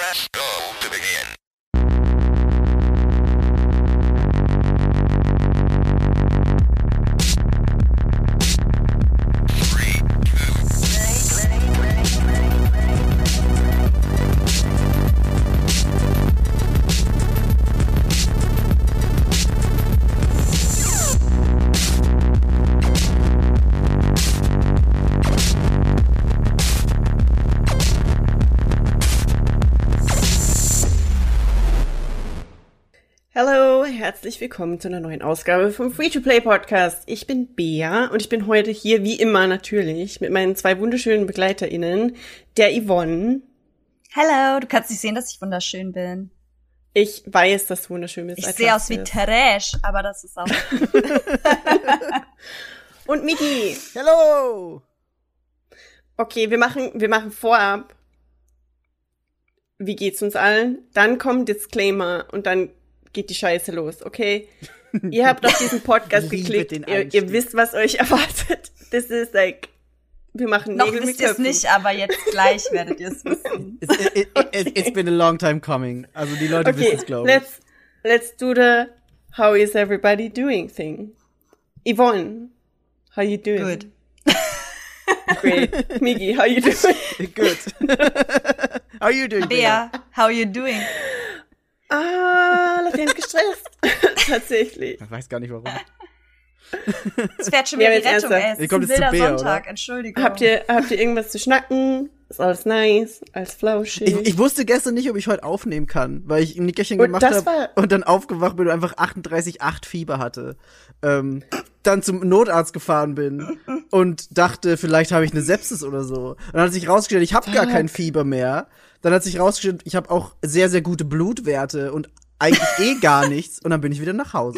Press go to begin. Hallo, herzlich willkommen zu einer neuen Ausgabe vom Free-to-Play-Podcast. Ich bin Bea und ich bin heute hier, wie immer natürlich, mit meinen zwei wunderschönen BegleiterInnen, der Yvonne. Hallo, du kannst nicht sehen, dass ich wunderschön bin. Ich weiß, dass du wunderschön bist. Ich sehe aus wie Trash, aber das ist auch... Und Miki. Hallo! Okay, wir machen vorab. Wie geht's uns allen? Dann kommt Disclaimer und dann geht die Scheiße los, okay? Ihr habt auf diesen Podcast geklickt, ihr wisst, was euch erwartet. Das ist like, wir machen noch Nägel mit wisst ihr es Köpfen. nicht, aber jetzt gleich werdet ihr es wissen. It's been a long time coming. Also die Leute wissen es, glaube ich. Let's do the how is everybody doing thing. Yvonne, how you doing? Good. Great. Miki, how you doing? Good. How are you doing? Bea, how you doing? Latent gestresst. Tatsächlich. Ich weiß gar nicht, warum. Es fährt schon wieder die jetzt Rettung, ernsthaft. ey. Ihr kommt Es ist jetzt ein zu wilder Bea, Sonntag, oder? Entschuldigung. Habt ihr irgendwas zu schnacken? Ist alles nice? Alles flauschig? Ich wusste gestern nicht, ob ich heute aufnehmen kann, weil ich ein Nickerchen Und gemacht das habe und dann aufgewacht bin und einfach 38,8 Fieber hatte. Dann zum Notarzt gefahren bin und dachte, vielleicht habe ich eine Sepsis oder so. Und dann hat sich rausgestellt, ich habe gar kein Fieber mehr. Dann hat sich rausgestellt, ich habe auch sehr, sehr gute Blutwerte und eigentlich gar nichts. Und dann bin ich wieder nach Hause.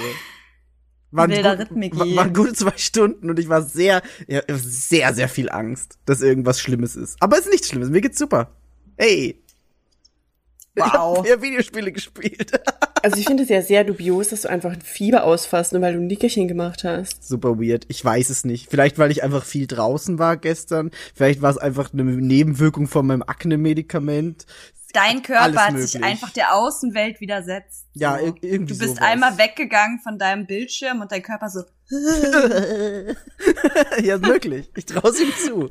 Waren gute 2 Stunden und ich war sehr, sehr viel Angst, dass irgendwas Schlimmes ist. Aber es ist nichts Schlimmes, mir geht's super. Hey. Wow. Ich hab mehr Videospiele gespielt. Also ich finde es ja sehr dubios, dass du einfach ein Fieber ausfasst, nur weil du ein Nickerchen gemacht hast. Super weird. Ich weiß es nicht. Vielleicht, weil ich einfach viel draußen war gestern. Vielleicht war es einfach eine Nebenwirkung von meinem Akne-Medikament. Dein Körper Alles hat möglich. sich einfach der Außenwelt widersetzt. Ja, So. irgendwie Du bist sowas. einmal weggegangen von deinem Bildschirm und dein Körper so... Ja, möglich. Ich trau's ihm zu.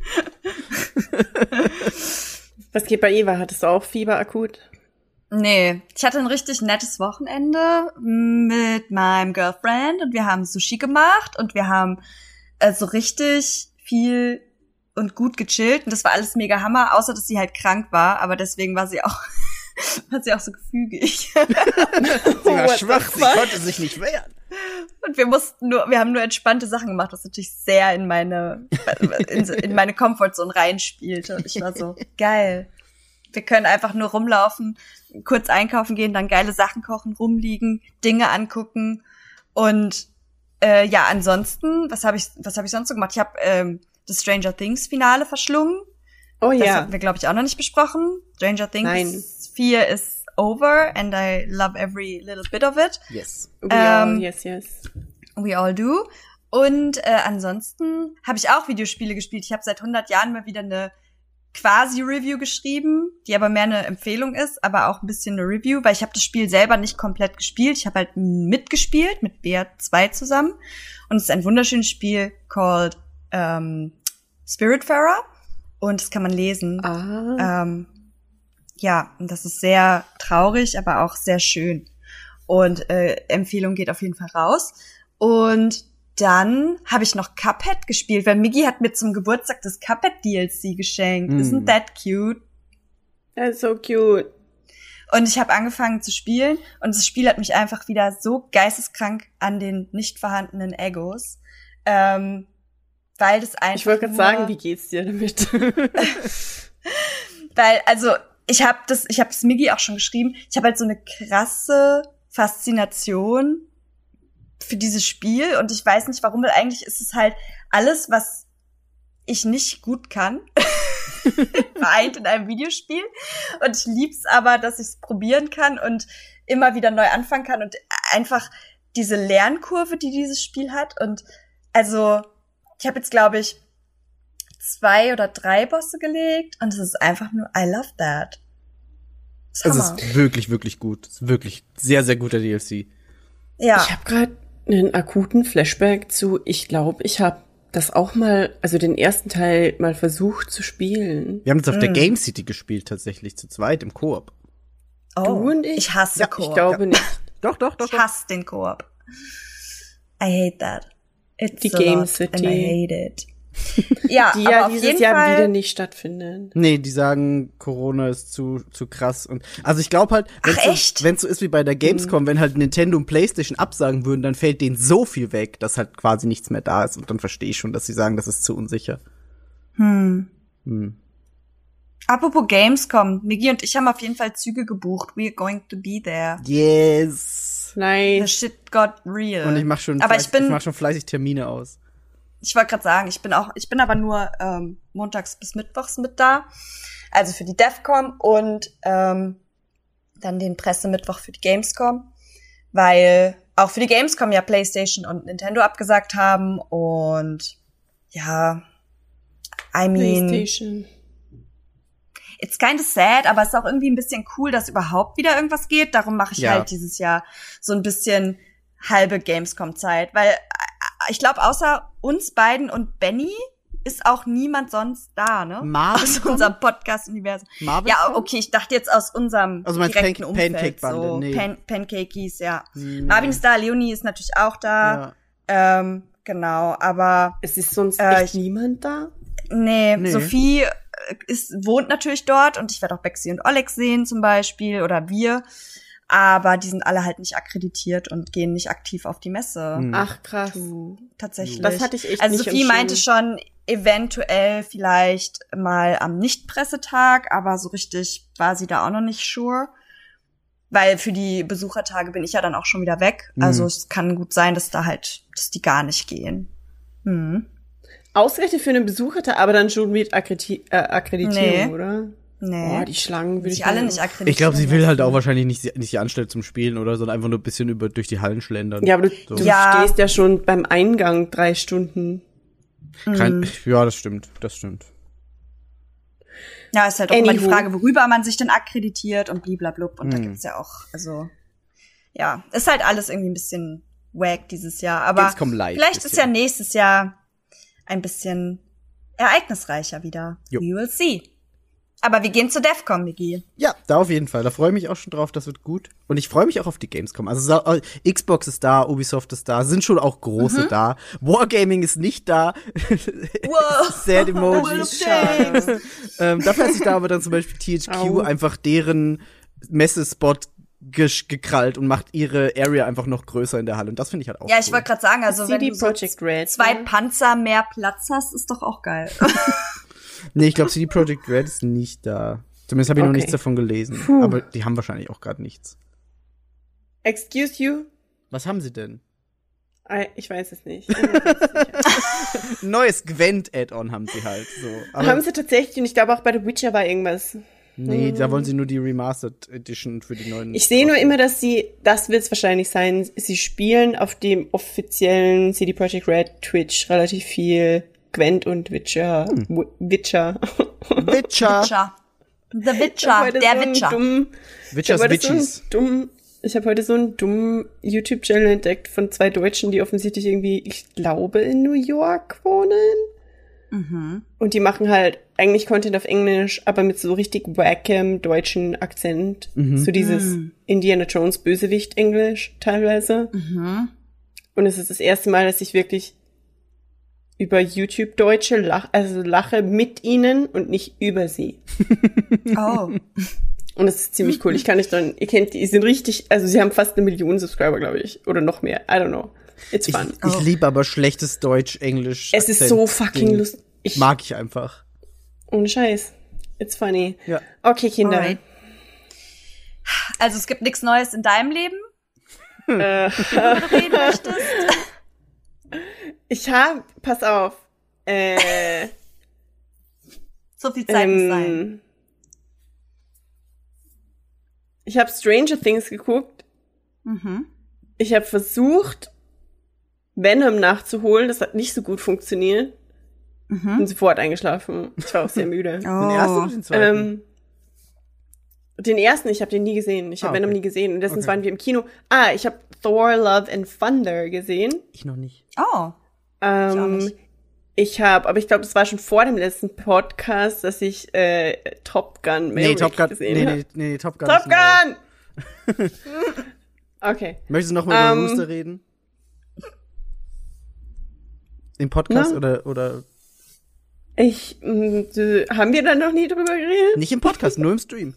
Was geht bei Eva? Hattest du auch Fieber akut? Nee, ich hatte ein richtig nettes Wochenende mit meinem Girlfriend und wir haben Sushi gemacht und wir haben so richtig viel und gut gechillt und das war alles mega Hammer, außer dass sie halt krank war, aber deswegen war sie auch so gefügig. Sie war what schwach, the sie fuck? konnte sich nicht wehren. Und wir haben nur entspannte Sachen gemacht, was natürlich sehr in meine Comfortzone reinspielte und ich war so, geil. Wir können einfach nur rumlaufen, kurz einkaufen gehen, dann geile Sachen kochen, rumliegen, Dinge angucken und ja, ansonsten, was hab ich sonst so gemacht? Ich habe das Stranger Things Finale verschlungen. Oh Das ja. hatten wir, glaube ich, auch noch nicht besprochen. Stranger Things Nein. 4 is over and I love every little bit of it. Yes. Yes. We all do. Und ansonsten habe ich auch Videospiele gespielt. Ich habe seit 100 Jahren mal wieder eine Quasi-Review geschrieben, die aber mehr eine Empfehlung ist, aber auch ein bisschen eine Review, weil ich habe das Spiel selber nicht komplett gespielt. Ich habe halt mitgespielt mit Bea2 zusammen. Und es ist ein wunderschönes Spiel called Spiritfarer. Und das kann man lesen. Ja, und das ist sehr traurig, aber auch sehr schön. Und Empfehlung geht auf jeden Fall raus. Und dann habe ich noch Cuphead gespielt, weil Miggy hat mir zum Geburtstag das Cuphead DLC geschenkt. Isn't that cute? That's so cute. Und ich habe angefangen zu spielen und das Spiel hat mich einfach wieder so geisteskrank an den nicht vorhandenen Egos. Weil das einfach Ich wollte gerade sagen, wie geht's dir damit? Weil, also, ich hab das Miggy auch schon geschrieben, ich habe halt so eine krasse Faszination für dieses Spiel und ich weiß nicht warum, weil eigentlich ist es halt alles, was ich nicht gut kann, vereint in einem Videospiel und ich lieb's aber, dass ich es probieren kann und immer wieder neu anfangen kann und einfach diese Lernkurve, die dieses Spiel hat und also, ich habe jetzt, glaube ich, 2 oder 3 Bosse gelegt und es ist einfach nur, I love that. ist Es Hammer. ist wirklich, wirklich gut. Es ist wirklich sehr, sehr guter DLC. Ja. Ich habe gerade einen akuten Flashback zu, ich glaube, ich habe das auch mal, also den ersten Teil mal versucht zu spielen. Wir haben das auf der Game City gespielt, tatsächlich, zu zweit im Koop. Oh, Du und ich? Ich hasse Ja, Koop. Ich glaube nicht. Doch. Ich hasse den Koop. I hate that. It's Die a Game lot City. and I hate it. Ja, Die aber ja auf dieses jeden Jahr Fall. wieder nicht stattfinden. Nee, die sagen, Corona ist zu krass. Und also ich glaube halt, Ach, echt? wenn es so ist wie bei der Gamescom, wenn halt Nintendo und PlayStation absagen würden, dann fällt denen so viel weg, dass halt quasi nichts mehr da ist. Und dann verstehe ich schon, dass sie sagen, das ist zu unsicher. Apropos Gamescom, Miggi und ich haben auf jeden Fall Züge gebucht. We're going to be there. Yes. The Nice. shit got real. Und ich mach schon fleißig Termine aus. Ich wollte gerade sagen, ich bin aber nur montags bis mittwochs mit da. Also für die DEFCON und dann den Pressemittwoch für die Gamescom. Weil auch für die Gamescom ja PlayStation und Nintendo abgesagt haben. Und ja, I mean, PlayStation. it's kind of sad, aber es ist auch irgendwie ein bisschen cool, dass überhaupt wieder irgendwas geht. Darum mache ich Ja. halt dieses Jahr so ein bisschen halbe Gamescom-Zeit. Weil ich glaube, außer uns beiden und Benny ist auch niemand sonst da, ne? Marvin Aus kommt? unserem Podcast-Universum. Marvin Ja, kommt? okay, ich dachte jetzt aus unserem Also meinst direkten Umfeld. Pancake-Bande, So, nee. Pancakies, ja. Nee. Marvin ist da, Leonie ist natürlich auch da. Genau, aber Es ist sonst ich- echt niemand da? nee. Sophie wohnt natürlich dort und ich werde auch Bexi und Oleg sehen zum Beispiel oder wir. Aber die sind alle halt nicht akkreditiert und gehen nicht aktiv auf die Messe. Ach, krass. Tatsächlich. Das hatte ich echt Also nicht Sophie am Schirm. meinte schon, eventuell vielleicht mal am Nicht-Pressetag, aber so richtig war sie da auch noch nicht sure. Weil für die Besuchertage bin ich ja dann auch schon wieder weg. Also es kann gut sein, dass dass die gar nicht gehen. Ausgerechnet für einen Besucher, aber dann schon mit Akkreditierung, Nee. oder? Nee. Oh, die Schlangen würde sich ich alle mir- nicht akkreditieren. Ich glaube, sie will halt lassen. auch wahrscheinlich nicht die anstellen zum Spielen oder, sondern einfach nur ein bisschen durch die Hallen schlendern. Ja, aber du So. Ja. stehst ja schon beim Eingang 3 Stunden. Ja, das stimmt. Ja, ist halt auch immer die Anywho. Frage, worüber man sich denn akkreditiert und bliblablub. Und da gibt's ja auch, also, ja, ist halt alles irgendwie ein bisschen wack dieses Jahr. Aber Gamescom live vielleicht ist bisschen. ja nächstes Jahr ein bisschen ereignisreicher wieder. Jo. We will see. Aber wir gehen zu DEFCON, Miggi. Ja, da auf jeden Fall. Da freue ich mich auch schon drauf. Das wird gut. Und ich freue mich auch auf die Gamescom. Also Xbox ist da, Ubisoft ist da, sind schon auch große da. Wargaming ist nicht da. Wow. Sad Emoji. World of Tanks. Dafür hat sich da aber dann zum Beispiel THQ Au. einfach deren Messespot gekrallt und macht ihre Area einfach noch größer in der Halle. Und das finde ich halt auch Ja, cool. ich wollte gerade sagen, also wenn CD du so Projekt Red. 2 Panzer mehr Platz hast, ist doch auch geil. Nee, ich glaube, CD Projekt Red ist nicht da. Zumindest habe ich noch Okay. nichts davon gelesen. Aber die haben wahrscheinlich auch gerade nichts. Excuse you? Was haben sie denn? Ich weiß es nicht. Ein neues Gwent-Add-on haben sie halt. So. Aber Haben sie tatsächlich, und ich glaube auch bei The Witcher war irgendwas. nee, da wollen sie nur die Remastered Edition für die neuen. Ich sehe nur immer, dass das wird es wahrscheinlich sein, sie spielen auf dem offiziellen CD Projekt Red Twitch relativ viel Gwent und Witcher. Witcher. Witcher. The Witcher, der Witcher. Witchers Witchies. Ich habe heute so einen dummen YouTube-Channel entdeckt von 2 Deutschen, die offensichtlich irgendwie, ich glaube, in New York wohnen. Und die machen halt eigentlich Content auf Englisch, aber mit so richtig wackem deutschen Akzent. So dieses Indiana Jones Bösewicht Englisch teilweise. Und es ist das erste Mal, dass ich wirklich über YouTube Deutsche lache mit ihnen und nicht über sie. Oh. Und das ist ziemlich cool. Ich kann nicht dann, ihr kennt die sind richtig, also sie haben fast 1 Million Subscriber, glaube ich. Oder noch mehr. I don't know. It's fun. Ich liebe aber schlechtes Deutsch, Englisch. Es ist so fucking lustig. Mag ich einfach. Ohne Scheiß. It's funny. Ja. Okay, Kinder. Alright. Also es gibt nichts Neues in deinem Leben, worüber du reden möchtest? Pass auf. So viel Zeit muss sein. Ich habe Stranger Things geguckt. Ich habe versucht, Venom nachzuholen. Das hat nicht so gut funktioniert. Bin sofort eingeschlafen. Ich war auch sehr müde. Den ersten oder den zweiten? Den ersten, ich habe den nie gesehen. Ich habe okay. Venom nie gesehen. Und deswegen Okay. waren wir im Kino. Ich habe Thor, Love and Thunder gesehen. Ich noch nicht. Oh. auch nicht. Ich glaube, das war schon vor dem letzten Podcast, dass ich Top Gun Maverick Top Gun. gesehen habe. Nee, Top Gun. Top ist neu. Gun! Okay. Möchtest du noch mal über Rooster reden? Im Podcast oder? Haben wir da noch nie drüber geredet? Nicht im Podcast, nur im Stream.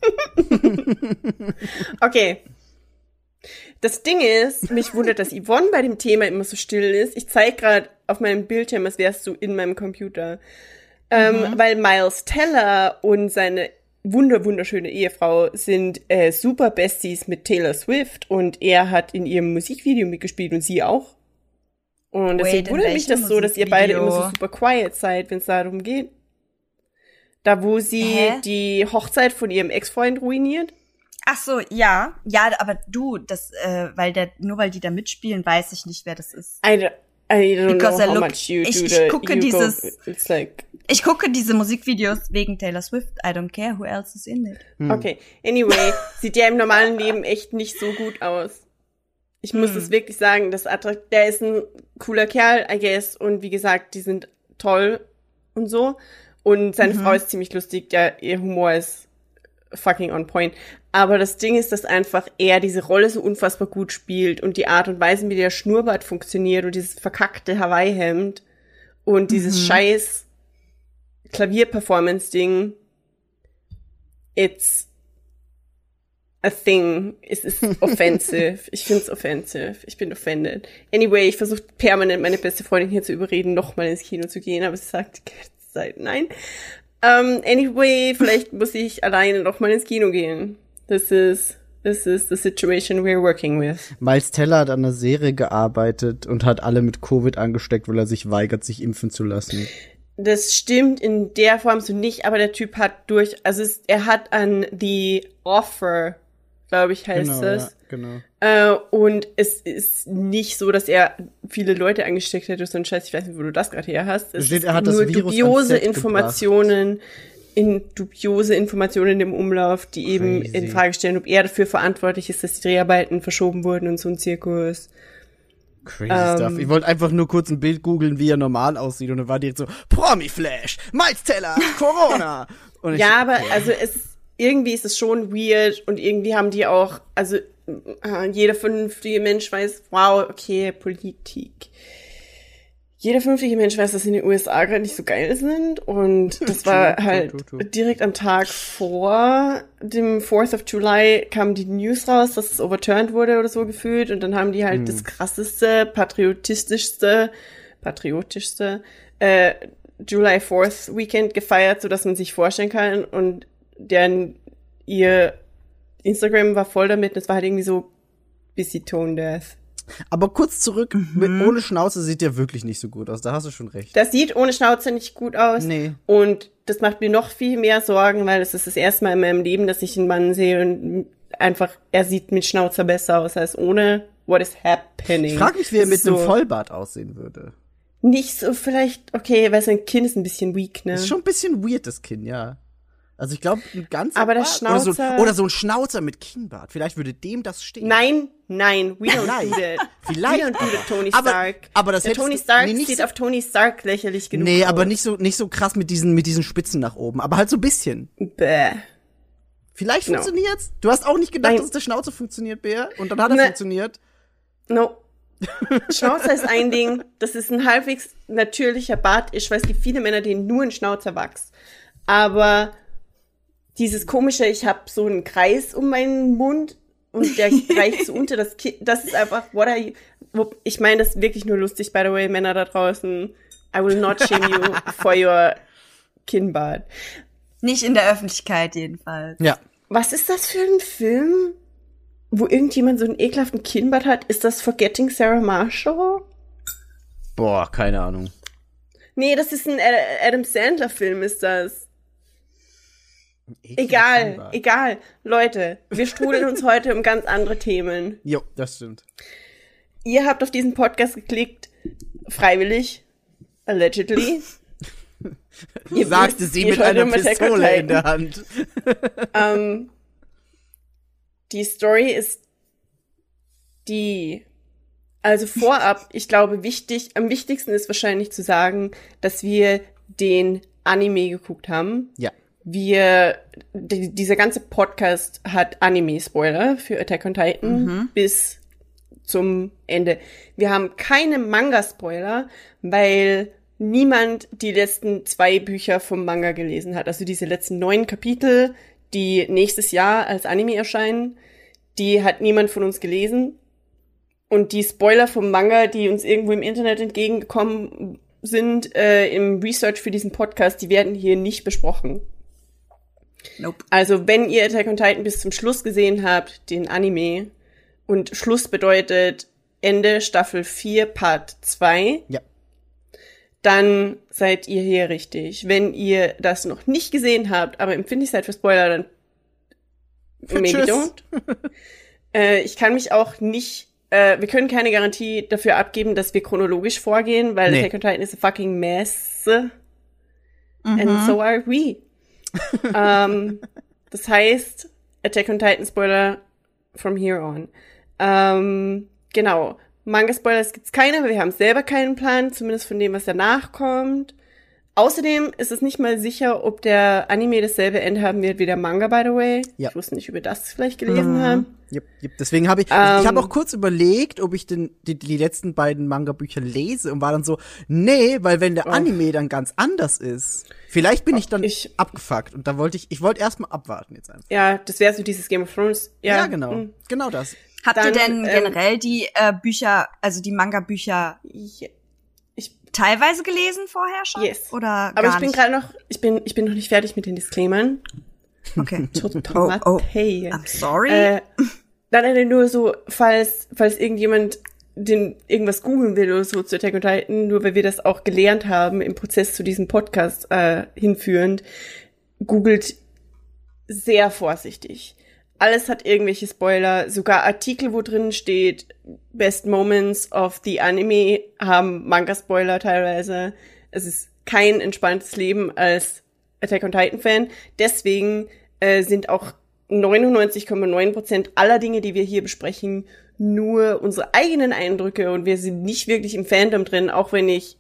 Okay. Das Ding ist, mich wundert, dass Yvonne bei dem Thema immer so still ist. Ich zeige gerade auf meinem Bildschirm, als wärst du in meinem Computer. Weil Miles Teller und seine wunderschöne Ehefrau sind super Besties mit Taylor Swift und er hat in ihrem Musikvideo mitgespielt und sie auch. Und deswegen wundert mich das so, dass ihr beide immer so super quiet seid, wenn es darum geht. Da, wo sie die Hochzeit von ihrem Ex-Freund ruiniert. Ach so, ja. Ja, aber du, weil die da mitspielen, weiß ich nicht, wer das ist. I don't Because know how much you do ich gucke it's like... Ich gucke diese Musikvideos wegen Taylor Swift. I don't care who else is in it. Okay, anyway, sieht ja im normalen Leben echt nicht so gut aus. Ich muss es wirklich sagen, der ist ein cooler Kerl, I guess, und wie gesagt, die sind toll und so. Und seine Frau ist ziemlich lustig, ja, ihr Humor ist fucking on point. Aber das Ding ist, dass einfach er diese Rolle so unfassbar gut spielt und die Art und Weise, wie der Schnurrbart funktioniert und dieses verkackte Hawaii-Hemd und dieses scheiß Klavier-Performance-Ding. It's a thing. Es ist offensive. Ich find's offensive. Ich bin offended. Anyway, ich versuche permanent meine beste Freundin hier zu überreden, nochmal ins Kino zu gehen, aber sie sagt die ganze Zeit nein. Anyway, vielleicht muss ich alleine nochmal ins Kino gehen. This is the situation we're working with. Miles Teller hat an einer Serie gearbeitet und hat alle mit Covid angesteckt, weil er sich weigert, sich impfen zu lassen. Das stimmt in der Form so nicht, aber der Typ hat er hat an The Offer, glaube ich, heißt es. Ja, genau. Und es ist nicht so, dass er viele Leute angesteckt hätte, so ein Scheiß, ich weiß nicht, wo du das gerade her hast. Es steht, er hat das nur Virus dubiose ans Set Informationen im Umlauf, die eben Crazy. in Frage stellen, ob er dafür verantwortlich ist, dass die Dreharbeiten verschoben wurden und so ein Zirkus. Crazy stuff. Ich wollte einfach nur kurz ein Bild googeln, wie er normal aussieht. Und dann war direkt so, Promi-Flash, Miles Teller, Corona. Und ich, Ja, aber also irgendwie ist es schon weird und irgendwie haben die auch, also jeder vernünftige Mensch weiß, wow, okay, Politik. Jeder vernünftige Mensch weiß, dass in den USA gerade nicht so geil sind und das war halt direkt am Tag vor dem 4th of July kam die News raus, dass es overturned wurde oder so gefühlt und dann haben die halt das krasseste, patriotischste July 4th Weekend gefeiert, sodass man sich vorstellen kann und ihr Instagram war voll damit, das war halt irgendwie so busy tone death. Aber kurz zurück, ohne Schnauze sieht der wirklich nicht so gut aus, da hast du schon recht. Das sieht ohne Schnauze nicht gut aus. Nee. Und das macht mir noch viel mehr Sorgen, weil es ist das erste Mal in meinem Leben, dass ich einen Mann sehe und einfach, er sieht mit Schnauzer besser aus als ohne. What is happening? Ich frage mich, wie er mit so einem Vollbart aussehen würde. Nicht so vielleicht, okay, weil sein Kinn ist ein bisschen weak, ne? Ist schon ein bisschen weird, das Kinn, ja. Also ich glaube, ein ganz Aber der Bart Schnauzer oder so ein Schnauzer mit Kinnbart. Vielleicht würde dem das stehen. Nein, we don't do that. Vielleicht. We don't do that, Tony Aber- Stark. aber das der hättest Tony du- Stark nee, nicht sieht so- auf Tony Stark lächerlich genug Nee, aus. aber nicht so krass mit diesen Spitzen nach oben. Aber halt so ein bisschen. Bäh. Vielleicht No. funktioniert's. Du hast auch nicht gedacht, Nein. dass der Schnauze funktioniert, Bär. Und dann hat er Ne. funktioniert. No. Schnauzer ist ein Ding, das ist ein halbwegs natürlicher Bart. Ich weiß, es gibt viele Männer, denen nur ein Schnauzer wächst. Aber dieses komische, ich habe so einen Kreis um meinen Mund und der reicht so unter das Kinn. Das ist einfach, ich meine das ist wirklich nur lustig, by the way, Männer da draußen. I will not shame you for your Kinnbart. Nicht in der Öffentlichkeit jedenfalls. Ja. Was ist das für ein Film, wo irgendjemand so einen ekelhaften Kinnbart hat? Ist das Forgetting Sarah Marshall? Boah, keine Ahnung. Nee, das ist ein Adam Sandler-Film, ist das. Egal. Leute, wir strudeln uns heute um ganz andere Themen. Jo, das stimmt. Ihr habt auf diesen Podcast geklickt, freiwillig, allegedly. Sagte sie mit einer Pistole in der Hand. Die Story ist also vorab, ich glaube, am wichtigsten ist wahrscheinlich zu sagen, dass wir den Anime geguckt haben. Ja. Dieser ganze Podcast hat Anime-Spoiler für Attack on Titan bis zum Ende. Wir haben keine Manga-Spoiler, weil niemand die letzten 2 Bücher vom Manga gelesen hat. Also diese letzten 9 Kapitel, die nächstes Jahr als Anime erscheinen, die hat niemand von uns gelesen. Und die Spoiler vom Manga, die uns irgendwo im Internet entgegengekommen sind, im Research für diesen Podcast, die werden hier nicht besprochen. Nope. Also wenn ihr Attack on Titan bis zum Schluss gesehen habt, den Anime, und Schluss bedeutet Ende Staffel 4, Part 2, Ja. dann seid ihr hier richtig. Wenn ihr das noch nicht gesehen habt, aber empfindlich seid für Spoiler, dann maybe Tschüss. don't. Ich kann mich auch nicht, wir können keine Garantie dafür abgeben, dass wir chronologisch vorgehen, weil Nee. Attack on Titan is a fucking mess. And so are we. Das heißt, Attack on Titan Spoiler from here on. Genau. Manga-Spoilers gibt's keine, aber wir haben selber keinen Plan, zumindest von dem, was danach kommt. Außerdem ist es nicht mal sicher, ob der Anime dasselbe Ende haben wird wie der Manga, by the way. Ja. Ich wusste nicht, ob wir das vielleicht gelesen haben. Yep. Deswegen habe ich habe auch kurz überlegt, ob ich die letzten beiden Manga-Bücher lese und war dann so, nee, weil wenn der Anime dann ganz anders ist, vielleicht bin ich dann abgefuckt und da wollte ich wollte erstmal abwarten jetzt einfach. Ja, das wäre so dieses Game of Thrones. Ja, genau. Genau das. Habt ihr Dann, denn generell die Bücher, also die Manga-Bücher Ja, teilweise gelesen vorher schon? yes. Oder Aber gar ich bin nicht? gerade noch, ich bin noch nicht fertig mit den Disclaimern. Okay. Hey. I'm sorry. Dann nur so, falls irgendjemand irgendwas googeln will oder so zu Attack on Titan, nur weil wir das auch gelernt haben im Prozess zu diesem Podcast hinführend, googelt sehr vorsichtig. Alles hat irgendwelche Spoiler, sogar Artikel, wo drin steht, Best Moments of the Anime haben Manga-Spoiler teilweise. Es ist kein entspanntes Leben als Attack on Titan-Fan. Deswegen sind auch 99,9% aller Dinge, die wir hier besprechen, nur unsere eigenen Eindrücke und wir sind nicht wirklich im Fandom drin, auch wenn ich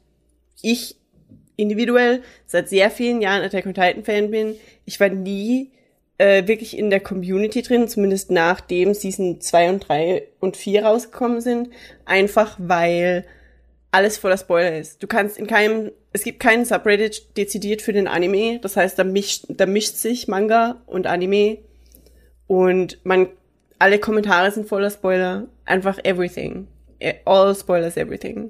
individuell seit sehr vielen Jahren Attack on Titan-Fan bin. Ich war nie wirklich in der Community drin, zumindest nachdem Season 2 und 3 und 4 rausgekommen sind, einfach weil alles voller Spoiler ist. Es gibt keinen Subreddit dezidiert für den Anime, das heißt, da mischt sich Manga und Anime und alle Kommentare sind voller Spoiler, einfach everything. All spoilers, everything.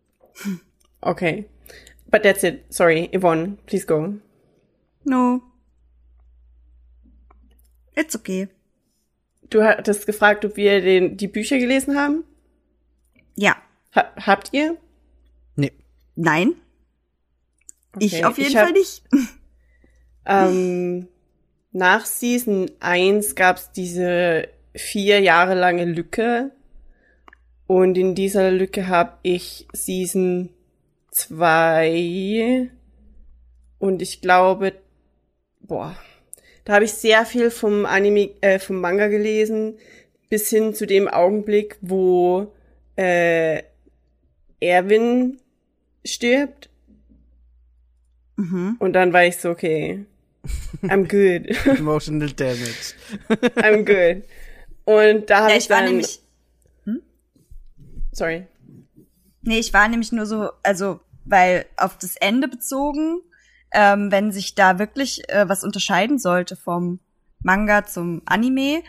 Okay. But that's it. Sorry, Yvonne, please go. No. It's okay. Du hattest gefragt, ob wir die Bücher gelesen haben? Ja. Habt ihr? Nee. Nein. Okay, Ich auf jeden Fall nicht. Nach Season 1 gab's diese 4 Jahre lange Lücke. Und in dieser Lücke habe ich Season 2 und ich glaube, da habe ich sehr viel vom Manga gelesen, bis hin zu dem Augenblick, wo Erwin stirbt. Mhm. Und dann war ich so, okay, I'm good. Emotional damage. I'm good. Und da habe Ja, ich dann... Sorry. Nee, ich war nämlich nur so, also, weil auf das Ende bezogen, wenn sich da wirklich was unterscheiden sollte vom Manga zum Anime,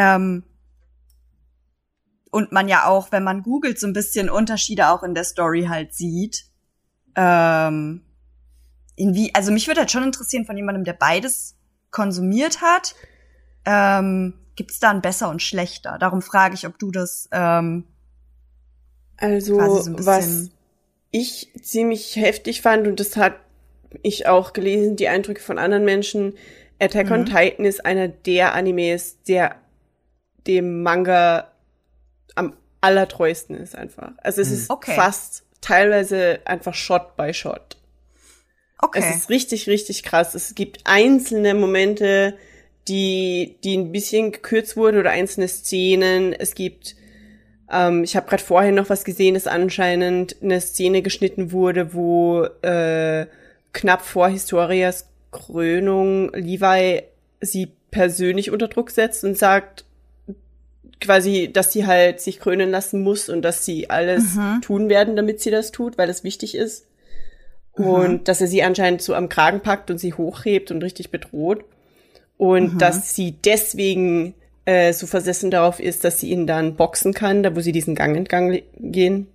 und man ja auch, wenn man googelt, so ein bisschen Unterschiede auch in der Story halt sieht, also mich würde halt schon interessieren von jemandem, der beides konsumiert hat, gibt's da ein besser und schlechter? Darum frage ich, ob du das Also, quasi so ein bisschen was ich ziemlich heftig fand, und das hat ich auch gelesen, die Eindrücke von anderen Menschen, Attack on Titan ist einer der Animes, der dem Manga am allertreuesten ist einfach. Also es ist fast teilweise einfach Shot by Shot. Okay. Es ist richtig, richtig krass. Es gibt einzelne Momente, die ein bisschen gekürzt wurde oder einzelne Szenen. Es gibt, ich habe gerade vorhin noch was gesehen, dass anscheinend eine Szene geschnitten wurde, wo knapp vor Historias Krönung Levi sie persönlich unter Druck setzt und sagt quasi, dass sie halt sich krönen lassen muss und dass sie alles tun werden, damit sie das tut, weil das wichtig ist. Und dass er sie anscheinend so am Kragen packt und sie hochhebt und richtig bedroht. Und dass sie deswegen so versessen darauf ist, dass sie ihn dann boxen kann, da wo sie diesen Gang entlang gehen.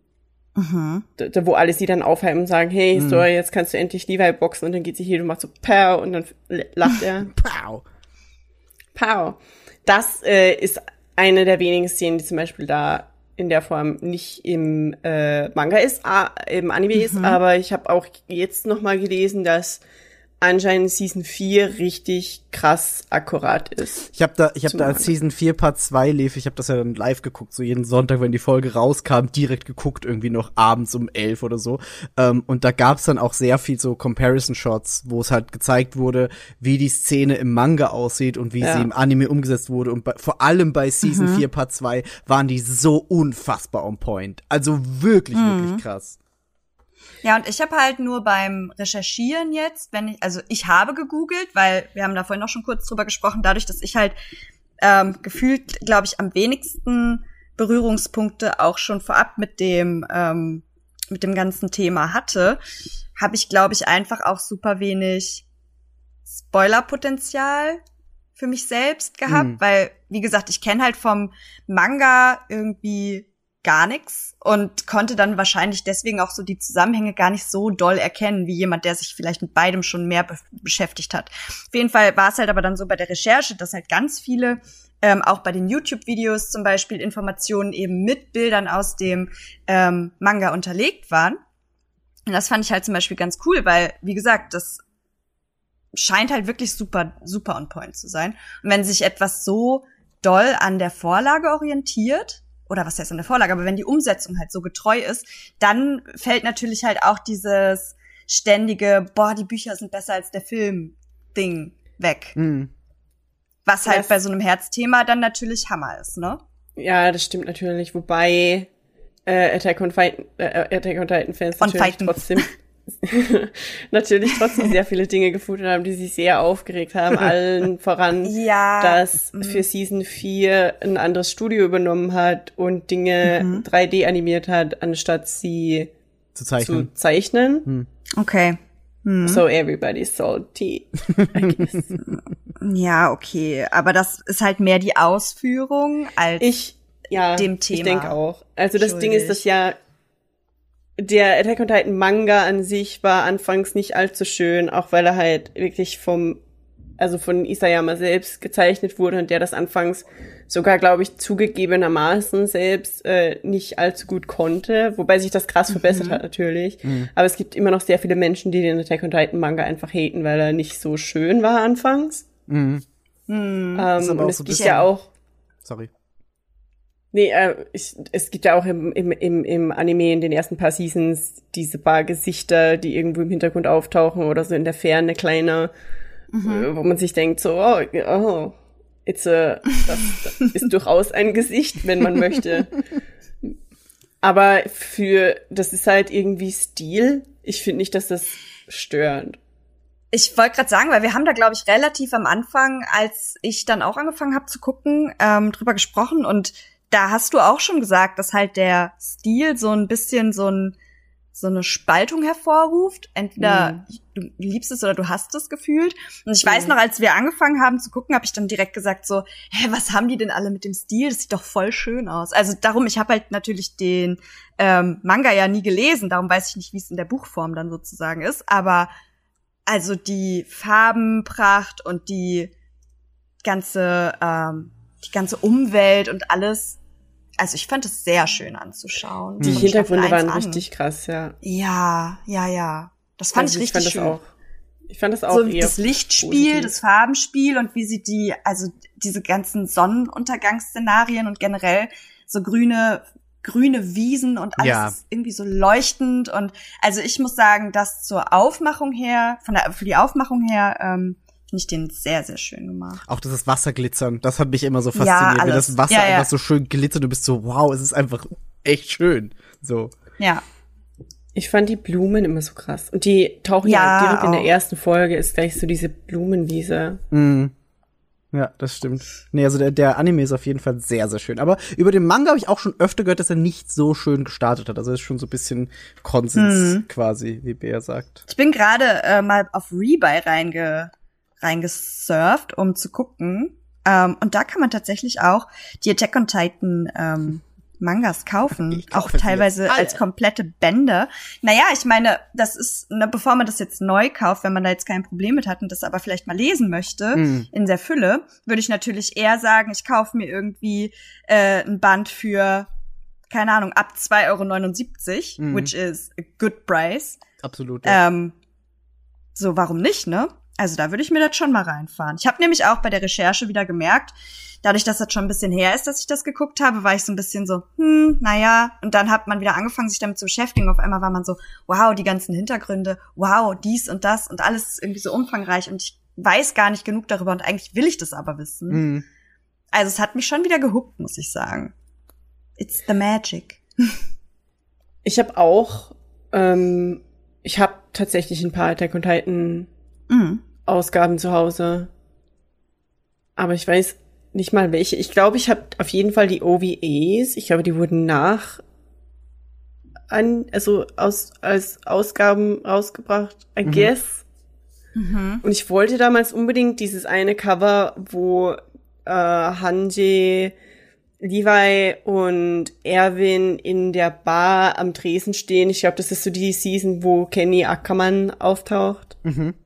Da wo alle sie dann aufhalten und sagen, hey, so, jetzt kannst du endlich Levi boxen. Und dann geht sie hier und macht so Pow und dann lacht er. Pow. Pow. Das ist eine der wenigen Szenen, die zum Beispiel da in der Form nicht im Manga ist, im Anime ist, aber ich habe auch jetzt noch mal gelesen, dass anscheinend Season 4 richtig krass akkurat ist. Ich hab da als Season 4 Part 2 lief, ich habe das ja dann live geguckt, so jeden Sonntag, wenn die Folge rauskam, direkt geguckt, irgendwie noch abends um 11 oder so. Und da gab's dann auch sehr viel so Comparison-Shots, wo es halt gezeigt wurde, wie die Szene im Manga aussieht und wie sie im Anime umgesetzt wurde. Und vor allem bei Season 4 Part 2 waren die so unfassbar on point. Also wirklich, wirklich krass. Ja, und ich habe halt nur beim Recherchieren jetzt, ich habe gegoogelt, weil wir haben da vorhin noch schon kurz drüber gesprochen, dadurch, dass ich halt gefühlt, glaube ich, am wenigsten Berührungspunkte auch schon vorab mit dem ganzen Thema hatte, habe ich, glaube ich, einfach auch super wenig Spoilerpotenzial für mich selbst gehabt, weil, wie gesagt, ich kenne halt vom Manga irgendwie gar nichts und konnte dann wahrscheinlich deswegen auch so die Zusammenhänge gar nicht so doll erkennen, wie jemand, der sich vielleicht mit beidem schon mehr beschäftigt hat. Auf jeden Fall war es halt aber dann so bei der Recherche, dass halt ganz viele, auch bei den YouTube-Videos zum Beispiel, Informationen eben mit Bildern aus dem Manga unterlegt waren. Und das fand ich halt zum Beispiel ganz cool, weil, wie gesagt, das scheint halt wirklich super, super on point zu sein. Und wenn sich etwas so doll an der Vorlage orientiert, oder was heißt an der Vorlage, aber wenn die Umsetzung halt so getreu ist, dann fällt natürlich halt auch dieses ständige, die Bücher sind besser als der Film-Ding weg. Was halt bei so einem Herzthema dann natürlich Hammer ist, ne? Ja, das stimmt natürlich, wobei Attack on Titan-Fans natürlich trotzdem sehr viele Dinge gefunden haben, die sich sehr aufgeregt haben. Allen voran, dass für Season 4 ein anderes Studio übernommen hat und Dinge 3D animiert hat, anstatt sie zu zeichnen. Okay. So everybody's salty, I guess. Ja, okay. Aber das ist halt mehr die Ausführung als dem Thema. Ich denke auch. Also das Ding ist, dass der Attack on Titan Manga an sich war anfangs nicht allzu schön, auch weil er halt wirklich von Isayama selbst gezeichnet wurde und der das anfangs sogar, glaube ich, zugegebenermaßen selbst nicht allzu gut konnte, wobei sich das krass verbessert hat natürlich. Aber es gibt immer noch sehr viele Menschen, die den Attack on Titan Manga einfach haten, weil er nicht so schön war anfangs. Und es gibt ja auch Sorry. Nee, es gibt ja auch im Anime in den ersten paar Seasons diese paar Gesichter, die irgendwo im Hintergrund auftauchen oder so in der Ferne kleiner, wo man sich denkt so, das ist durchaus ein Gesicht, wenn man möchte. Aber das ist halt irgendwie Stil. Ich finde nicht, dass das stört. Ich wollte gerade sagen, weil wir haben da, glaube ich, relativ am Anfang, als ich dann auch angefangen habe zu gucken, drüber gesprochen und da hast du auch schon gesagt, dass halt der Stil so ein bisschen so eine Spaltung hervorruft. Entweder du liebst es oder du hasst es gefühlt. Und ich weiß noch, als wir angefangen haben zu gucken, habe ich dann direkt gesagt so, was haben die denn alle mit dem Stil? Das sieht doch voll schön aus. Also darum, ich habe halt natürlich den Manga ja nie gelesen, darum weiß ich nicht, wie es in der Buchform dann sozusagen ist. Aber also die Farbenpracht und die ganze Umwelt und alles. Also ich fand es sehr schön anzuschauen. Die Hintergründe waren richtig krass, ja. Ja. Das fand ich richtig schön. Ich fand das auch so eher das Lichtspiel, positiv. Das Farbenspiel und wie sie diese ganzen Sonnenuntergangsszenarien und generell so grüne Wiesen und alles ist irgendwie so leuchtend und also ich muss sagen, dass für die Aufmachung her, Finde ich den sehr, sehr schön gemacht. Auch das Wasserglitzern, das hat mich immer so fasziniert. Ja, wie das Wasser ja. einfach so schön glitzert, du bist so, wow, es ist einfach echt schön. So. Ja. Ich fand die Blumen immer so krass. Und die tauchen ja direkt in der ersten Folge, ist gleich so diese Blumenwiese. Mhm. Ja, das stimmt. Nee, also der Anime ist auf jeden Fall sehr, sehr schön. Aber über den Manga habe ich auch schon öfter gehört, dass er nicht so schön gestartet hat. Also er ist schon so ein bisschen Konsens quasi, wie Bea sagt. Ich bin gerade mal auf Rebuy reingesurft, um zu gucken. Und da kann man tatsächlich auch die Attack on Titan Mangas kaufen, auch teilweise als komplette Bände. Naja, ich meine, das ist, ne, bevor man das jetzt neu kauft, wenn man da jetzt kein Problem mit hat und das aber vielleicht mal lesen möchte, in der Fülle, würde ich natürlich eher sagen, ich kaufe mir irgendwie ein Band für, keine Ahnung, ab 2,79 €, which is a good price. Absolut. Ja. So, warum nicht, ne? Also da würde ich mir das schon mal reinfahren. Ich habe nämlich auch bei der Recherche wieder gemerkt, dadurch, dass das schon ein bisschen her ist, dass ich das geguckt habe, war ich so ein bisschen so, naja. Und dann hat man wieder angefangen, sich damit zu beschäftigen. Auf einmal war man so, wow, die ganzen Hintergründe, wow, dies und das und alles ist irgendwie so umfangreich und ich weiß gar nicht genug darüber und eigentlich will ich das aber wissen. Also es hat mich schon wieder gehuckt, muss ich sagen. It's the magic. Ich habe auch, ich habe tatsächlich ein paar Attack on Titan Ausgaben zu Hause. Aber ich weiß nicht mal welche. Ich glaube, ich habe auf jeden Fall die OVAs. Ich glaube, die wurden als Ausgaben rausgebracht, I guess. Und ich wollte damals unbedingt dieses eine Cover, wo Hanji, Levi und Erwin in der Bar am Tresen stehen. Ich glaube, das ist so die Season, wo Kenny Ackermann auftaucht.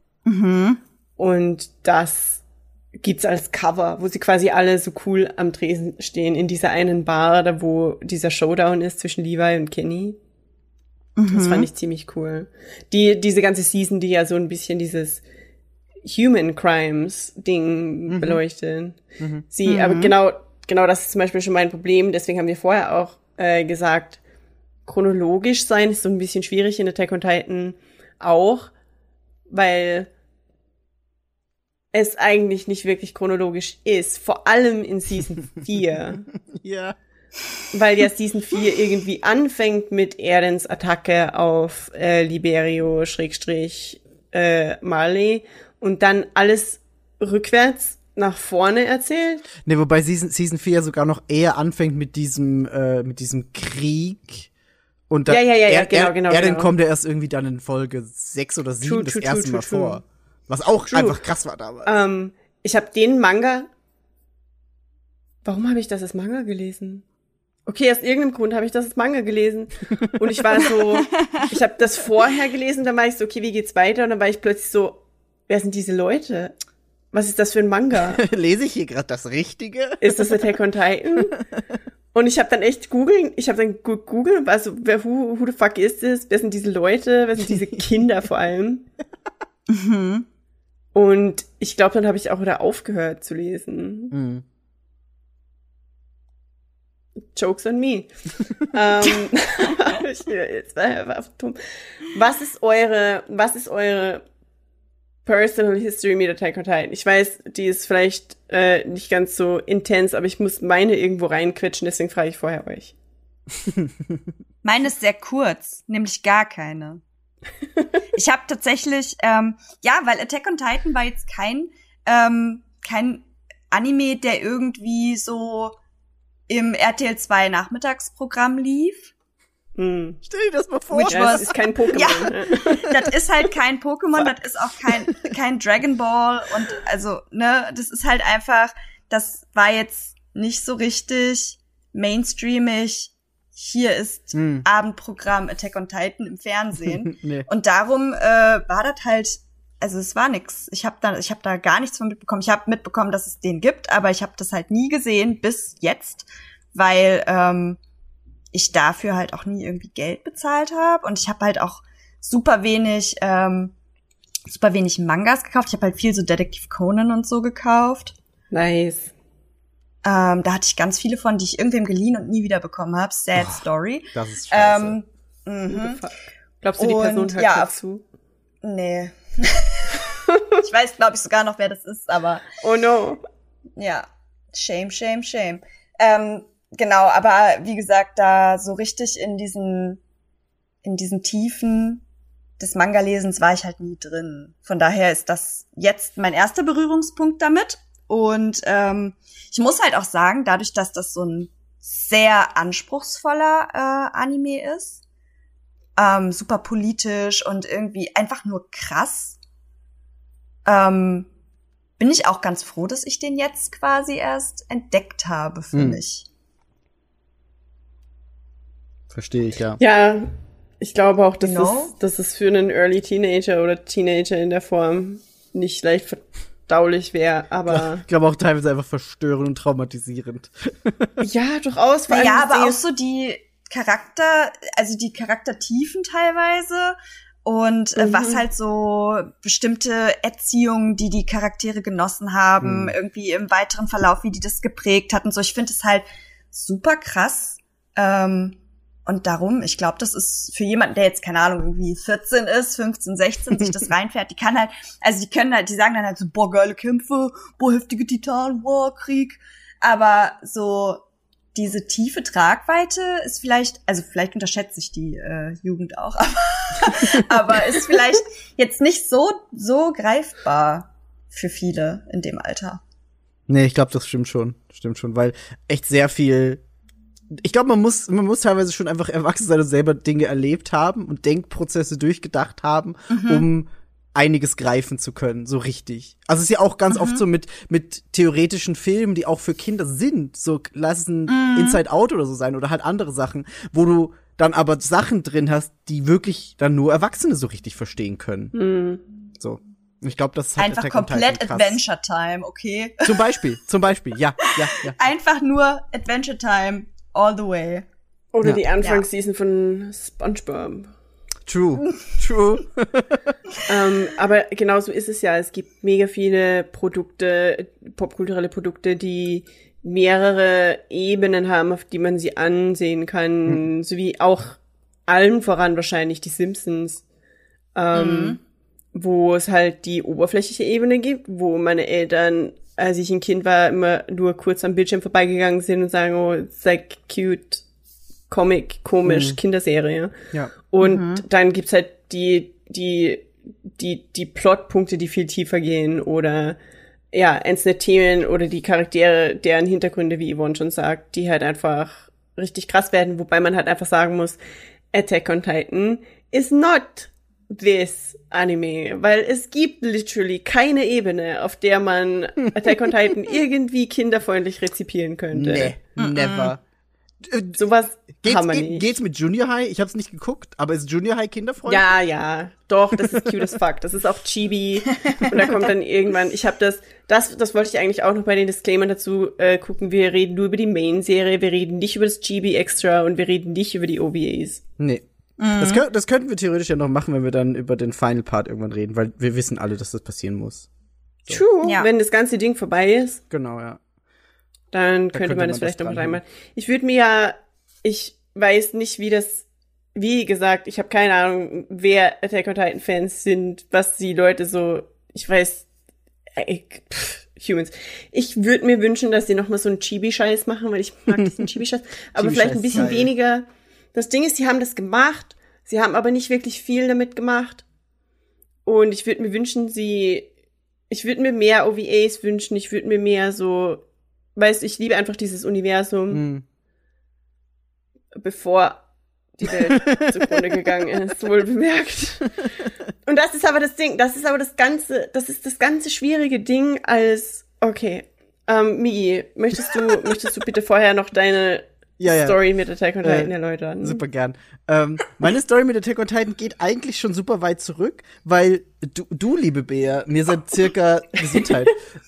Und das gibt's als Cover, wo sie quasi alle so cool am Tresen stehen in dieser einen Bar, da wo dieser Showdown ist zwischen Levi und Kenny. Das fand ich ziemlich cool. Diese ganze Season, die ja so ein bisschen dieses Human Crimes Ding beleuchtet. Aber genau das ist zum Beispiel schon mein Problem. Deswegen haben wir vorher auch gesagt, chronologisch sein ist so ein bisschen schwierig in Attack on Titan auch, weil es eigentlich nicht wirklich chronologisch ist. Vor allem in Season 4. Ja. Weil ja Season 4 irgendwie anfängt mit Erens Attacke auf Liberio / Marley und dann alles rückwärts nach vorne erzählt. Ne, wobei Season 4 sogar noch eher anfängt mit diesem Krieg. Und dann genau. Eren kommt ja erst irgendwie dann in Folge 6 oder 7 das erste Mal vor. Was auch einfach krass war damals. Ich habe den Manga. Warum habe ich das als Manga gelesen? Okay, aus irgendeinem Grund habe ich das als Manga gelesen. Und ich war so, ich habe das vorher gelesen, dann war ich so, okay, wie geht's weiter? Und dann war ich plötzlich so, wer sind diese Leute? Was ist das für ein Manga? Lese ich hier gerade das Richtige? Ist das Attack on Titan? Und ich habe dann echt gegoogelt, also who the fuck ist this? Wer sind diese Leute? Wer sind diese Kinder vor allem? Und ich glaube, dann habe ich auch wieder aufgehört zu lesen. Jokes on me. Jetzt war einfach dumm. Was ist eure Personal History mit Attack on Titan? Ich weiß, die ist vielleicht nicht ganz so intens, aber ich muss meine irgendwo reinquetschen, deswegen frage ich vorher euch. Meine ist sehr kurz, nämlich gar keine. Ich habe tatsächlich, weil Attack on Titan war jetzt kein Anime, der irgendwie so im RTL 2 Nachmittagsprogramm lief. Stell dir das mal vor. Das ist kein Pokémon. Ja, das ist halt kein Pokémon, das ist auch kein Dragon Ball und also, ne, das ist halt einfach, das war jetzt nicht so richtig mainstreamig. Hier ist Abendprogramm Attack on Titan im Fernsehen. Nee. Und darum war das halt, also es war nix. Ich hab da gar nichts von mitbekommen. Ich habe mitbekommen, dass es den gibt, aber ich habe das halt nie gesehen bis jetzt, weil ich dafür halt auch nie irgendwie Geld bezahlt habe. Und ich habe halt auch super wenig Mangas gekauft. Ich habe halt viel so Detective Conan und so gekauft. Nice. Da hatte ich ganz viele von, die ich irgendwem geliehen und nie wieder bekommen habe. Sad Story. Das ist scheiße. Glaubst du, die Person hört dazu? Nee. Ich weiß, glaube ich, sogar noch, wer das ist, aber Oh no. ja, shame. Genau, aber wie gesagt, da so richtig in diesen Tiefen des Manga-Lesens war ich halt nie drin. Von daher ist das jetzt mein erster Berührungspunkt damit. Und ich muss halt auch sagen, dadurch, dass das so ein sehr anspruchsvoller Anime ist, super politisch und irgendwie einfach nur krass, bin ich auch ganz froh, dass ich den jetzt quasi erst entdeckt habe für mich. Verstehe ich, ja. Ja, ich glaube auch, dass es für einen Early Teenager oder Teenager in der Form nicht leicht verdaulich wäre, aber Ich glaube auch teilweise einfach verstörend und traumatisierend. ja, durchaus. Vor allem, Ja, aber auch so die Charaktertiefen teilweise und was halt so bestimmte Erziehungen, die Charaktere genossen haben, irgendwie im weiteren Verlauf, wie die das geprägt hat und so. Ich finde es halt super krass. Und darum, ich glaube, das ist für jemanden, der jetzt, keine Ahnung, irgendwie 14 ist, 15, 16, sich das reinfährt, die sagen dann halt so, boah, geile Kämpfe, boah, heftige Titanen, boah, Krieg. Aber so diese tiefe Tragweite ist vielleicht unterschätze ich die Jugend auch, aber ist vielleicht jetzt nicht so greifbar für viele in dem Alter. Nee, ich glaube, das stimmt schon, weil echt sehr viel. Ich glaube, man muss teilweise schon einfach erwachsen sein und selber Dinge erlebt haben und Denkprozesse durchgedacht haben, um einiges greifen zu können, so richtig. Also es ist ja auch ganz oft so mit theoretischen Filmen, die auch für Kinder sind, so lass es ein Inside Out oder so sein oder halt andere Sachen, wo du dann aber Sachen drin hast, die wirklich dann nur Erwachsene so richtig verstehen können. So. Ich glaube, das hat einfach Attack on komplett Titan krass. Adventure Time, okay? Zum Beispiel, ja. Einfach nur Adventure Time. All the way. Oder die Anfangsseason von SpongeBob. True. Aber genauso ist es ja. Es gibt mega viele Produkte, popkulturelle Produkte, die mehrere Ebenen haben, auf die man sie ansehen kann. Sowie auch allen voran wahrscheinlich die Simpsons. Wo es halt die oberflächliche Ebene gibt, wo meine Eltern, als ich ein Kind war, immer nur kurz am Bildschirm vorbeigegangen sind und sagen, oh, sei cute, Comic, komisch, Kinderserie. Ja. Und dann gibt's halt die Plotpunkte, die viel tiefer gehen oder ja, einzelne Themen oder die Charaktere, deren Hintergründe, wie Yvonne schon sagt, die halt einfach richtig krass werden, wobei man halt einfach sagen muss, Attack on Titan is not this Anime, weil es gibt literally keine Ebene, auf der man Attack on Titan irgendwie kinderfreundlich rezipieren könnte. Nee, never. Sowas haben wir nicht. Geht's mit Junior High? Ich hab's nicht geguckt, aber ist Junior High kinderfreundlich? Ja, doch, das ist cute as fuck. Das ist auch Chibi. Und da kommt dann irgendwann, ich habe das wollte ich eigentlich auch noch bei den Disclaimern dazu gucken. Wir reden nur über die Main-Serie, wir reden nicht über das Chibi Extra und wir reden nicht über die OVAs. Nee. Das könnten wir theoretisch ja noch machen, wenn wir dann über den Final Part irgendwann reden, weil wir wissen alle, dass das passieren muss. So. True, ja. Wenn das ganze Ding vorbei ist. Genau, ja. Dann könnte man das vielleicht noch mit reinmachen. Ich weiß nicht, wie gesagt, ich habe keine Ahnung, wer Attack on Titan Fans sind, was die Leute so, ich weiß, Humans. Ich würde mir wünschen, dass sie noch mal so einen Chibi-Scheiß machen, weil ich mag diesen Chibi-Scheiß, aber vielleicht ein bisschen weniger. Das Ding ist, sie haben das gemacht, sie haben aber nicht wirklich viel damit gemacht. Und ich würde mir wünschen, ich würde mir mehr OVAs wünschen, ich würde mir mehr so, weißt du, ich liebe einfach dieses Universum, bevor die Welt zugrunde gegangen ist, wohl bemerkt. Und das ist aber das Ding, das ist das ganze schwierige Ding als, okay, Migi, möchtest du bitte vorher noch deine Story mit Attack on Titan erläutern? Super gern. Meine Story mit Attack on Titan geht eigentlich schon super weit zurück, weil du liebe Bea, mir seit circa Gesundheit,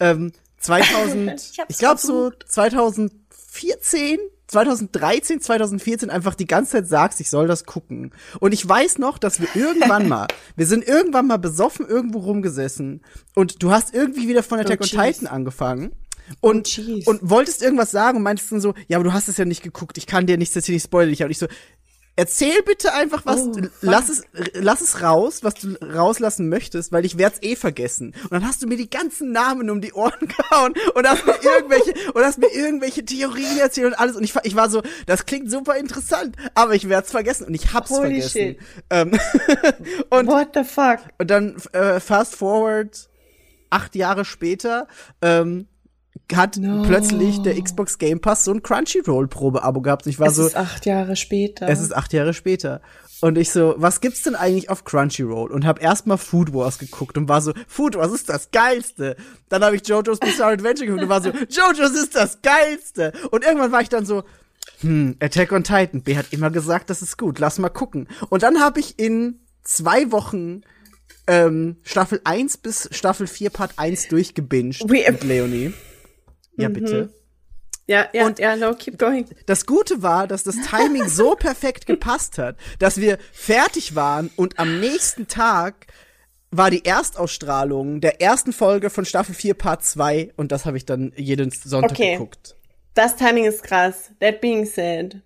2013, 2014 einfach die ganze Zeit sagst, ich soll das gucken. Und ich weiß noch, dass wir sind irgendwann mal besoffen irgendwo rumgesessen und du hast irgendwie wieder von Attack on Titan angefangen. Und wolltest irgendwas sagen und meintest dann so, ja, aber du hast es ja nicht geguckt, ich kann dir nichts, das hier nicht spoilern. Und ich so, Erzähl bitte einfach was, lass es raus, was du rauslassen möchtest, weil ich werd's vergessen. Und dann hast du mir die ganzen Namen um die Ohren gehauen und hast mir irgendwelche Theorien erzählt und alles. Und ich war so, das klingt super interessant, aber ich werd's vergessen und ich hab's Holy vergessen. Und what the fuck? Und dann fast forward 8 Jahre später, hat plötzlich der Xbox Game Pass so ein Crunchyroll-Probe-Abo gehabt. Ich war es ist 8 Jahre später. Es ist 8 Jahre später. Und ich so, was gibt's denn eigentlich auf Crunchyroll? Und hab erstmal Food Wars geguckt und war so, Food Wars ist das Geilste. Dann habe ich JoJo's Bizarre Adventure geguckt und war so, JoJo's ist das Geilste. Und irgendwann war ich dann so, Attack on Titan. B hat immer gesagt, das ist gut, lass mal gucken. Und dann habe ich in 2 Wochen Staffel 1 bis Staffel 4 Part 1 durchgebinged mit Leonie. Ja, bitte. Ja, no, keep going. Das Gute war, dass das Timing so perfekt gepasst hat, dass wir fertig waren und am nächsten Tag war die Erstausstrahlung der ersten Folge von Staffel 4 Part 2 und das habe ich dann jeden Sonntag geguckt. Das Timing ist krass. That being said.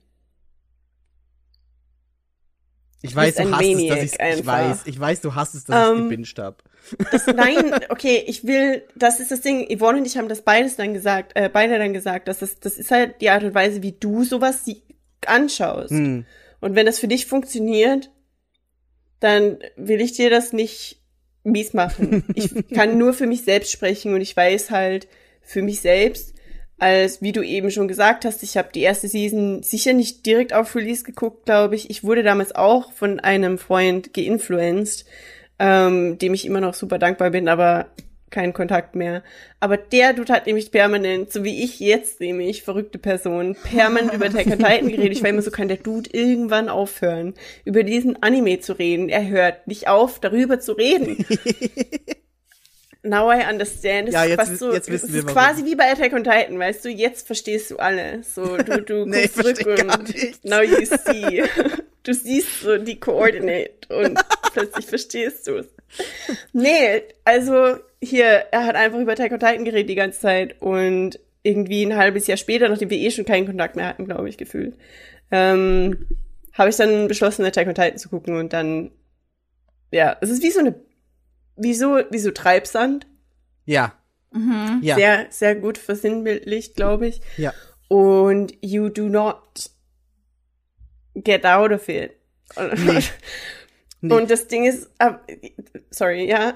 Ich weiß, du hast es, ich weiß, du hast es, dass ich gebinged hab. Nein, okay, das ist das Ding, Yvonne und ich haben das beide dann gesagt, das ist halt die Art und Weise, wie du sowas anschaust. Und wenn das für dich funktioniert, dann will ich dir das nicht mies machen. Ich kann nur für mich selbst sprechen und ich weiß halt für mich selbst, als wie du eben schon gesagt hast, ich habe die erste Season sicher nicht direkt auf Release geguckt, glaube ich. Ich wurde damals auch von einem Freund geinfluenced, dem ich immer noch super dankbar bin, aber keinen Kontakt mehr. Aber der Dude hat nämlich permanent, so wie ich jetzt nämlich, verrückte Person, permanent über Attack on Titan geredet. Ich war immer so, kann der Dude irgendwann aufhören, über diesen Anime zu reden? Er hört nicht auf, darüber zu reden. Now I understand. Jetzt wissen wir, ist quasi wie bei Attack on Titan, weißt du? Jetzt verstehst du alles. So, du nee, guckst zurück und now you see. Du siehst so die Coordinate und plötzlich verstehst du es. Nee, also hier, er hat einfach über Attack on Titan geredet die ganze Zeit und irgendwie ein halbes Jahr später, nachdem wir schon keinen Kontakt mehr hatten, glaube ich, gefühlt, habe ich dann beschlossen, Attack on Titan zu gucken und dann, ja, es ist wie so Treibsand. Ja. Ja. Sehr, sehr gut versinnbildlicht, glaube ich. Ja. Und you do not get out of it. Nee. Und das Ding ist, sorry, ja.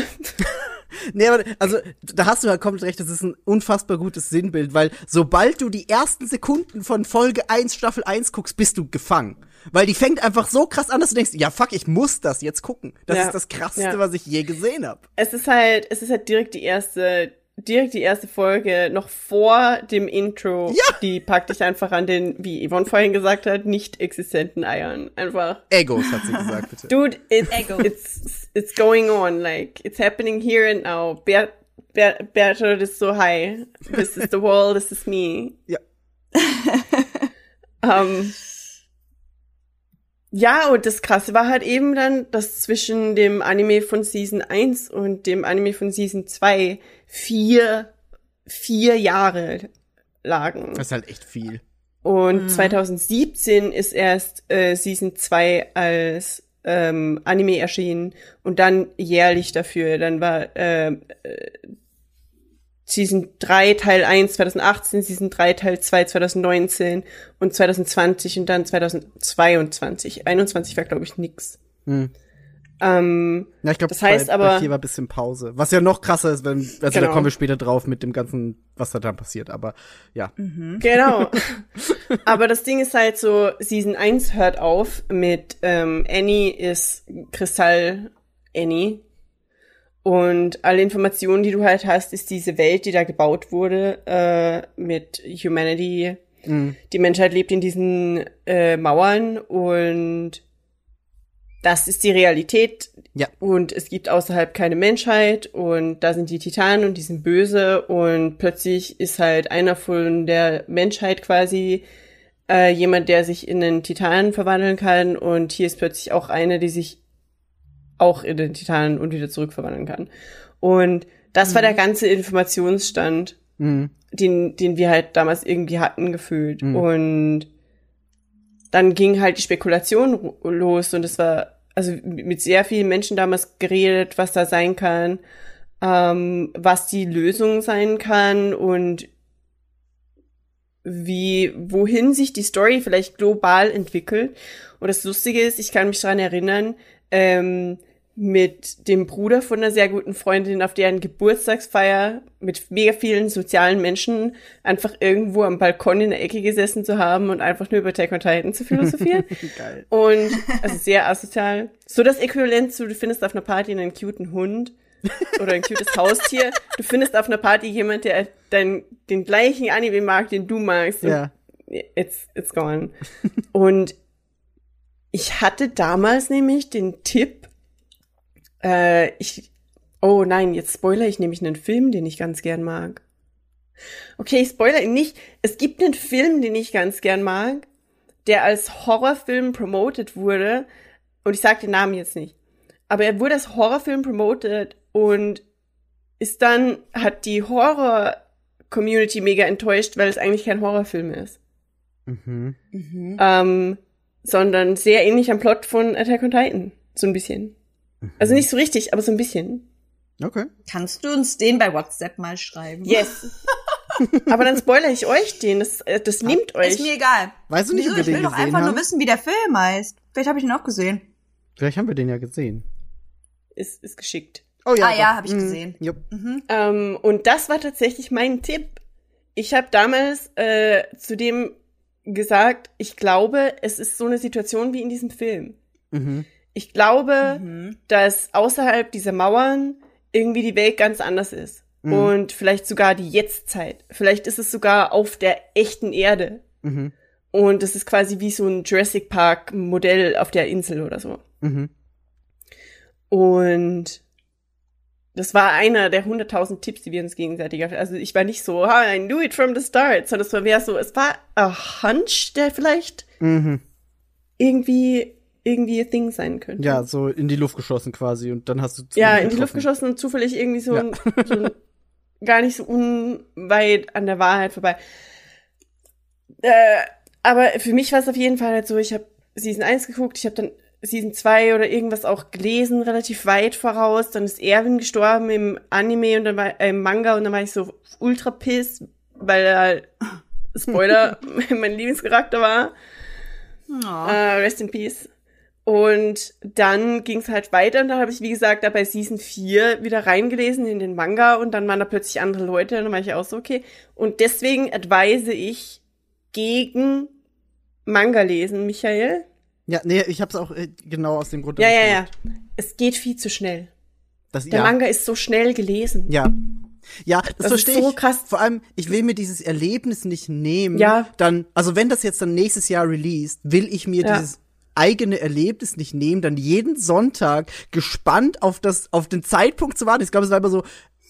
Nee, aber also da hast du halt komplett recht, das ist ein unfassbar gutes Sinnbild, weil sobald du die ersten Sekunden von Folge 1, Staffel 1 guckst, bist du gefangen. Weil die fängt einfach so krass an, dass du denkst, ja fuck, ich muss das jetzt gucken. Das ist das Krasseste, was ich je gesehen habe. Es ist halt direkt die erste Folge, noch vor dem Intro, die packt dich einfach an den, wie Yvonne vorhin gesagt hat, nicht existenten Eiern. Einfach. Egos, hat sie gesagt, bitte. Dude, it's going on, like, it's happening here and now. Bertolt is so high. This is the wall, this is me. Ja. Ja, und das Krasse war halt eben dann, dass zwischen dem Anime von Season 1 und dem Anime von Season 2 vier Jahre lagen. Das ist halt echt viel. Und 2017 ist erst Season 2 als Anime erschienen und dann jährlich dafür. Dann war Season 3 Teil 1 2018, Season 3 Teil 2 2019 und 2020 und dann 2022. 21 war, glaube ich, nix. Ja, ich glaube, das heißt aber, bei 4 war ein bisschen Pause. Was ja noch krasser ist, da kommen wir später drauf mit dem ganzen, was da dann passiert, aber ja. Genau. Aber das Ding ist halt so, Season 1 hört auf mit Annie ist Kristall Annie. Und alle Informationen, die du halt hast, ist diese Welt, die da gebaut wurde mit Humanity. Die Menschheit lebt in diesen Mauern und das ist die Realität. Ja. Und es gibt außerhalb keine Menschheit und da sind die Titanen und die sind böse und plötzlich ist halt einer von der Menschheit quasi jemand, der sich in einen Titanen verwandeln kann und hier ist plötzlich auch eine, die sich auch in den Titanen und wieder zurückverwandeln kann. Und das war der ganze Informationsstand, den wir halt damals irgendwie hatten, gefühlt. Und dann ging halt die Spekulation los und es war also mit sehr vielen Menschen damals geredet, was da sein kann, was die Lösung sein kann und wohin sich die Story vielleicht global entwickelt. Und das Lustige ist, ich kann mich daran erinnern, mit dem Bruder von einer sehr guten Freundin auf deren Geburtstagsfeier mit mega vielen sozialen Menschen einfach irgendwo am Balkon in der Ecke gesessen zu haben und einfach nur über Attack on Titan zu philosophieren. Geil. Und also sehr asozial. So das Äquivalent zu, du findest auf einer Party einen cuten Hund oder ein cutes Haustier. Du findest auf einer Party jemand, der den gleichen Anime mag, den du magst. Ja. It's gone. Und ich hatte damals nämlich den Tipp, oh nein, jetzt spoilere ich nämlich einen Film, den ich ganz gern mag. Okay, ich spoilere ihn nicht. Es gibt einen Film, den ich ganz gern mag, der als Horrorfilm promoted wurde. Und ich sage den Namen jetzt nicht. Aber er wurde als Horrorfilm promoted und hat die Horror-Community mega enttäuscht, weil es eigentlich kein Horrorfilm ist. Sondern sehr ähnlich am Plot von Attack on Titan. So ein bisschen. Also nicht so richtig, aber so ein bisschen. Okay. Kannst du uns den bei WhatsApp mal schreiben? Yes. Aber dann spoilere ich euch den. Das nimmt euch. Ist mir egal. Weißt du nicht, ob wir Ich will den doch gesehen einfach haben? nur wissen, wie der Film heißt. Vielleicht habe ich ihn auch gesehen. Vielleicht haben wir den ja gesehen. Ist geschickt. Oh ja. Ja, habe ich gesehen. Jupp. Und das war tatsächlich mein Tipp. Ich habe damals zu dem gesagt, ich glaube, es ist so eine Situation wie in diesem Film. Ich glaube, dass außerhalb dieser Mauern irgendwie die Welt ganz anders ist. Und vielleicht sogar die Jetztzeit. Vielleicht ist es sogar auf der echten Erde. Und es ist quasi wie so ein Jurassic Park Modell auf der Insel oder so. Und das war einer der 100.000 Tipps, die wir uns gegenseitig hatten. Also ich war nicht so, I knew it from the start, sondern es war a hunch, der vielleicht irgendwie a thing sein könnte. Ja, so in die Luft geschossen quasi und dann hast du ja, in die Luft geschossen und zufällig irgendwie so ein gar nicht so unweit an der Wahrheit vorbei. Aber für mich war es auf jeden Fall halt so, ich habe Season 1 geguckt, ich habe dann Season 2 oder irgendwas auch gelesen, relativ weit voraus. Dann ist Erwin gestorben im Anime und dann war im Manga und dann war ich so ultra pissed, weil er, Spoiler, mein Lieblingscharakter war. Rest in Peace. Und dann ging es halt weiter und dann habe ich, wie gesagt, da bei Season 4 wieder reingelesen in den Manga und dann waren da plötzlich andere Leute und dann war ich auch so, okay. Und deswegen advise ich gegen Manga lesen, Michael. Ja, nee, ich hab's auch genau aus dem Grund. Ja. Es geht viel zu schnell. Der Manga ist so schnell gelesen. Ja. Ja, das verstehe ich. Ist so krass. Vor allem, ich will mir dieses Erlebnis nicht nehmen. Ja. Dann, also wenn das jetzt dann nächstes Jahr released, will ich mir dieses eigene Erlebnis nicht nehmen, dann jeden Sonntag gespannt auf den Zeitpunkt zu warten. Ich glaube, es war immer so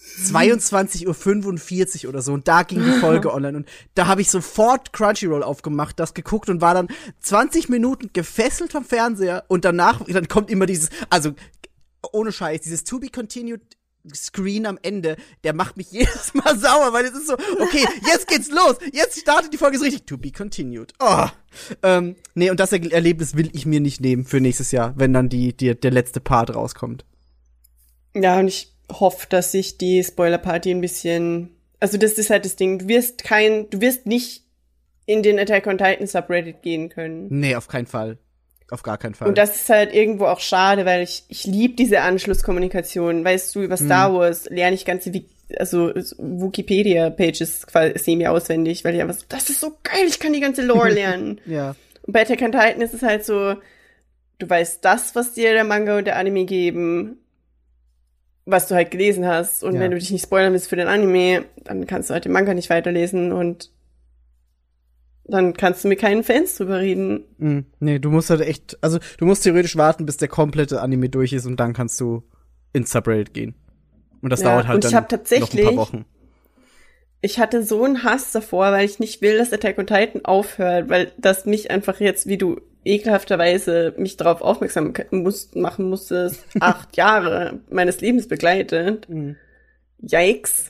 22:45 Uhr oder so und da ging die Folge online und da habe ich sofort Crunchyroll aufgemacht, das geguckt und war dann 20 Minuten gefesselt vom Fernseher und dann kommt immer dieses, also ohne Scheiß, dieses To Be Continued Screen am Ende, der macht mich jedes Mal sauer, weil es ist so, okay, jetzt geht's los, jetzt startet die Folge so richtig, To Be Continued. Nee, und das Erlebnis will ich mir nicht nehmen für nächstes Jahr, wenn dann der letzte Part rauskommt. Ja, und ich hoffe, dass sich die Spoiler-Party ein bisschen, also das ist halt das Ding, du wirst nicht in den Attack on Titan Subreddit gehen können. Nee, auf keinen Fall. Auf gar keinen Fall. Und das ist halt irgendwo auch schade, weil ich liebe diese Anschlusskommunikation. Weißt du, über Star Wars lerne ich ganze Wikipedia-Pages semi auswendig, weil ich einfach so, das ist so geil, ich kann die ganze Lore lernen. Ja. Und bei Attack on Titan ist es halt so, du weißt das, was dir der Manga und der Anime geben, was du halt gelesen hast. Und wenn du dich nicht spoilern willst für den Anime, dann kannst du halt den Manga nicht weiterlesen und dann kannst du mit keinen Fans drüber reden. Nee, du musst halt echt, also du musst theoretisch warten, bis der komplette Anime durch ist und dann kannst du ins Subreddit gehen. Und das dauert halt dann noch ein paar Wochen. Ich hatte so einen Hass davor, weil ich nicht will, dass Attack on Titan aufhört, weil das mich einfach jetzt, wie du ekelhafterweise mich darauf aufmerksam machen musstest, 8 Jahre meines Lebens begleitet. Yikes.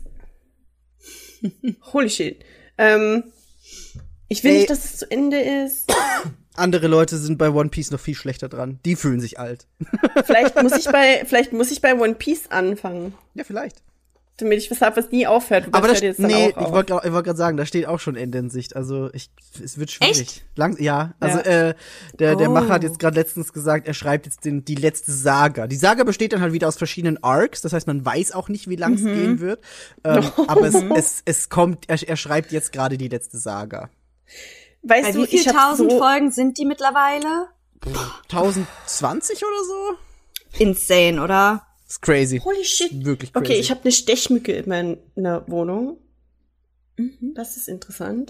Holy shit. Ich will nicht, dass es zu Ende ist. Andere Leute sind bei One Piece noch viel schlechter dran. Die fühlen sich alt. Vielleicht muss ich bei One Piece anfangen. Ja, vielleicht. Damit ich was hab, was nie aufhört. Aber das hört jetzt dann nee, auch ich wollte gerade sagen, da steht auch schon Ende in Sicht. Also es wird schwierig. Echt? Ja, also Ja. der Macher hat jetzt gerade letztens gesagt, er schreibt jetzt die letzte Saga. Die Saga besteht dann halt wieder aus verschiedenen Arcs. Das heißt, man weiß auch nicht, wie lang es gehen wird. Aber es kommt, er schreibt jetzt gerade die letzte Saga. Weißt Bei du, wie viel ich hab tausend so Folgen sind die mittlerweile? 1020 oder so? Insane, oder? Das ist crazy. Holy shit. Wirklich crazy. Okay, ich habe eine Stechmücke in meiner Wohnung. Das ist interessant.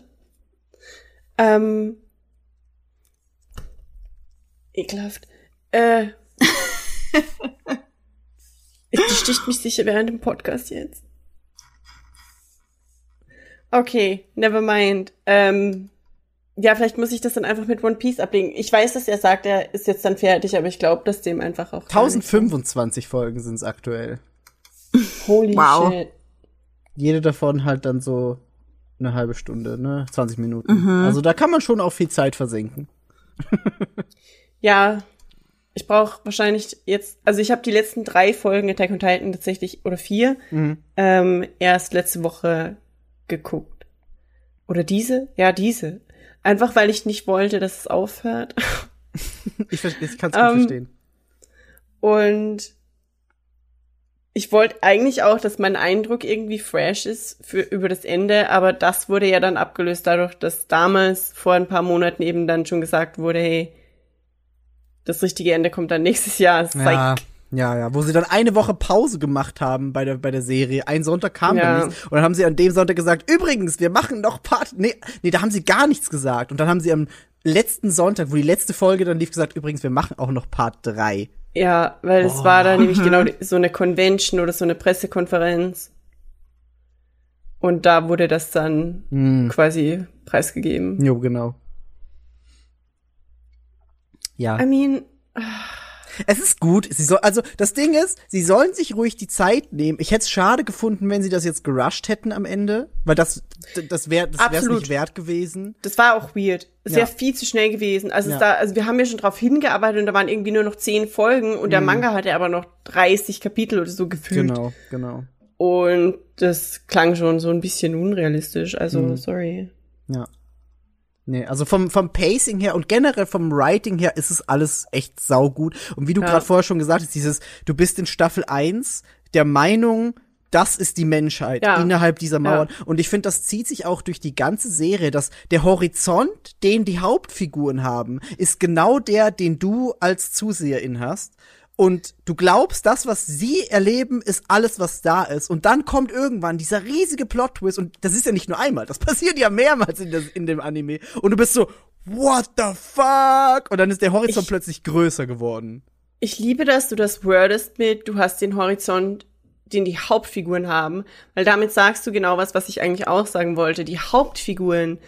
Ekelhaft. Die sticht mich sicher während dem Podcast jetzt. Okay, never mind. Ja, vielleicht muss ich das dann einfach mit One Piece ablegen. Ich weiß, dass er sagt, er ist jetzt dann fertig, aber ich glaube, dass dem einfach auch 1025 Folgen sind es aktuell. Holy Wow. shit. Jede davon halt dann so eine halbe Stunde, ne? 20 Minuten. Also da kann man schon auch viel Zeit versenken. Ja, ich brauche wahrscheinlich jetzt, also ich habe die letzten 3 Folgen Attack on Titan tatsächlich, oder 4, erst letzte Woche geguckt. Oder diese? Ja, diese. Einfach, weil ich nicht wollte, dass es aufhört. Ich kann es gut verstehen. Und ich wollte eigentlich auch, dass mein Eindruck irgendwie fresh ist über das Ende, aber das wurde ja dann abgelöst dadurch, dass damals vor ein paar Monaten eben dann schon gesagt wurde, hey, das richtige Ende kommt dann nächstes Jahr. Ja, wo sie dann eine Woche Pause gemacht haben bei der Serie. Ein Sonntag kam dann nichts. Und dann haben sie an dem Sonntag gesagt, übrigens, wir machen noch Part. Nee, da haben sie gar nichts gesagt. Und dann haben sie am letzten Sonntag, wo die letzte Folge dann lief, gesagt, übrigens, wir machen auch noch Part 3. Ja, weil es war da nämlich genau so eine Convention oder so eine Pressekonferenz. Und da wurde das dann quasi preisgegeben. Jo, genau. Ja. I mean, Es ist gut. Also das Ding ist, sie sollen sich ruhig die Zeit nehmen. Ich hätte es schade gefunden, wenn sie das jetzt gerusht hätten am Ende, weil das wäre es nicht wert gewesen. das war auch weird. Es Ja. wäre viel zu schnell gewesen. Also Ja. also wir haben ja schon drauf hingearbeitet und da waren irgendwie nur noch 10 Folgen und der Manga hatte aber noch 30 Kapitel oder so gefühlt. Genau. Und das klang schon so ein bisschen unrealistisch. Also, sorry. Ja. Nee, also vom Pacing her und generell vom Writing her ist es alles echt saugut. Und wie du gerade vorher schon gesagt hast, du bist in Staffel 1 der Meinung, das ist die Menschheit innerhalb dieser Mauern. Ja. Und ich finde, das zieht sich auch durch die ganze Serie, dass der Horizont, den die Hauptfiguren haben, ist genau der, den du als Zuseherin hast. Und du glaubst, das, was sie erleben, ist alles, was da ist. Und dann kommt irgendwann dieser riesige Plot-Twist. Und das ist ja nicht nur einmal. Das passiert ja mehrmals in dem Anime. Und du bist so, what the fuck? Und dann ist der Horizont plötzlich größer geworden. Ich liebe, dass du das wordest mit, du hast den Horizont, den die Hauptfiguren haben. Weil damit sagst du genau was ich eigentlich auch sagen wollte. Die Hauptfiguren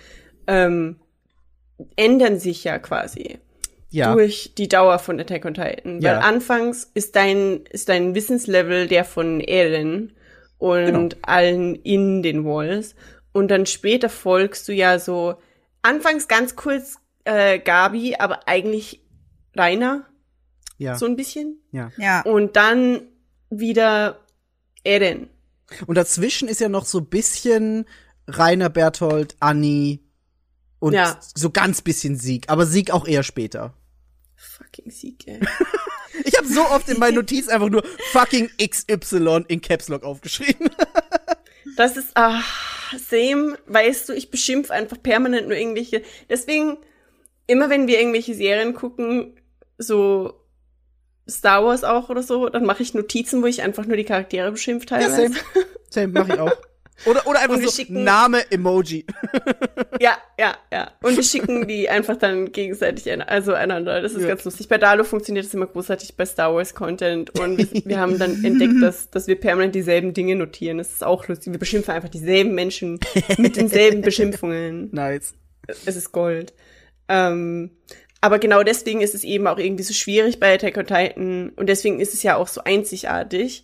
ändern sich ja quasi. Ja. Durch die Dauer von Attack on Titan. Ja. Weil anfangs ist dein Wissenslevel der von Eren und allen in den Walls. Und dann später folgst du ja so, anfangs ganz kurz Gabi, aber eigentlich Rainer. Ja. So ein bisschen. Ja. Und dann wieder Eren. Und dazwischen ist ja noch so ein bisschen Rainer, Berthold, Annie und so ganz bisschen Sieg. Aber Sieg auch eher später. Fucking Sieg, ey. Ich habe so oft in meinen Notizen einfach nur fucking XY in Caps Lock aufgeschrieben. Das ist, same, weißt du, ich beschimpfe einfach permanent nur irgendwelche. Deswegen, immer wenn wir irgendwelche Serien gucken, so Star Wars auch oder so, dann mache ich Notizen, wo ich einfach nur die Charaktere beschimpft teilweise. Ja, same mache ich auch. Oder einfach so Name-Emoji. Ja. Und wir schicken die einfach dann gegenseitig einander. Das ist ganz lustig. Bei Dalo funktioniert das immer großartig bei Star Wars Content. Und wir haben dann entdeckt, dass wir permanent dieselben Dinge notieren. Das ist auch lustig. Wir beschimpfen einfach dieselben Menschen mit denselben Beschimpfungen. Nice. Es ist Gold. Aber genau deswegen ist es eben auch irgendwie so schwierig bei Attack on Titan. Und deswegen ist es ja auch so einzigartig.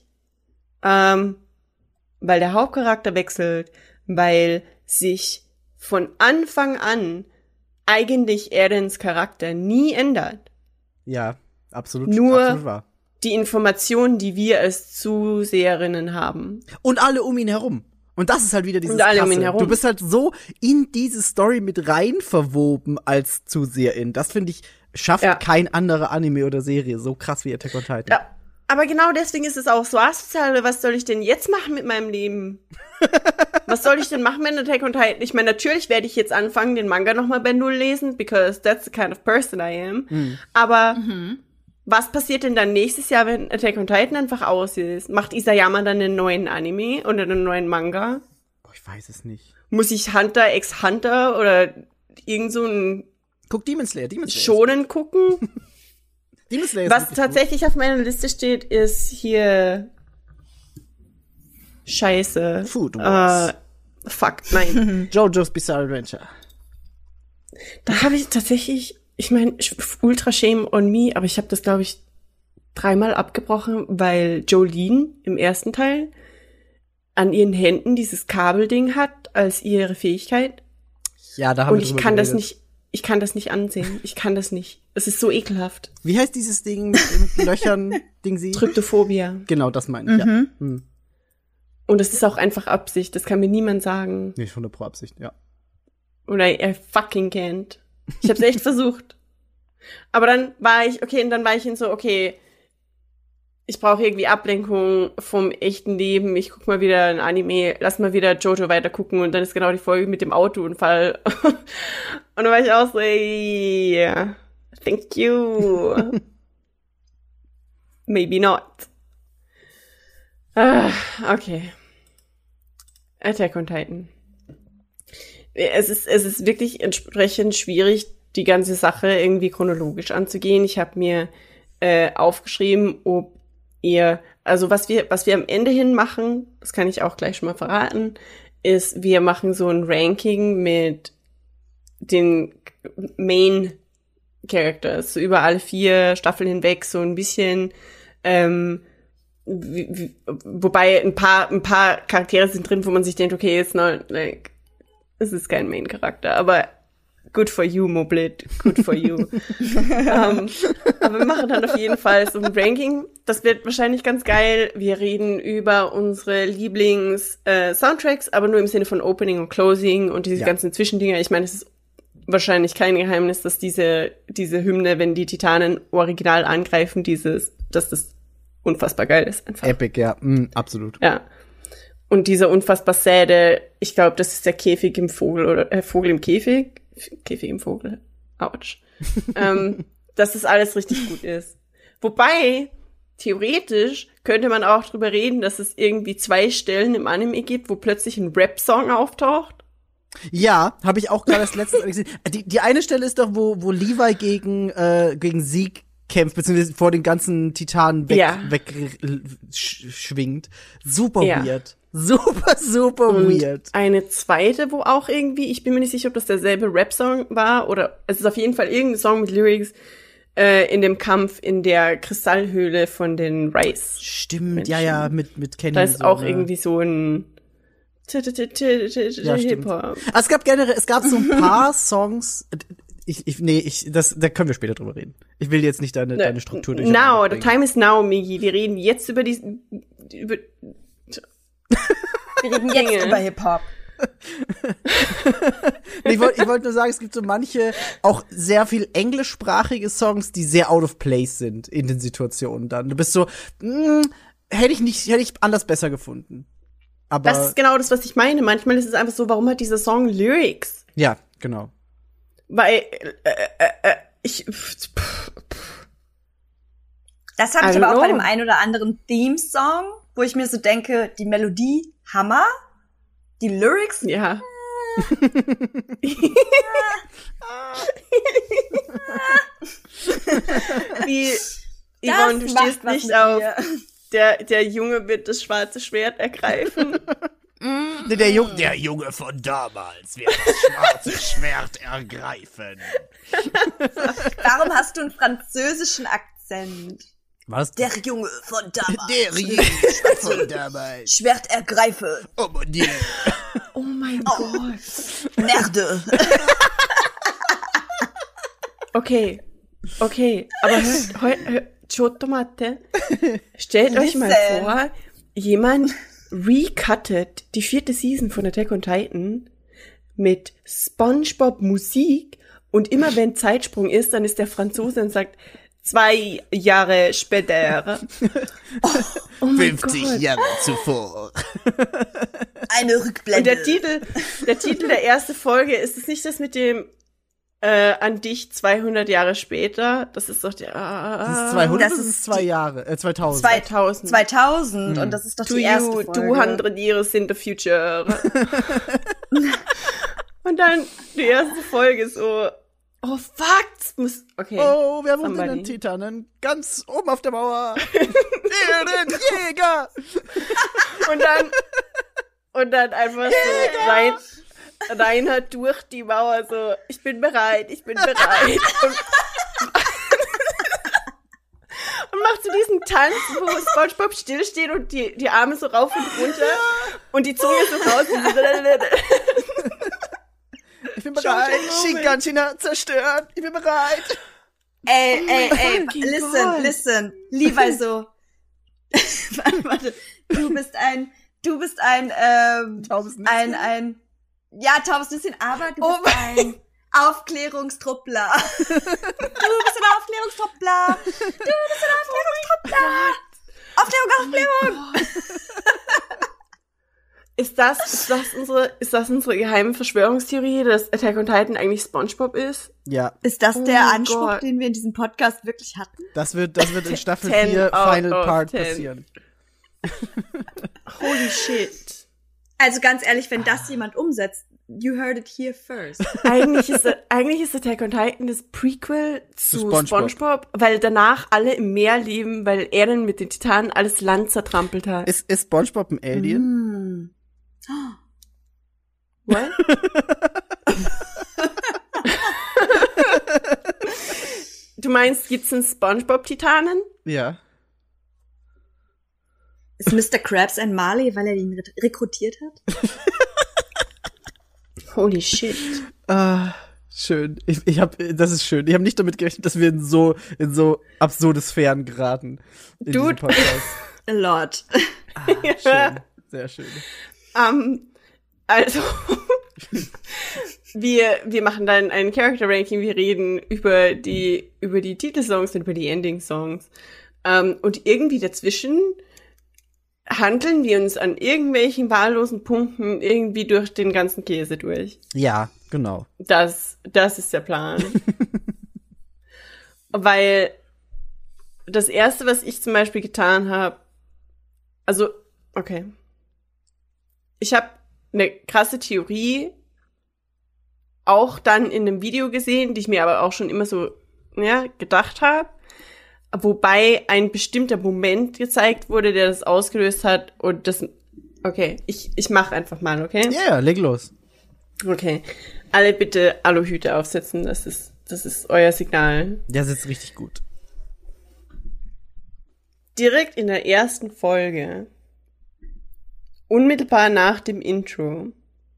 Weil der Hauptcharakter wechselt, weil sich von Anfang an eigentlich Erens Charakter nie ändert. Ja, absolut. Nur absolut wahr. Die Informationen, die wir als Zuseherinnen haben. Und alle um ihn herum. Und das ist halt wieder dieses Und alle um ihn Krasse. herum. Du bist halt so in diese Story mit rein verwoben als Zuseherin. Das, finde ich, schafft kein anderer Anime oder Serie so krass wie Attack on Titan. Ja, aber genau deswegen ist es auch so asozial. Was soll ich denn jetzt machen mit meinem Leben? Was soll ich denn machen mit Attack on Titan? Ich meine, natürlich werde ich jetzt anfangen, den Manga nochmal bei Null lesen, because that's the kind of person I am. Aber was passiert denn dann nächstes Jahr, wenn Attack on Titan einfach aus ist? Macht Isayama dann einen neuen Anime oder einen neuen Manga? Boah, ich weiß es nicht. Muss ich Hunter x Hunter oder irgend so ein Guck Demon Slayer. Shonen gucken? Demon Slayer Was tatsächlich auf meiner Liste steht, ist hier Scheiße. Food Wars. Fuck, nein. JoJo's Bizarre Adventure. Da habe ich tatsächlich, ich meine, ultra shame on me, aber ich habe das, glaube ich, 3-mal abgebrochen, weil Jolene im ersten Teil an ihren Händen dieses Kabelding hat als ihre Fähigkeit. Ja, da haben wir Und ich kann das nicht ansehen. Ich kann das nicht. Es ist so ekelhaft. Wie heißt dieses Ding mit Löchern, Ding sie? Tryptophobia. Genau, das meine ich, ja. Und es ist auch einfach Absicht. Das kann mir niemand sagen. Nee, 100% Absicht, ja. Oder I fucking can't. Ich hab's echt versucht. Aber dann war ich ich brauche irgendwie Ablenkung vom echten Leben. Ich guck mal wieder ein Anime, lass mal wieder Jojo weiter gucken und dann ist genau die Folge mit dem Autounfall. Und dann war ich auch so, yeah, thank you. Maybe not. Okay. Attack on Titan. Es ist wirklich entsprechend schwierig, die ganze Sache irgendwie chronologisch anzugehen. Ich habe mir aufgeschrieben, ob ihr, also was wir am Ende hin machen, das kann ich auch gleich schon mal verraten, ist, wir machen so ein Ranking mit den Main Characters, so über alle 4 Staffeln hinweg, so ein bisschen, wobei ein paar Charaktere sind drin, wo man sich denkt, okay, it's not like, es ist kein Main-Charakter, aber good for you, Moblit, good for you. Aber wir machen dann auf jeden Fall so ein Ranking. Das wird wahrscheinlich ganz geil. Wir reden über unsere Lieblings-Soundtracks, aber nur im Sinne von Opening und Closing und diese ganzen Zwischendinger. Ich meine, es ist wahrscheinlich kein Geheimnis, dass diese Hymne, wenn die Titanen original angreifen, dass das unfassbar geil ist. Einfach. Epic, ja, absolut. Ja. Und dieser unfassbar säde, ich glaube, das ist der Käfig im Vogel oder Vogel im Käfig. Käfig im Vogel. Autsch. Dass das alles richtig gut ist. Wobei, theoretisch könnte man auch drüber reden, dass es irgendwie 2 Stellen im Anime gibt, wo plötzlich ein Rap-Song auftaucht. Ja, habe ich auch gerade das letzte gesehen. Die eine Stelle ist doch, wo Levi gegen Sieg kämpft, beziehungsweise vor den ganzen Titanen wegschwingt. Super weird. Super und weird. Eine zweite, wo auch irgendwie, ich bin mir nicht sicher, ob das derselbe Rap-Song war, oder es ist auf jeden Fall irgendein Song mit Lyrics in dem Kampf in der Kristallhöhle von den Rice. Stimmt, Menschen. ja, mit Kenny. Da ist so, auch ne? irgendwie so ein Hip-Hop. Es gab so ein paar Songs, da können wir später drüber reden. Ich will jetzt nicht deine Struktur durch. Now, the time is now, Migi. Wir reden jetzt über Wir reden jetzt über Hip-Hop. Ich wollte nur sagen, es gibt so manche auch sehr viel englischsprachige Songs, die sehr out of place sind in den Situationen dann. Du bist so, hätte ich anders besser gefunden. Aber das ist genau das, was ich meine. Manchmal ist es einfach so, warum hat dieser Song Lyrics? Ja, genau. Weil Das habe ich aber auch bei dem einen oder anderen Theme-Song, wo ich mir so denke, die Melodie, Hammer, die Lyrics, ja. Wie, Yvonne, du stehst nicht auf, der Junge wird das schwarze Schwert ergreifen. Der Junge von damals wird das schwarze Schwert ergreifen. Warum hast du einen französischen Akzent? Was? Der Junge von damals. Der Junge von damals. Schwert ergreife. Oh mein Dieu. Oh mein Gott. Merde. Okay, aber Chotomate, stellt euch mal vor, jemand recuttet die 4. Season von Attack on Titan mit SpongeBob Musik und immer wenn Zeitsprung ist, dann ist der Franzose und sagt 2 Jahre später. Oh 50 Gott. Jahre zuvor. Eine Rückblende. Und der Titel der ersten Folge, ist es nicht das mit dem an dich 200 Jahre später? Das ist doch der... Das ist 200, das ist 2 Jahre, 2000. 2000 und das ist doch die erste Folge. 200 years in the future. Und dann die erste Folge so, oh fuck, okay. Oh, wir haben Somebody. einen Titanen ganz oben auf der Mauer. Den Jäger. Und dann einfach so Reinhard durch die Mauer so, ich bin bereit. Und macht so diesen Tanz, wo SpongeBob stillsteht und die Arme so rauf und runter und die Zunge so raus. Ich bin bereit. Shiganshina zerstört. Ich bin bereit. Ey, Oh listen. Levi so. Warte. Du bist ein Taubesnüsschen? ja, Taubesnüsschen, aber du bist ein Aufklärungstruppler. Du bist ein Aufklärungstruppler. Aufklärung. Ist das unsere geheime Verschwörungstheorie, dass Attack on Titan eigentlich SpongeBob ist? Ja, Ist das Oh der mein Anspruch, Gott. den wir in diesem Podcast wirklich hatten? das wird in Staffel 10 4 out Final of Part 10. passieren. Holy shit. Also ganz ehrlich, wenn das jemand umsetzt, you heard it here first. Eigentlich ist Attack on Titan das Prequel zu SpongeBob, weil danach alle im Meer leben, weil er dann mit den Titanen alles Land zertrampelt hat. Ist SpongeBob ein Alien? What? Du meinst, gibt's einen SpongeBob-Titanen? Ja. Ist Mr. Krabs ein Marley, weil er ihn rekrutiert hat? Holy shit. Schön. Das ist schön. Ich habe nicht damit gerechnet, dass wir in so absurde Sphären geraten. In diesem Podcast. A lot. Schön. Sehr schön. Also, wir machen dann ein Character Ranking, wir reden über die Titelsongs und über die Ending-Songs. Und irgendwie dazwischen handeln wir uns an irgendwelchen wahllosen Punkten irgendwie durch den ganzen Käse durch. Ja, genau. Das ist der Plan. Weil das Erste, was ich zum Beispiel getan habe, also, okay. Ich habe eine krasse Theorie auch dann in einem Video gesehen, die ich mir aber auch schon immer so gedacht habe. Wobei ein bestimmter Moment gezeigt wurde, der das ausgelöst hat und das, okay, ich mache einfach mal, okay? Ja, leg los. Okay, alle bitte Aluhüte aufsetzen, das ist euer Signal. Der sitzt richtig gut. Direkt in der ersten Folge, unmittelbar nach dem Intro,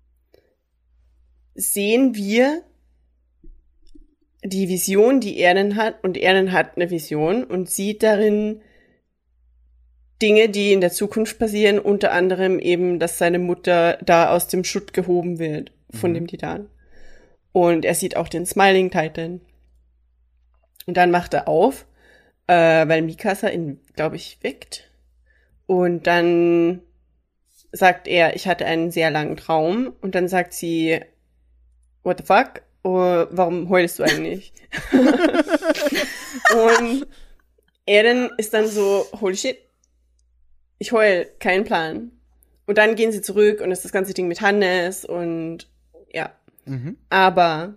sehen wir die Vision, die Erden hat, und Erden hat eine Vision und sieht darin Dinge, die in der Zukunft passieren, unter anderem eben, dass seine Mutter da aus dem Schutt gehoben wird von dem Titan. Und er sieht auch den Smiling Titan. Und dann macht er auf, weil Mikasa ihn, glaube ich, weckt. Und dann sagt er, ich hatte einen sehr langen Traum. Und dann sagt sie, what the fuck? Oh, warum heulst du eigentlich? Und Eren ist dann so, holy shit, ich heul, kein Plan. Und dann gehen sie zurück und ist das ganze Ding mit Hannes und ja. Aber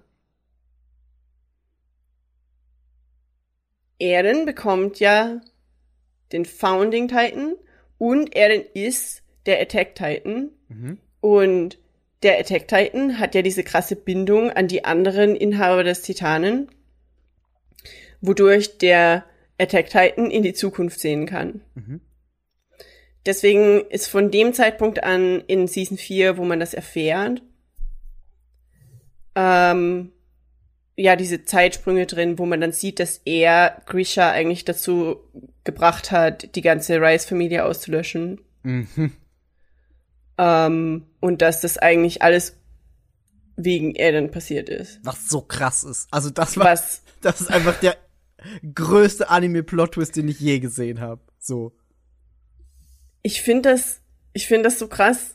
Eren bekommt ja den Founding Titan und Eren ist der Attack Titan. Und der Attack Titan hat ja diese krasse Bindung an die anderen Inhaber des Titanen, wodurch der Attack Titan in die Zukunft sehen kann. Deswegen ist von dem Zeitpunkt an in Season 4, wo man das erfährt, ja, diese Zeitsprünge drin, wo man dann sieht, dass er Grisha eigentlich dazu gebracht hat, die ganze Rice-Familie auszulöschen. Mhm. Und dass das eigentlich alles wegen Eren passiert ist. Was so krass ist. Also das ist einfach der größte Anime-Plot-Twist, den ich je gesehen habe. So. Ich finde das so krass.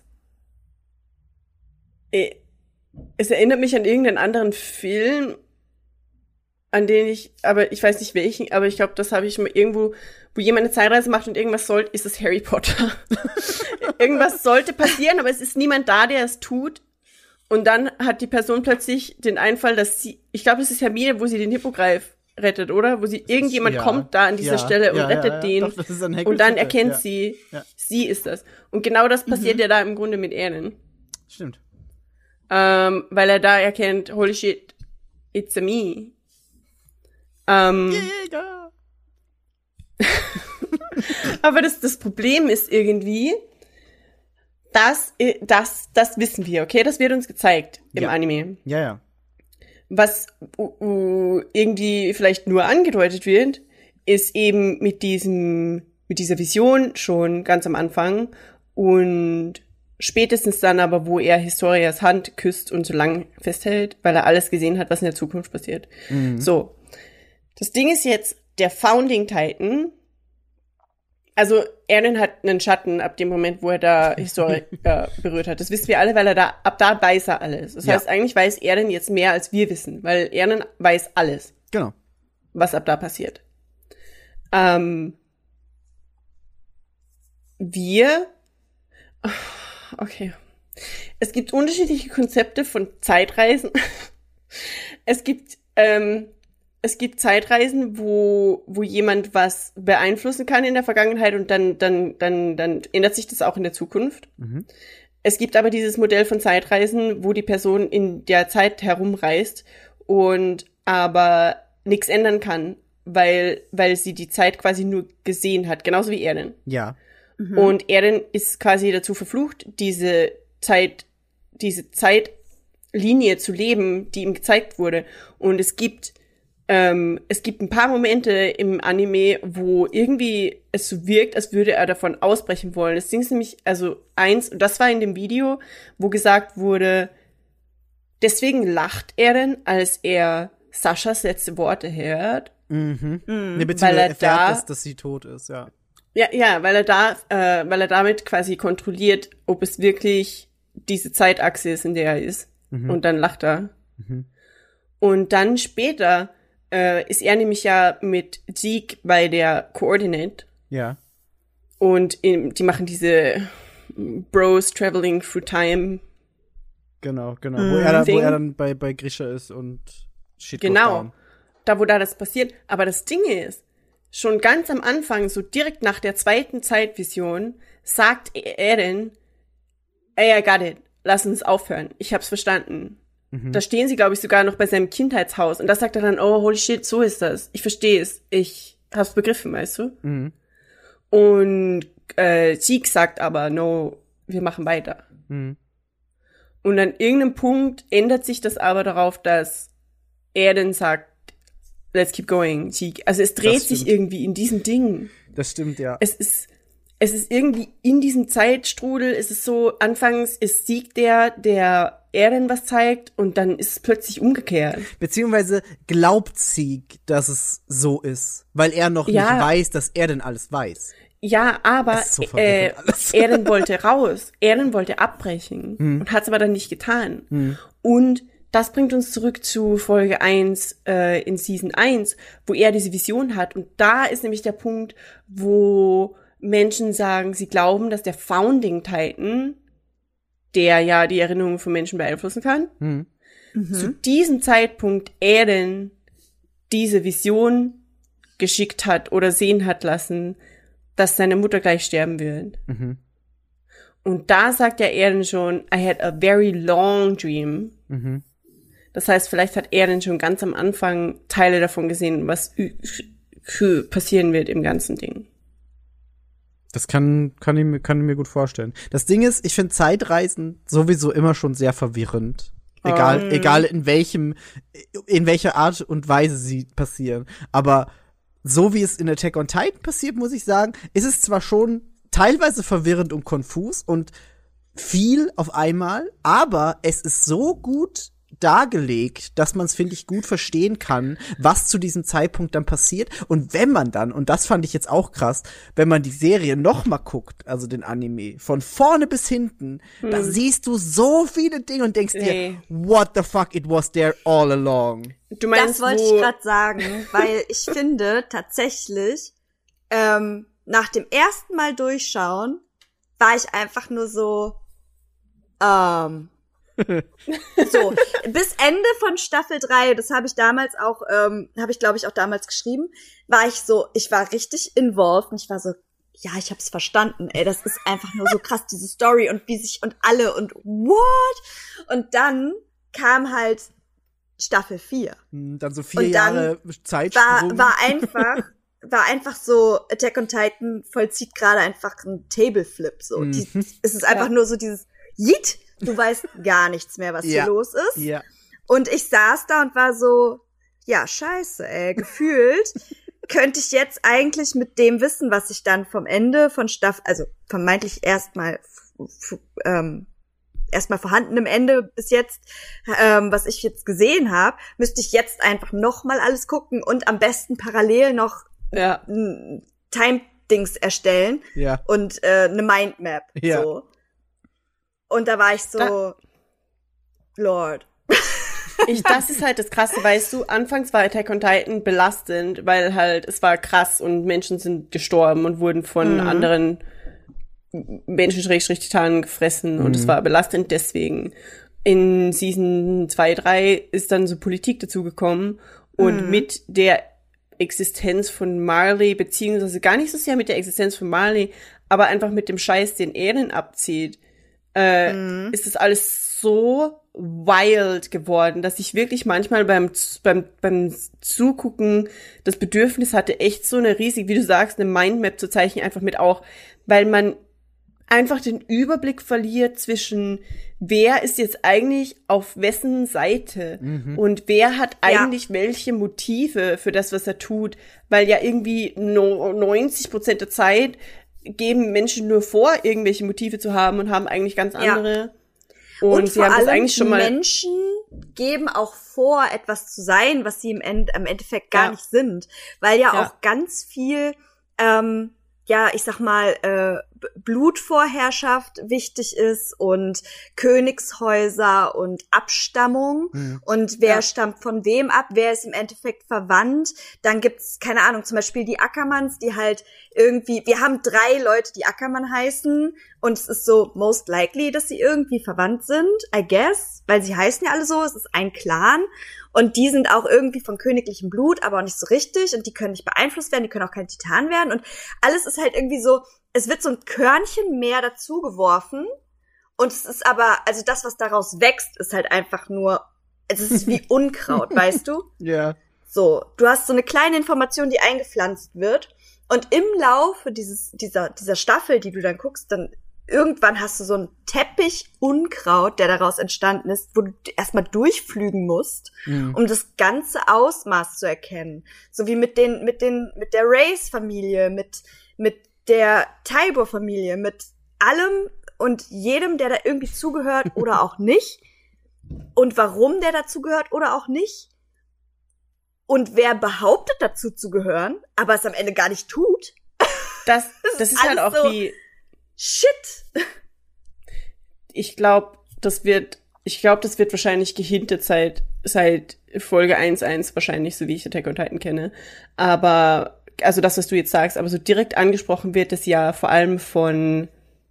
Es erinnert mich an irgendeinen anderen Film, an den aber ich weiß nicht welchen, aber ich glaube, das habe ich mal irgendwo, wo jemand eine Zeitreise macht und irgendwas sollte, ist es Harry Potter. Irgendwas sollte passieren, aber es ist niemand da, der es tut. Und dann hat die Person plötzlich den Einfall, dass ich glaube, es ist Hermine, wo sie den Hippogreif rettet, oder? Wo irgendjemand kommt da an dieser Stelle und rettet den. Doch, das ist ein und dann erkennt sie, sie ist das. Und genau das passiert ja da im Grunde mit Eren. Stimmt. Weil er da erkennt, holy shit, it's a me. Jäger! Aber das Problem ist irgendwie, das wissen wir, okay? Das wird uns gezeigt im Anime. Ja. Was irgendwie vielleicht nur angedeutet wird, ist eben mit dieser Vision schon ganz am Anfang und spätestens dann aber, wo er Historias Hand küsst und so lang festhält, weil er alles gesehen hat, was in der Zukunft passiert. Mhm. So. Das Ding ist jetzt, der Founding Titan, also Eren hat einen Schatten ab dem Moment, wo er da Historie berührt hat. Das wissen wir alle, weil ab da weiß er alles. Das heißt, eigentlich weiß Eren jetzt mehr, als wir wissen, weil Eren weiß alles. Genau. Was ab da passiert. Okay. Es gibt unterschiedliche Konzepte von Zeitreisen. Es gibt Zeitreisen, wo jemand was beeinflussen kann in der Vergangenheit und dann ändert sich das auch in der Zukunft. Mhm. Es gibt aber dieses Modell von Zeitreisen, wo die Person in der Zeit herumreist und aber nichts ändern kann, weil sie die Zeit quasi nur gesehen hat, genauso wie Eren. Ja. Mhm. Und Eren ist quasi dazu verflucht, diese Zeitlinie zu leben, die ihm gezeigt wurde. Und es gibt ein paar Momente im Anime, wo irgendwie es so wirkt, als würde er davon ausbrechen wollen. Das Ding ist nämlich, und das war in dem Video, wo gesagt wurde, deswegen lacht Eren, als er Saschas letzte Worte hört. Mhm. Beziehungsweise er erfährt, dass sie tot ist, ja. Ja, weil er damit quasi kontrolliert, ob es wirklich diese Zeitachse ist, in der er ist. Mhm. Und dann lacht er. Mhm. Und dann später ist er nämlich ja mit Zeke bei der Coordinate. Ja. Und die machen diese Bros Traveling Through Time. Genau. Wo er dann bei Grisha ist und shit goes down. Da, wo das passiert. Aber das Ding ist, schon ganz am Anfang, so direkt nach der zweiten Zeitvision, sagt Eren, ey, I got it, lass uns aufhören. Ich hab's verstanden. Da stehen sie, glaube ich, sogar noch bei seinem Kindheitshaus. Und da sagt er dann, oh, holy shit, so ist das. Ich verstehe es. Ich hab's begriffen, weißt du? Mhm. Und Zeke sagt aber, no, wir machen weiter. Mhm. Und an irgendeinem Punkt ändert sich das aber darauf, dass er dann sagt, let's keep going, Zeke. Also es dreht sich irgendwie in diesem Ding. Das stimmt, ja. Es ist irgendwie in diesem Zeitstrudel, es ist so, anfangs ist Zeke der Eren was zeigt und dann ist es plötzlich umgekehrt. Beziehungsweise glaubt Zeke, dass es so ist, weil er noch nicht weiß, dass er denn alles weiß. Ja, aber so Eren wollte raus. Eren wollte abbrechen und hat es aber dann nicht getan. Und das bringt uns zurück zu Folge 1 in Season 1, wo er diese Vision hat. Und da ist nämlich der Punkt, wo Menschen sagen, sie glauben, dass der Founding Titan, der ja die Erinnerungen von Menschen beeinflussen kann, zu diesem Zeitpunkt Eren diese Vision geschickt hat oder sehen hat lassen, dass seine Mutter gleich sterben wird. Mhm. Und da sagt ja Eren schon, I had a very long dream. Mhm. Das heißt, vielleicht hat Eren schon ganz am Anfang Teile davon gesehen, was passieren wird im ganzen Ding. Das kann ich mir gut vorstellen. Das Ding ist, ich finde Zeitreisen sowieso immer schon sehr verwirrend. Egal in welcher Art und Weise sie passieren. Aber so wie es in Attack on Titan passiert, muss ich sagen, ist es zwar schon teilweise verwirrend und konfus und viel auf einmal, aber es ist so gut dargelegt, dass man es, finde ich, gut verstehen kann, was zu diesem Zeitpunkt dann passiert. Und wenn man dann, und das fand ich jetzt auch krass, wenn man die Serie noch mal guckt, also den Anime, von vorne bis hinten, da siehst du so viele Dinge und denkst dir, what the fuck, it was there all along. Du meinst, das wollte ich gerade sagen, weil ich finde tatsächlich, nach dem ersten Mal durchschauen, war ich einfach nur so, so, bis Ende von Staffel 3, das habe ich damals auch, glaube ich auch damals geschrieben, ich war richtig involved und ich war so, ja, ich hab's verstanden, ey, das ist einfach nur so krass, diese Story und wie sich und alle und what? Und dann kam halt Staffel 4. Dann so 4 Jahre Zeitsprung. War einfach so, Attack on Titan vollzieht gerade einfach einen Tableflip, so. Es ist einfach nur so dieses Yeet, du weißt gar nichts mehr, was hier los ist. Ja. Und ich saß da und war so, ja, scheiße, ey, gefühlt könnte ich jetzt eigentlich mit dem Wissen, was ich dann vom Ende von Staffel, also vermeintlich erstmal vorhandenem Ende bis jetzt, was ich jetzt gesehen habe, müsste ich jetzt einfach noch mal alles gucken und am besten parallel noch Time-Dings erstellen und eine Mindmap, so. Und da war ich so, Lord. Das ist halt das Krasse, weißt du, anfangs war Attack on Titan belastend, weil halt es war krass und Menschen sind gestorben und wurden von anderen Menschen-Titanen gefressen und es war belastend deswegen. In Season 2, 3 ist dann so Politik dazugekommen und mit der Existenz von Marley, beziehungsweise gar nicht so sehr mit der Existenz von Marley, aber einfach mit dem Scheiß, den Eren abzieht, ist das alles so wild geworden, dass ich wirklich manchmal beim Zugucken das Bedürfnis hatte, echt so eine riesig, wie du sagst, eine Mindmap zu zeichnen, einfach mit auch, weil man einfach den Überblick verliert zwischen, wer ist jetzt eigentlich auf wessen Seite und wer hat eigentlich welche Motive für das, was er tut, weil ja irgendwie 90% der Zeit geben Menschen nur vor, irgendwelche Motive zu haben und haben eigentlich ganz andere. Und sie haben das eigentlich schon mal. Menschen geben auch vor, etwas zu sein, was sie im Endeffekt gar nicht sind. Weil auch ganz viel, ich sag mal, Blutvorherrschaft wichtig ist und Königshäuser und Abstammung und wer stammt von wem ab, wer ist im Endeffekt verwandt. Dann gibt's, keine Ahnung, zum Beispiel die Ackermanns, die halt irgendwie, wir haben 3 Leute, die Ackermann heißen und es ist so most likely, dass sie irgendwie verwandt sind, I guess, weil sie heißen ja alle so, es ist ein Clan und die sind auch irgendwie von königlichem Blut, aber auch nicht so richtig und die können nicht beeinflusst werden, die können auch kein Titan werden und alles ist halt irgendwie so, es wird so ein Körnchen mehr dazu geworfen und es ist aber, also das, was daraus wächst, ist halt einfach nur, es ist wie Unkraut, weißt du? Ja. So, du hast so eine kleine Information, die eingepflanzt wird und im Laufe dieser Staffel, die du dann guckst, dann irgendwann hast du so einen Teppich Unkraut, der daraus entstanden ist, wo du erstmal durchflügen musst, um das ganze Ausmaß zu erkennen. So wie mit der Race-Familie, mit der Tybur-Familie, mit allem und jedem, der da irgendwie zugehört oder auch nicht. Und warum der dazugehört oder auch nicht. Und wer behauptet, dazu zu gehören, aber es am Ende gar nicht tut. Das ist halt auch so wie Shit. Ich glaube, das wird wahrscheinlich gehintet seit Folge 1.1 wahrscheinlich, so wie ich Attack on Titan kenne. Aber also das, was du jetzt sagst, aber so direkt angesprochen wird das ja vor allem von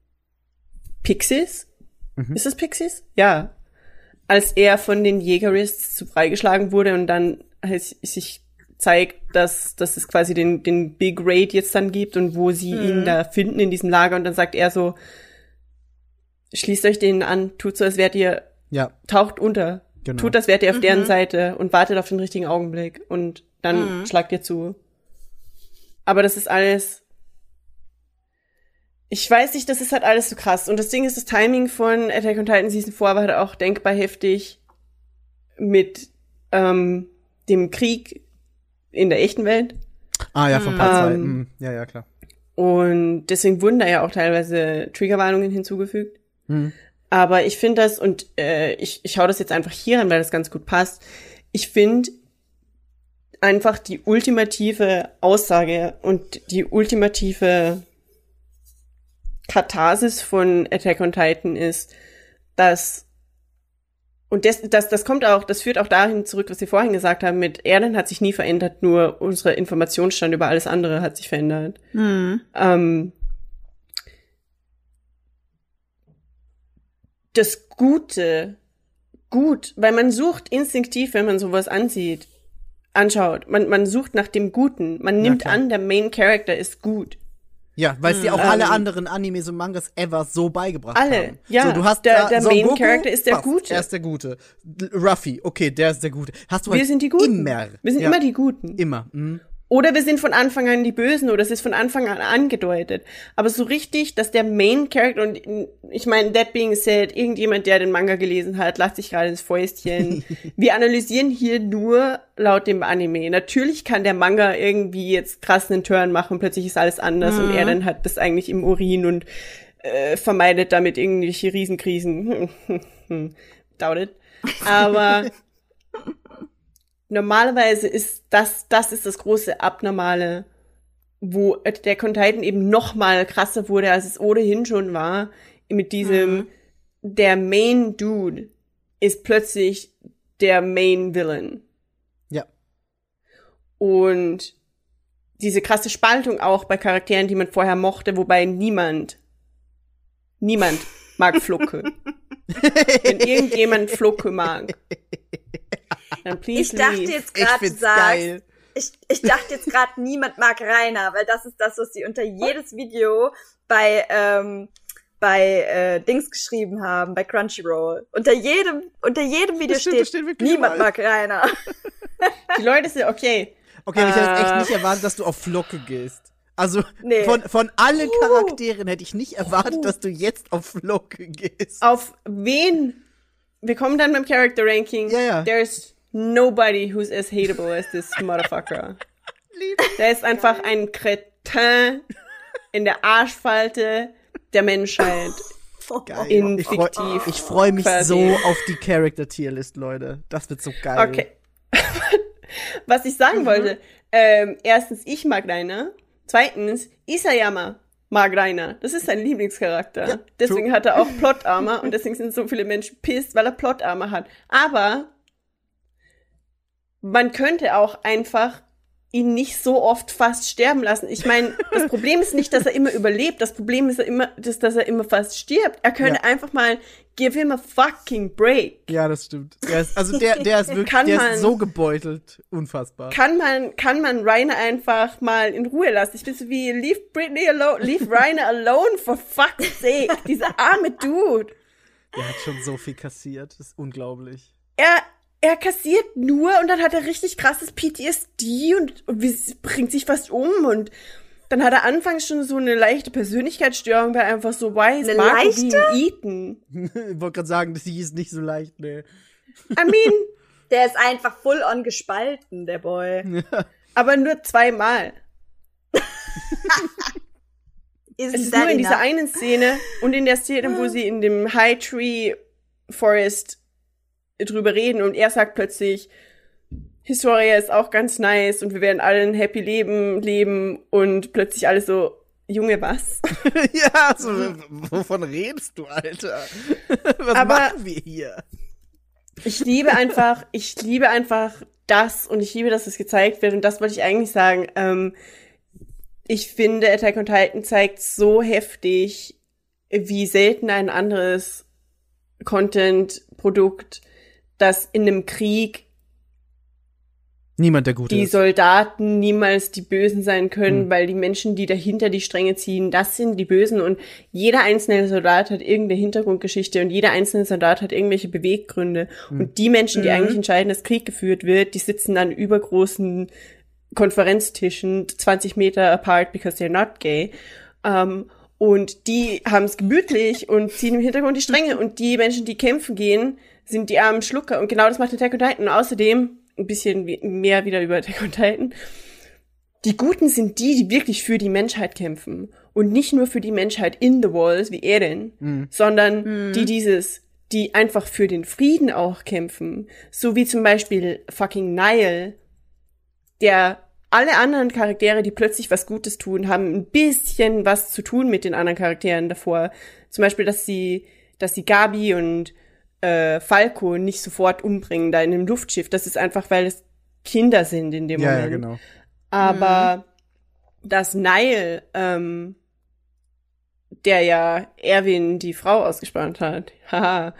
Pixies. Ist es Pixies? Ja. Als er von den Jägerists zu freigeschlagen wurde und dann sich zeigt, dass es quasi den Big Raid jetzt dann gibt und wo sie ihn da finden in diesem Lager und dann sagt er so, schließt euch denen an, tut so, als wärt ihr, taucht unter, tut, als wärt ihr auf deren Seite und wartet auf den richtigen Augenblick und dann schlagt ihr zu. Aber das ist alles, ich weiß nicht, das ist halt alles so krass. Und das Ding ist, das Timing von Attack on Titan Season 4 war halt auch denkbar heftig, mit dem Krieg in der echten Welt. Ah ja, von Part 2. Ja, klar. Und deswegen wurden da ja auch teilweise Triggerwarnungen hinzugefügt. Aber ich finde das, und ich schaue das jetzt einfach hier an, weil das ganz gut passt. Ich finde einfach die ultimative Aussage und die ultimative Katharsis von Attack on Titan ist, dass, und das kommt auch, das führt auch dahin zurück, was Sie vorhin gesagt haben, mit Erden hat sich nie verändert, nur unsere Informationsstand über alles andere hat sich verändert. Das Gute, weil man sucht instinktiv, wenn man sowas anschaut, man sucht nach dem Guten. Man nimmt an, der Main Character ist gut. Ja, weil es dir auch alle anderen Animes und Mangas ever so beigebracht haben. Alle, ja. So, du hast der Son Main Goku, Character ist der passt, Gute. Er ist der Gute. Ruffy, okay, der ist der Gute. Hast du Wir halt sind die Guten. Immer. Wir sind immer die Guten. Immer. Oder wir sind von Anfang an die Bösen, oder es ist von Anfang an angedeutet. Aber so richtig, dass der Main Character, und ich meine, that being said, irgendjemand, der den Manga gelesen hat, lacht sich gerade ins Fäustchen. Wir analysieren hier nur laut dem Anime. Natürlich kann der Manga irgendwie jetzt krass einen Turn machen, plötzlich ist alles anders und er dann hat das eigentlich im Urin und vermeidet damit irgendwelche Riesenkrisen. Doubt it. Aber normalerweise ist das ist das große Abnormale, wo der on Titan eben noch mal krasser wurde, als es ohnehin schon war, mit diesem, der Main Dude ist plötzlich der Main Villain. Ja. Und diese krasse Spaltung auch bei Charakteren, die man vorher mochte, wobei niemand mag Flucke. Wenn irgendjemand Flucke mag, dann please Ich dachte leave. jetzt gerade, Ich geil. Ich dachte jetzt gerade, niemand mag Rainer, weil das ist das, was sie unter jedes Video bei Dings geschrieben haben, bei Crunchyroll. Unter jedem Video steht niemand mag Rainer. Die Leute sind, okay. Okay, aber ich hätte echt nicht erwartet, dass du auf Flocke gehst. Also, Nee. von allen Charakteren hätte ich nicht erwartet, dass du jetzt auf Flocke gehst. Auf wen? Wir kommen dann beim Character Ranking. Ja. There's nobody who's as hateable as this motherfucker. Der ist einfach ein Kretin in der Arschfalte der Menschheit. Geil. In Ich fiktiv. freu mich quasi. so auf die Character-Tier-List, Leute. Das wird so geil. Okay. Was ich sagen wollte, erstens, ich mag Rainer. Zweitens, Isayama mag Rainer. Das ist sein Lieblingscharakter. Ja, deswegen true. hat er auch Plot-Armor und deswegen sind so viele Menschen pisst, weil er Plot-Armor hat. Aber man könnte auch einfach ihn nicht so oft fast sterben lassen. Ich meine, das Problem ist nicht, dass er immer überlebt. Das Problem ist dass er immer fast stirbt. Er könnte einfach mal give him a fucking break. Ja, das stimmt. Der ist wirklich, ist so gebeutelt. Unfassbar. Kann man Rainer einfach mal in Ruhe lassen? Ich bin so wie, leave Britney alone, leave Rainer alone, for fuck's sake. Dieser arme Dude. Der hat schon so viel kassiert. Das ist unglaublich. Er kassiert nur und dann hat er richtig krasses PTSD und bringt sich fast um und dann hat er anfangs schon so eine leichte Persönlichkeitsstörung, weil er einfach so weiß, Eine Marco leichte? Bean Eaton. Ich wollte gerade sagen, die ist nicht so leicht, ne. I mean, Der ist einfach full on gespalten, der Boy. aber nur 2-mal. Isn't Es ist that nur in dieser enough? einen Szene und in der Szene, wo sie in dem High Tree Forest drüber reden und er sagt plötzlich, Historia ist auch ganz nice und wir werden alle ein happy Leben leben und plötzlich alles so, Junge, was? Ja, so, wovon redest du, Alter? Was Aber- machen wir hier? Ich liebe einfach das und ich liebe, dass es gezeigt wird und das wollte ich eigentlich sagen. Ich finde, Attack on Titan zeigt so heftig, wie selten ein anderes Content-Produkt, das in einem Krieg Niemand der Gute die ist. Soldaten niemals die Bösen sein können, weil die Menschen, die dahinter die Stränge ziehen, das sind die Bösen und jeder einzelne Soldat hat irgendeine Hintergrundgeschichte und jeder einzelne Soldat hat irgendwelche Beweggründe und die Menschen, die eigentlich entscheiden, dass Krieg geführt wird, die sitzen an übergroßen Konferenztischen 20 Meter apart because they're not gay. Und die haben es gemütlich und ziehen im Hintergrund die Stränge und die Menschen, die kämpfen gehen, sind die armen Schlucker. Und genau das macht Attack on Titan. Und außerdem, ein bisschen mehr wieder über Attack on Titan, die Guten sind die wirklich für die Menschheit kämpfen. Und nicht nur für die Menschheit in the Walls, wie Eren, sondern die einfach für den Frieden auch kämpfen. So wie zum Beispiel fucking Nile, der alle anderen Charaktere, die plötzlich was Gutes tun, haben ein bisschen was zu tun mit den anderen Charakteren davor. Zum Beispiel, dass sie Gabi und Falco nicht sofort umbringen da in dem Luftschiff. Das ist einfach, weil es Kinder sind in dem Moment. Ja, genau. Aber dass Nile, der ja Erwin die Frau ausgespannt hat, haha,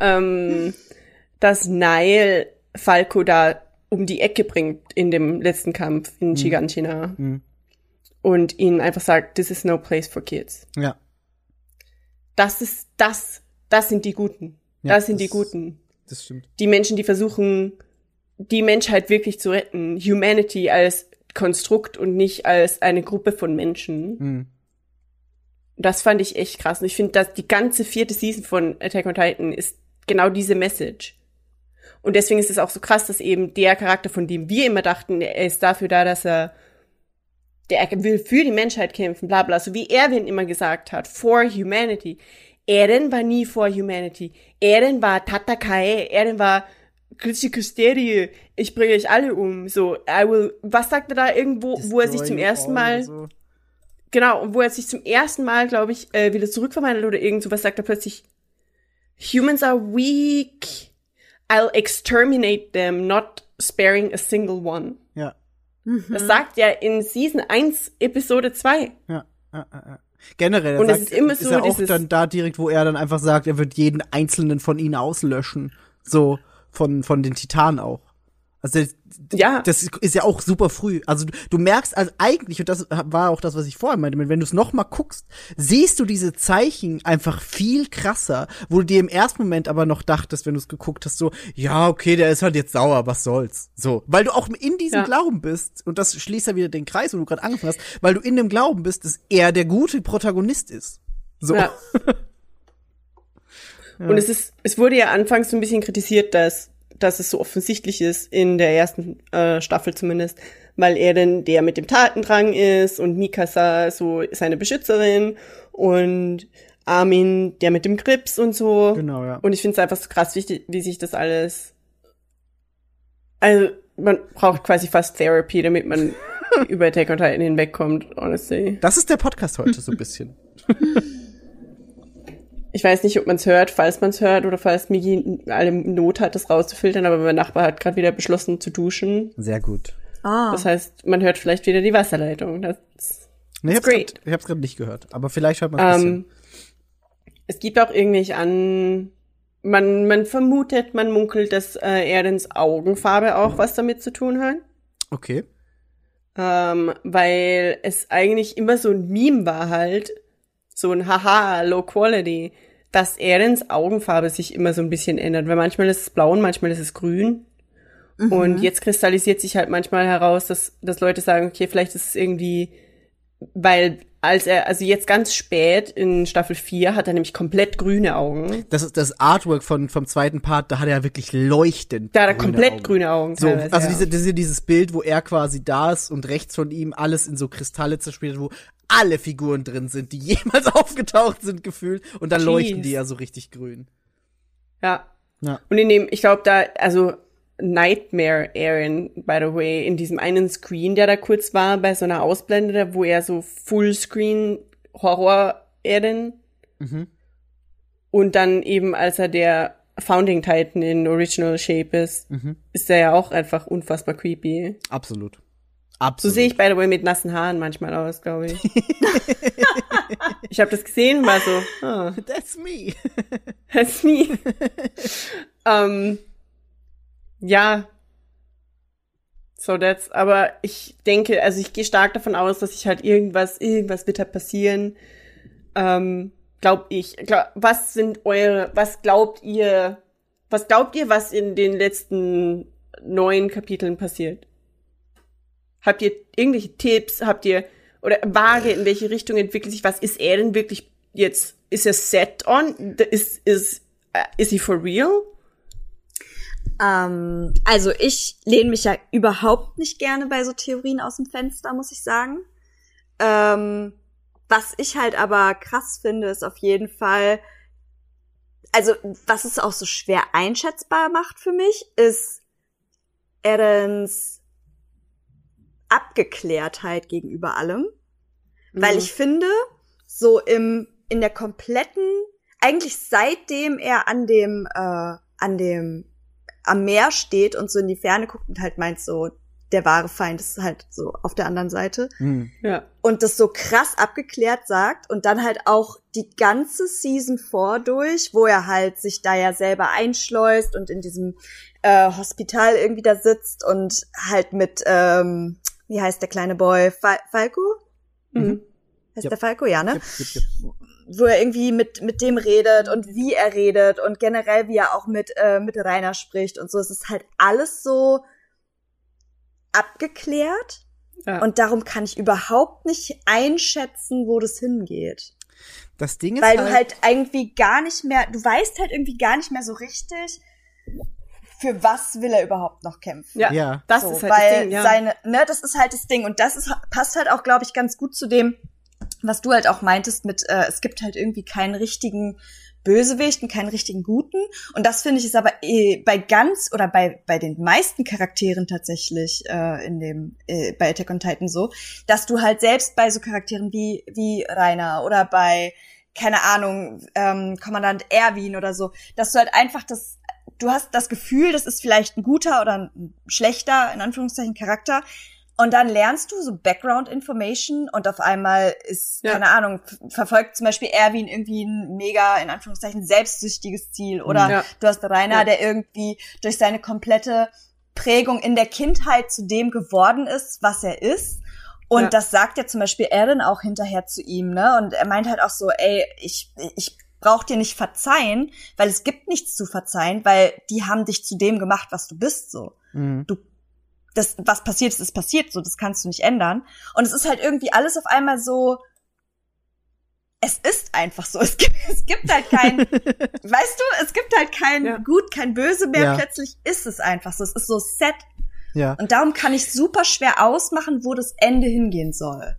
dass Nile Falco da um die Ecke bringt in dem letzten Kampf in Shiganshina und ihnen einfach sagt, this is no place for kids. Ja. Das sind die Guten. Ja, das sind die Guten. Das stimmt. Die Menschen, die versuchen, die Menschheit wirklich zu retten. Humanity als Konstrukt und nicht als eine Gruppe von Menschen. Das fand ich echt krass. Und ich finde, dass die ganze 4. Season von Attack on Titan ist genau diese Message. Und deswegen ist es auch so krass, dass eben der Charakter, von dem wir immer dachten, er ist dafür da, dass er will für die Menschheit kämpfen, bla bla, so wie Erwin immer gesagt hat, for humanity. Eren war nie for humanity. Eren war Tatakae, Eren war Kusterie, ich bringe euch alle um. So, was sagt er da irgendwo, wo er sich zum ersten Mal, so. Genau, und wo er sich zum ersten Mal, glaube ich, wieder zurückverwandelt oder irgend sowas, sagt er plötzlich, humans are weak. I'll exterminate them, not sparing a single one. Ja. Das sagt er in Season 1, Episode 2. Ja. Generell, und es ist immer so, ist er auch dann da direkt, wo er dann einfach sagt, er wird jeden einzelnen von ihnen auslöschen. So, von den Titanen auch. Also das ist ja auch super früh. Also du merkst also eigentlich, und das war auch das, was ich vorher meinte, wenn du es noch mal guckst, siehst du diese Zeichen einfach viel krasser, wo du dir im ersten Moment aber noch dachtest, wenn du es geguckt hast, so, ja, okay, der ist halt jetzt sauer, was soll's. So, weil du auch in diesem Glauben bist, und das schließt ja wieder den Kreis, wo du gerade angefangen hast, weil du in dem Glauben bist, dass er der gute Protagonist ist. So. Ja. Und es wurde ja anfangs so ein bisschen kritisiert, dass es so offensichtlich ist, in der ersten Staffel zumindest, weil er denn der mit dem Tatendrang ist und Mikasa so seine Beschützerin und Armin der mit dem Grips und so. Genau, ja. Und ich finde es einfach so krass wichtig, wie sich das alles, also man braucht quasi fast Therapy, damit man über Attack on Titan hinwegkommt, honestly. Das ist der Podcast heute so ein bisschen. Ich weiß nicht, ob man es hört, falls man es hört oder falls Migi alle Not hat, das rauszufiltern, aber mein Nachbar hat gerade wieder beschlossen zu duschen. Sehr gut. Das heißt, man hört vielleicht wieder die Wasserleitung. Ich hab's gerade nicht gehört, aber vielleicht hört man es ein bisschen. Es gibt auch irgendwelche man vermutet, man munkelt, dass Erdens Augenfarbe auch was damit zu tun hat. Okay. Weil es eigentlich immer so ein Meme war halt, so ein Haha, Low Quality, dass Erens Augenfarbe sich immer so ein bisschen ändert. Weil manchmal ist es blau und manchmal ist es grün. Und jetzt kristallisiert sich halt manchmal heraus, dass Leute sagen, okay, vielleicht ist es irgendwie, weil also jetzt ganz spät in Staffel 4 hat er nämlich komplett grüne Augen. Das ist das Artwork vom zweiten Part, da hat er ja wirklich leuchtend. Da hat er komplett grüne Augen. So, also dieses Bild, wo er quasi da ist und rechts von ihm alles in so Kristalle zerspielt, wo alle Figuren drin sind, die jemals aufgetaucht sind, gefühlt. Und dann leuchten die ja so richtig grün. Ja. Und ich glaube also Nightmare Eren, by the way, in diesem einen Screen, der da kurz war, bei so einer Ausblende, wo er so Fullscreen Horror Eren. Und dann eben, als er der Founding Titan in Original Shape ist, ist er ja auch einfach unfassbar creepy. Absolut. So sehe ich, by the way, mit nassen Haaren manchmal aus, glaube ich. Ich habe das gesehen und war so, That's me. That's me. Ja. Aber ich denke, also ich gehe stark davon aus, dass sich halt irgendwas wird halt passieren. Was glaubt ihr, was in den letzten 9 Kapiteln passiert? Habt ihr irgendwelche Tipps? Oder vage, in welche Richtung entwickelt sich was? Ist er denn wirklich jetzt, ist er set on? Is he for real? Also ich lehne mich ja überhaupt nicht gerne bei so Theorien aus dem Fenster, muss ich sagen. Was ich halt aber krass finde, ist auf jeden Fall, also was es auch so schwer einschätzbar macht für mich, ist Erens Abgeklärtheit gegenüber allem. Weil ich finde, so in der kompletten, eigentlich seitdem er am Meer steht und so in die Ferne guckt und halt meint so, der wahre Feind ist halt so auf der anderen Seite. Ja. Und das so krass abgeklärt sagt und dann halt auch die ganze Season 4 durch, wo er halt sich da ja selber einschleust und in diesem Hospital irgendwie da sitzt und halt mit, wie heißt der kleine Boy? Falco? Heißt der Falco? Ja, ne? Yep. Wo er irgendwie mit dem redet und wie er redet und generell wie er auch mit Rainer spricht und so. Es ist halt alles so abgeklärt und darum kann ich überhaupt nicht einschätzen, wo das hingeht. Das Ding ist weil du halt irgendwie gar nicht mehr, du weißt halt irgendwie gar nicht mehr so richtig, für was will er überhaupt noch kämpfen. Ja. Das ist halt weil das Ding, ja. das ist halt das Ding und das passt halt auch, glaube ich, ganz gut zu dem, was du halt auch meintest mit, es gibt halt irgendwie keinen richtigen Bösewicht und keinen richtigen Guten. Und das finde ich ist aber bei den meisten Charakteren tatsächlich bei Attack on Titan so, dass du halt selbst bei so Charakteren wie Rainer oder bei, keine Ahnung, Kommandant Erwin oder so, dass du halt einfach du hast das Gefühl, das ist vielleicht ein guter oder ein schlechter, in Anführungszeichen, Charakter. Und dann lernst du so Background-Information und auf einmal ist, keine Ahnung, verfolgt zum Beispiel Erwin irgendwie ein mega, in Anführungszeichen, selbstsüchtiges Ziel. Oder du hast Rainer, der irgendwie durch seine komplette Prägung in der Kindheit zu dem geworden ist, was er ist. Und das sagt ja zum Beispiel Eren auch hinterher zu ihm, ne? Und er meint halt auch so, ey, ich brauch dir nicht verzeihen, weil es gibt nichts zu verzeihen, weil die haben dich zu dem gemacht, was du bist, so. Was passiert ist passiert, so, das kannst du nicht ändern. Und es ist halt irgendwie alles auf einmal so, es ist einfach so. Es gibt halt kein, weißt du, es gibt halt kein Gut, kein Böse mehr. Plötzlich ist es einfach so. Es ist so set. Ja. Und darum kann ich super schwer ausmachen, wo das Ende hingehen soll.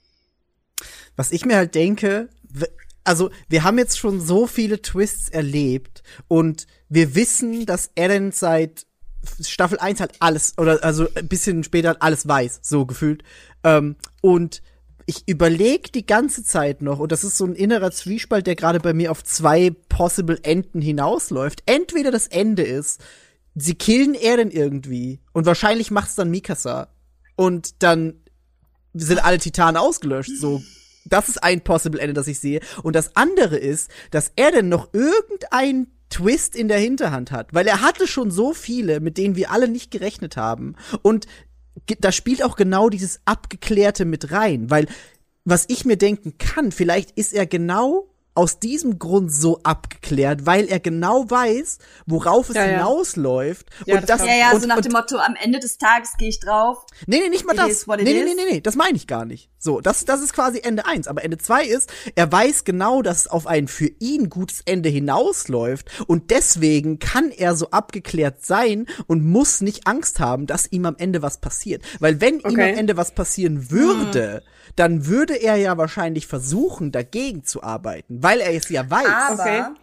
Was ich mir halt denke, also wir haben jetzt schon so viele Twists erlebt und wir wissen, dass Eren seit Staffel 1 halt alles, oder also ein bisschen später halt alles weiß, so gefühlt. Und ich überlege die ganze Zeit noch, und das ist so ein innerer Zwiespalt, der gerade bei mir auf 2 possible Enden hinausläuft. Entweder das Ende ist, sie killen Eren irgendwie und wahrscheinlich macht's dann Mikasa. Und dann sind alle Titanen ausgelöscht, so. Das ist ein possible Ende, das ich sehe. Und das andere ist, dass Eren noch irgendein Twist in der Hinterhand hat, weil er hatte schon so viele, mit denen wir alle nicht gerechnet haben. Und da spielt auch genau dieses Abgeklärte mit rein, weil was ich mir denken kann, vielleicht ist er genau aus diesem Grund so abgeklärt, weil er genau weiß, worauf es hinausläuft. Ja, und das, so nach dem Motto, am Ende des Tages gehe ich drauf. Nee, nicht mal das. Nee, das meine ich gar nicht. So, das ist quasi Ende 1. Aber Ende 2 ist, er weiß genau, dass es auf ein für ihn gutes Ende hinausläuft. Und deswegen kann er so abgeklärt sein und muss nicht Angst haben, dass ihm am Ende was passiert. Weil wenn ihm am Ende was passieren würde, dann würde er ja wahrscheinlich versuchen, dagegen zu arbeiten, weil er es ja weiß. Aber,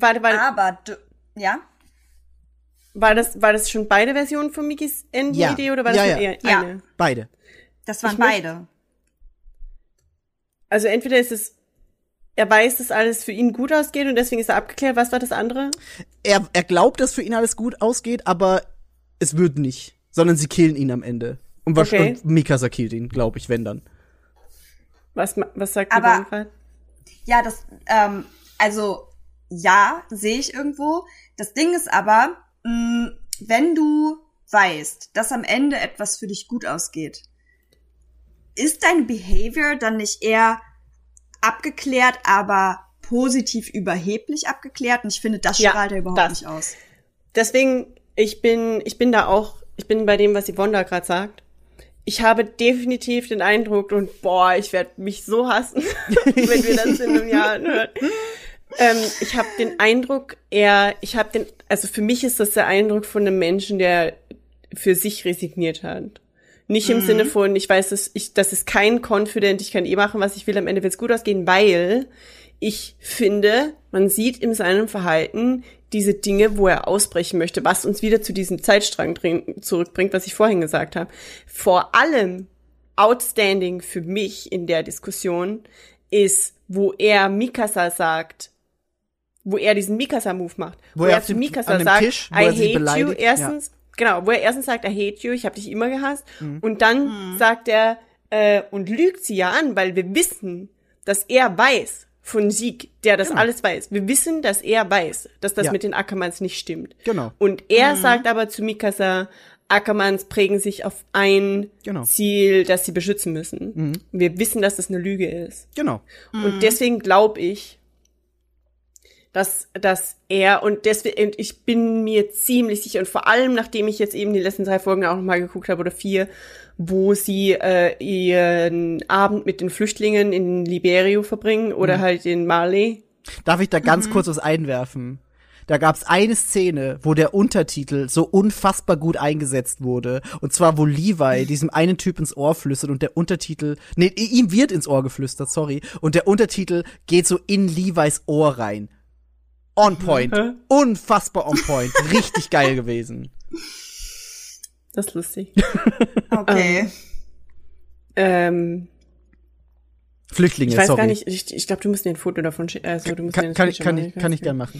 War das schon beide Versionen von Mikis Endidee oder war das schon eher eine? Beide. Das waren beide. Also entweder ist es, er weiß, dass alles für ihn gut ausgeht und deswegen ist er abgeklärt. Was war das andere? Er glaubt, dass für ihn alles gut ausgeht, aber es wird nicht, sondern sie killen ihn am Ende. Und Mikasa killt ihn, glaube ich, wenn dann. Was sagt die Wahrheit? Ja, sehe ich irgendwo. Das Ding ist aber, wenn du weißt, dass am Ende etwas für dich gut ausgeht, ist dein Behavior dann nicht eher abgeklärt, aber positiv überheblich abgeklärt? Und ich finde, das strahlt er überhaupt nicht aus. Deswegen, ich bin bei dem, was Yvonne da gerade sagt. Ich habe definitiv den Eindruck, und ich werde mich so hassen, wenn wir das in einem Jahr hören, Ich habe den Eindruck, also für mich ist das der Eindruck von einem Menschen, der für sich resigniert hat. Nicht im Sinne von, ich weiß, das ist kein Confident, ich kann machen, was ich will, am Ende wird's gut ausgehen, weil ich finde, man sieht in seinem Verhalten diese Dinge, wo er ausbrechen möchte, was uns wieder zu diesem Zeitstrang zurückbringt, was ich vorhin gesagt habe. Vor allem outstanding für mich in der Diskussion ist, wo er Mikasa sagt, wo er diesen Mikasa-Move macht. Wo er zu Mikasa sagt, Tisch, I hate you, erstens. Ja. Genau, wo er erstens sagt, I hate you, ich habe dich immer gehasst. Und dann sagt er, und lügt sie ja an, weil wir wissen, dass er weiß von Zeke, der das alles weiß. Wir wissen, dass er weiß, dass das mit den Ackermanns nicht stimmt. Genau. Und er sagt aber zu Mikasa, Ackermanns prägen sich auf ein Ziel, das sie beschützen müssen. Wir wissen, dass das eine Lüge ist. Genau. Und deswegen glaube ich, dass er, und deswegen, ich bin mir ziemlich sicher, und vor allem, nachdem ich jetzt eben die letzten 3 Folgen auch noch mal geguckt habe, oder 4, wo sie ihren Abend mit den Flüchtlingen in Liberio verbringen, oder halt in Mali. Darf ich da ganz kurz was einwerfen? Da gab's eine Szene, wo der Untertitel so unfassbar gut eingesetzt wurde. Und zwar, wo Levi diesem einen Typ ins Ohr flüstert und der Untertitel, ihm wird ins Ohr geflüstert, sorry. Und der Untertitel geht so in Levis Ohr rein. On point. Unfassbar on point. Richtig geil gewesen. Das ist lustig. Okay. Flüchtlinge, ich weiß sorry. Gar nicht, ich glaube, du musst mir ein Foto davon schicken. Also, kann ich gern machen.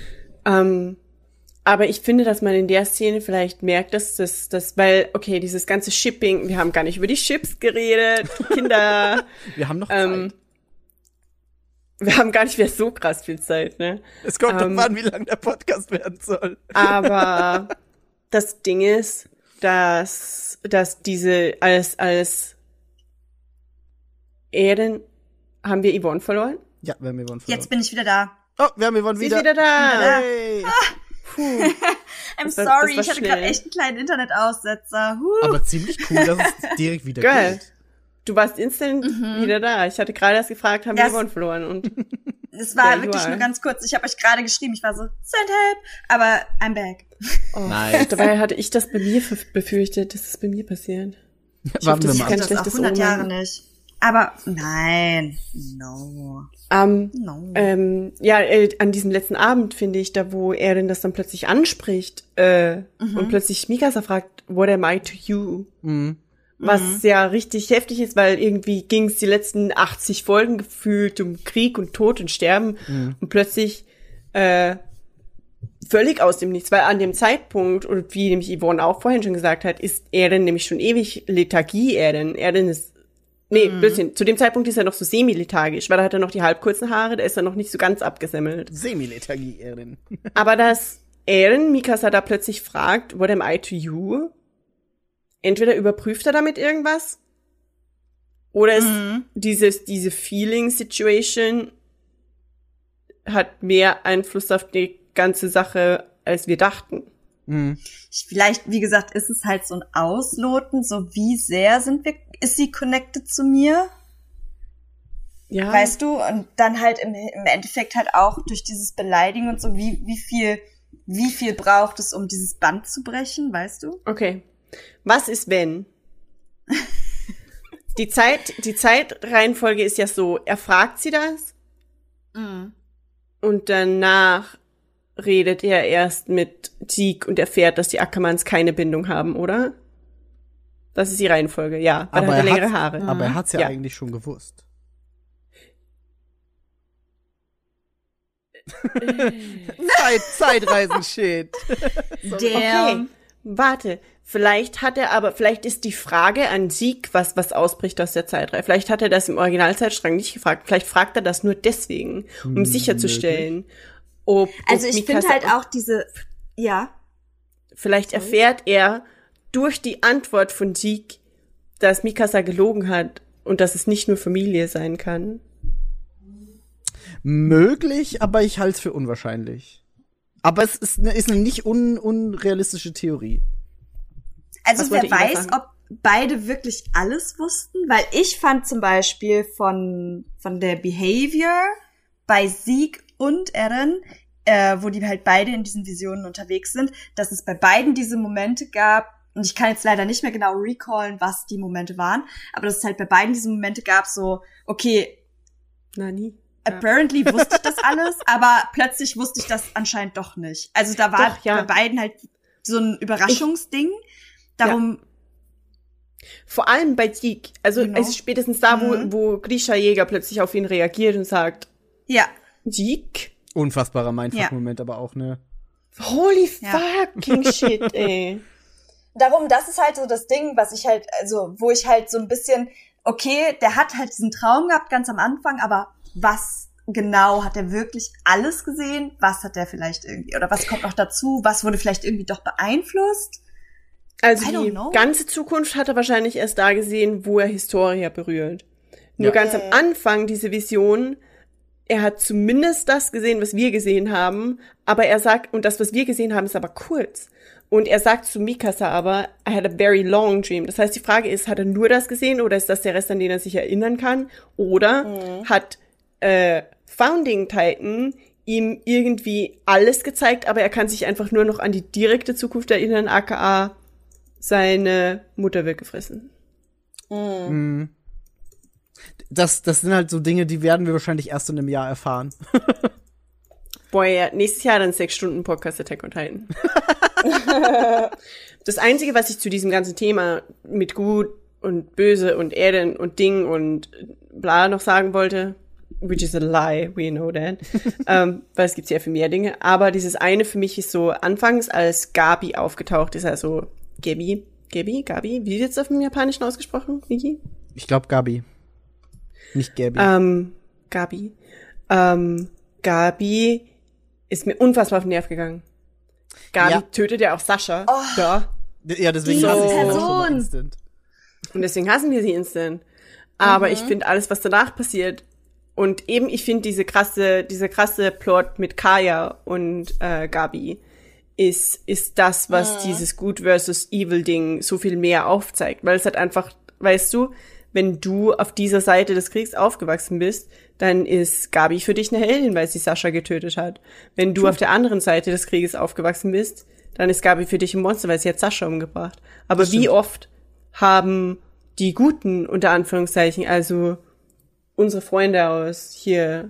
Aber ich finde, dass man in der Szene vielleicht merkt, dass weil, okay, dieses ganze Shipping, wir haben gar nicht über die Chips geredet, Kinder. Wir haben noch Zeit. Wir haben gar nicht mehr so krass viel Zeit, ne? Es kommt doch an, wie lang der Podcast werden soll. Aber das Ding ist, dass diese als Erden, haben wir Yvonne verloren? Ja, wir haben Yvonne verloren. Jetzt bin ich wieder da. Oh, wir haben Yvonne wieder. Sie ist wieder da. Hey. I'm sorry, ich hatte gerade echt einen kleinen Internetaussetzer. Aber ziemlich cool, dass es direkt wieder geht. Du warst instant wieder da. Ich hatte gerade erst gefragt, haben wir Yvonne verloren? Und es war wirklich nur ganz kurz. Ich habe euch gerade geschrieben, ich war so, send help, aber I'm back. Oh, nice. Dabei hatte ich das bei mir befürchtet, dass es bei mir passiert. Warten wir mal. Ich das auch 100 Jahre nicht. Aber nein, no. An diesem letzten Abend, finde ich, da wo er denn das dann plötzlich anspricht und plötzlich Mikasa fragt, what am I to you? Was ja richtig heftig ist, weil irgendwie ging es die letzten 80 Folgen gefühlt um Krieg und Tod und Sterben und plötzlich völlig aus dem Nichts, weil an dem Zeitpunkt, und wie nämlich Yvonne auch vorhin schon gesagt hat, ist Eren nämlich schon ewig Lethargie. Eren ist Blödsinn. Zu dem Zeitpunkt ist er noch so semi-lethargisch, weil da hat er noch die halbkurzen Haare, da ist er noch nicht so ganz abgesemmelt. Semi-Lethargie, Eren. Aber dass Eren Mikasa da plötzlich fragt, what am I to you? Entweder überprüft er damit irgendwas, oder ist diese Feeling-Situation hat mehr Einfluss auf die ganze Sache, als wir dachten. Vielleicht, wie gesagt, ist es halt so ein Ausloten, so wie sehr ist sie connected zu mir? Ja. Weißt du? Und dann halt im Endeffekt halt auch durch dieses Beleidigen und so, wie viel braucht es, um dieses Band zu brechen, weißt du? Okay. Was ist, wenn? Die Zeitreihenfolge ist ja so, er fragt sie das und danach redet er erst mit Zeke und erfährt, dass die Ackermanns keine Bindung haben, oder? Das ist die Reihenfolge, ja. Weil aber er hat längere Haare. Aber er hat's ja eigentlich schon gewusst. Zeitreisen-Shit. Okay, warte. Vielleicht ist die Frage an Zeke, was ausbricht aus der Zeitreihe. Vielleicht hat er das im Originalzeitstrang nicht gefragt. Vielleicht fragt er das nur deswegen, um sicherzustellen, ob ich finde halt auch vielleicht erfährt er durch die Antwort von Zeke, dass Mikasa gelogen hat und dass es nicht nur Familie sein kann. Möglich, aber ich halte es für unwahrscheinlich. Aber es ist eine nicht unrealistische Theorie. Also wer weiß, ob beide wirklich alles wussten, weil ich fand zum Beispiel von der Behavior bei Zeke und Eren, wo die halt beide in diesen Visionen unterwegs sind, dass es bei beiden diese Momente gab, und ich kann jetzt leider nicht mehr genau recallen, was die Momente waren, aber dass es halt bei beiden diese Momente gab, so, okay, Nani? apparently wusste ich das alles, aber plötzlich wusste ich das anscheinend doch nicht. Also da war Doch, ja. bei beiden halt so ein Überraschungsding. Darum. Vor allem bei Zeke. Also Genau. es ist spätestens da, wo Grisha Jäger plötzlich auf ihn reagiert und sagt, Ja. Zeke? Unfassbarer Mindfuck-Moment aber auch, ne? Holy Ja. fucking shit, ey. Darum, das ist halt so das Ding, was ich halt, also, wo ich halt so ein bisschen, okay, der hat halt diesen Traum gehabt ganz am Anfang, aber was genau, hat er wirklich alles gesehen? Was hat er vielleicht irgendwie, oder was kommt noch dazu? Was wurde vielleicht irgendwie doch beeinflusst? Also I don't die know. ganze Zukunft hat er wahrscheinlich erst da gesehen, wo er Historia berührt. Nur ganz am Anfang, diese Vision, er hat zumindest das gesehen, was wir gesehen haben, aber er sagt, und das, was wir gesehen haben, ist aber kurz. Und er sagt zu Mikasa aber, I had a very long dream. Das heißt, die Frage ist, hat er nur das gesehen oder ist das der Rest, an den er sich erinnern kann? Oder hat Founding Titan ihm irgendwie alles gezeigt, aber er kann sich einfach nur noch an die direkte Zukunft erinnern, aka seine Mutter wird gefressen. Das sind halt so Dinge, die werden wir wahrscheinlich erst in einem Jahr erfahren. Boah, ja, nächstes Jahr dann 6 Stunden Podcast Attack on Titan. Das Einzige, was ich zu diesem ganzen Thema mit Gut und Böse und Eren und Ding und bla noch sagen wollte, which is a lie, we know that, weil es gibt sehr viel mehr Dinge, aber dieses eine für mich ist so, anfangs als Gabi aufgetaucht ist, also Gabi, wie wird's auf dem Japanischen ausgesprochen, Niki? Ich glaube Gabi. Nicht Gabi. Gabi. Gabi ist mir unfassbar auf den Nerv gegangen. Gabi tötet ja auch Sascha. Oh. Ja. Ja, deswegen Diese hasse ich sie auch schon Person. mal instant. Und deswegen hassen wir sie instant. Aber ich finde alles, was danach passiert, und eben, ich finde diese krasse Plot mit Kaya und Gabi ist das, was dieses Good versus Evil Ding so viel mehr aufzeigt. Weil es hat einfach, weißt du, wenn du auf dieser Seite des Kriegs aufgewachsen bist, dann ist Gabi für dich eine Heldin, weil sie Sascha getötet hat. Wenn du auf der anderen Seite des Krieges aufgewachsen bist, dann ist Gabi für dich ein Monster, weil sie hat Sascha umgebracht. Aber wie oft haben die Guten, unter Anführungszeichen, also unsere Freunde aus hier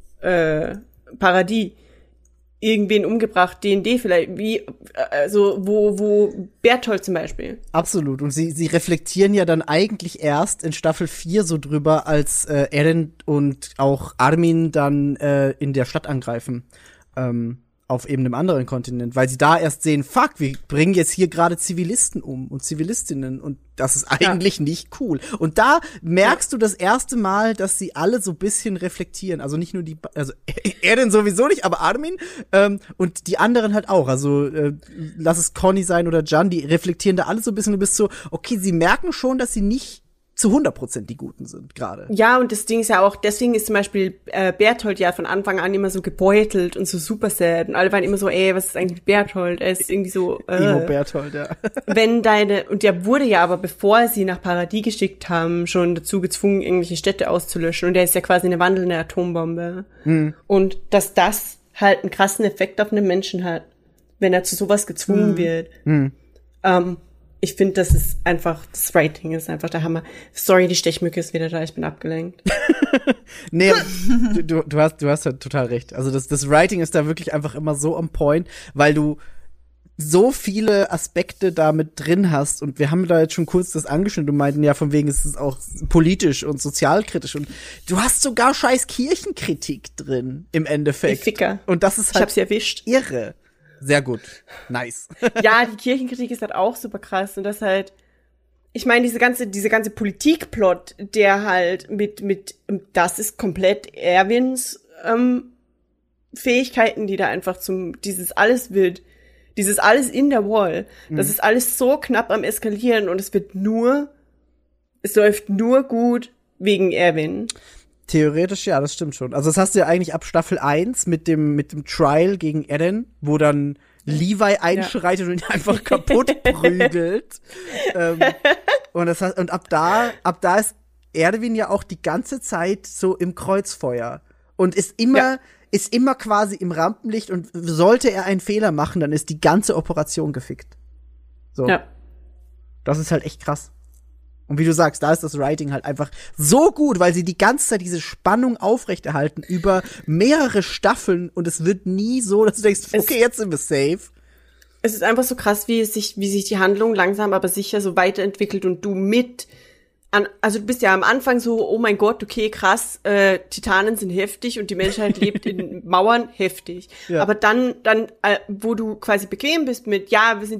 Paradies, irgendwen umgebracht, D&D vielleicht, wie, also wo Berthold zum Beispiel. Absolut. Und sie reflektieren ja dann eigentlich erst in Staffel 4 so drüber, als Eren und auch Armin dann in der Stadt angreifen. Auf eben einem anderen Kontinent, weil sie da erst sehen, fuck, wir bringen jetzt hier gerade Zivilisten um und Zivilistinnen und das ist eigentlich nicht cool. Und da merkst du das erste Mal, dass sie alle so ein bisschen reflektieren. Also nicht nur also Eren sowieso nicht, aber Armin und die anderen halt auch. Also lass es Conny sein oder Jan, die reflektieren da alle so ein bisschen. Du bist so, okay, sie merken schon, dass sie nicht zu 100% die Guten sind gerade. Ja, und das Ding ist ja auch, deswegen ist zum Beispiel Berthold ja von Anfang an immer so gebeutelt und so super sad. Und alle waren immer so, was ist eigentlich mit Berthold? Er ist irgendwie so, Emo Berthold, ja. Und der wurde ja aber, bevor sie nach Paradies geschickt haben, schon dazu gezwungen, irgendwelche Städte auszulöschen. Und der ist ja quasi eine wandelnde Atombombe. Und dass das halt einen krassen Effekt auf einen Menschen hat, wenn er zu sowas gezwungen wird. Ich finde, das ist einfach, das Writing ist einfach der Hammer. Sorry, die Stechmücke ist wieder da, ich bin abgelenkt. Nee, du hast ja total recht. Also das Writing ist da wirklich einfach immer so on point, weil du so viele Aspekte da mit drin hast und wir haben da jetzt schon kurz das angeschnitten und meinten ja von wegen ist es auch politisch und sozialkritisch und du hast sogar scheiß Kirchenkritik drin im Endeffekt. Ficker. Und das ist Ich halt hab sie erwischt. irre. Sehr gut. Nice. Ja, die Kirchenkritik ist halt auch super krass und das halt, ich meine, diese ganze Politikplot, der halt mit das ist komplett Erwins Fähigkeiten, die da einfach dieses alles in der Wall, das ist alles so knapp am Eskalieren und es läuft nur gut wegen Erwin. Theoretisch, ja, das stimmt schon. Also das hast du ja eigentlich ab Staffel 1 mit dem Trial gegen Eren, wo dann Levi einschreitet und ihn einfach kaputt prügelt. Und ab da ist Erwin ja auch die ganze Zeit so im Kreuzfeuer und ist immer ist immer quasi im Rampenlicht und sollte er einen Fehler machen, dann ist die ganze Operation gefickt. So. Ja. Das ist halt echt krass. Und wie du sagst, da ist das Writing halt einfach so gut, weil sie die ganze Zeit diese Spannung aufrechterhalten über mehrere Staffeln und es wird nie so, dass du denkst, okay, jetzt sind wir safe. Es ist einfach so krass, wie sich die Handlung langsam aber sicher so weiterentwickelt und du also du bist ja am Anfang so, oh mein Gott, okay, krass, Titanen sind heftig und die Menschheit lebt in Mauern, heftig. Ja. Aber dann, wo du quasi bequem bist mit, ja, wir sind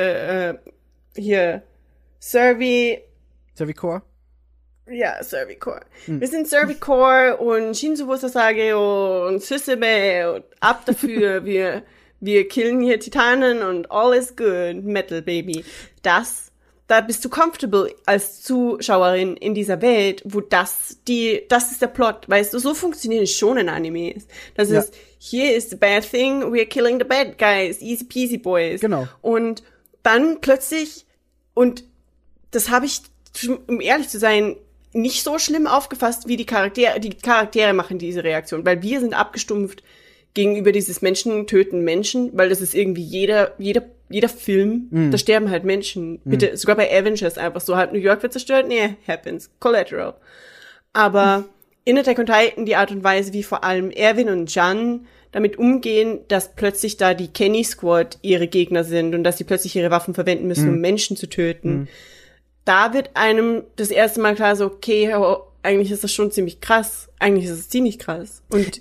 Servicor? Ja, Servicor. Wir sind Servicor und Shinzo Sasage und Susume und ab dafür, wir killen hier Titanen und all is good, Metal Baby. Da bist du comfortable als Zuschauerin in dieser Welt, wo das ist der Plot, weißt du, so funktionieren schon in Animes. Das ist, here is the bad thing, we're killing the bad guys, easy peasy boys. Genau. Und dann plötzlich, und das habe ich, um ehrlich zu sein, nicht so schlimm aufgefasst wie die Charaktere. Die Charaktere machen diese Reaktion, weil wir sind abgestumpft gegenüber dieses Menschen töten Menschen, weil das ist irgendwie jeder Film, da sterben halt Menschen. Bitte, sogar bei Avengers einfach so, halt New York wird zerstört, nee, happens, collateral. Aber in Attack on Titan die Art und Weise, wie vor allem Erwin und Jan damit umgehen, dass plötzlich da die Kenny Squad ihre Gegner sind und dass sie plötzlich ihre Waffen verwenden müssen, um Menschen zu töten. Da wird einem das erste Mal klar so, okay, eigentlich ist das schon ziemlich krass. Eigentlich ist es ziemlich krass. Und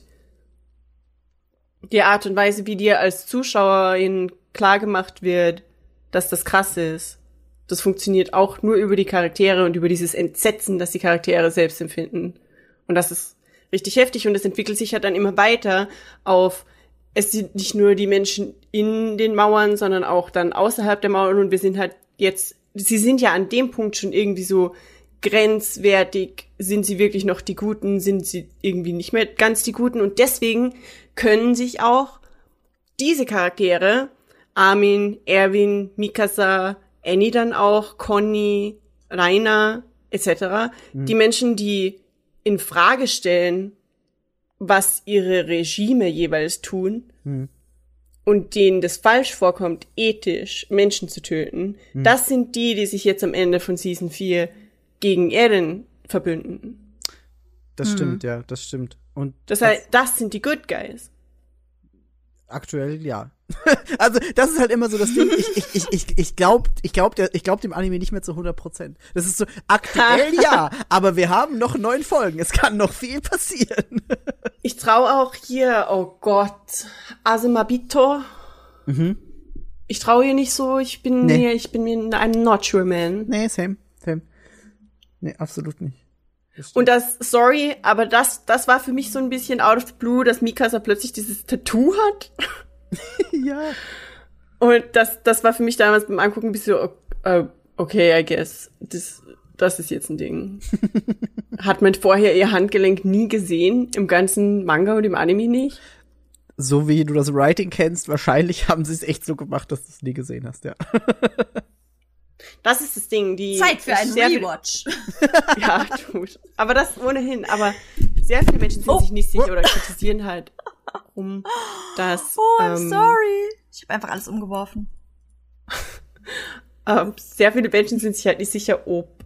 die Art und Weise, wie dir als Zuschauerin klargemacht wird, dass das krass ist, das funktioniert auch nur über die Charaktere und über dieses Entsetzen, das die Charaktere selbst empfinden. Und das ist richtig heftig und es entwickelt sich ja dann immer weiter auf, es sind nicht nur die Menschen in den Mauern, sondern auch dann außerhalb der Mauern und wir sind halt jetzt, sie sind ja an dem Punkt schon irgendwie so grenzwertig, sind sie wirklich noch die Guten, sind sie irgendwie nicht mehr ganz die Guten und deswegen können sich auch diese Charaktere, Armin, Erwin, Mikasa, Annie dann auch, Conny, Rainer, etc., die Menschen, die in Frage stellen, was ihre Regime jeweils tun und denen das falsch vorkommt, ethisch Menschen zu töten, das sind die sich jetzt am Ende von Season 4 gegen Eren verbünden. Das stimmt, ja, das stimmt. Und das heißt, das sind die Good Guys. Aktuell, ja. Also, das ist halt immer so das Ding. Ich glaub dem Anime nicht mehr zu 100%. Das ist so, aktuell ja, aber wir haben noch 9 Folgen. Es kann noch viel passieren. Ich traue auch hier, oh Gott, Azumabito. Ich traue ihr nicht so. Ich bin mir I'm not sure, man. Nee, same. Nee, absolut nicht. Und sorry, aber das war für mich so ein bisschen out of the blue, dass Mikasa plötzlich dieses Tattoo hat. Ja. Und das war für mich damals beim Angucken ein bisschen so, okay, I guess, das ist jetzt ein Ding. Hat man vorher ihr Handgelenk nie gesehen, im ganzen Manga und im Anime nicht? So wie du das Writing kennst, wahrscheinlich haben sie es echt so gemacht, dass du es nie gesehen hast, ja. Das ist das Ding, Zeit für einen Rewatch. Ja, gut. Aber das ohnehin. Aber sehr viele Menschen sind sich nicht sicher oder kritisieren halt, das. I'm sorry. Ich habe einfach alles umgeworfen. Sehr viele Menschen sind sich halt nicht sicher, ob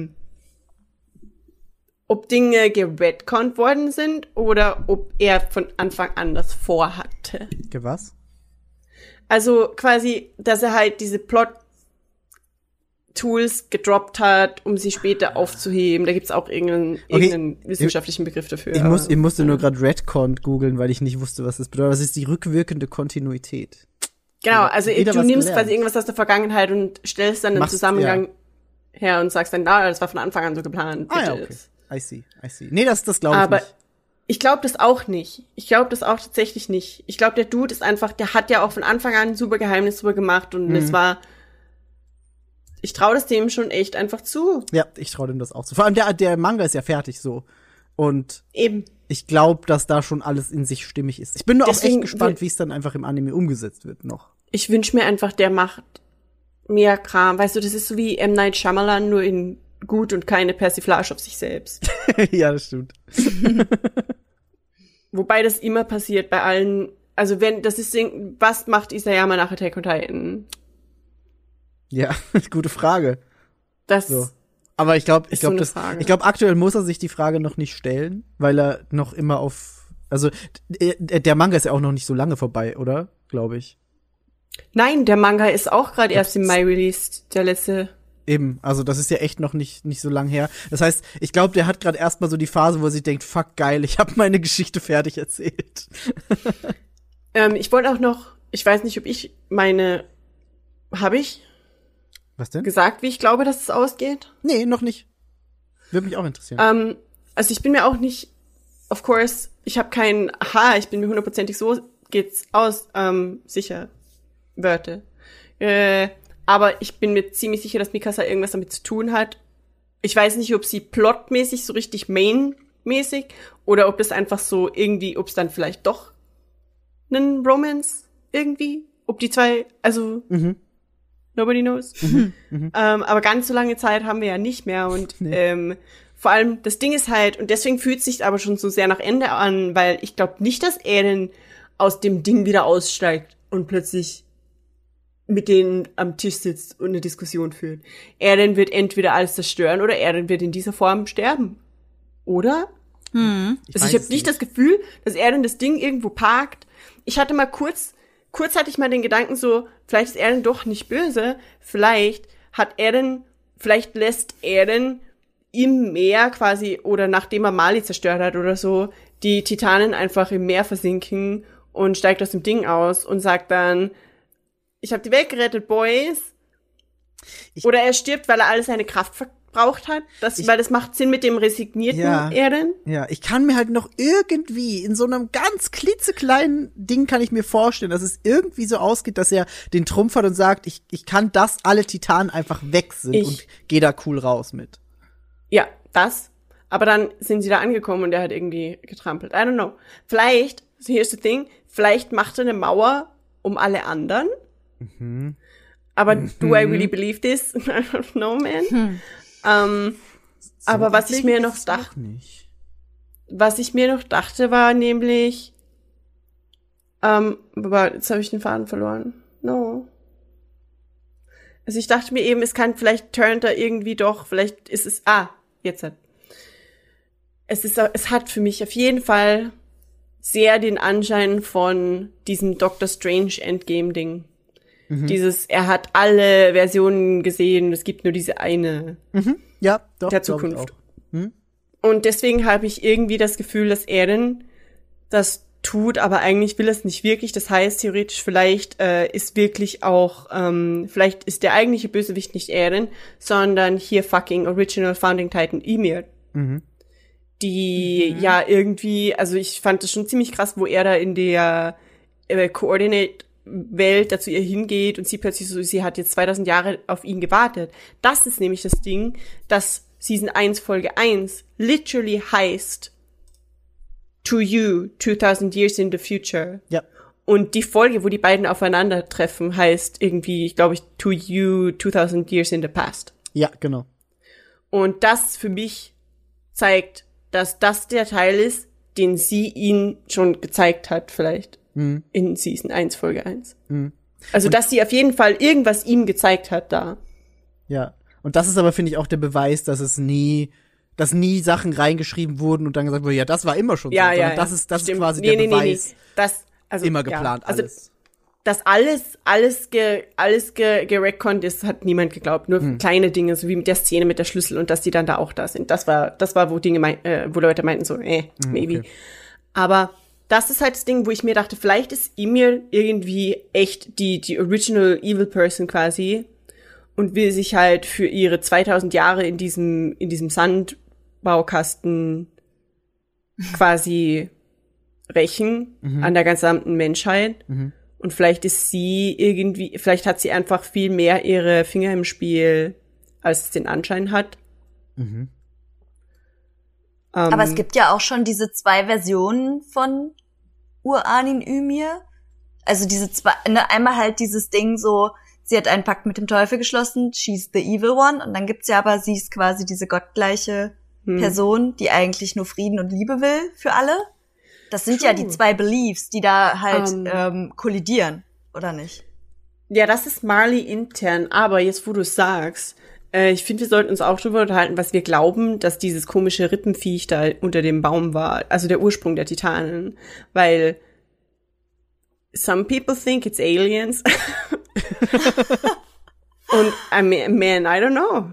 Dinge geredconnt worden sind oder ob er von Anfang an das vorhatte. Was? Also quasi, dass er halt diese Plot-Tools gedroppt hat, um sie später aufzuheben. Da gibt's auch irgendeinen wissenschaftlichen Begriff dafür. Ich musste nur gerade Redcon googeln, weil ich nicht wusste, was das bedeutet. Was ist die rückwirkende Kontinuität? Genau, also du nimmst quasi irgendwas aus der Vergangenheit und stellst dann einen Zusammenhang her und sagst dann, das war von Anfang an so geplant. Ja, okay. I see. Nee, das glaube ich nicht. Aber ich glaube das auch nicht. Ich glaube das auch tatsächlich nicht. Ich glaube, der Dude ist einfach, der hat ja auch von Anfang an ein super Geheimnis drüber gemacht und es war, ich traue das dem schon echt einfach zu. Ja, ich traue dem das auch zu. Vor allem der Manga ist ja fertig so. Und eben. Ich glaube, dass da schon alles in sich stimmig ist. Ich bin nur auch echt gespannt, wie es dann einfach im Anime umgesetzt wird noch. Ich wünsch mir einfach, der macht mehr Kram. Weißt du, das ist so wie M. Night Shyamalan, nur in gut und keine Persiflage auf sich selbst. Ja, das stimmt. Wobei das immer passiert bei allen, also wenn, das ist, was macht Isayama nach Attack on Titan? Ja, gute Frage. Das So. Aber ich glaube, ist so eine Frage. aktuell muss er sich die Frage noch nicht stellen, weil er noch immer also der Manga ist ja auch noch nicht so lange vorbei, oder? Glaube ich. Nein, der Manga ist auch gerade erst im Mai released, der letzte. Eben, also das ist ja echt noch nicht so lang her. Das heißt, ich glaube, der hat gerade erstmal so die Phase, wo er sich denkt, fuck, geil, ich habe meine Geschichte fertig erzählt. Ich wollte auch noch, ich weiß nicht, ob ich habe ich Was denn? gesagt, wie ich glaube, dass es ausgeht? Nee, noch nicht. Würde mich auch interessieren. Also ich bin mir auch nicht, of course, ich habe kein ich bin mir hundertprozentig so geht's aus, sicher, Wörter. Aber ich bin mir ziemlich sicher, dass Mikasa irgendwas damit zu tun hat. Ich weiß nicht, ob sie plotmäßig so richtig main-mäßig oder ob das einfach so irgendwie, ob es dann vielleicht doch einen Romance irgendwie, ob die zwei, also nobody knows. Aber ganz so lange Zeit haben wir ja nicht mehr und vor allem, das Ding ist halt, und deswegen fühlt es sich aber schon so sehr nach Ende an, weil ich glaube nicht, dass Eren aus dem Ding wieder aussteigt und plötzlich mit denen am Tisch sitzt und eine Diskussion führt. Eren wird entweder alles zerstören oder Eren wird in dieser Form sterben. Oder? Also ich habe nicht das Gefühl, dass Eren das Ding irgendwo parkt. Ich hatte mal kurz hatte ich mal den Gedanken so, vielleicht ist Eren doch nicht böse, vielleicht lässt Eren im Meer quasi, oder nachdem er Mali zerstört hat oder so, die Titanen einfach im Meer versinken und steigt aus dem Ding aus und sagt dann, ich habe die Welt gerettet, Boys. Oder er stirbt, weil er all seine Kraft verbraucht hat. Weil das macht Sinn mit dem resignierten Eren. Ja, ich kann mir halt noch irgendwie in so einem ganz klitzekleinen Ding kann ich mir vorstellen, dass es irgendwie so ausgeht, dass er den Trumpf hat und sagt, ich kann, dass alle Titanen einfach weg sind und geh da cool raus mit. Ja, das. Aber dann sind sie da angekommen und er hat irgendwie getrampelt. I don't know. Vielleicht, here's the thing, vielleicht macht er eine Mauer um alle anderen. Aber do I really believe this? I don't know, man. Aber was ich mir noch dachte, war nämlich, aber jetzt habe ich den Faden verloren. No. Also ich dachte mir eben, vielleicht turnt er irgendwie doch, vielleicht ist es, jetzt hat. Es hat für mich auf jeden Fall sehr den Anschein von diesem Doctor Strange Endgame-Ding. Er hat alle Versionen gesehen, es gibt nur diese eine Ja, doch, der Zukunft. Und deswegen habe ich irgendwie das Gefühl, dass Eren das tut, aber eigentlich will er es nicht wirklich. Das heißt, theoretisch vielleicht ist wirklich auch, vielleicht ist der eigentliche Bösewicht nicht Eren, sondern hier fucking Original Founding Titan Ymir. Die ja irgendwie, also ich fand das schon ziemlich krass, wo er da in der Coordinate-Welt dazu ihr hingeht und sie plötzlich so, sie hat jetzt 2000 Jahre auf ihn gewartet. Das ist nämlich das Ding, dass Season 1 Folge 1 literally heißt To You, 2000 Years in the Future. Ja. Und die Folge, wo die beiden aufeinandertreffen, heißt irgendwie, glaube ich, To You, 2000 Years in the Past. Ja, genau. Und das für mich zeigt, dass das der Teil ist, den sie ihn schon gezeigt hat, vielleicht in Season 1, Folge 1. Also, dass sie auf jeden Fall irgendwas ihm gezeigt hat da. Ja. Und das ist aber, finde ich, auch der Beweis, dass nie Sachen reingeschrieben wurden und dann gesagt wurde, ja, das war immer schon so. Ja. Das ist quasi der Beweis. Das, also, immer geplant, also, alles. Dass alles gereckonnt ist, hat niemand geglaubt. Nur kleine Dinge, so wie mit der Szene mit der Schlüssel und dass die dann da auch da sind. Das war, wo Leute meinten so, maybe. Okay. Aber das ist halt das Ding, wo ich mir dachte, vielleicht ist Ymir irgendwie echt die Original Evil Person quasi und will sich halt für ihre 2000 Jahre in diesem Sandbaukasten quasi rächen an der gesamten Menschheit. Und vielleicht ist vielleicht hat sie einfach viel mehr ihre Finger im Spiel, als es den Anschein hat. Aber es gibt ja auch schon diese 2 Versionen von Uranin Ymir. Also diese 2, einmal halt dieses Ding so, sie hat einen Pakt mit dem Teufel geschlossen, she's the evil one. Und dann gibt's ja aber, sie ist quasi diese gottgleiche Person, die eigentlich nur Frieden und Liebe will für alle. Das sind ja die zwei Beliefs, die da halt kollidieren, oder nicht? Ja, das ist Marley intern, aber jetzt, wo du sagst, ich finde, wir sollten uns auch drüber unterhalten, was wir glauben, dass dieses komische Rippenviech da unter dem Baum war, also der Ursprung der Titanen, weil some people think it's aliens. Und man, I don't know.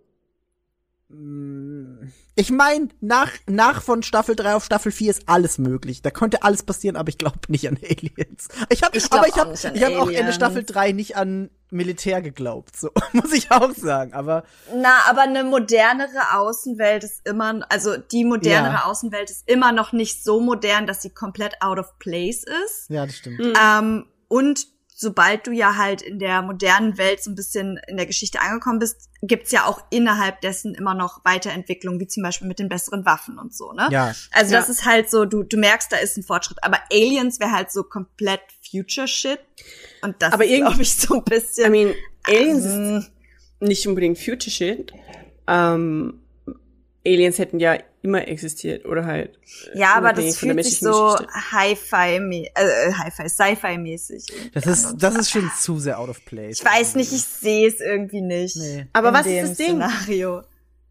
Ich meine, nach von Staffel 3 auf Staffel 4 ist alles möglich. Da könnte alles passieren, aber ich glaube nicht an Aliens. Ich hab auch Ende Staffel 3 nicht an Militär geglaubt, so muss ich auch sagen, aber aber eine modernere Außenwelt ist die modernere Außenwelt ist immer noch nicht so modern, dass sie komplett out of place ist. Ja, das stimmt. Und sobald du ja halt in der modernen Welt so ein bisschen in der Geschichte angekommen bist, gibt's ja auch innerhalb dessen immer noch Weiterentwicklung, wie zum Beispiel mit den besseren Waffen und so, ne? Ja. Also das ist halt so, du merkst, da ist ein Fortschritt. Aber Aliens wäre halt so komplett Future-Shit. Und das ist, glaube ich, so ein bisschen... I mean, Aliens ist nicht unbedingt Future-Shit. Aliens hätten ja immer existiert, oder halt. Ja, aber das fühlt sich so Sci-Fi-mäßig. Das ist schon zu sehr out of place. Ich weiß nicht, ich sehe es irgendwie nicht. Nee. Aber was ist das Ding? Szenario.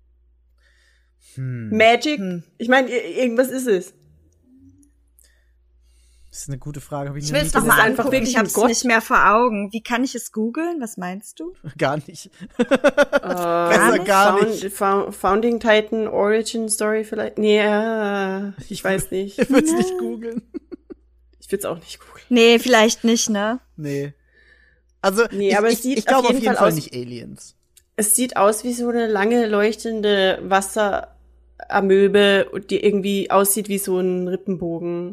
Magic? Ich meine, irgendwas ist es. Das ist eine gute Frage. Ich will es noch mal angucken, ich hab's nicht mehr vor Augen. Wie kann ich es googeln? Was meinst du? Gar nicht. Gar nicht. Founding Titan Origin Story vielleicht? Nee, ich weiß nicht. Ich würde es nicht googeln. Ich würde es auch nicht googeln. Nee, vielleicht nicht, ne? Nee. Also, aber ich glaube auf jeden Fall nicht Aliens. Es sieht aus wie so eine lange leuchtende Wasseramöbe, die irgendwie aussieht wie so ein Rippenbogen.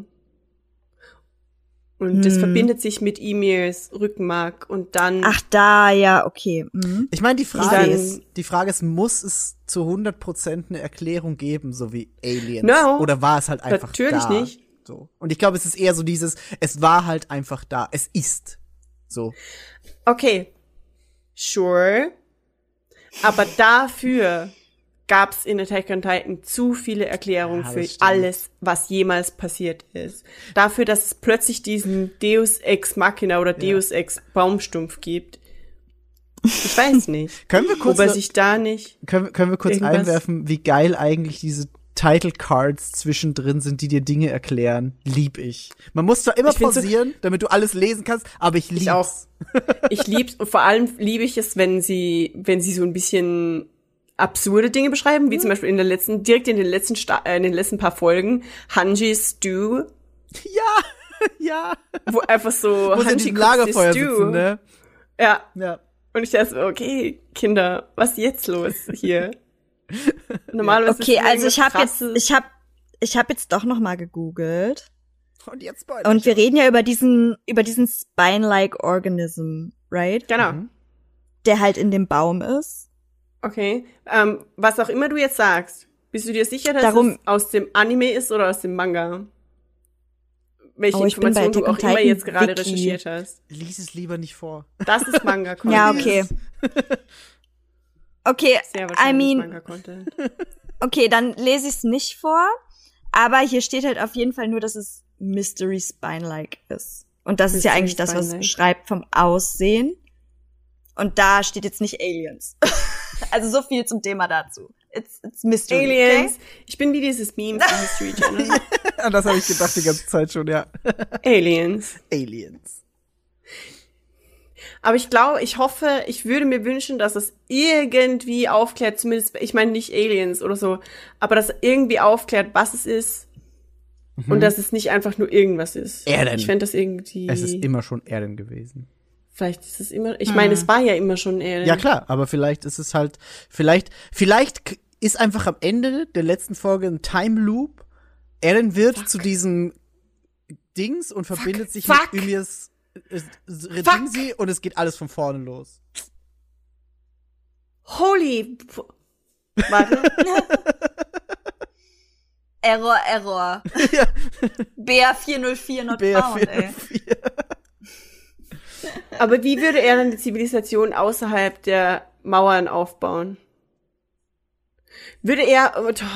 Und das verbindet sich mit Emirs Rückenmark und dann... Ach, da, ja, okay. Ich meine, die Frage ist, muss es zu 100% eine Erklärung geben, so wie Aliens? No. Oder war es halt einfach Natürlich da? nicht. So. Und ich glaube, es ist eher so dieses, es war halt einfach da. Es ist. So. Okay. Sure. Aber dafür gab's in Attack on Titan zu viele Erklärungen für alles, was jemals passiert ist. Dafür, dass es plötzlich diesen Deus Ex Machina oder Deus Ex Baumstumpf gibt. Ich weiß nicht. Können wir kurz einwerfen, wie geil eigentlich diese Title Cards zwischendrin sind, die dir Dinge erklären? Lieb ich. Man muss zwar immer pausieren, damit du alles lesen kannst, aber ich lieb's. Ich auch. Ich lieb's und vor allem liebe ich es, wenn sie so ein bisschen absurde Dinge beschreiben, wie zum Beispiel direkt in den letzten paar Folgen, Hanji's Stew. Ja. Wo einfach so, wo Hanji im Lagerfeuer sitzen, ne? Ja. Und ich dachte, okay, Kinder, was ist jetzt los hier? Normalerweise okay, also ich habe jetzt doch noch mal gegoogelt. Und wir reden ja über diesen Spine-like Organism, right? Genau. Der halt in dem Baum ist. Okay, was auch immer du jetzt sagst, bist du dir sicher, dass es aus dem Anime ist oder aus dem Manga? Welche Information du auch immer jetzt gerade recherchiert hast. Lies es lieber nicht vor. Das ist Manga-Content. Ja, okay. Okay, sehr wahrscheinlich Manga-Content. Okay, dann lese ich es nicht vor, aber hier steht halt auf jeden Fall nur, dass es Mystery Spine-like ist. Und das ist ja eigentlich das, was es beschreibt vom Aussehen. Und da steht jetzt nicht Aliens. Also so viel zum Thema dazu. It's Mystery. Aliens. Okay? Ich bin wie dieses Meme von History Channel. An das habe ich gedacht die ganze Zeit schon, ja. Aliens. Aber ich hoffe, ich würde mir wünschen, dass es irgendwie aufklärt, zumindest, ich meine nicht Aliens oder so, aber dass irgendwie aufklärt, was es ist und dass es nicht einfach nur irgendwas ist. Erden. Ich fände das irgendwie... Es ist immer schon Erden gewesen. Vielleicht ist es immer, ich meine, es war ja immer schon Erden. Ja klar, aber vielleicht ist es halt, vielleicht ist einfach am Ende der letzten Folge ein Time Loop. Erden wird zu diesem Dings und verbindet sich mit Ymirs Redingsi und es geht alles von vorne los. Holy... Warte. Error. Ja. BR404 not found, ey. Aber wie würde er dann die Zivilisation außerhalb der Mauern aufbauen? Würde er,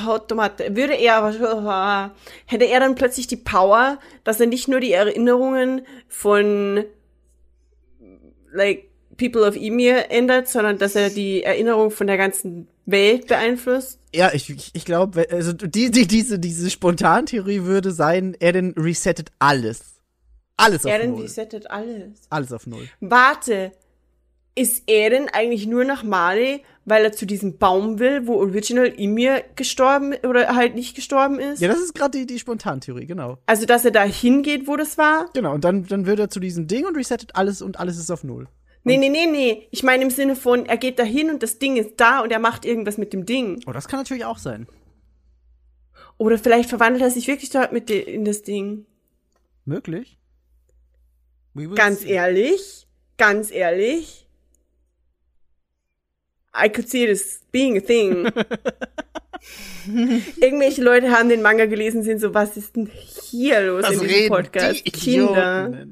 hätte er dann plötzlich die Power, dass er nicht nur die Erinnerungen von, like, People of Ymir ändert, sondern dass er die Erinnerung von der ganzen Welt beeinflusst? Ja, ich glaube, also diese Spontantheorie würde sein, Erden resettet alles. Alles auf Erden Null. resettet alles. Alles auf Null. Warte, ist Erden eigentlich nur nach Mali, weil er zu diesem Baum will, wo Original Ymir gestorben oder halt nicht gestorben ist? Ja, das ist gerade die Spontantheorie, genau. Also, dass er da hingeht, wo das war? Genau, und dann wird er zu diesem Ding und resettet alles und alles ist auf Null. Nee. Ich meine im Sinne von, er geht da hin und das Ding ist da und er macht irgendwas mit dem Ding. Oh, das kann natürlich auch sein. Oder vielleicht verwandelt er sich wirklich dort in das Ding. Möglich. Ganz ehrlich. I could see this being a thing. Irgendwelche Leute haben den Manga gelesen, sind so, was ist denn hier los in diesem Podcast? Kinder.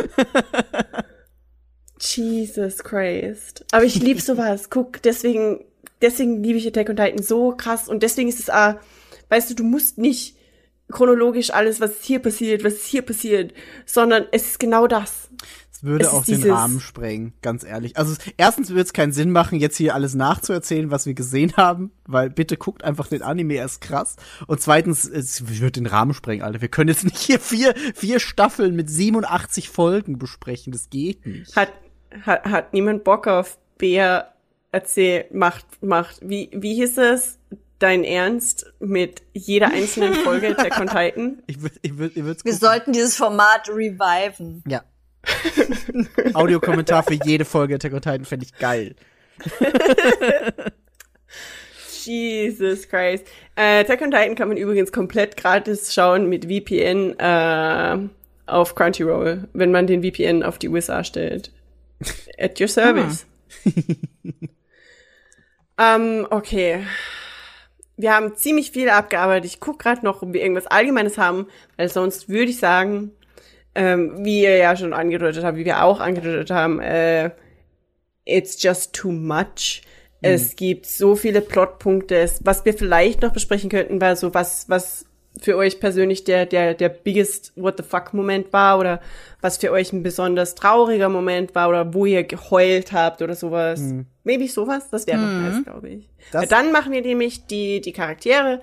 Jesus Christ. Aber ich liebe sowas. Guck, deswegen liebe ich Attack on Titan so krass. Und deswegen ist es, weißt du musst nicht chronologisch alles, was hier passiert, sondern es ist genau das. Es würde auch den Rahmen sprengen, ganz ehrlich. Also erstens würde es keinen Sinn machen, jetzt hier alles nachzuerzählen, was wir gesehen haben, weil bitte guckt einfach den Anime, er ist krass. Und zweitens, es würde den Rahmen sprengen, Alter. Wir können jetzt nicht hier vier Staffeln mit 87 Folgen besprechen, das geht nicht. Hat niemand Bock auf Bär macht, wie hieß es? Dein Ernst mit jeder einzelnen Folge Attack on Titan? Wir sollten dieses Format reviven. Ja. Audiokommentar für jede Folge Attack on Titan fände ich geil. Jesus Christ. Attack on Titan kann man übrigens komplett gratis schauen mit VPN auf Crunchyroll, wenn man den VPN auf die USA stellt. At your service. Okay. Wir haben ziemlich viel abgearbeitet. Ich gucke gerade noch, ob wir irgendwas Allgemeines haben, weil sonst würde ich sagen, wie ihr ja schon angedeutet habt, wie wir auch angedeutet haben, it's just too much. Es gibt so viele Plotpunkte. Was wir vielleicht noch besprechen könnten, war so was für euch persönlich der biggest what the fuck Moment war oder was für euch ein besonders trauriger Moment war oder wo ihr geheult habt oder sowas. Maybe sowas, das wäre doch nice, glaube ich. Dann machen wir nämlich die Charaktere,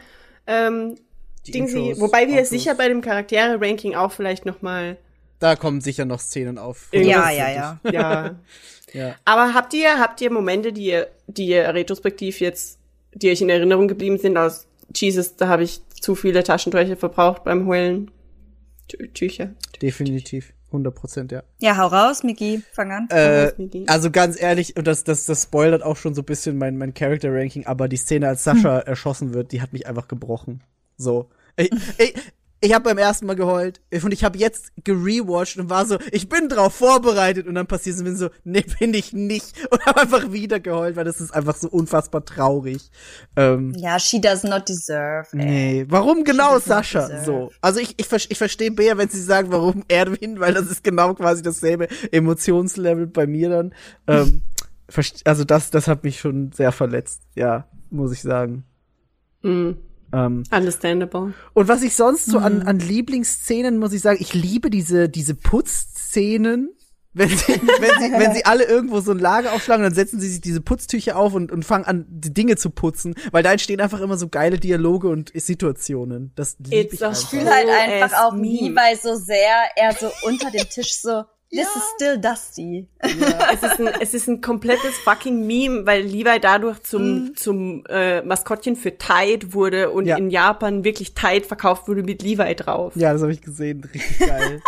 wobei wir sicher bei dem Charaktere-Ranking auch vielleicht noch mal da kommen sicher noch Szenen auf. Ja. Ja. Aber habt ihr Momente, die ihr retrospektiv jetzt, die euch in Erinnerung geblieben sind aus Jesus, da habe ich zu viele Taschentücher verbraucht beim Heulen. Tücher. Definitiv. 100%, ja. Ja, hau raus, Miki. Fang an. Also ganz ehrlich, und das spoilert auch schon so ein bisschen mein Character-Ranking, aber die Szene, als Sascha erschossen wird, die hat mich einfach gebrochen. So. Ich habe beim ersten Mal geheult und ich habe jetzt gerewatcht und war so, ich bin drauf vorbereitet und dann passiert es und bin so, nee, bin ich nicht und habe einfach wieder geheult, weil das ist einfach so unfassbar traurig. Ja, she does not deserve. Nee, warum genau Sascha so? Also ich verstehe Bea, wenn sie sagen, warum Erwin, weil das ist genau quasi dasselbe Emotionslevel bei mir dann. Also das hat mich schon sehr verletzt, ja, muss ich sagen. Understandable. Und was ich sonst so an Lieblingsszenen, muss ich sagen, ich liebe diese Putzszenen, wenn sie alle irgendwo so ein Lager aufschlagen, dann setzen sie sich diese Putztücher auf und fangen an, die Dinge zu putzen, weil da entstehen einfach immer so geile Dialoge und Situationen. Das liebe ich einfach. Ich fühle halt einfach auch Levi so sehr, er so unter dem Tisch so, this is still dusty. Ja. Es ist ein komplettes fucking Meme, weil Levi dadurch zum Maskottchen für Tide wurde und in Japan wirklich Tide verkauft wurde mit Levi drauf. Ja, das habe ich gesehen. Richtig geil.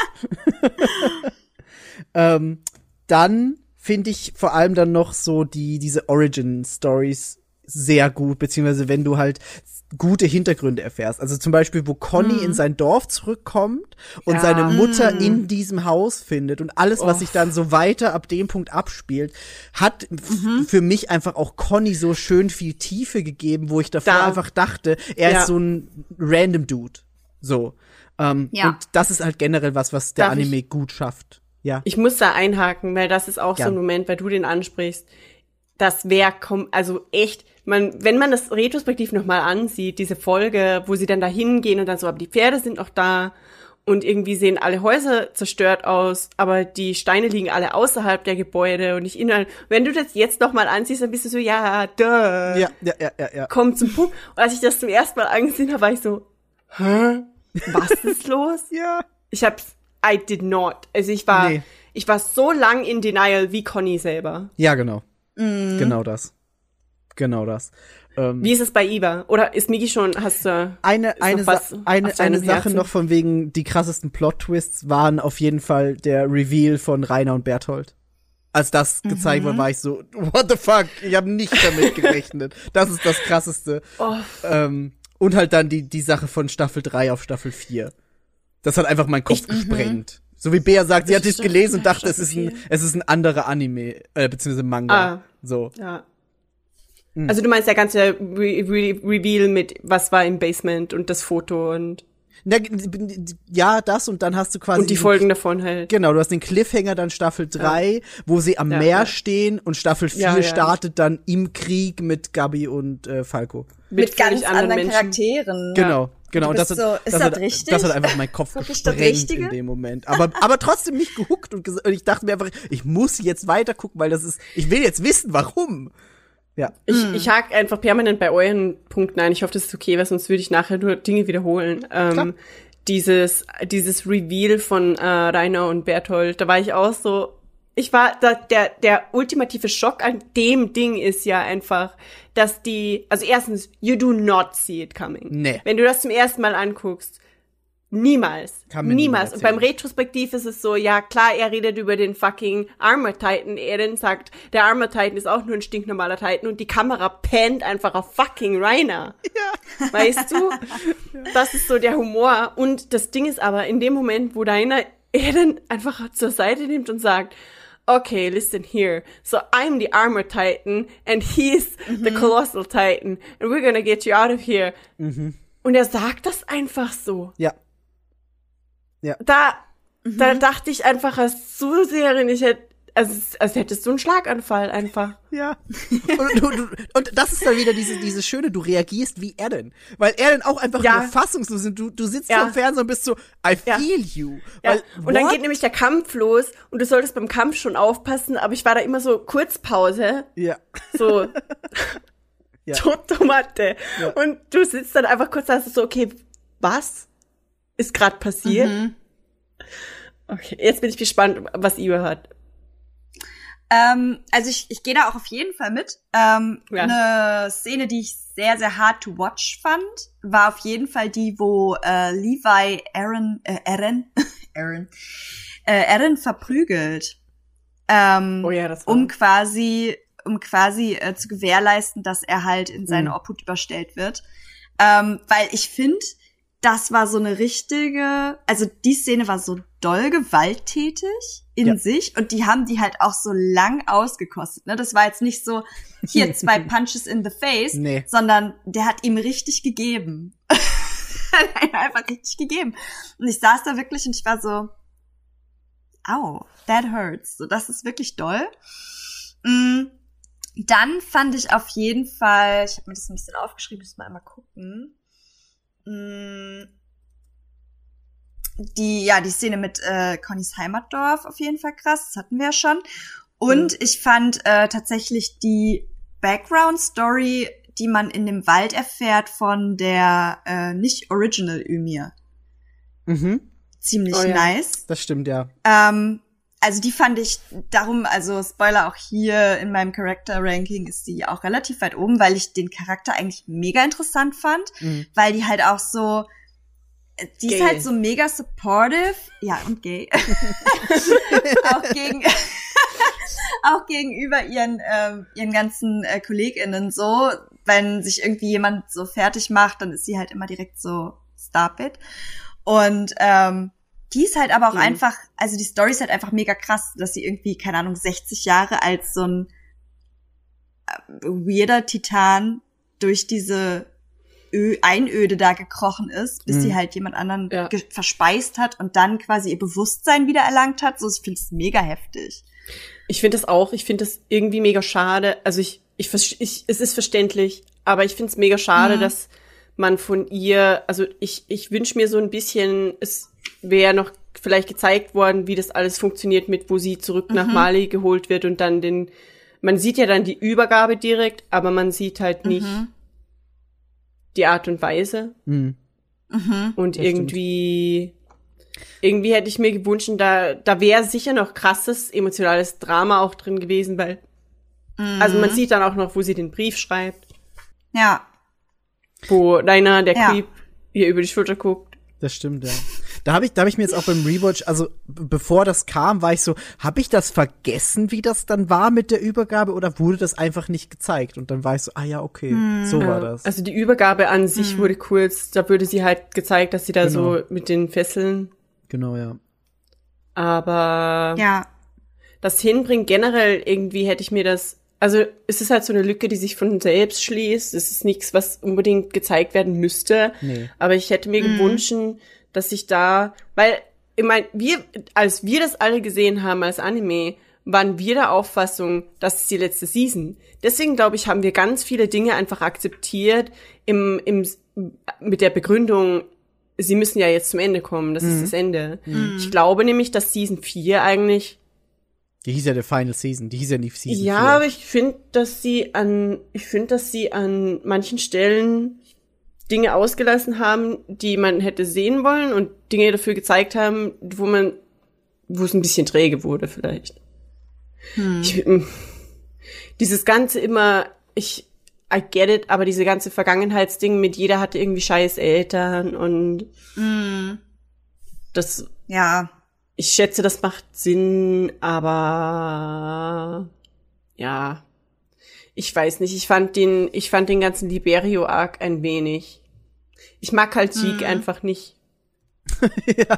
Dann finde ich vor allem dann noch so diese Origin-Stories sehr gut, beziehungsweise wenn du halt gute Hintergründe erfährst. Also zum Beispiel, wo Conny in sein Dorf zurückkommt und seine Mutter in diesem Haus findet und alles, was sich dann so weiter ab dem Punkt abspielt, hat für mich einfach auch Conny so schön viel Tiefe gegeben, wo ich davor einfach dachte, er ist so ein random Dude. So. Und das ist halt generell was der Anime gut schafft. Ja. Ich muss da einhaken, weil das ist auch so ein Moment, weil du den ansprichst. das wäre, also echt, wenn man das retrospektiv nochmal ansieht, diese Folge, wo sie dann da hingehen und dann so, aber die Pferde sind noch da und irgendwie sehen alle Häuser zerstört aus, aber die Steine liegen alle außerhalb der Gebäude und nicht innerhalb. Wenn du das jetzt nochmal ansiehst, dann bist du so, ja, duh. Ja. Komm zum Punkt. Und als ich das zum ersten Mal angesehen habe, war ich so, hä? Was ist los? Ja. I did not. Also ich war so lang in Denial wie Conny selber. Ja, genau. Genau das. Wie ist es bei Iva? Oder ist Migi schon, hast du eine Sache Herzen? noch von wegen, die krassesten Plot-Twists waren auf jeden Fall der Reveal von Rainer und Berthold. Als das gezeigt wurde, war ich so, what the fuck? Ich habe nicht damit gerechnet. Das ist das Krasseste. Oh. Und halt dann die Sache von Staffel 3 auf Staffel 4. Das hat einfach meinen Kopf gesprengt. So wie Bea sagt, sie hat es gelesen und dachte, es ist ein anderer Anime, beziehungsweise Manga. So. Ja. Also du meinst der ganze Reveal mit, was war im Basement und das Foto und ja, das und dann hast du quasi und die Folgen davon halt. Genau, du hast den Cliffhanger dann Staffel 3, wo sie am Meer stehen und Staffel 4 startet dann im Krieg mit Gabi und Falco. Mit ganz anderen Menschen. Charakteren. Genau. Und das richtig? Das hat einfach meinen Kopf gesprengt in dem Moment. Aber trotzdem nicht gehuckt und ich dachte mir einfach, ich muss jetzt weiter gucken, weil ich will jetzt wissen, warum. Ja. Ich hake einfach permanent bei euren Punkten ein. Ich hoffe, das ist okay, weil sonst würde ich nachher nur Dinge wiederholen. Dieses Reveal von Rainer und Berthold, da war ich auch so, der ultimative Schock an dem Ding ist ja einfach, dass also erstens, you do not see it coming. Nee. Wenn du das zum ersten Mal anguckst, niemals. Kann mir Niemals. Und beim erzählen. Retrospektiv ist es so, ja klar, er redet über den fucking Armor Titan. Er dann sagt, der Armor Titan ist auch nur ein stinknormaler Titan und die Kamera pennt einfach auf fucking Rainer. Ja. Weißt du? Das ist so der Humor. Und das Ding ist aber, in dem Moment, wo Rainer er dann einfach zur Seite nimmt und sagt, okay, listen here. So I'm the Armor Titan and he's the Colossal Titan and we're gonna get you out of here. Und er sagt das einfach so. Ja. Da dachte ich einfach als Zuseherin, als hättest du einen Schlaganfall einfach. Ja. Und das ist dann wieder diese schöne, du reagierst wie Eren. Weil Eren auch einfach nur fassungslos ist. Du sitzt vor dem Fernseher und bist so, I feel you. Ja. Weil, und dann geht nämlich der Kampf los und du solltest beim Kampf schon aufpassen, aber ich war da immer so Kurzpause. Ja. So. Ja. Tomate. Ja. Und du sitzt dann einfach kurz da so, okay, was ist gerade passiert? Okay, jetzt bin ich gespannt, was Iva hat. Also ich gehe da auch auf jeden Fall mit. Eine Szene, die ich sehr, sehr hard to watch fand, war auf jeden Fall die, wo Levi Eren verprügelt. Das war um quasi zu gewährleisten, dass er halt in seine Obhut überstellt wird. Weil ich finde, das war so eine richtige, also die Szene war so doll gewalttätig in sich und die haben die halt auch so lang ausgekostet, ne? Das war jetzt nicht so, hier 2 Punches in the face, sondern der hat ihm richtig gegeben. Hat ihm einfach richtig gegeben. Und ich saß da wirklich und ich war so, au, that hurts. So, das ist wirklich doll. Dann fand ich auf jeden Fall, ich habe mir das ein bisschen aufgeschrieben, muss mal einmal gucken. Die Szene mit Connys Heimatdorf auf jeden Fall krass, das hatten wir ja schon. Und ich fand tatsächlich die Background-Story, die man in dem Wald erfährt von der nicht Original Ymir. Ziemlich nice. Das stimmt, ja. Also die fand ich darum, also Spoiler auch hier in meinem Character-Ranking ist die auch relativ weit oben, weil ich den Charakter eigentlich mega interessant fand, weil die halt auch so, die gay. ist halt so mega supportive, ja, und gay. auch gegenüber ihren ganzen KollegInnen so, wenn sich irgendwie jemand so fertig macht, dann ist sie halt immer direkt so, stop it. Und die ist halt aber auch einfach, also die Story ist halt einfach mega krass, dass sie irgendwie, keine Ahnung, 60 Jahre als so ein weirder Titan durch diese Einöde da gekrochen ist, bis sie halt jemand anderen verspeist hat und dann quasi ihr Bewusstsein wieder erlangt hat. So, ich finde es mega heftig. Ich finde das auch. Ich finde das irgendwie mega schade. Also es ist verständlich, aber ich finde es mega schade, dass man von ihr, also ich wünsche mir so ein bisschen, es wäre noch vielleicht gezeigt worden, wie das alles funktioniert mit, wo sie zurück nach Mali geholt wird und dann man sieht ja dann die Übergabe direkt, aber man sieht halt nicht die Art und Weise. Und irgendwie hätte ich mir gewünscht, da wäre sicher noch krasses emotionales Drama auch drin gewesen, weil also man sieht dann auch noch, wo sie den Brief schreibt. Ja. Wo Rainer, der Creep, ihr über die Schulter guckt. Das stimmt, ja. Da hab ich mir jetzt auch beim Rewatch, also bevor das kam, war ich so, habe ich das vergessen, wie das dann war mit der Übergabe oder wurde das einfach nicht gezeigt? Und dann war ich so, ah ja, okay, so war das. Also die Übergabe an sich wurde kurz, da wurde sie halt gezeigt, dass sie da so mit den Fesseln. Genau, ja. Aber das Hinbringen generell irgendwie hätte ich mir das, also es ist halt so eine Lücke, die sich von selbst schließt. Es ist nichts, was unbedingt gezeigt werden müsste. Nee. Aber ich hätte mir gewünscht, dass ich da, weil, ich meine, als wir das alle gesehen haben als Anime, waren wir der Auffassung, das ist die letzte Season. Deswegen, glaube ich, haben wir ganz viele Dinge einfach akzeptiert mit der Begründung, sie müssen ja jetzt zum Ende kommen, das ist das Ende. Ich glaube nämlich, dass Season 4 eigentlich die hieß ja der Final Season, die hieß ja nicht Season 4. Ja, aber ich finde, dass sie an manchen Stellen Dinge ausgelassen haben, die man hätte sehen wollen und Dinge dafür gezeigt haben, wo es ein bisschen träge wurde vielleicht. Dieses ganze immer, I get it, aber diese ganze Vergangenheitsding mit jeder hatte irgendwie scheiß Eltern und das, ich schätze, das macht Sinn, aber ja, ich weiß nicht, ich fand den ganzen Liberio-Arc ein wenig. Ich mag halt Zeke einfach nicht. Ja.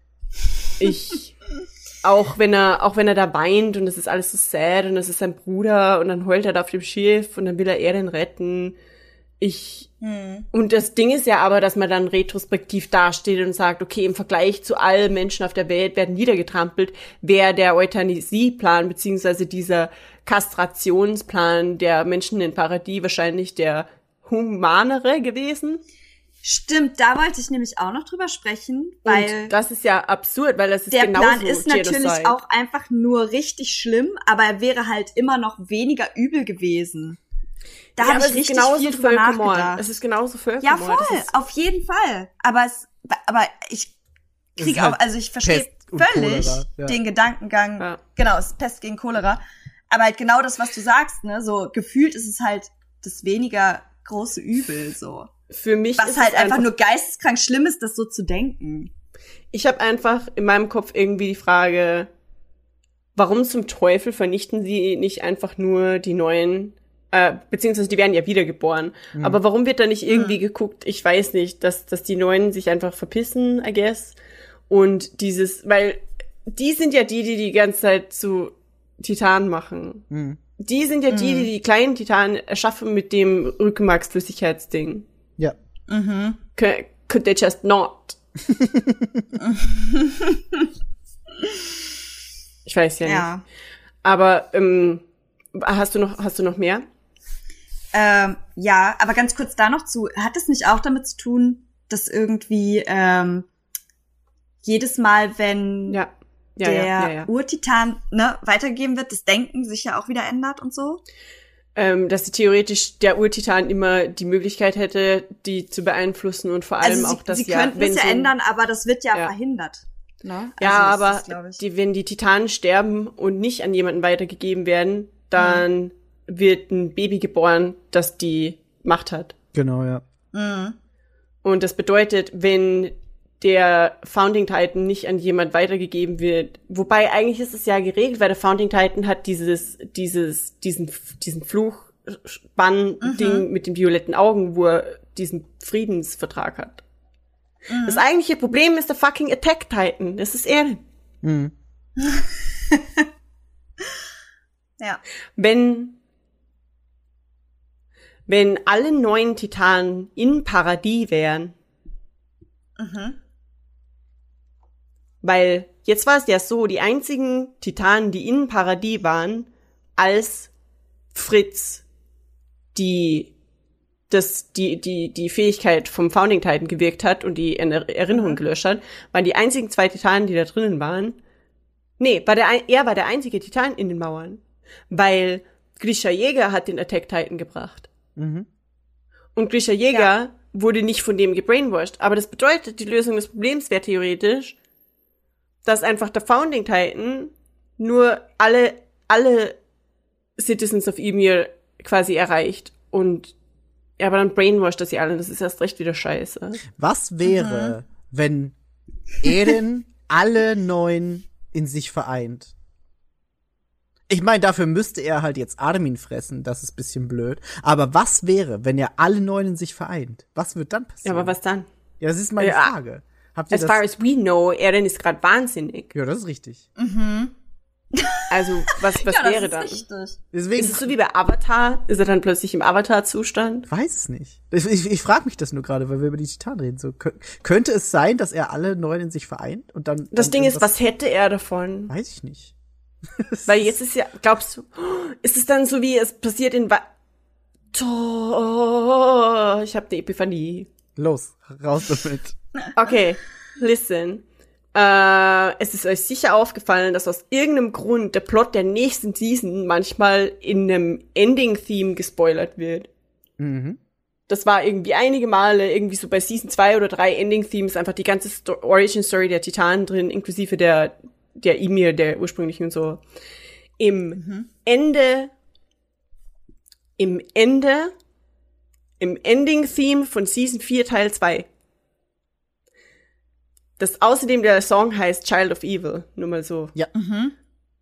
Auch wenn er da weint und es ist alles so sad und es ist sein Bruder und dann heult er da auf dem Schiff und dann will er den retten. Und das Ding ist ja aber, dass man dann retrospektiv dasteht und sagt, okay, im Vergleich zu allen Menschen auf der Welt werden niedergetrampelt, wäre der Euthanasieplan beziehungsweise dieser Kastrationsplan der Menschen in Paradis wahrscheinlich der humanere gewesen. Stimmt, da wollte ich nämlich auch noch drüber sprechen, weil und das ist ja absurd, weil das ist der genauso Plan ist natürlich Genocide. auch einfach nur richtig schlimm, aber er wäre halt immer noch weniger übel gewesen. Da habe ich richtig viel drüber nachgedacht. Es ist genauso Völkermord. Ja, voll, auf jeden Fall. Aber ich kriege auch, also ich verstehe völlig Cholera, den Gedankengang. Genau, es ist Pest gegen Cholera. Aber halt genau das, was du sagst, ne, so gefühlt ist es halt das weniger große Übel, so. Für mich was ist halt einfach nur geisteskrank schlimm ist, das so zu denken. Ich habe einfach in meinem Kopf irgendwie die Frage, warum zum Teufel vernichten sie nicht einfach nur die neuen, beziehungsweise die werden ja wiedergeboren. Aber warum wird da nicht irgendwie geguckt, ich weiß nicht, dass die Neuen sich einfach verpissen, I guess. Und weil die sind ja die ganze Zeit zu Titanen machen. Die sind ja die kleinen Titanen erschaffen mit dem Rückenmarksflüssigkeitsding. Ja. Could they just not? Ich weiß ja nicht. Aber hast du noch mehr? Ja, aber ganz kurz da noch zu. Hat es nicht auch damit zu tun, dass irgendwie jedes Mal, wenn der Urtitan weitergegeben wird, das Denken sich ja auch wieder ändert und so? Dass theoretisch der Urtitan immer die Möglichkeit hätte, die zu beeinflussen und vor allem auch, dass sie könnten es ja ändern, aber das wird ja verhindert. Ne? Ja, aber wenn die Titanen sterben und nicht an jemanden weitergegeben werden, dann wird ein Baby geboren, das die Macht hat. Genau, ja. Und das bedeutet, wenn der Founding Titan nicht an jemand weitergegeben wird, wobei eigentlich ist es ja geregelt, weil der Founding Titan hat diesen Fluchspann-Ding mit den violetten Augen, wo er diesen Friedensvertrag hat. Das eigentliche Problem ist der fucking Attack Titan. Das ist er. Ja. Wenn alle 9 Titanen in Paradis wären, weil Jetzt war es ja so, die einzigen Titanen, die in Paradis waren, als Fritz die Fähigkeit vom Founding Titan gewirkt hat und die Erinnerung gelöscht hat, waren die einzigen 2 Titanen, die da drinnen waren. Nee, er war der einzige Titan in den Mauern. Weil Grisha Jäger hat den Attack Titan gebracht. Mhm. Und Grisha Jäger wurde nicht von dem gebrainwashed. Aber das bedeutet, die Lösung des Problems wäre theoretisch, dass einfach der Founding Titan nur alle Citizens of Ymir quasi erreicht. Und aber dann brainwashed das sie alle. Das ist erst recht wieder scheiße. Was wäre, wenn Eren alle 9 in sich vereint? Ich meine, dafür müsste er halt jetzt Armin fressen. Das ist ein bisschen blöd. Aber was wäre, wenn er alle 9 in sich vereint? Was wird dann passieren? Ja, aber was dann? Ja, das ist meine Frage. Habt ihr as far as we know, Eren ist gerade wahnsinnig. Ja, das ist richtig. Mhm. Also, was wäre dann? Richtig. Deswegen ist es so wie bei Avatar? Ist er dann plötzlich im Avatar-Zustand? Weiß es nicht. Ich frage mich das nur gerade, weil wir über die Titanen reden. So, könnte es sein, dass er alle 9 in sich vereint? Und dann das Ding ist, was hätte er davon? Weiß ich nicht. Weil jetzt ist ja, glaubst du, ist es dann so wie es passiert in ich habe eine Epiphanie. Los, raus damit. Okay, listen. Es ist euch sicher aufgefallen, dass aus irgendeinem Grund der Plot der nächsten Season manchmal in einem Ending-Theme gespoilert wird. Mhm. Das war irgendwie einige Male, irgendwie so bei Season 2 oder 3 Ending-Themes, einfach die ganze Origin-Story der Titanen drin, inklusive der Ymir, der ursprünglichen und so. Im Ending-Theme von Season 4 Teil 2. Das außerdem der Song heißt Child of Evil, nur mal so. Ja. Mhm.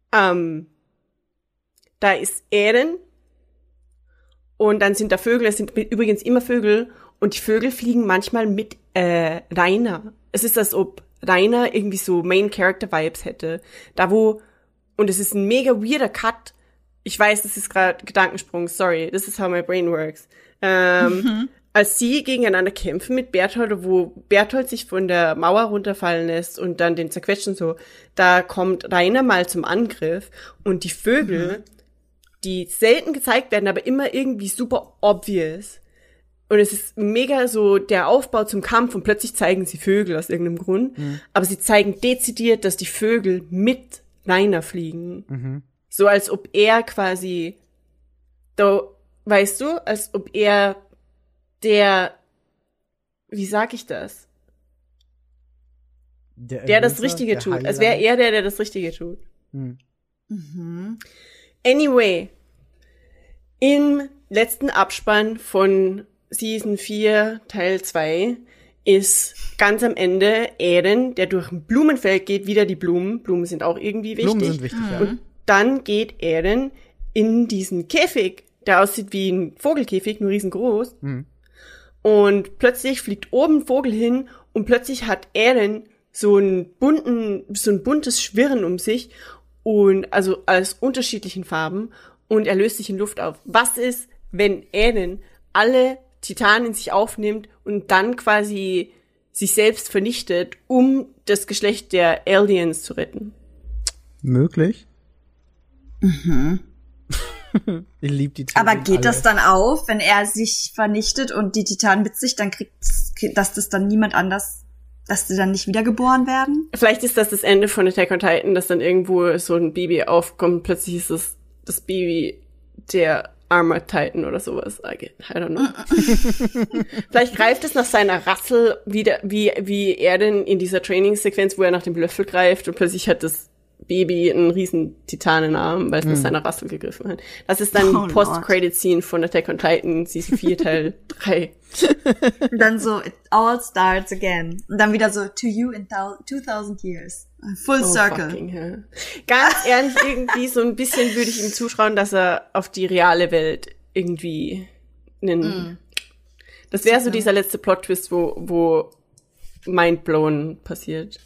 Da ist Eren und dann sind da Vögel, es sind übrigens immer Vögel und die Vögel fliegen manchmal mit Rainer. Es ist, als ob Rainer irgendwie so Main-Character-Vibes hätte. Und es ist ein mega weirder Cut. Ich weiß, das ist gerade Gedankensprung, sorry, this is how my brain works. Als sie gegeneinander kämpfen mit Berthold, wo Berthold sich von der Mauer runterfallen lässt und dann den zerquetscht und so, da kommt Rainer mal zum Angriff und die Vögel, die selten gezeigt werden, aber immer irgendwie super obvious. Und es ist mega so der Aufbau zum Kampf und plötzlich zeigen sie Vögel aus irgendeinem Grund. Mhm. Aber sie zeigen dezidiert, dass die Vögel mit Rainer fliegen. Mhm. So als ob er quasi, weißt du, als ob er wie sag ich das? Der das Richtige tut. Als wäre er der das Richtige tut. Mhm. Anyway, im letzten Abspann von Season 4 Teil 2 ist ganz am Ende Eren, der durch ein Blumenfeld geht, wieder die Blumen. Blumen sind auch irgendwie wichtig. Blumen sind wichtig, ja. Und dann geht Eren in diesen Käfig, der aussieht wie ein Vogelkäfig, nur riesengroß. Mhm. Und plötzlich fliegt oben ein Vogel hin und plötzlich hat Eren so ein buntes Schwirren um sich und also aus unterschiedlichen Farben und er löst sich in Luft auf. Was ist, wenn Eren alle Titanen in sich aufnimmt und dann quasi sich selbst vernichtet, um das Geschlecht der Aliens zu retten? Möglich. Mhm. Ich liebe die Theorien. Aber geht das dann auf, wenn er sich vernichtet und die Titanen mit sich, dann dass das dann niemand anders, dass sie dann nicht wiedergeboren werden? Vielleicht ist das Ende von Attack on Titan, dass dann irgendwo so ein Baby aufkommt, plötzlich ist es das Baby der Armored Titan oder sowas. I don't know. Vielleicht greift es nach seiner Rassel wieder, wie er denn in dieser Trainingssequenz, wo er nach dem Löffel greift und plötzlich hat das Baby einen riesen Titanenarm, weil es nach seiner Rassel gegriffen hat. Das ist dann die Post-Credit-Scene von Attack on Titan, Season 4, Teil 3. Und dann so, it all starts again. Und dann wieder so, to you in 2000 years. Full circle. Fucking hell. Ganz ehrlich, irgendwie so ein bisschen würde ich ihm zutrauen, dass er auf die reale Welt irgendwie Das wäre so dieser letzte Plot-Twist, wo Mindblown passiert.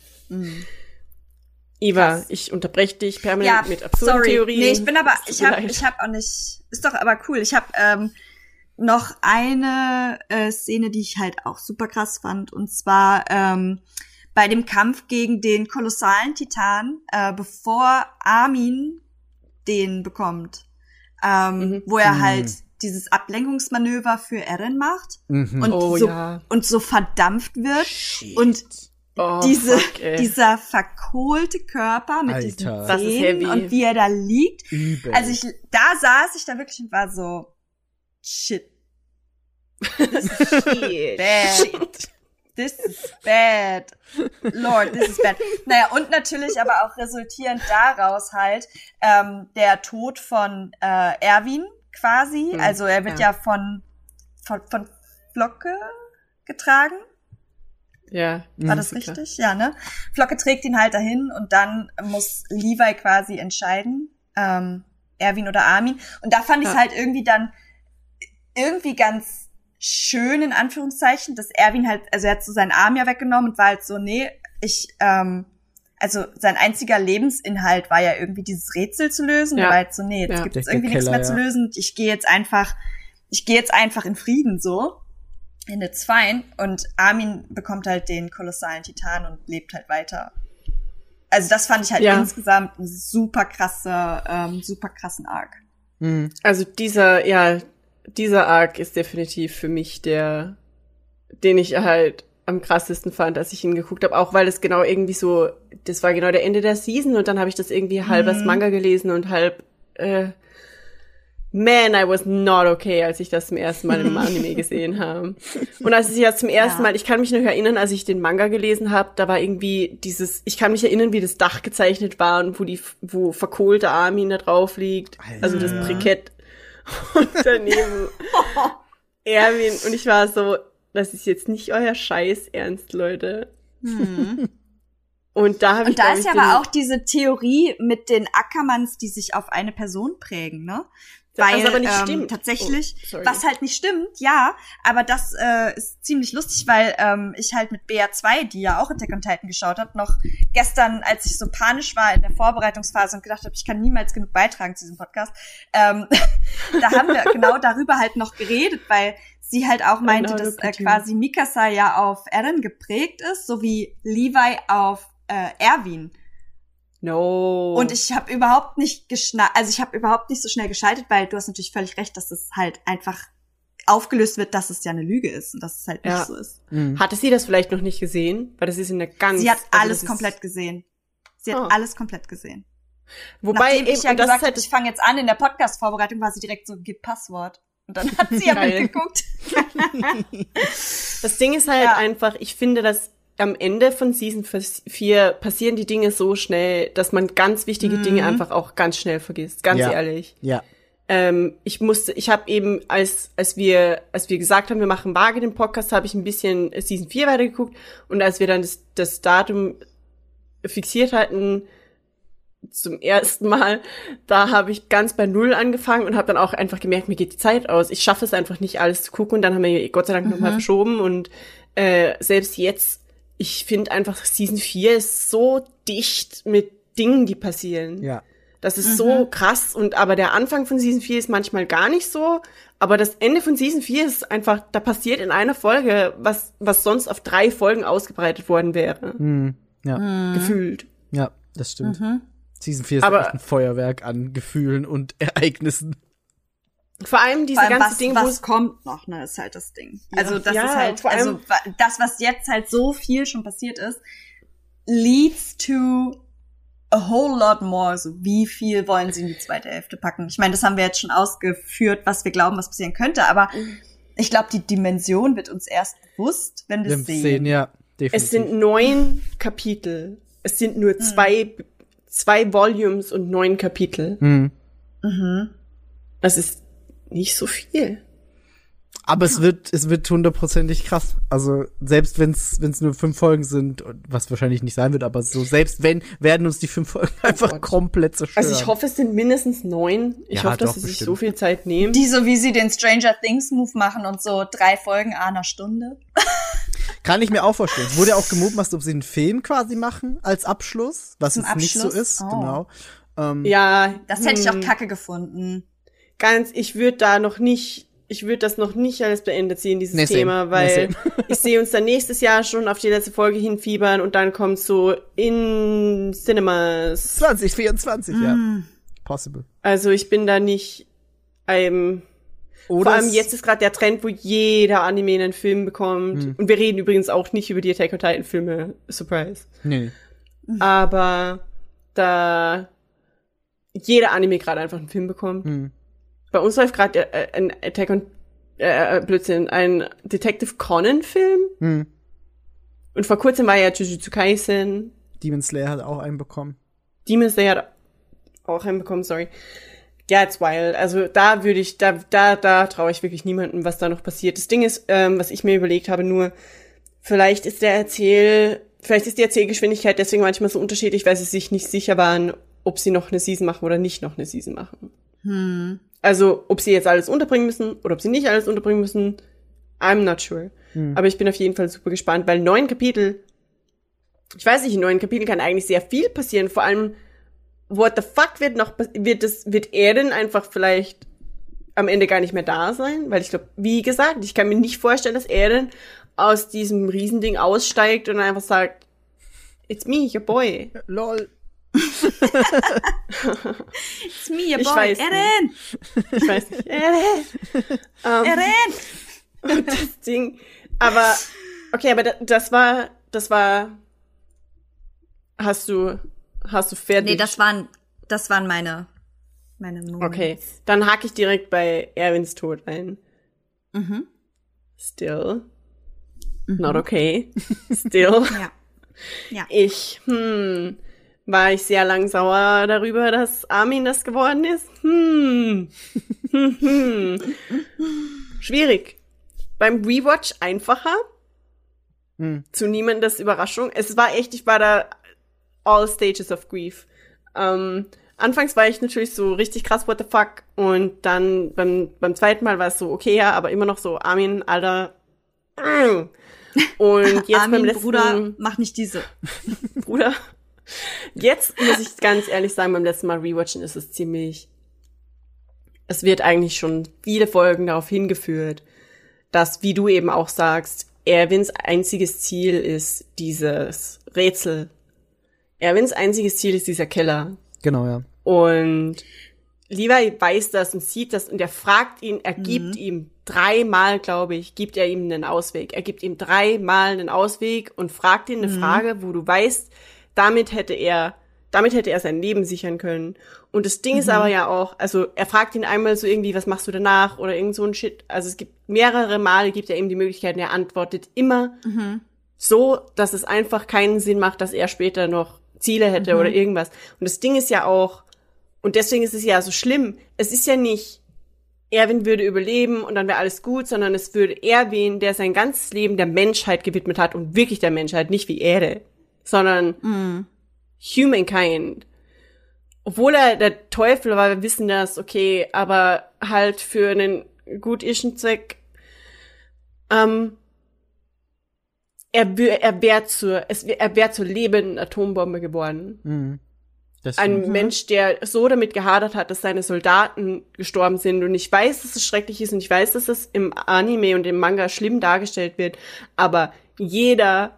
Eva, krass. Ich unterbreche dich permanent mit absurden Theorien. Nee, ich hab auch nicht, ist doch aber cool. Ich habe noch eine Szene, die ich halt auch super krass fand, und zwar bei dem Kampf gegen den kolossalen Titan, bevor Armin den bekommt, wo er halt dieses Ablenkungsmanöver für Eren macht und so verdampft wird. Shit. Und dieser verkohlte Körper mit diesen Zähnen und wie er da liegt. Übel. Also da saß ich da wirklich und war so, shit. Bad. This is bad. Lord, this is bad. Naja, und natürlich aber auch resultierend daraus halt der Tod von Erwin quasi. Also er wird ja von Flocke getragen. Ja. War das richtig? Ja, ne? Flocke trägt ihn halt dahin und dann muss Levi quasi entscheiden, Erwin oder Armin. Und da fand ich es halt irgendwie ganz schön, in Anführungszeichen, dass Erwin halt, also er hat so seinen Arm ja weggenommen und war halt so, nee, also sein einziger Lebensinhalt war ja irgendwie dieses Rätsel zu lösen. Er war halt so, nee, jetzt gibt es irgendwie nichts mehr zu lösen. Ich gehe jetzt einfach in Frieden so. And it's fine. Und Armin bekommt halt den kolossalen Titan und lebt halt weiter. Also das fand ich halt insgesamt einen super krassen Arc. Also dieser Arc ist definitiv für mich den ich halt am krassesten fand, als ich ihn geguckt habe. Auch weil es genau irgendwie so, das war genau der Ende der Season und dann habe ich das irgendwie halb als Manga gelesen und halb Man, I was not okay, als ich das zum ersten Mal im Anime gesehen habe. Und als ich ja zum ersten Mal, ich kann mich noch erinnern, als ich den Manga gelesen habe, da war irgendwie ich kann mich erinnern, wie das Dach gezeichnet war und wo verkohlte Armin da drauf liegt. Alter. Also das Brikett. Und daneben Erwin. Und ich war so, das ist jetzt nicht euer Scheiß Ernst, Leute. Und da ist ja aber auch diese Theorie mit den Ackermanns, die sich auf eine Person prägen, ne? Weil, was aber nicht stimmt. Tatsächlich, was halt nicht stimmt, ja, aber das ist ziemlich lustig, weil ich halt mit BR2, die ja auch Attack on Titan geschaut hat, noch gestern, als ich so panisch war in der Vorbereitungsphase und gedacht habe, ich kann niemals genug beitragen zu diesem Podcast, da haben wir genau darüber halt noch geredet, weil sie halt auch meinte, dass quasi Mikasa ja auf Eren geprägt ist, so wie Levi auf Erwin. No. Und ich habe überhaupt nicht so schnell geschaltet, weil du hast natürlich völlig recht, dass es halt einfach aufgelöst wird, dass es ja eine Lüge ist und dass es halt nicht so ist. Hatte sie das vielleicht noch nicht gesehen? Weil das ist in der Sie hat alles komplett gesehen. Alles komplett gesehen. Wobei nachdem ich ja gesagt habe, ich fange jetzt an in der Podcast-Vorbereitung, war sie direkt so, gib Passwort. Und dann hat sie ja mitgeguckt. Das Ding ist halt einfach, ich finde, dass am Ende von Season 4 passieren die Dinge so schnell, dass man ganz wichtige Dinge einfach auch ganz schnell vergisst. Ganz ehrlich. Ja. Ich habe eben, als wir gesagt haben, wir machen vage den Podcast, habe ich ein bisschen Season 4 weitergeguckt und als wir dann das Datum fixiert hatten, zum ersten Mal, da habe ich ganz bei Null angefangen und habe dann auch einfach gemerkt, mir geht die Zeit aus. Ich schaffe es einfach nicht, alles zu gucken und dann haben wir Gott sei Dank nochmal verschoben und selbst jetzt, ich finde einfach, Season 4 ist so dicht mit Dingen, die passieren. Ja. Das ist so krass aber der Anfang von Season 4 ist manchmal gar nicht so, aber das Ende von Season 4 ist einfach, da passiert in einer Folge, was sonst auf 3 Folgen ausgebreitet worden wäre. Ja. Gefühlt. Ja, das stimmt. Season 4 ist echt ein Feuerwerk an Gefühlen und Ereignissen. Vor allem diese ganze Ding, was kommt noch, ne, ist halt das Ding. Also das ist halt, also das, was jetzt halt so viel schon passiert ist, leads to a whole lot more. So wie viel wollen sie in die zweite Hälfte packen? Ich meine, das haben wir jetzt schon ausgeführt, was wir glauben, was passieren könnte, aber ich glaube, die Dimension wird uns erst bewusst, wenn wir es sehen. Ja, definitiv. Es sind 9 Kapitel. Es sind nur 2 Volumes und 9 Kapitel. Das ist nicht so viel. Aber es wird 100%ig krass. Also, selbst wenn's nur 5 Folgen sind, was wahrscheinlich nicht sein wird, aber so, selbst wenn, werden uns die 5 Folgen einfach komplett zerstören. Also, ich hoffe, es sind mindestens 9. Ich hoffe, dass sie sich so viel Zeit nehmen. Die, so wie sie den Stranger Things Move machen und so 3 Folgen einer Stunde. Kann ich mir auch vorstellen. Es wurde ja auch gemutmaßt, ob sie einen Film quasi machen als Abschluss, was jetzt nicht so ist, genau. Ja. Das hätte ich auch kacke gefunden. Ich würde ich würde das noch nicht alles beendet sehen, dieses Nee, same. Thema, weil Nee, ich sehe uns dann nächstes Jahr schon auf die letzte Folge hinfiebern und dann kommt so in Cinemas. 2024, ja. Possible. Also ich bin da nicht Oder vor allem jetzt ist gerade der Trend, wo jeder Anime einen Film bekommt. Und wir reden übrigens auch nicht über die Attack on Titan Filme. Surprise. Nee. Aber da jeder Anime gerade einfach einen Film bekommt. Bei uns läuft gerade ein Attack on Blödsinn, ein Detective Conan Film. Und vor kurzem war ja Jujutsu Kaisen. Demon Slayer hat auch einen bekommen. Demon Slayer hat auch einen bekommen, sorry. Ja, it's wild. Also da würde ich, da traue ich wirklich niemandem, was da noch passiert. Das Ding ist, was ich mir überlegt habe, nur vielleicht ist die Erzählgeschwindigkeit deswegen manchmal so unterschiedlich, weil sie sich nicht sicher waren, ob sie noch eine Season machen oder nicht noch eine Season machen. Also, ob sie jetzt alles unterbringen müssen oder ob sie nicht alles unterbringen müssen, I'm not sure. Aber ich bin auf jeden Fall super gespannt, weil 9 Kapitel, ich weiß nicht, in 9 Kapiteln kann eigentlich sehr viel passieren, vor allem what the fuck wird er denn einfach vielleicht am Ende gar nicht mehr da sein? Weil ich glaube, wie gesagt, ich kann mir nicht vorstellen, dass er denn aus diesem Riesending aussteigt und einfach sagt, it's me, your boy. Lol. It's me, your Ich boy, weiß Eren! Ich weiß nicht. Eren! Und das Ding, aber, okay, aber das war, hast du fertig? Nee, das waren meine Moments. Okay, dann hake ich direkt bei Erwins Tod ein. Still. Not okay. Still. Ja. War ich sehr lang sauer darüber, dass Armin das geworden ist? Schwierig. Beim Rewatch einfacher. Zu niemandes Überraschung. Es war echt, ich war da all stages of grief. Anfangs war ich natürlich so richtig krass, what the fuck. Und dann beim zweiten Mal war es so, okay, ja, aber immer noch so, Armin, Alter. Und jetzt Armin, beim letzten Bruder, mach nicht diese. Bruder. Jetzt muss ich ganz ehrlich sagen, beim letzten Mal rewatchen ist es wird eigentlich schon viele Folgen darauf hingeführt, dass, wie du eben auch sagst, Erwins einziges Ziel ist dieses Rätsel. Erwins einziges Ziel ist dieser Keller. Genau, ja. Und Levi weiß das und sieht das und er fragt ihn, er gibt ihm 3-mal, glaube ich, gibt er ihm einen Ausweg. Er gibt ihm 3-mal einen Ausweg und fragt ihn eine Frage, wo du weißt, damit hätte er sein Leben sichern können. Und das Ding ist aber ja auch, also er fragt ihn einmal so irgendwie, was machst du danach oder irgend so ein Shit. Also es gibt mehrere Male, gibt er ihm die Möglichkeit und er antwortet immer so, dass es einfach keinen Sinn macht, dass er später noch Ziele hätte oder irgendwas. Und das Ding ist ja auch, und deswegen ist es ja so schlimm, es ist ja nicht, Erwin würde überleben und dann wäre alles gut, sondern es würde Erwin, der sein ganzes Leben der Menschheit gewidmet hat und wirklich der Menschheit, nicht wie Erde, sondern Humankind. Obwohl er der Teufel war, wir wissen das, okay, aber halt für einen gutischen Zweck. Er wäre zur lebenden Atombombe geworden. Ein Mensch, der so damit gehadert hat, dass seine Soldaten gestorben sind. Und ich weiß, dass es schrecklich ist und ich weiß, dass es im Anime und im Manga schlimm dargestellt wird. Aber jeder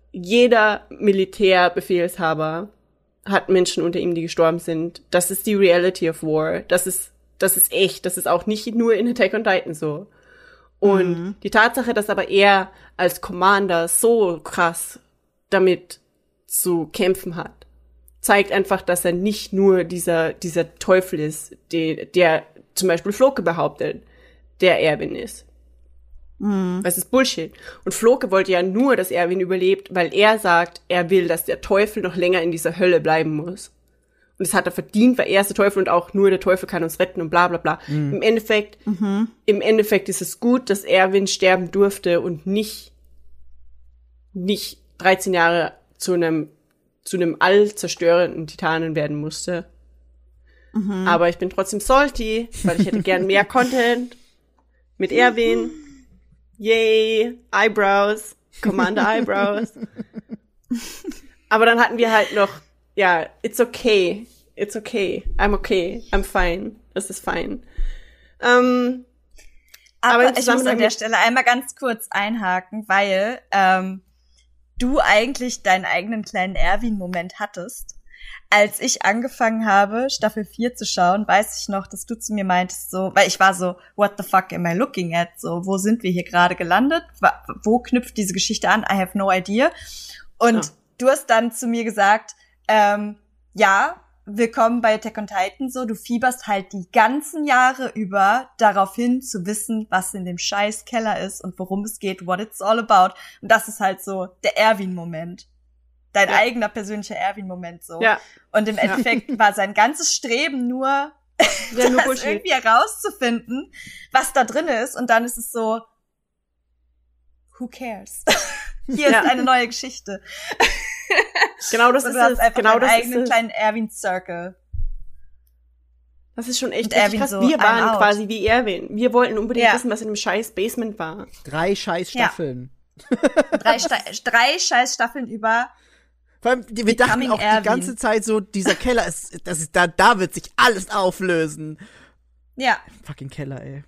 Militärbefehlshaber hat Menschen unter ihm, die gestorben sind. Das ist die Reality of War. Das ist echt. Das ist auch nicht nur in Attack on Titan so. Und die Tatsache, dass aber er als Commander so krass damit zu kämpfen hat, zeigt einfach, dass er nicht nur dieser Teufel ist, der zum Beispiel Floke behauptet, der Erwin ist. Das ist Bullshit. Und Floke wollte ja nur, dass Erwin überlebt, weil er sagt, er will, dass der Teufel noch länger in dieser Hölle bleiben muss. Und das hat er verdient, weil er ist der Teufel und auch nur der Teufel kann uns retten und bla bla bla. Im Endeffekt ist es gut, dass Erwin sterben durfte und nicht 13 Jahre zu einem allzerstörenden Titanen werden musste. Aber ich bin trotzdem salty, weil ich hätte gern mehr Content mit Erwin. Yay, Eyebrows, Commander Eyebrows. Aber dann hatten wir halt noch, ja, it's okay, I'm fine, das ist fein. Aber ich muss an der Stelle einmal ganz kurz einhaken, weil du eigentlich deinen eigenen kleinen Erwin-Moment hattest. Als ich angefangen habe, Staffel 4 zu schauen, weiß ich noch, dass du zu mir meintest, so, weil ich war so, what the fuck am I looking at? So, wo sind wir hier gerade gelandet? Wo knüpft diese Geschichte an? I have no idea. Und du hast dann zu mir gesagt, ja, willkommen bei Attack on Titan, so, du fieberst halt die ganzen Jahre über darauf hin zu wissen, was in dem scheiß Keller ist und worum es geht, what it's all about. Und das ist halt so der Erwin-Moment. Dein eigener persönlicher Erwin-Moment, so. Ja. Und im Endeffekt war sein ganzes Streben nur irgendwie herauszufinden, was da drin ist. Und dann ist es so, who cares? Hier ist eine neue Geschichte. Genau das ist es. Genau das eigenen kleinen Erwin-Circle. Das ist schon echt krass. So, wir waren quasi wie Erwin. Wir wollten unbedingt wissen, was in dem scheiß Basement war. 3 scheiß Staffeln. Ja. 3 scheiß Staffeln über. Vor allem, wir dachten auch die ganze Zeit so, dieser Keller da wird sich alles auflösen. Ja. Fucking Keller, ey.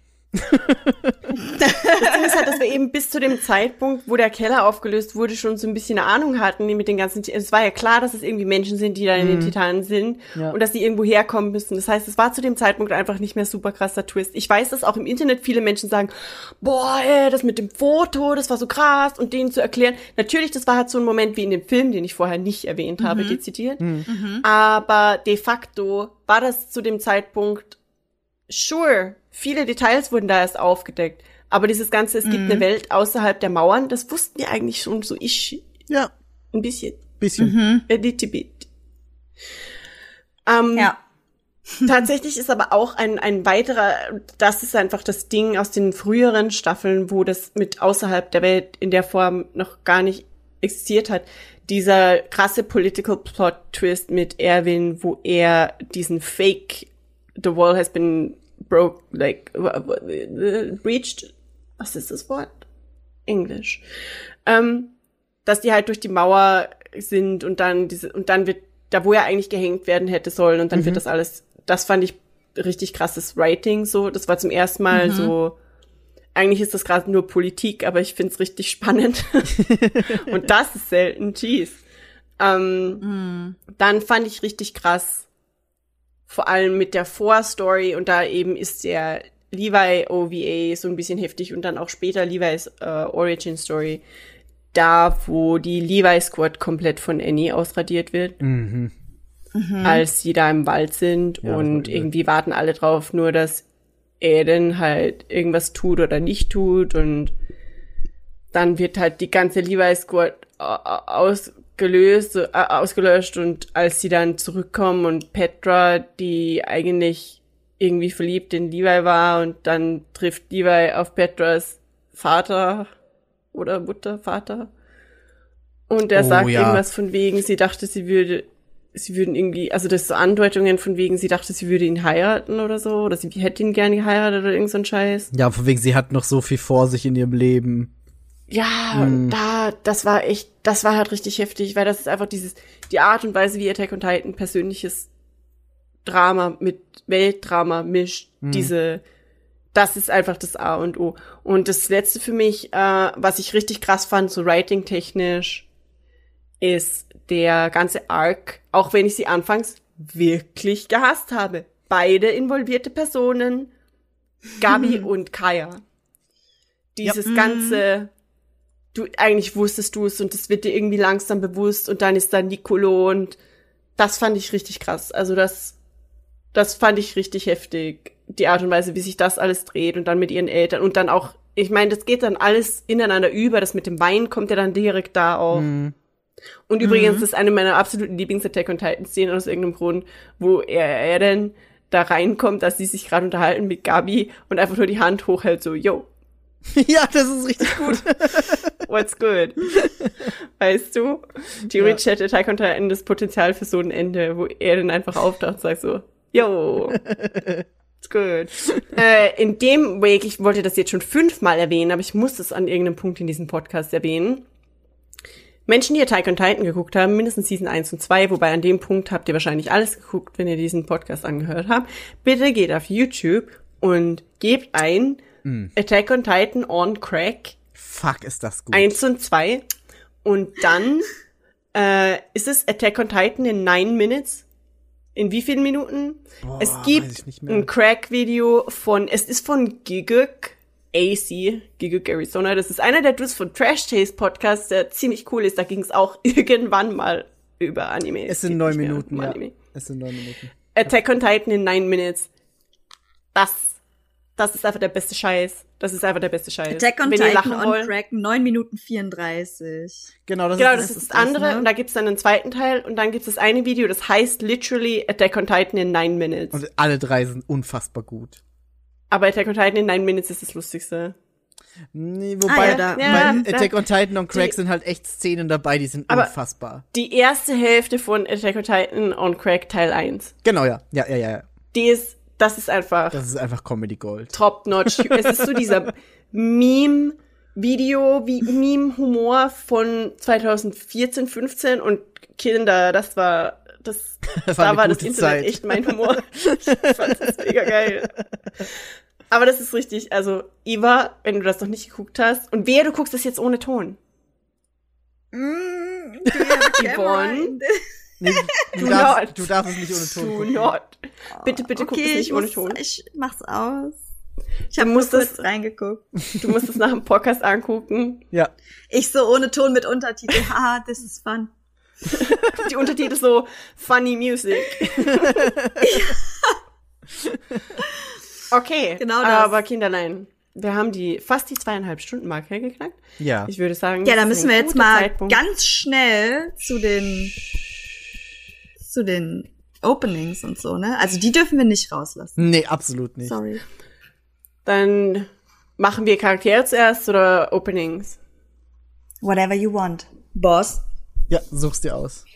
Das Ding ist halt, dass wir eben bis zu dem Zeitpunkt, wo der Keller aufgelöst wurde, schon so ein bisschen eine Ahnung hatten mit den ganzen, es war ja klar, dass es irgendwie Menschen sind, die da in den Titanen sind und dass die irgendwo herkommen müssen. Das heißt, es war zu dem Zeitpunkt einfach nicht mehr super krasser Twist. Ich weiß, dass auch im Internet viele Menschen sagen, boah, ey, das mit dem Foto, das war so krass und denen zu erklären. Natürlich, das war halt so ein Moment wie in dem Film, den ich vorher nicht erwähnt habe, dezidiert. Aber de facto war das zu dem Zeitpunkt sure, viele Details wurden da erst aufgedeckt. Aber dieses Ganze, es gibt eine Welt außerhalb der Mauern, das wussten wir eigentlich schon so ein bisschen. A little bit. Tatsächlich ist aber auch ein weiterer, das ist einfach das Ding aus den früheren Staffeln, wo das mit außerhalb der Welt in der Form noch gar nicht existiert hat. Dieser krasse Political Plot Twist mit Erwin, wo er diesen Fake The wall has been breached. Was ist das Wort? Englisch. Dass die halt durch die Mauer sind und dann wird, da wo er eigentlich gehängt werden hätte sollen und dann wird das alles, das fand ich richtig krasses Writing, so. Das war zum ersten Mal so, eigentlich ist das gerade nur Politik, aber ich find's richtig spannend. Und das ist selten, jeez. Dann fand ich richtig krass, vor allem mit der Vorstory, und da eben ist der Levi OVA so ein bisschen heftig und dann auch später Levi's Origin Story, da wo die Levi Squad komplett von Annie ausradiert wird, als sie da im Wald sind und irgendwie warten alle drauf, nur dass Aiden halt irgendwas tut oder nicht tut, und dann wird halt die ganze Levi Squad ausgelöscht, und als sie dann zurückkommen und Petra, die eigentlich irgendwie verliebt in Levi war, und dann trifft Levi auf Petras Vater oder Mutter, Vater, und der sagt irgendwas von wegen, sie dachte, sie würden irgendwie, also das so Andeutungen von wegen, sie dachte, sie würde ihn heiraten oder so, oder sie hätte ihn gerne geheiratet oder irgend so ein Scheiß. Ja, von wegen, sie hat noch so viel vor sich in ihrem Leben. Ja, das war halt richtig heftig, weil das ist einfach die Art und Weise, wie Attack on Titan persönliches Drama mit Weltdrama mischt, das ist einfach das A und O. Und das Letzte für mich, was ich richtig krass fand, so writing-technisch, ist der ganze Arc, auch wenn ich sie anfangs wirklich gehasst habe. Beide involvierte Personen, Gabi und Kaya. Dieses ganze, eigentlich wusstest du es und es wird dir irgendwie langsam bewusst, und dann ist da Nicolo, und das fand ich richtig krass. Also das fand ich richtig heftig. Die Art und Weise, wie sich das alles dreht, und dann mit ihren Eltern, und dann auch, ich meine, das geht dann alles ineinander über. Das mit dem Wein kommt ja dann direkt da auch. Und übrigens, das ist eine meiner absoluten Lieblings-Attack on Titan-Szenen aus irgendeinem Grund, wo er dann da reinkommt, dass sie sich gerade unterhalten mit Gabi und einfach nur die Hand hochhält, so, yo. Ja, das ist richtig gut. What's good? Weißt du? Theoretisch hätte Attack on Titan das Potenzial für so ein Ende, wo er dann einfach auftaucht und sagt so, yo. It's good. In dem Weg, ich wollte das jetzt schon 5-mal erwähnen, aber ich muss es an irgendeinem Punkt in diesem Podcast erwähnen. Menschen, die Attack on Titan geguckt haben, mindestens Season 1 und 2, wobei an dem Punkt habt ihr wahrscheinlich alles geguckt, wenn ihr diesen Podcast angehört habt. Bitte geht auf YouTube und gebt ein Attack on Titan on Crack. Fuck, ist das gut. 1 und 2. Und dann ist es Attack on Titan in 9 Minutes. In wie vielen Minuten? Boah, es weiß ich gibt nicht mehr. ein Crack-Video es ist von Giguk Arizona. Das ist einer der Dudes von Trash Taste Podcast, der ziemlich cool ist. Da ging es auch irgendwann mal über Anime. Es sind 9 Minuten, ja. Es sind 9 Minuten. Attack on Titan in 9 Minutes. Das ist einfach der beste Scheiß. Das ist einfach der beste Scheiß. Attack on Wenn ihr Titan lachen on wollt. Crack, 9 Minuten 34. Genau, Das ist das andere. ne? Und da gibt's dann einen zweiten Teil. Und dann gibt's das eine Video, das heißt literally Attack on Titan in 9 Minutes. Und alle 3 sind unfassbar gut. Aber Attack on Titan in 9 Minutes ist das Lustigste. Nee, wobei ja, Attack on Titan und Crack sind halt echt Szenen dabei, die sind aber unfassbar. Die erste Hälfte von Attack on Titan on Crack Teil 1. Genau, ja. Ja. Das ist einfach Das ist einfach Comedy Gold. top-notch. Es ist so dieser Meme-Video, wie Meme-Humor von 2014, 15 und Kinder, da war das Internet Zeit. echt mein Humor. Ich fand das mega geil. Aber das ist richtig, also Eva, wenn du das noch nicht geguckt hast, und du guckst das jetzt ohne Ton. Yvonne, Nee, du darfst es nicht ohne Ton do gucken. not. Bitte guck es nicht ohne Ton. Ich mach's aus. Ich Du habe musst kurz es- reingeguckt. Du musst es nach dem Podcast angucken. Ja. Ich so ohne Ton mit Untertitel. Haha, this is fun. Die Untertitel so funny music. Okay, Genau das. aber Kinderlein, wir haben fast die 2,5 Stunden Marke geknackt. Ja. Ich würde sagen, Ja, das da ist müssen ein wir jetzt guter mal Zeitpunkt. ganz schnell zu den Openings und so, ne? Also die dürfen wir nicht rauslassen. Nee, absolut nicht. Sorry. Dann machen wir Charaktere zuerst oder Openings? Whatever you want. Boss. Ja, such's dir aus.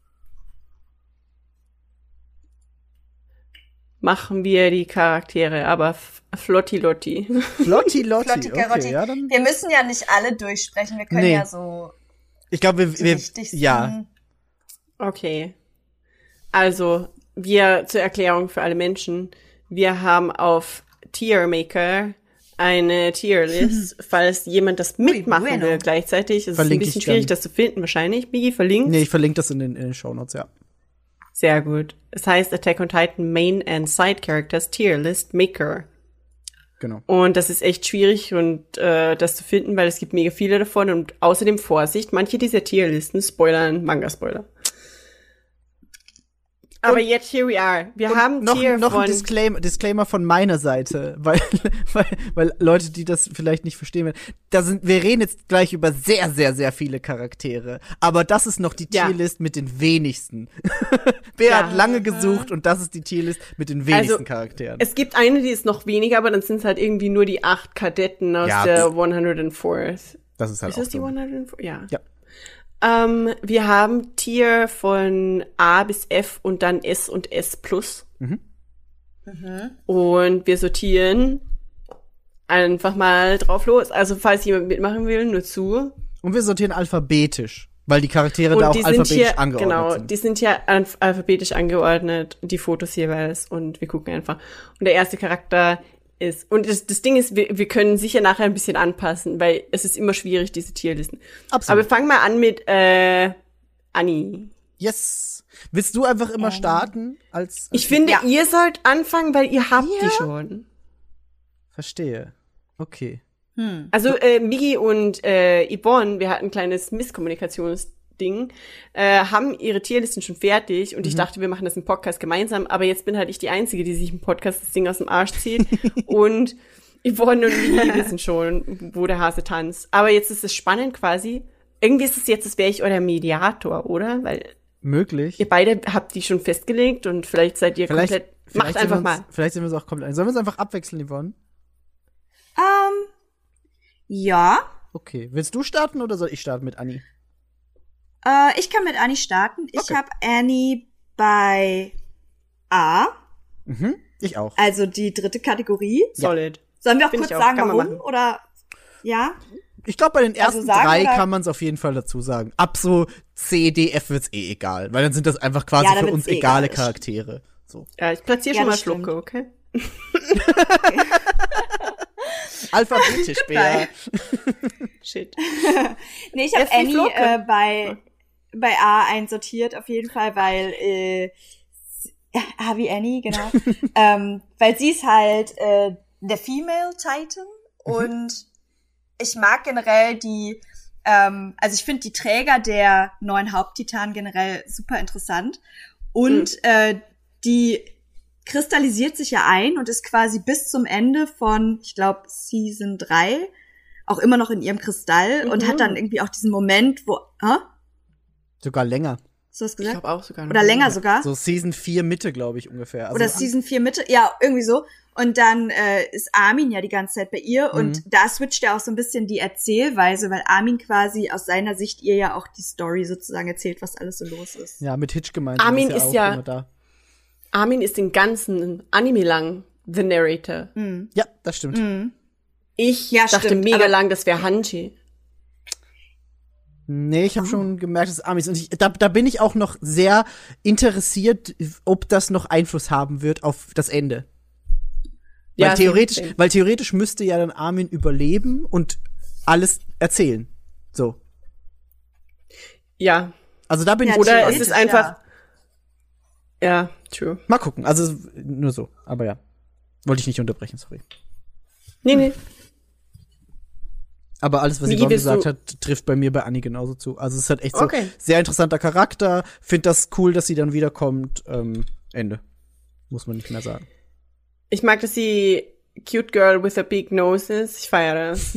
Machen wir die Charaktere, aber Flotti-Lotti. Lotti, Flotti, Karotti. okay, ja, dann. Wir müssen ja nicht alle durchsprechen. Wir können Nee. ja so Ich glaube, die wir wichtigsten. ja. Okay. Also, wir zur Erklärung für alle Menschen. Wir haben auf Tiermaker eine Tierlist, falls jemand das mitmachen bueno. will gleichzeitig. Es ist ein Verlinke bisschen ich schwierig, gern. das zu finden wahrscheinlich. Migi verlinkt. Nee, ich verlinke das in den Shownotes, ja. Sehr gut. Es heißt Attack on Titan Main and Side Characters Tierlist Maker. Genau. Und das ist echt schwierig und das zu finden, weil es gibt mega viele davon und außerdem Vorsicht, manche dieser Tierlisten spoilern Manga-Spoiler. Aber jetzt here we are. Wir haben noch Tier ein von Disclaimer von meiner Seite, weil Leute, die das vielleicht nicht verstehen werden. Wir reden jetzt gleich über sehr, sehr, sehr viele Charaktere. Aber das ist noch die Ja. Tierlist mit den wenigsten. Bea Ja. hat lange gesucht und das ist die Tierlist mit den wenigsten Also, Charakteren. Es gibt eine, die ist noch weniger, aber dann sind es halt irgendwie nur die 8 Kadetten aus Ja, der 104th. Das ist halt Ist auch das die so. 104th? Ja. Ja. Wir haben Tier von A bis F und dann S und S+. Und wir sortieren einfach mal drauf los. Also falls jemand mitmachen will, nur zu. Und wir sortieren alphabetisch, weil die Charaktere da auch die sind alphabetisch hier, angeordnet genau, sind. die sind ja alphabetisch angeordnet, die Fotos jeweils, und wir gucken einfach. Und der erste Charakter ist, und das Ding ist, wir können sicher nachher ein bisschen anpassen, weil es ist immer schwierig, diese Tierlisten. Absolut. Aber wir fangen mal an mit Annie. Yes. Willst du einfach immer starten als Ich finde, ihr sollt anfangen, weil ihr habt die schon. Verstehe. Okay. Also Migi und Yvonne, wir hatten ein kleines Misskommunikationsding, haben ihre Tierlisten schon fertig und ich dachte, wir machen das im Podcast gemeinsam, aber jetzt bin halt ich die Einzige, die sich im Podcast das Ding aus dem Arsch zieht und Yvonne und Migi wissen schon, wo der Hase tanzt. Aber jetzt ist es spannend quasi. Irgendwie ist es jetzt, als wäre ich euer Mediator, oder? Weil Möglich. ihr beide habt die schon festgelegt und vielleicht seid ihr komplett. Macht einfach mal. Vielleicht sind wir uns auch komplett. Sollen wir uns einfach abwechseln, Yvonne? Ja. Okay. Willst du starten oder soll ich starten mit Annie? Ich kann mit Annie starten. Ich Okay. habe Annie bei A, Ich auch. also die dritte Kategorie. Solid. Sollen wir auch Find kurz ich auch. sagen, Kann man warum? machen. Oder ja? Ich glaube, bei den ersten sagen 3 oder- kann man es auf jeden Fall dazu sagen. Ab so C, D, F wird's egal. Weil dann sind das einfach quasi Ja, dann für wird's uns eh egale egal. Charaktere. So. Ja, ich platziere Ja, schon mal das stimmt. Schlucke, okay? Alphabetisch, Bea. Shit. Nee, ich habe Annie bei A einsortiert, auf jeden Fall, weil wie Annie, genau. Weil sie ist halt der Female Titan und ich mag generell also ich finde die Träger der neuen Haupttitanen generell super interessant und die kristallisiert sich ja ein und ist quasi bis zum Ende von, ich glaube, Season 3 auch immer noch in ihrem Kristall und hat dann irgendwie auch diesen Moment, wo, Sogar länger. Hast du das gesagt? Ich glaube auch sogar. Oder länger sogar. So Season 4 Mitte, glaube ich, ungefähr. Also oder Season 4 Mitte, ja, irgendwie so. Und dann ist Armin ja die ganze Zeit bei ihr und da switcht ja auch so ein bisschen die Erzählweise, weil Armin quasi aus seiner Sicht ihr ja auch die Story sozusagen erzählt, was alles so los ist. Ja, mit Hitch gemeinsam. Armin ist ist auch ja immer da. Armin ist den ganzen Anime lang the Narrator. Ja, das stimmt. Ich Ja, dachte stimmt, mega aber- lang, das wäre Hanji. Nee, ich habe schon gemerkt, dass es Armin ist. Und da bin ich auch noch sehr interessiert, ob das noch Einfluss haben wird auf das Ende. Weil, Ja, theoretisch müsste ja dann Armin überleben und alles erzählen. So. Ja. Also da bin ich Oder gespannt. es ist einfach. Ja, true. Mal gucken. Also nur so. Aber ja. Wollte ich nicht unterbrechen, sorry. Nee. Aber alles, was Wie Yvonne willst gesagt du- hat, trifft bei mir bei Annie genauso zu. Also es ist halt echt so Okay. sehr interessanter Charakter. Find das cool, dass sie dann wiederkommt. Ende. Muss man nicht mehr sagen. Ich mag, dass sie Cute Girl with a Big Nose ist. Ich feiere das.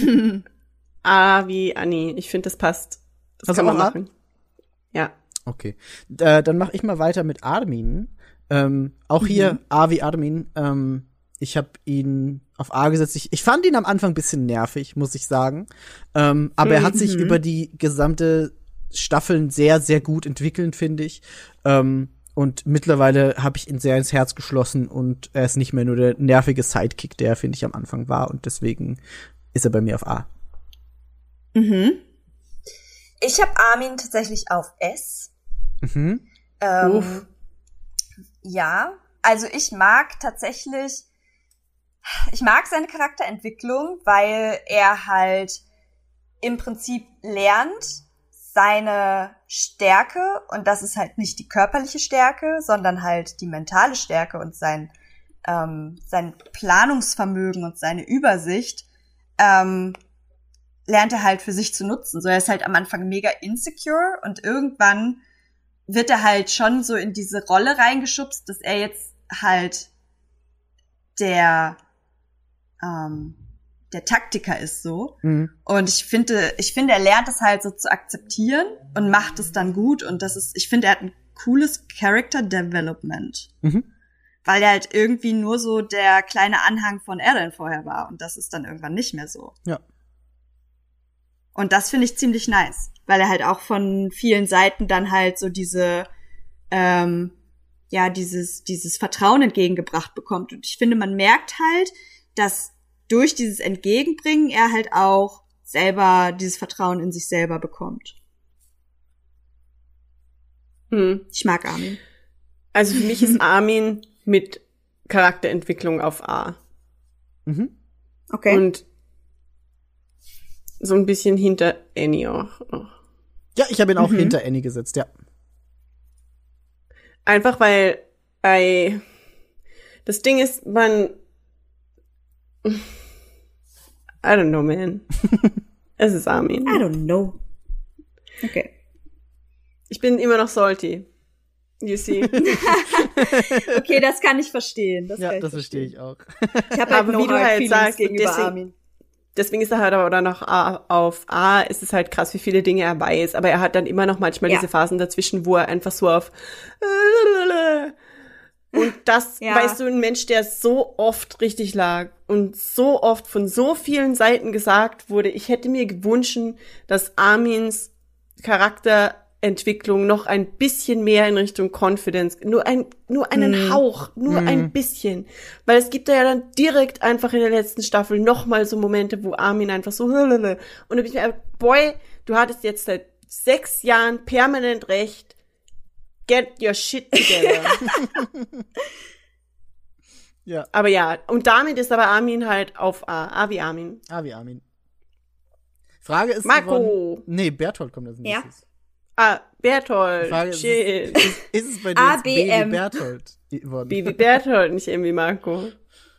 Wie Annie. Ich finde, das passt. Das Hast kann du man auch A? machen. Ja. Okay. Dann mache ich mal weiter mit Armin. Auch hier A wie Armin. Ich habe ihn auf A gesetzt. Ich fand ihn am Anfang ein bisschen nervig, muss ich sagen. Aber er hat sich über die gesamte Staffeln sehr, sehr gut entwickelt, finde ich. Und mittlerweile habe ich ihn sehr ins Herz geschlossen und er ist nicht mehr nur der nervige Sidekick, der, finde ich, am Anfang war. Und deswegen ist er bei mir auf A. Ich habe Armin tatsächlich auf S. Uff. Ja, also ich mag seine Charakterentwicklung, weil er halt im Prinzip lernt, seine Stärke, und das ist halt nicht die körperliche Stärke, sondern halt die mentale Stärke und sein Planungsvermögen und seine Übersicht, lernt er halt für sich zu nutzen. So, er ist halt am Anfang mega insecure und irgendwann wird er halt schon so in diese Rolle reingeschubst, dass er jetzt halt der Taktiker ist so. Und ich finde, er lernt es halt so zu akzeptieren und macht es dann gut. Und ich finde, er hat ein cooles Character Development. Weil er halt irgendwie nur so der kleine Anhang von Eren vorher war. Und das ist dann irgendwann nicht mehr so. Ja. Und das finde ich ziemlich nice. Weil er halt auch von vielen Seiten dann halt so dieses Vertrauen entgegengebracht bekommt. Und ich finde, man merkt halt, dass durch dieses Entgegenbringen er halt auch selber dieses Vertrauen in sich selber bekommt. Ich mag Armin. Also für mich ist Armin mit Charakterentwicklung auf A. Okay. Und so ein bisschen hinter Annie auch noch. Ja, ich habe ihn auch hinter Annie gesetzt, ja. Einfach weil das Ding ist, I don't know, man. Es ist Armin. I don't know. Okay. Ich bin immer noch salty. You see. Okay, das kann ich verstehen. Das verstehe ich auch. Ich habe halt Aber no wie du hard halt feelings sagst, gegenüber Armin. Deswegen ist er halt aber noch auf A, ist es halt krass, wie viele Dinge er weiß. Aber er hat dann immer noch manchmal diese Phasen dazwischen, wo er einfach so auf und das, weißt du, ein Mensch, der so oft richtig lag und so oft von so vielen Seiten gesagt wurde, ich hätte mir gewünscht, dass Armins Charakterentwicklung noch ein bisschen mehr in Richtung Confidence, nur einen Hauch, nur ein bisschen. Weil es gibt da ja dann direkt einfach in der letzten Staffel nochmal so Momente, wo Armin einfach so und da bin ich mir, boy, du hattest jetzt seit 6 Jahren permanent recht. Get your shit together. Ja. Aber ja, und damit ist aber Armin halt auf A. A wie Armin. A wie Armin. Frage ist Marco. Nee, Berthold kommt als Ja. nächstes. Ah, Berthold. Frage ist, Shit. ist es bei dir jetzt B wie Berthold geworden? B wie Berthold, nicht M wie Marco.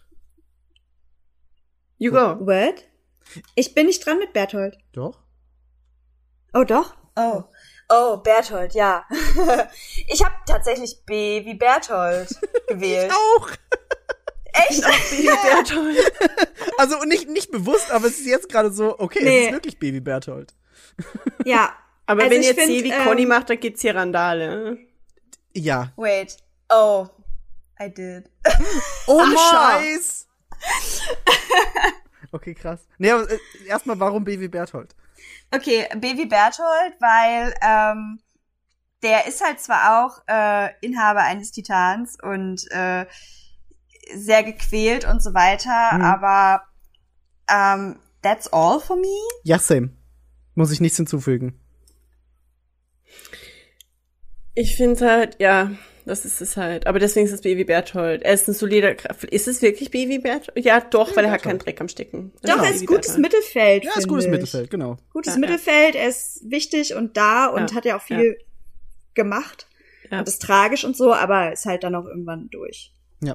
You go. What? Ich bin nicht dran mit Berthold. Doch. Oh, doch? Oh, Berthold, ja. Ich habe tatsächlich B wie Berthold gewählt. Auch. Echt? B wie Berthold. Also nicht bewusst, aber es ist jetzt gerade so, okay, Nee. es ist wirklich B wie Berthold. Ja. Aber Also wenn ich jetzt find, C wie Conny macht, dann gibt's hier Randale. Ja. Wait. Oh. I did. Oh, Ach, Scheiß! Okay, krass. Nee, aber erstmal, warum B wie Berthold? Okay, B wie Berthold, weil der ist halt zwar auch Inhaber eines Titans und sehr gequält und so weiter, aber that's all for me. Ja, same. Muss ich nichts hinzufügen. Ich finde halt, ja, das ist es halt. Aber deswegen ist es B wie Berthold. Er ist ein solider Ist es wirklich B wie Berthold? Ja, doch, weil er hat keinen Dreck am Stecken. Das Doch, ist er B ist wie gutes Berthold. Mittelfeld. Ja, ist finde gutes ich. Mittelfeld, genau. Gutes Ja, Mittelfeld, er ist wichtig und da und Ja. hat ja auch viel gemacht Ja. und ist tragisch und so, aber ist halt dann auch irgendwann durch. Ja.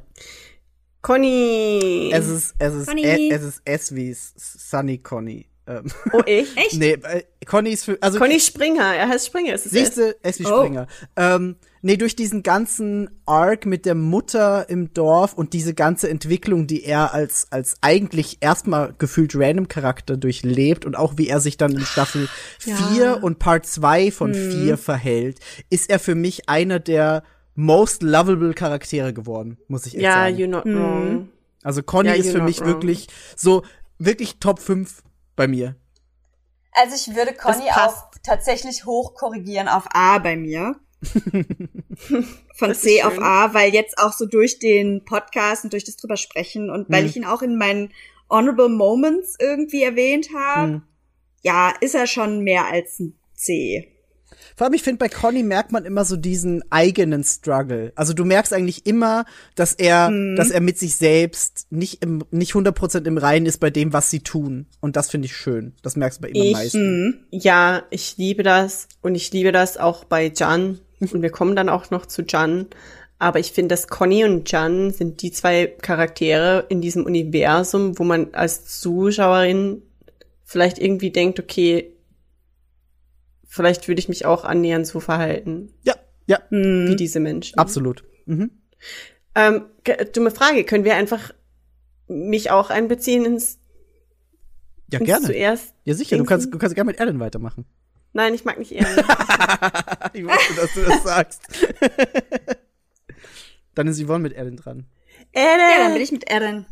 Conny. Es ist Conny. S wie Sunny Conny. Oh, echt? Echt? Nee, Conny ist für, also Conny Springer. Er heißt Springer. Es ist Siehste, S wie Springer. Nee, durch diesen ganzen Arc mit der Mutter im Dorf und diese ganze Entwicklung, die er als eigentlich erstmal gefühlt random Charakter durchlebt und auch wie er sich dann in Staffel 4 und Part 2 von 4 verhält, ist er für mich einer der most lovable Charaktere geworden, muss ich echt Ja, sagen. you're not wrong. Also Conny Ja, ist you're für not mich wrong. wirklich Top 5 bei mir. Also ich würde Conny Das passt. auch tatsächlich hoch korrigieren auf A bei mir. Von Das ist C auf schön. A, weil jetzt auch so durch den Podcast und durch das drüber sprechen und weil ich ihn auch in meinen Honorable Moments irgendwie erwähnt habe, ja, ist er schon mehr als ein C. Vor allem, ich finde, bei Conny merkt man immer so diesen eigenen Struggle. Also du merkst eigentlich immer, dass er mit sich selbst nicht 100% im Reinen ist bei dem, was sie tun. Und das finde ich schön. Das merkst du bei ihm am meisten. Ja, ich liebe das. Und ich liebe das auch bei Jan. Und wir kommen dann auch noch zu Jan. Aber ich finde, dass Conny und Jan sind die zwei Charaktere in diesem Universum, wo man als Zuschauerin vielleicht irgendwie denkt, okay, vielleicht würde ich mich auch annähernd so verhalten Ja, wie diese Menschen. absolut. Mhm. Dumme Frage, können wir einfach mich auch einbeziehen ins Ja, gerne. zuerst? Ja, sicher. Du Dingsen? kannst gerne mit Ellen weitermachen. Nein, ich mag nicht eher. Ich wusste, dass du das sagst. Dann ist Yvonne mit Ellen dran. Ja, dann bin ich mit Erin.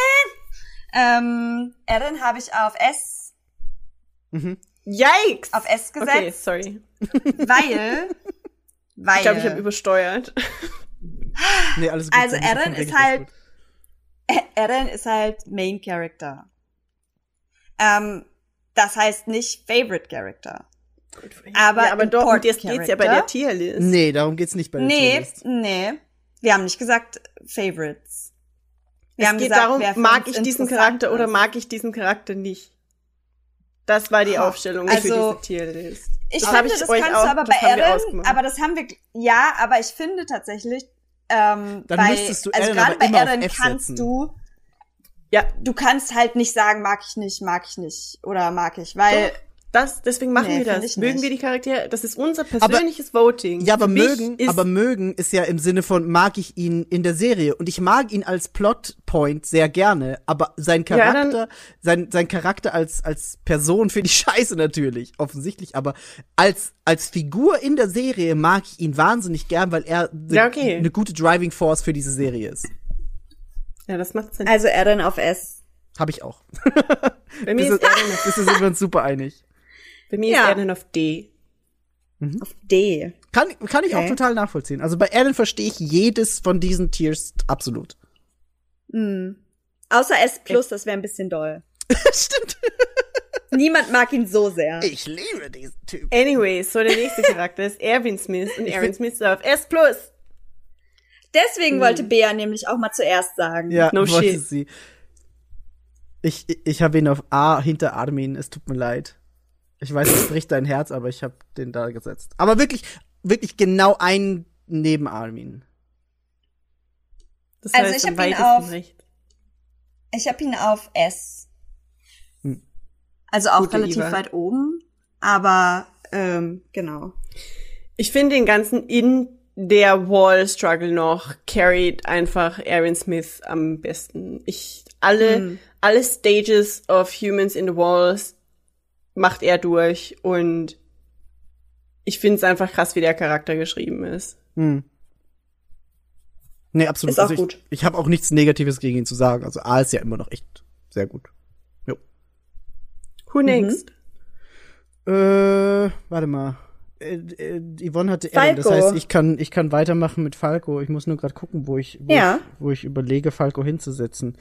Erin habe ich auf S Yikes! auf S gesetzt, Okay, sorry. weil Ich glaube, ich habe übersteuert. Nee, alles gut. Also Sandy, Erin davon ist rede ich halt- alles Erin ist halt Main Character. Das heißt nicht Favorite Character. Aber ja, aber doch, Important und jetzt geht's ja bei der Character. Tierlist. gut. Nee, darum geht's nicht bei der Tierlist. Nee. Wir haben nicht gesagt Favorites. Wir Es haben geht gesagt, darum, wer für mag uns ich diesen interessant Charakter oder ist. mag ich diesen Charakter nicht? Das war die Aufstellung für also, diese Tierlist. Ich Das finde, habe ich das euch kannst auch- du aber das bei haben wir Erin, ausgemacht. aber das haben wir, ja, aber ich finde tatsächlich, Dann müsstest du also Erin gerade aber bei immer auf Erin F kannst setzen. Ja, du kannst halt nicht sagen, mag ich nicht oder mag ich, weil, deswegen machen Nee, wir find das. ich Mögen nicht. wir die Charaktere? Das ist unser persönliches Voting. Ja, aber Für mich mögen ist ja im Sinne von, mag ich ihn in der Serie. Und ich mag ihn als Plotpoint sehr gerne, aber sein Ja, Charakter, sein Charakter als Person finde ich scheiße natürlich, offensichtlich, aber als Figur in der Serie mag ich ihn wahnsinnig gern, weil er Ja, okay. eine gute Driving Force für diese Serie ist. Ja, das macht Sinn. also Erin auf S. Hab ich auch. Bei mir ist Erin auf, Sind wir uns super einig. bei mir ist Ja. Erin auf D. Auf D. Kann ich auch Okay. total nachvollziehen. Also bei Ellen verstehe ich jedes von diesen Tiers absolut. Außer S+, das wäre ein bisschen doll. Stimmt. Niemand mag ihn so sehr. Ich liebe diesen Typ. Anyway, so der nächste Charakter ist Erwin Smith und Erwin Smith ist auf S+. Deswegen wollte Bea nämlich auch mal zuerst sagen. Ja, No wollte shit. sie. Ich habe ihn auf A hinter Armin, es tut mir leid. Ich weiß, es bricht dein Herz, aber ich habe den da gesetzt. Aber wirklich, wirklich genau einen neben Armin. Das Also heißt ich am hab ihn weitesten auf- recht. Ich habe ihn auf S. Hm. Also auch Gute relativ Iva. weit oben. Aber, genau. Ich finde den ganzen in der Wall-Struggle noch carried einfach Aaron Smith am besten. Alle Stages of Humans in the Walls macht er durch und ich finde es einfach krass, wie der Charakter geschrieben ist. Hm. Nee, absolut. Ist auch Also gut. Ich habe auch nichts Negatives gegen ihn zu sagen. Also A ist ja immer noch echt sehr gut. Jo. Who next? Warte mal. Yvonne hatte Aaron, das Falco. heißt, ich kann weitermachen mit Falco. Ich muss nur gerade gucken, wo ich überlege, Falco hinzusetzen.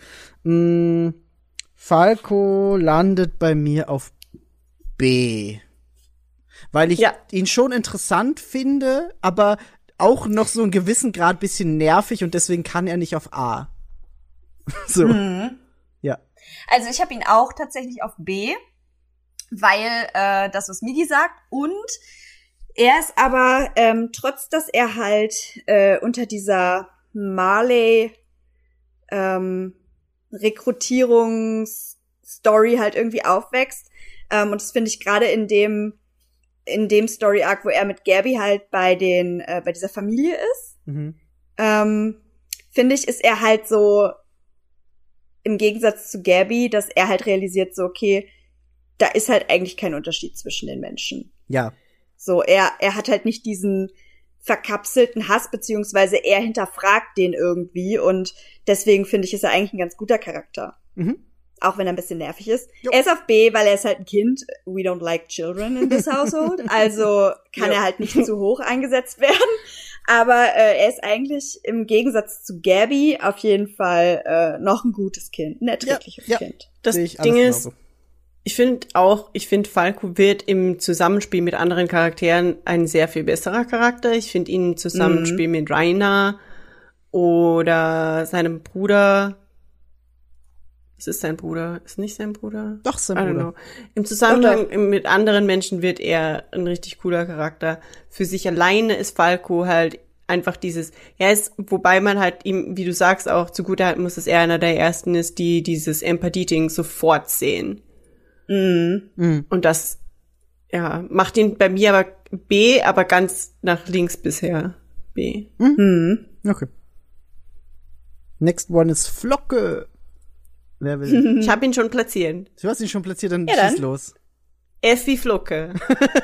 Falco landet bei mir auf B. Weil ich ihn schon interessant finde, aber auch noch so einen gewissen Grad bisschen nervig und deswegen kann er nicht auf A. So. Ja. Also ich habe ihn auch tatsächlich auf B, weil das, was Migi sagt. Und er ist aber, trotz dass er halt unter dieser Marley Rekrutierungsstory halt irgendwie aufwächst. Und das finde ich gerade in dem Story-Arc, wo er mit Gabby halt bei dieser Familie ist, finde ich, ist er halt so im Gegensatz zu Gabby, dass er halt realisiert so, okay, da ist halt eigentlich kein Unterschied zwischen den Menschen. Ja. So, er hat halt nicht diesen verkapselten Hass, beziehungsweise er hinterfragt den irgendwie und deswegen finde ich, ist er eigentlich ein ganz guter Charakter. Auch wenn er ein bisschen nervig ist. Jo. Er ist auf B, weil er ist halt ein Kind. We don't like children in this household. Also kann er halt nicht zu hoch eingesetzt werden. Aber er ist eigentlich im Gegensatz zu Gabby auf jeden Fall noch ein gutes Kind, ein erträgliches Kind. Das Sehe ich Ding alles ist, genauso. ich finde Falco wird im Zusammenspiel mit anderen Charakteren ein sehr viel besserer Charakter. Ich finde ihn im Zusammenspiel mit Raina oder seinem Bruder. Es ist sein Bruder. Ist nicht sein Bruder? Doch, sein I don't Bruder. know. Im Zusammenhang mit anderen Menschen wird er ein richtig cooler Charakter. Für sich alleine ist Falco halt einfach wobei man halt ihm, wie du sagst, auch zugutehalten muss, dass er einer der ersten ist, die dieses Empathie-Ding sofort sehen. Und das, macht ihn bei mir aber B, aber ganz nach links bisher. B. Okay. Next one ist Flocke. Wer will? Ich habe ihn schon platziert. Du hast ihn schon platziert, dann Ja, schieß dann. los. F wie Flocke.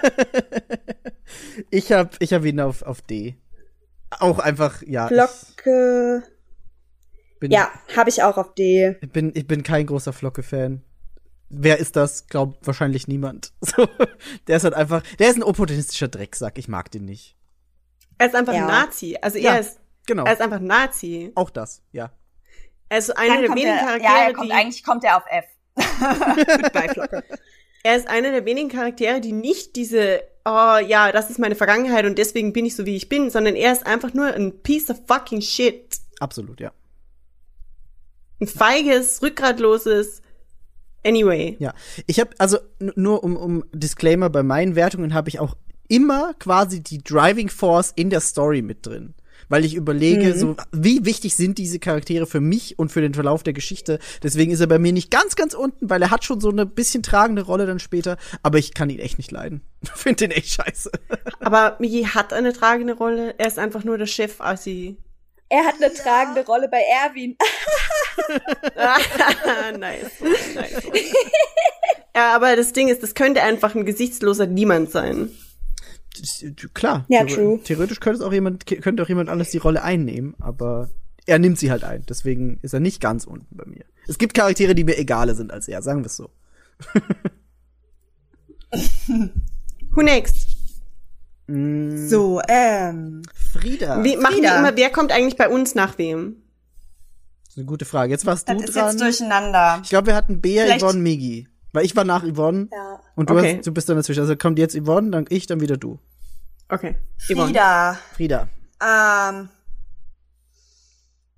Ich hab ihn auf D. Auch einfach, ja. Flocke. Ja, habe ich auch auf D. Ich bin kein großer Flocke-Fan. Wer ist das? Glaubt wahrscheinlich niemand. So, der ist ein opportunistischer Drecksack. Ich mag den nicht. Er ist einfach Ja. ein Nazi. Also Ja, er ist einfach ein Nazi. Auch das, ja. Er ist einer der wenigen Charaktere, eigentlich kommt er auf F. Goodbye, Flocke. Er ist einer der wenigen Charaktere, die nicht diese, oh ja, das ist meine Vergangenheit und deswegen bin ich so, wie ich bin, sondern er ist einfach nur ein piece of fucking shit. Absolut, ja. Ein feiges, rückgratloses, anyway. Ja. Ich habe also nur um Disclaimer, bei meinen Wertungen habe ich auch immer quasi die Driving Force in der Story mit drin. Weil ich überlege, so, wie wichtig sind diese Charaktere für mich und für den Verlauf der Geschichte. Deswegen ist er bei mir nicht ganz, ganz unten, weil er hat schon so eine bisschen tragende Rolle dann später. Aber ich kann ihn echt nicht leiden. Finde den echt scheiße. Aber Migi hat eine tragende Rolle. Er ist einfach nur der Chef-Assi. Er hat eine tragende Rolle bei Erwin. Nice. Ja, aber das Ding ist, das könnte einfach ein gesichtsloser Niemand sein. Klar. Ja, true. Theoretisch könnte auch jemand anders die Rolle einnehmen, aber er nimmt sie halt ein. Deswegen ist er nicht ganz unten bei mir. Es gibt Charaktere, die mir egaler sind als er, sagen wir es so. Who next? So, Frieda. Wie machen wir immer, wer kommt eigentlich bei uns nach wem? Das ist eine gute Frage. Jetzt warst das du ist dran. jetzt durcheinander. Ich glaube, wir hatten Bea, Vielleicht- Yvonne, Migi. Weil ich war nach Yvonne Ja. und Okay. du bist dann dazwischen. Also kommt jetzt Yvonne, dann ich, dann wieder du. Okay. Yvonne. Frieda. Frieda.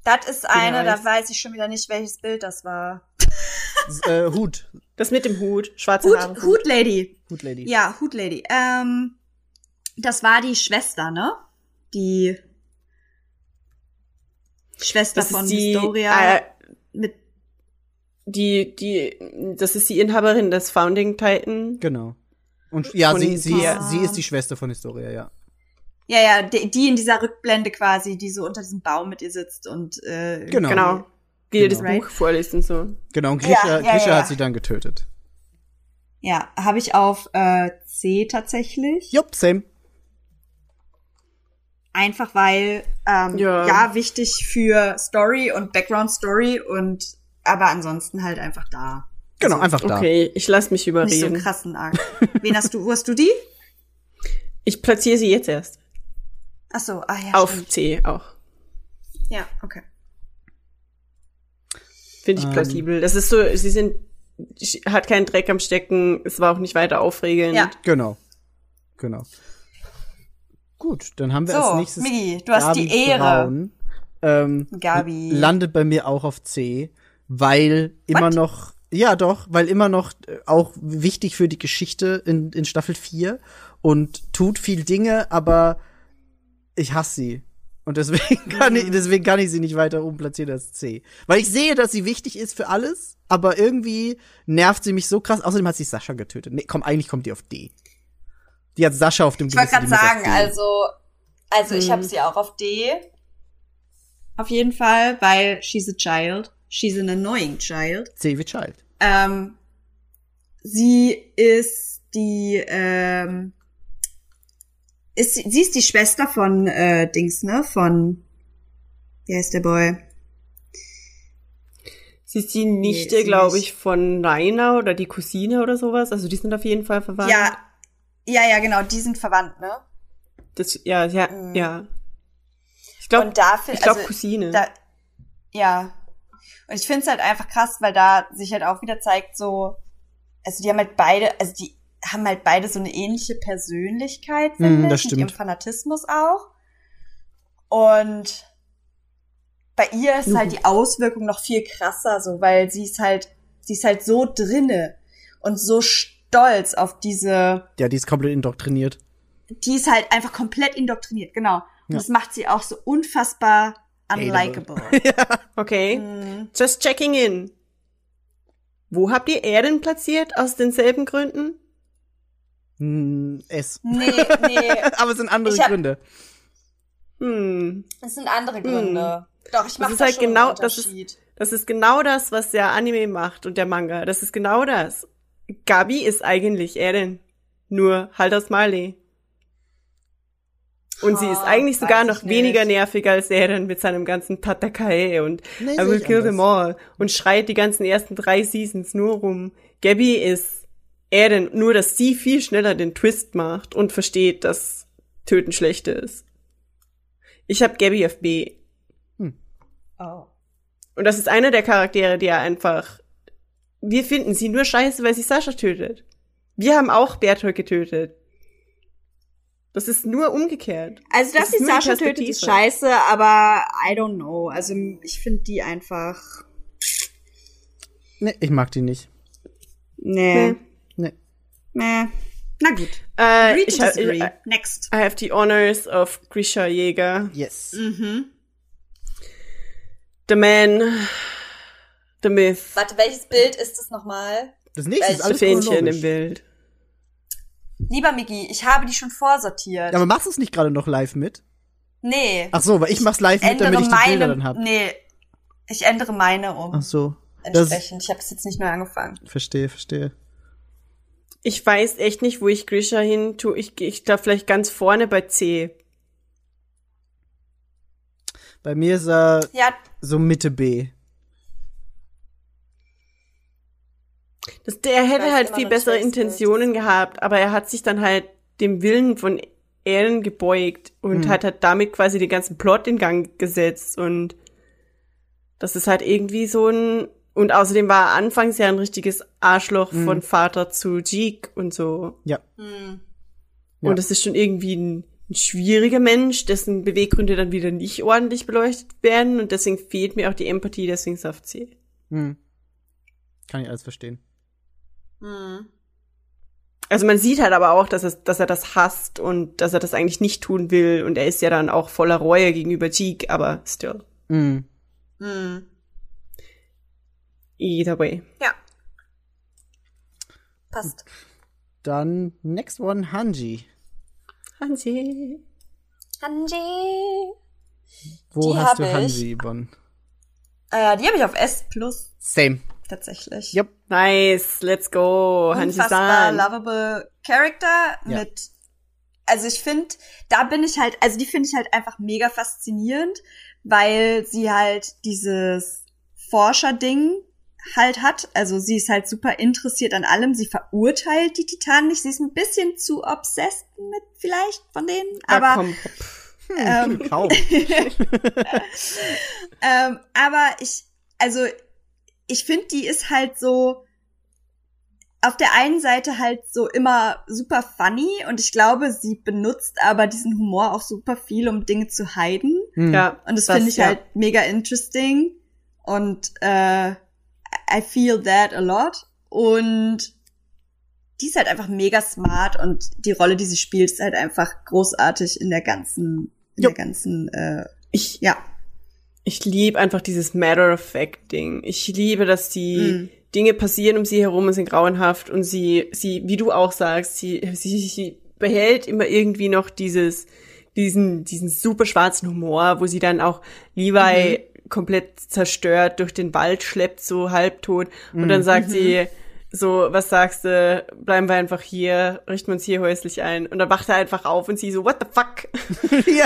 Das ist eine, weiß. da weiß ich schon wieder nicht, welches Bild das war. Hut. Das mit dem Hut, schwarze Haare. Hut Lady. Hut Lady. Ja, Hut Lady. Das war die Schwester, ne? Die Schwester Das von ist die, Historia. Mit das ist die Inhaberin des Founding Titan. Genau. Und ja, Von- sie ja. ist die Schwester von Historia, ja. Ja, die in dieser Rückblende quasi, die so unter diesem Baum mit ihr sitzt und Genau. Die ihr das Right. Buch vorliest und so. Genau, und Grisha Ja. hat sie dann getötet. Ja, habe ich auf C tatsächlich. Jupp, same. Einfach weil, Ja. wichtig für Story und Background Story und aber ansonsten halt einfach da. Genau, Also, einfach da. Okay, ich lass mich Nicht so einen überreden. krassen Arc. Wo hast du die? Ich platziere sie jetzt erst. Ach so, ja. Auf stimmt. C auch. Ja, okay. Finde ich plausibel. Das ist so, hat keinen Dreck am Stecken, es war auch nicht weiter aufregend. Ja. Genau. Gut, dann haben wir So, als nächstes Migi, du hast Gabi die Ehre. Braun. Gabi. Landet bei mir auch auf C, weil immer What? noch, ja doch, weil immer noch auch wichtig für die Geschichte in Staffel 4 und tut viel Dinge, aber ich hasse sie. Und deswegen kann ich sie nicht weiter oben platzieren als C. Weil ich sehe, dass sie wichtig ist für alles, aber irgendwie nervt sie mich so krass. Außerdem hat sie Sascha getötet. Nee, eigentlich kommt die auf D. Die hat Sascha auf dem Ich wollte Gewissen, gerade die muss auf sagen, D. also ich habe sie auch auf D. Auf jeden Fall, weil she's a child. She's an annoying child. C wie Child. Sie ist die, sie ist die Schwester von Dings, ne? Von, wie heißt der Boy? Sie ist die Nee, Nichte, sie glaube nicht. ich, von Rainer oder die Cousine oder sowas. Also die sind auf jeden Fall verwandt. Ja, genau, die sind verwandt, ne? Das, ja. Ich Und dafür, glaube also, Cousine. Ja. Und ich finde es halt einfach krass, weil da sich halt auch wieder zeigt, so, also die haben halt beide so eine ähnliche Persönlichkeit, finde ich, das mit ihrem stimmt. Fanatismus auch. Und bei ihr ist halt die Auswirkung noch viel krasser, so, weil sie ist halt so drinne und so stolz auf diese, Ja, die ist komplett indoktriniert. die ist halt einfach komplett indoktriniert, genau. Und Ja. das macht sie auch so unfassbar unlikable. Okay. Just checking in. Wo habt ihr Erden platziert? Aus denselben Gründen? S. Nee. Aber es sind andere Ich hab- Gründe. Das sind andere Gründe. Doch, ich mache ist da halt schon genau- einen das ist- Unterschied. Das ist genau das, was der Anime macht und der Manga. Das ist genau das. Gabi ist eigentlich Eren. Nur halt aus Marley. Und sie ist eigentlich sogar weiß ich noch weniger nicht. nervig als Eren mit seinem ganzen Tatakae und Nee, I sehe will ich kill them anders. all und schreit die ganzen ersten 3 Seasons nur rum. Gabi ist Eren, nur dass sie viel schneller den Twist macht und versteht, dass Töten schlecht ist. Ich hab Gabi auf B. Oh. Und das ist einer der Charaktere, die einfach, wir finden sie nur scheiße, weil sie Sascha tötet. Wir haben auch Bertolt getötet. Das ist nur umgekehrt. Also, Das dass ist sie nur die Sascha tötet, ist Perspektive. scheiße, aber I don't know. Also, ich finde die einfach, Nee, ich mag die nicht. nee. Nee. Na gut. Ich Agree to hab, disagree. I Next. have the honors of Grisha Jäger. Yes. The man, the myth, Warte, welches Bild ist das nochmal? Das nächste ist das alles Fähnchen chronologisch. im Bild. Lieber Miki, ich habe die schon vorsortiert. Ja, aber machst du es nicht gerade noch live mit? Nee. Ach so, weil ich mach's live mit, damit ich die Bilder dann hab. Nee, ich ändere meine um. Ach so. Das, Entsprechend. Ich habe es jetzt nicht neu angefangen. verstehe. Ich weiß echt nicht, wo ich Grisha hin tue. Ich glaube vielleicht ganz vorne bei C. Bei mir ist er Ja, so Mitte B. Der hätte weiß halt immer viel noch bessere nicht, welches Intentionen gehabt, aber er hat sich dann halt dem Willen von Eren gebeugt und hat halt damit quasi den ganzen Plot in Gang gesetzt und das ist halt irgendwie so ein, und außerdem war er anfangs ja ein richtiges Arschloch von Vater zu Jeek und so. Ja. Und das ist schon irgendwie ein ein schwieriger Mensch, dessen Beweggründe dann wieder nicht ordentlich beleuchtet werden und deswegen fehlt mir auch die Empathie, deswegen ist er auf C. Kann ich alles verstehen. Also man sieht halt aber auch, dass er das hasst und dass er das eigentlich nicht tun will und er ist ja dann auch voller Reue gegenüber Cheek, aber still. Either way. Ja. Passt. Dann next one, Hanji. Hanji. Wo Die hast hab du ich. Hanji, Yvonne? Die habe ich auf S+, Same. tatsächlich. Yep. Nice, let's go. Unfassbar Hanji-san. lovable Character mit, also ich finde, die finde ich halt einfach mega faszinierend, weil sie halt dieses Forscher-Ding halt hat. Also sie ist halt super interessiert an allem. Sie verurteilt die Titanen nicht. Sie ist ein bisschen zu obsessed mit vielleicht von denen. Aber komm. Kaum. aber ich finde, die ist halt so auf der einen Seite halt so immer super funny und ich glaube, sie benutzt aber diesen Humor auch super viel, um Dinge zu hiden. Ja. Und das finde ich halt mega interesting und I feel that a lot. Und die ist halt einfach mega smart und die Rolle, die sie spielt, ist halt einfach großartig in der ganzen, Ich liebe einfach dieses Matter-of-Fact-Ding. Ich liebe, dass die Dinge passieren um sie herum und sind grauenhaft und sie, wie du auch sagst, sie behält immer irgendwie noch diesen super schwarzen Humor, wo sie dann auch Levi komplett zerstört durch den Wald schleppt, so halbtot. Und dann sagt sie so, was sagst du, bleiben wir einfach hier, richten wir uns hier häuslich ein. Und dann wacht er einfach auf und sie so, what the fuck? Ja.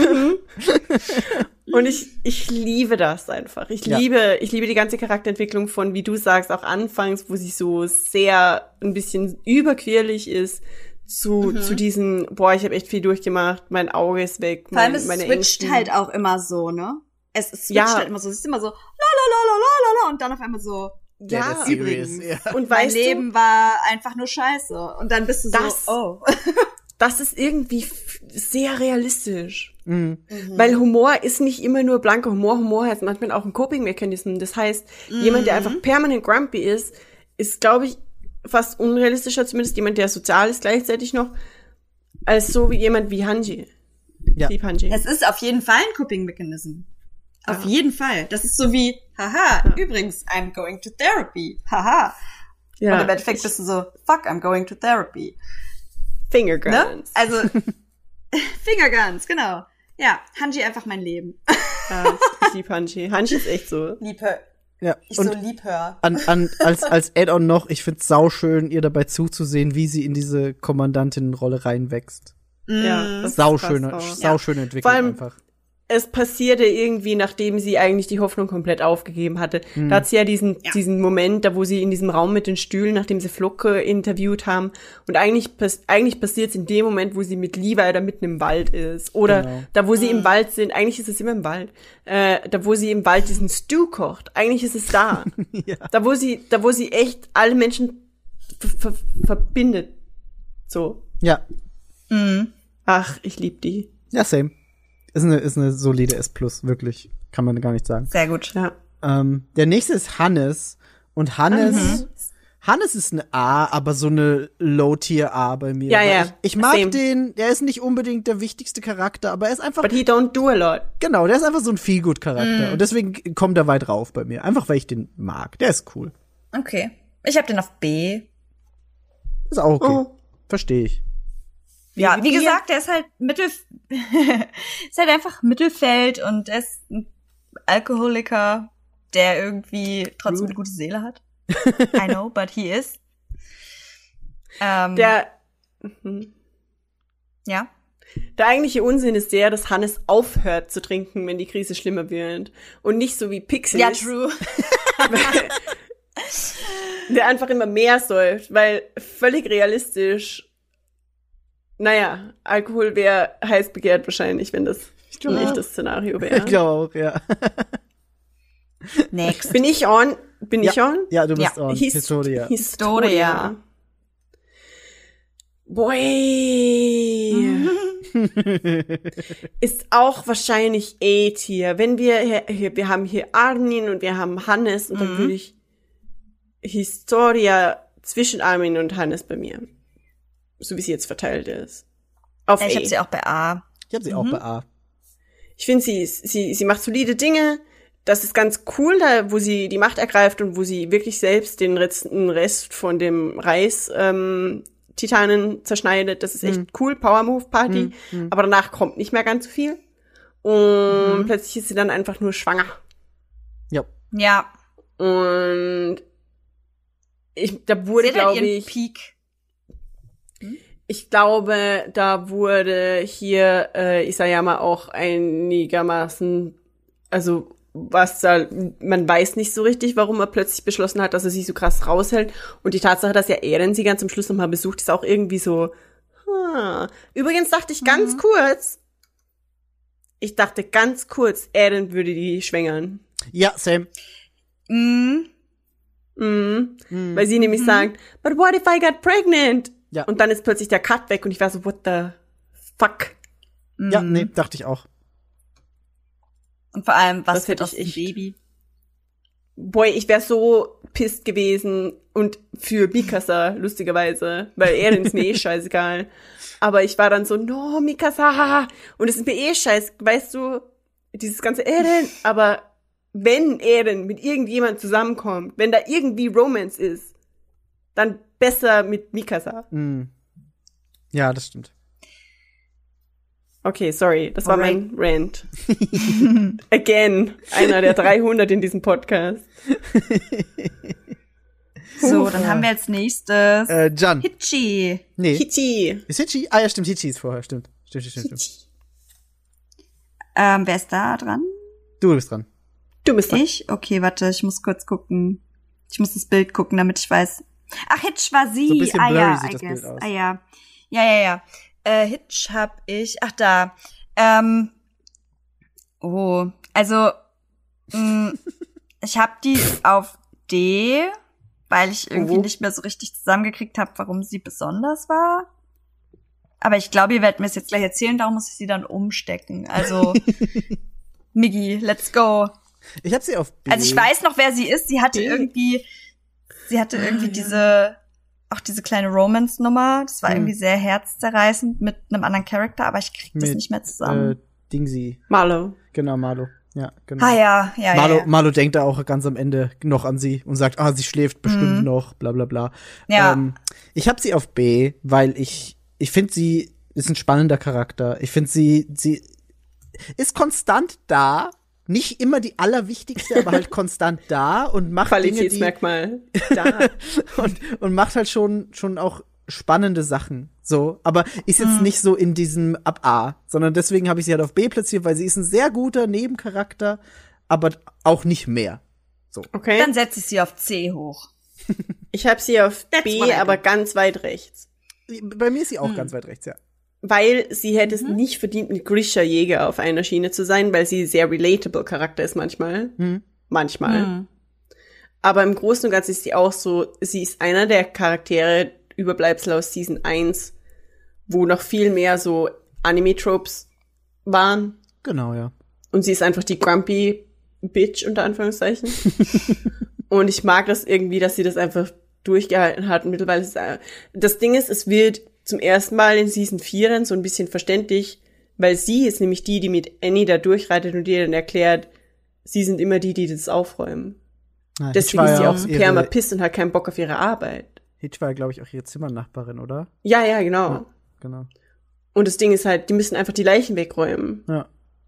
Und ich liebe das einfach. Ich liebe die ganze Charakterentwicklung von, wie du sagst, auch anfangs, wo sie so sehr ein bisschen überquerlich ist, zu diesen, ich habe echt viel durchgemacht, mein Auge ist weg, vor allem es meine switcht Ängsten. halt auch immer so, ne? Es switcht halt immer so, es ist immer so, la und dann auf einmal so, Ja, übrigens. Ja. Und mein weißt Leben war einfach nur scheiße. Und dann bist du so, das ist irgendwie sehr realistisch. Weil Humor ist nicht immer nur blanker Humor. Humor hat manchmal auch ein Coping-Mechanismus. Das heißt, jemand, der einfach permanent grumpy ist, glaube ich, fast unrealistischer, zumindest jemand, der sozial ist gleichzeitig noch, als so wie jemand wie Hanji. Ja. Lieb Hanji. es ist auf jeden Fall ein Coping-Mechanism. Auf jeden Fall. Das ist so wie, übrigens, I'm going to therapy. Haha. Ja. Und im Endeffekt bist du so, fuck, I'm going to therapy. Finger Guns. Ne? Also, Fingerguns, genau. Ja, Hanji einfach mein Leben. Ja, ich lieb Hanji. Hanji ist echt so. Liebhör. Ja. Ich Und so liebhör. als Add-on noch, ich find's sauschön, ihr dabei zuzusehen, wie sie in diese Kommandantinnenrolle reinwächst. Ja, das Sauschöne passt auch. Entwicklung Vor allem, einfach. es passierte irgendwie, nachdem sie eigentlich die Hoffnung komplett aufgegeben hatte. Da hat sie ja diesen Moment, da wo sie in diesem Raum mit den Stühlen, nachdem sie Flocke interviewt haben. Und eigentlich passiert es in dem Moment, wo sie mit Levi da mitten im Wald ist. Oder da, wo sie im Wald sind. Eigentlich ist es immer im Wald. Da, wo sie im Wald diesen Stew kocht. Eigentlich ist es da. Ja. Da, wo sie echt alle Menschen verbindet. So. Ja. Ach, ich lieb die. Ja, same. Ist eine solide S+, wirklich. Kann man gar nicht sagen. Sehr gut. Ja. Der nächste ist Hannes. Und Hannes ist eine A, aber so eine Low-Tier-A bei mir. Ja, Weil ja. Ich mag Same. den, der ist nicht unbedingt der wichtigste Charakter, aber er ist einfach, But he don't do a lot. genau, der ist einfach so ein Feel-Good-Charakter. Und deswegen kommt er weit rauf bei mir. Einfach, weil ich den mag. Der ist cool. Okay. Ich habe den auf B. Ist auch okay. Oh. Verstehe ich. Ja, wie gesagt, der ist halt ist halt einfach Mittelfeld und er ist ein Alkoholiker, der irgendwie trotzdem eine gute Seele hat. I know, but he is. Der eigentliche Unsinn ist der, dass Hannes aufhört zu trinken, wenn die Krise schlimmer wird. Und nicht so wie Pixis. Ja, true. Der einfach immer mehr säuft, weil völlig realistisch, naja, Alkohol wäre heiß begehrt wahrscheinlich, wenn das ein echtes Szenario wäre. Ich glaube auch, ja. Next. Bin ich on? Ich on? Ja, du bist Ja. on. Historia. Historia. Boy. ist auch wahrscheinlich A-Tier. Wenn wir haben hier Armin und wir haben Hannes und dann würde ich Historia zwischen Armin und Hannes bei mir. So wie sie jetzt verteilt ist. Auf Ich A. habe sie auch bei A. Ich habe sie auch bei A. Ich finde, sie macht solide Dinge. Das ist ganz cool, da wo sie die Macht ergreift und wo sie wirklich selbst den Rest von dem Reis Titanen zerschneidet. Das ist echt cool, Power Move Party. Aber danach kommt nicht mehr ganz so viel. Und plötzlich ist sie dann einfach nur schwanger. Ja. Ja. Und da wurde, glaube ich, Peak. ich glaube, da wurde hier Isayama auch einigermaßen, also was da, man weiß nicht so richtig, warum er plötzlich beschlossen hat, dass er sich so krass raushält. Und die Tatsache, dass ja Eren sie ganz am Schluss nochmal besucht, ist auch irgendwie so, Übrigens dachte ich ganz kurz, Eren würde die schwängern. Ja, same. Weil sie nämlich sagt, but what if I got pregnant? Ja. Und dann ist plötzlich der Cut weg und ich war so, what the fuck? Ja, nee, dachte ich auch. Und vor allem, was Das hätte wird aus ich dem echt- Baby? Boy, ich wäre so pisst gewesen und für Mikasa, lustigerweise, weil Eren ist mir eh scheißegal. Aber ich war dann so, no, Mikasa, und es ist mir eh scheiß, weißt du, dieses ganze Eren, aber wenn Eren mit irgendjemand zusammenkommt, wenn da irgendwie Romance ist, dann besser mit Mikasa. Ja, das stimmt. Okay, sorry, das war Alright. mein Rant. Again, einer der 300 in diesem Podcast. So, dann haben wir als nächstes Jan. Hitchi. Nee. Hichi. Ist Hitchi? Ah ja, stimmt, Hitchi ist vorher, stimmt. Stimmt. Wer ist da dran? Du bist dran. Du bist dran. Ich? Okay, warte, ich muss kurz gucken. Ich muss das Bild gucken, damit ich weiß. Ach, Hitch war sie. So ein bisschen ah blurry ja, sieht I das guess. Bild aus. Ah ja. Ja. Hitch hab ich. Ach da. Also ich hab die auf D, weil ich irgendwie nicht mehr so richtig zusammengekriegt habe, warum sie besonders war. Aber ich glaube, ihr werdet mir es jetzt gleich erzählen, darum muss ich sie dann umstecken. Also Miggi, let's go. Ich habe sie auf B. Also ich weiß noch, wer sie ist. Sie hatte irgendwie diese kleine Romance-Nummer. Das war irgendwie sehr herzzerreißend mit einem anderen Charakter, aber ich krieg das nicht mehr zusammen. Dingsy. Marlo. Genau, Marlo. Ja, genau. Ah ja. Marlo denkt da auch ganz am Ende noch an sie und sagt, sie schläft bestimmt noch, bla bla bla. Ja. Ich habe sie auf B, weil ich finde, sie ist ein spannender Charakter. Ich finde, sie ist konstant da. Nicht immer die allerwichtigste, aber halt konstant da und macht Dinge, die Qualitätsmerkmal. Da. und macht halt schon auch spannende Sachen. So, aber ist jetzt nicht so in diesem ab A, sondern deswegen habe ich sie halt auf B platziert, weil sie ist ein sehr guter Nebencharakter, aber auch nicht mehr. So. Okay. Dann setze ich sie auf C hoch. Ich habe sie auf That's B, what I aber do. ganz weit rechts. Bei mir ist sie auch ganz weit rechts, ja. Weil sie hätte es nicht verdient, mit Grisha Jäger auf einer Schiene zu sein, weil sie sehr relatable Charakter ist manchmal. Manchmal. Aber im Großen und Ganzen ist sie auch so, sie ist einer der Charaktere, Überbleibsel aus Season 1, wo noch viel mehr so Anime-Tropes waren. Genau, ja. Und sie ist einfach die grumpy Bitch, unter Anführungszeichen. Und ich mag das irgendwie, dass sie das einfach durchgehalten hat. Und mittlerweile ist das Ding ist, es wird zum ersten Mal in Season 4 dann so ein bisschen verständlich, weil sie ist nämlich die mit Annie da durchreitet und ihr dann erklärt, sie sind immer die das aufräumen. Deswegen ist sie auch so perma-pisst und hat keinen Bock auf ihre Arbeit. Hitch war ja, glaube ich, auch ihre Zimmernachbarin, oder? Ja, genau. Ja, genau. Und das Ding ist halt, die müssen einfach die Leichen wegräumen. Ja.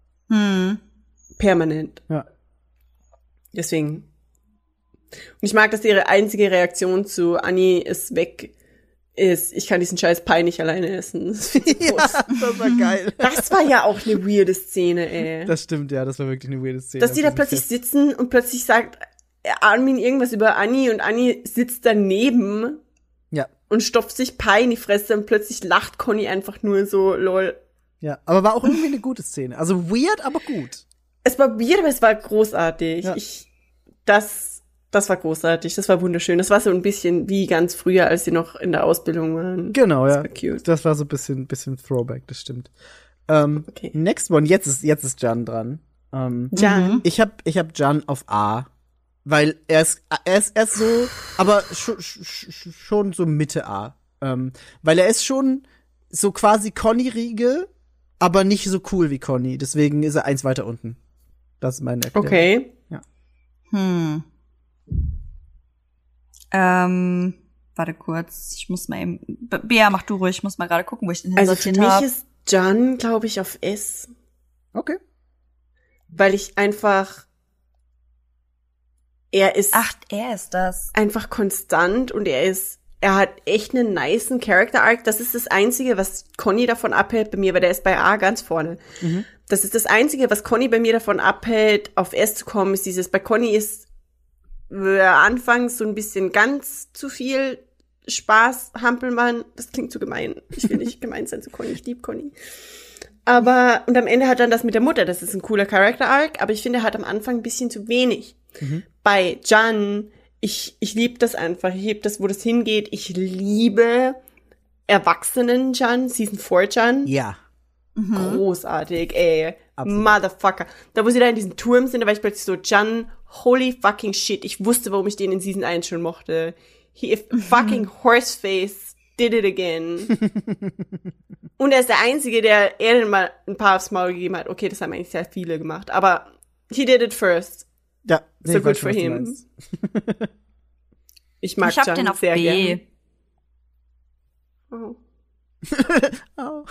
Permanent. Ja. Deswegen. Und ich mag, dass ihre einzige Reaktion zu Annie ist weg ist, ich kann diesen scheiß Pie nicht alleine essen. Das ist viel zu groß. Das war geil. Das war ja auch eine weirde Szene, ey. Das stimmt, ja, das war wirklich eine weirde Szene. Dass die da plötzlich sitzen und plötzlich sagt Armin irgendwas über Annie und Annie sitzt daneben Ja. und stopft sich Pie in die Fresse und plötzlich lacht Conny einfach nur so, lol. Ja, aber war auch irgendwie eine gute Szene. Also weird, aber gut. Es war weird, aber es war großartig. Ja. Das Das war großartig, das war wunderschön. Das war so ein bisschen wie ganz früher, als sie noch in der Ausbildung waren. Genau, das ja. war cute. Das war so ein bisschen Throwback, das stimmt. Okay. Next one, jetzt ist Jan dran. Jan. Ich hab Jan auf A, weil er ist so, aber schon so Mitte A. Weil er ist schon so quasi Conny-Riege, aber nicht so cool wie Conny. Deswegen ist er eins weiter unten. Das ist meine Erklärung. Okay. Warte kurz, ich muss mal eben. Bea, mach du ruhig, ich muss mal gerade gucken, wo ich den Also für hinsortiert habe. mich ist Jan, glaube ich, auf S. Okay. Weil ich einfach er ist das. einfach konstant und er hat echt einen nicen Character Arc. Das ist das Einzige, was Conny davon abhält bei mir, weil der ist bei A ganz vorne. Das ist das Einzige, was Conny bei mir davon abhält, auf S zu kommen, ist dieses, bei Conny ist anfangs so ein bisschen ganz zu viel Spaß, Hampelmann. Das klingt zu gemein. Ich will nicht gemein sein zu Conny, ich liebe Conny. Aber, und am Ende hat dann das mit der Mutter, das ist ein cooler Character Arc, aber ich finde, er hat am Anfang ein bisschen zu wenig. Bei Jan, ich liebe das einfach, ich liebe das, wo das hingeht. Ich liebe Erwachsenen Jan, Season 4 Jan. Ja. Großartig, ey. Absolut. Motherfucker. Da, wo sie da in diesem Turm sind, da war ich plötzlich so, Jan, holy fucking shit. Ich wusste, warum ich den in Season 1 schon mochte. He fucking Horseface did it again. Und er ist der Einzige, der mal ein paar aufs Maul gegeben hat. Okay, das haben eigentlich sehr viele gemacht, aber he did it first. Ja, So ich good weiß for schon, was du him. meinst. Ich mag Ich hab Jan den auf sehr B. gern. Oh. Oh.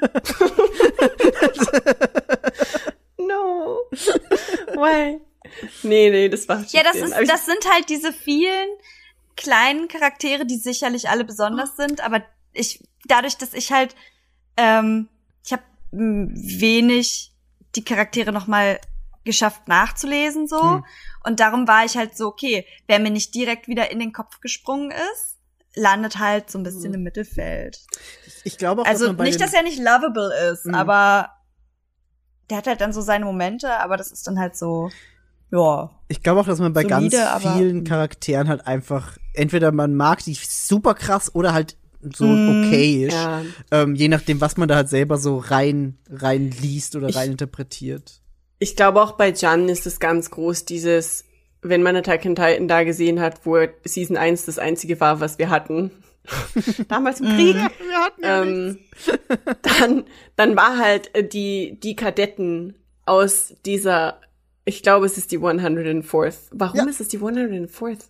No. Why? Nee, das war Ja, das sind halt diese vielen kleinen Charaktere, die sicherlich alle besonders sind, aber dadurch, dass ich halt, ich habe wenig die Charaktere noch mal geschafft nachzulesen, so. Und darum war ich halt so, okay, wer mir nicht direkt wieder in den Kopf gesprungen ist, landet halt so ein bisschen im Mittelfeld. Ich glaube auch, Also dass man nicht, dass er nicht lovable ist, aber der hat halt dann so seine Momente, aber das ist dann halt so, ja. Ich glaube auch, dass man bei solide, ganz vielen Charakteren halt einfach, entweder man mag die super krass oder halt so okayisch. Ja. Je nachdem, was man da halt selber so rein liest oder rein interpretiert. Ich glaube auch bei Jan ist es ganz groß, dieses, wenn man Attack on Titan da gesehen hat, wo Season 1 das einzige war, was wir hatten. Damals im Krieg. Wir hatten ja nichts. Dann war halt die Kadetten aus dieser, ich glaube, es ist die 104th. Warum ist es die 104th?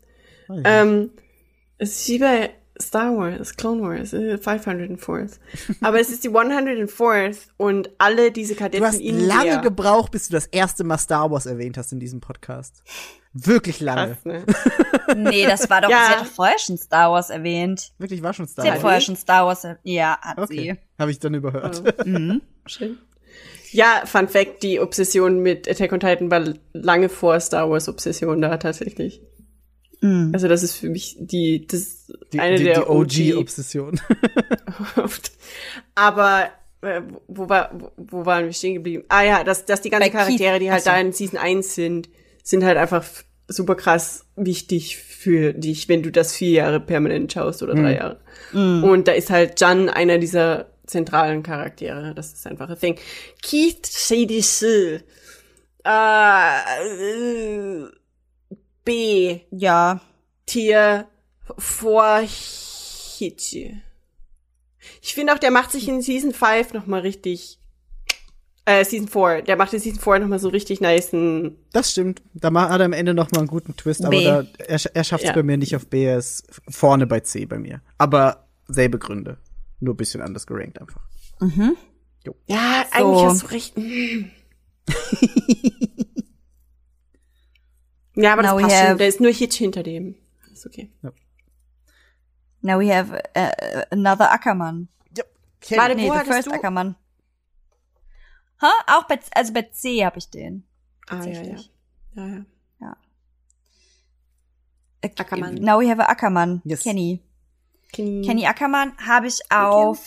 Es ist wie bei Star Wars, Clone Wars, 504th. Aber es ist die 104th und alle diese Kadetten Du hast in lange der gebraucht, bis du das erste Mal Star Wars erwähnt hast in diesem Podcast. Wirklich lange. Krass, ne? Nee, das war doch, Ja. sie hat doch vorher schon Star Wars erwähnt. Wirklich, war schon Star Sie hat Wars. vorher schon Star Wars, ja, hat Okay, sie. habe ich dann überhört. Schön. Ja, Fun Fact, die Obsession mit Attack on Titan war lange vor Star Wars Obsession da tatsächlich. Also das ist für mich eine der die OG-Obsession. Aber wo waren wir stehen geblieben? Ah ja, dass die ganzen Bei Charaktere, Keith. die halt Ach so. da in Season 1 sind halt einfach super krass wichtig für dich, wenn du das 4 Jahre permanent schaust oder 3 Jahre. Und da ist halt Jan einer dieser zentralen Charaktere. Das ist einfach ein Thing. Keith Shady B. Ja. Tier vor Hichi. Ich finde auch, der macht sich in Season 5 noch mal richtig, Season 4, der macht in Season 4 noch mal so richtig nicen. Das stimmt. Da hat er am Ende noch mal einen guten Twist, B. aber er schafft es bei mir nicht auf B, er ist vorne bei C bei mir. Aber selbe Gründe. Nur ein bisschen anders gerankt einfach. Ja, So. eigentlich hast du recht. Ja, aber das Now we passt schon. have- Da ist nur Hitch hinter dem. Ist okay. Now we have another Ackermann. Ja, Warte, Nee, wo the hattest first du? Ackermann. Auch bei C habe ich den. Ah, ja. Tatsächlich. Ja. Ackermann. Ackermann. Now we have a Ackermann. Yes. Kenny Kenny. Ackermann habe ich auf,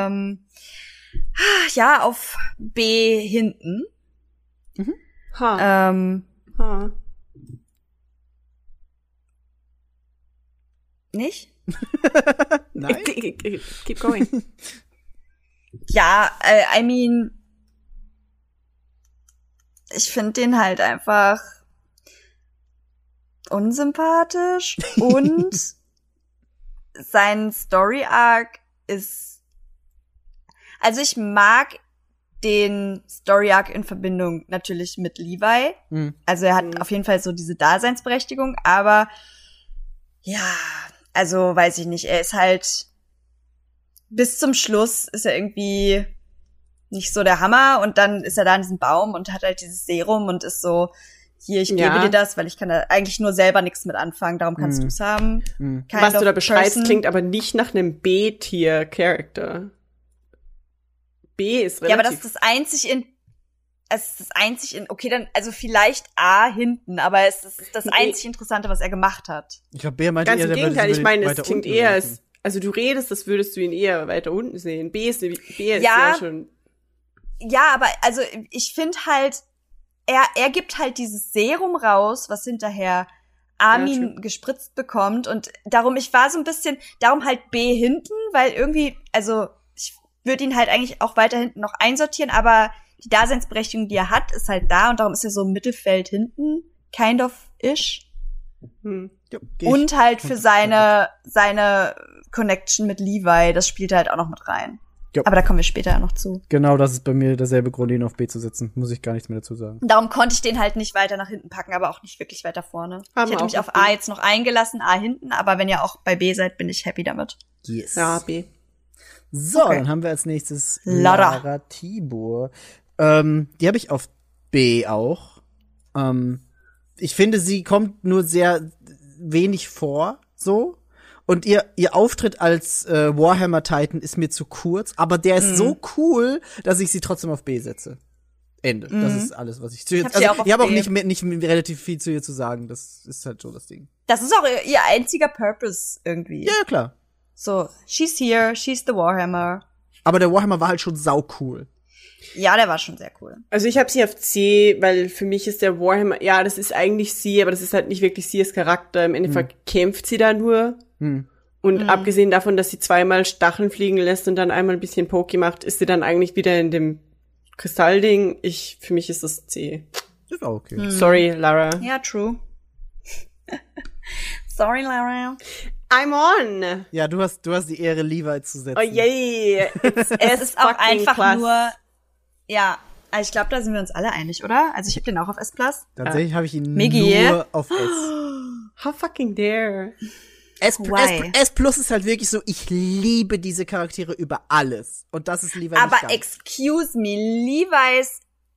auf B hinten. Ha. Ha. Nicht? Nein? Keep going. Ja, I mean, ich finde den halt einfach unsympathisch und sein Story Arc ist, also ich mag den Story Arc in Verbindung natürlich mit Levi. Also er hat auf jeden Fall so diese Daseinsberechtigung, aber ja, also weiß ich nicht, er ist halt bis zum Schluss ist er irgendwie nicht so der Hammer und dann ist er da in diesem Baum und hat halt dieses Serum und ist so, hier, ich gebe dir das, weil ich kann da eigentlich nur selber nichts mit anfangen, darum kannst du's haben. Was du da beschreibst, klingt aber nicht nach einem B-Tier-Charakter. B ist relativ... Ja, aber das ist das einzig in, okay, dann, also vielleicht A hinten, aber es ist das einzig Interessante, was er gemacht hat. Ich glaube, B meinte Ganz eher, im Gegenteil, ich meine, es weiter klingt unten eher, ranken. also du redest, das würdest du ihn eher weiter unten sehen. B ist ja schon... Ja, aber also ich finde halt, er gibt halt dieses Serum raus, was hinterher Armin gespritzt bekommt und darum, ich war so ein bisschen, darum halt B hinten, weil irgendwie, also ich würde ihn halt eigentlich auch weiter hinten noch einsortieren, aber die Daseinsberechtigung, die er hat, ist halt da und darum ist er so im Mittelfeld hinten, kind of ish. Ja, Und halt für seine Connection mit Levi, das spielt er halt auch noch mit rein. Jo. Aber da kommen wir später noch zu. Genau, das ist bei mir derselbe Grund, ihn auf B zu setzen. Muss ich gar nichts mehr dazu sagen. Darum konnte ich den halt nicht weiter nach hinten packen, aber auch nicht wirklich weiter vorne. Haben Ich hätte wir mich auch auf A jetzt noch eingelassen, A hinten, aber wenn ihr auch bei B seid, bin ich happy damit. Yes. Ja, B. So, Okay. dann haben wir als nächstes Lara. Lara Tibor. Die habe ich auf B auch. Ich finde, sie kommt nur sehr wenig vor, so. Und ihr Auftritt als Warhammer Titan ist mir zu kurz, aber der ist so cool, dass ich sie trotzdem auf B setze. Ende. Das ist alles, was ich zu ihr. Ich hab sie auch auf ich habe auch B. nicht relativ viel zu ihr zu sagen. Das ist halt so das Ding. Das ist auch ihr einziger Purpose irgendwie. Ja, klar. So, she's here, she's the Warhammer. Aber der Warhammer war halt schon sau cool. Ja, der war schon sehr cool. Also ich habe sie auf C, weil für mich ist der Warhammer, ja, das ist eigentlich sie, aber das ist halt nicht wirklich sie als Charakter. Im Endeffekt kämpft sie da nur. Und abgesehen davon, dass sie zweimal Stacheln fliegen lässt und dann einmal ein bisschen Poke macht, ist sie dann eigentlich wieder in dem Kristallding. Für mich ist das C. Ist auch okay. Sorry, Lara. Ja, true. Sorry, Lara. I'm on. Ja, du hast die Ehre, Levi zu setzen. Oh yay. Es ist auch fucking einfach class. nur, ja, also ich glaube, da sind wir uns alle einig, oder? Also ich habe den auch auf S+. Tatsächlich habe ich ihn Miggy? nur auf S. How fucking dare. Why? S Plus ist halt wirklich so, ich liebe diese Charaktere über alles. Und das ist Levi Aber nicht ganz. excuse me, Levi's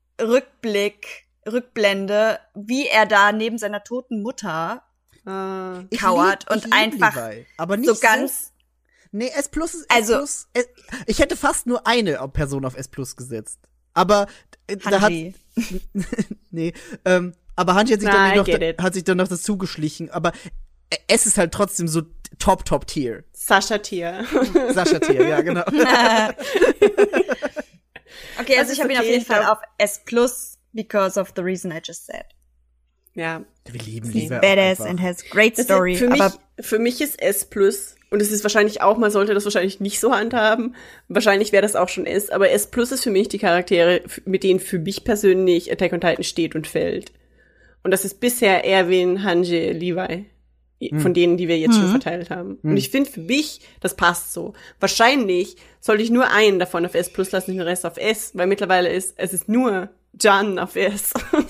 Rückblende, wie er da neben seiner toten Mutter Ich kauert und lieb einfach Levi, aber nicht so ganz, Nee, S Plus ist Also- S Plus. Ich hätte fast nur eine Person auf S Plus gesetzt. Aber da hat Hanji. nee, aber Hanji hat sich, Na, I dann get it. hat sich dann noch das zugeschlichen, aber es ist halt trotzdem so Top Tier. Sascha Tier. Sascha Tier, ja, genau. Okay, also Das ich habe ist ihn auf okay, jeden ich Fall glaub- auf S+ because of the reason I just said. Ja. Wir lieben He's Levi auch badass einfach. and has great Das story. ist aber für mich ist S+, und es ist wahrscheinlich auch, man sollte das wahrscheinlich nicht so handhaben. Wahrscheinlich wäre das auch schon S, aber S+ ist für mich die Charaktere, mit denen für mich persönlich Attack on Titan steht und fällt. Und das ist bisher Erwin, Hanji, Levi. Von denen, die wir jetzt schon verteilt haben. Und ich finde für mich, das passt so. Wahrscheinlich sollte ich nur einen davon auf S+ lassen, den Rest auf S, weil mittlerweile es ist nur Jan auf S.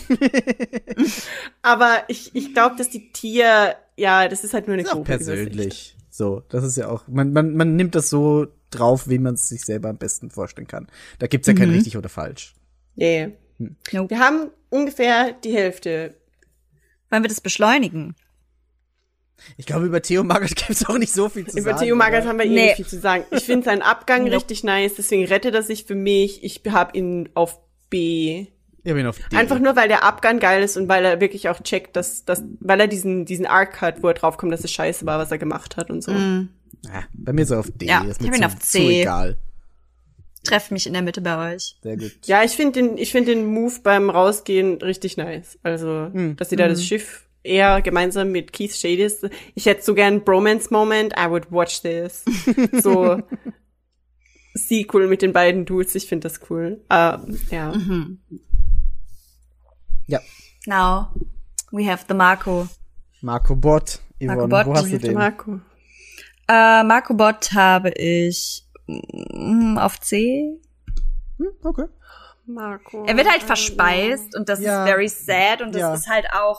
Aber ich glaube, dass die Tier, ja, das ist halt nur eine Das ist auch grobe Übersicht. persönlich. So, das ist ja auch, man nimmt das so drauf, wie man es sich selber am besten vorstellen kann. Da gibt's ja kein richtig oder falsch. Yeah. Nope. Wir haben ungefähr die Hälfte. wollen wir das beschleunigen? Ich glaube, über Theo Magath gibt's auch nicht so viel zu sagen. Über Theo Magath oder? haben wir Nee. nicht viel zu sagen. Ich finde seinen Abgang Nope. richtig nice, deswegen rettet er sich für mich. Ich habe ihn auf B. Ich hab ihn auf D. Einfach nur, weil der Abgang geil ist und weil er wirklich auch checkt, weil er diesen Arc hat, wo er draufkommt, dass es scheiße war, was er gemacht hat und so. Ja, bei mir ist er auf D. Ja, Das ist ich mir hab ihn zu, auf zu C. egal. Treff mich in der Mitte bei euch. Sehr gut. Ja, ich finde den Move beim Rausgehen richtig nice. Also, dass sie da das Schiff eher gemeinsam mit Keith Shadis. Ich hätte so gern Bromance-Moment, I would watch this. So Sequel mit den beiden Dudes, ich finde das cool. Ja. Mhm. Ja. Now, we have the Marco. Marco Bot. Yvonne, Marco Bot, wo hast du den? Marco. Marco Bot habe ich auf C. Okay. Marco. Er wird halt verspeist und das ist very sad und das ist halt auch,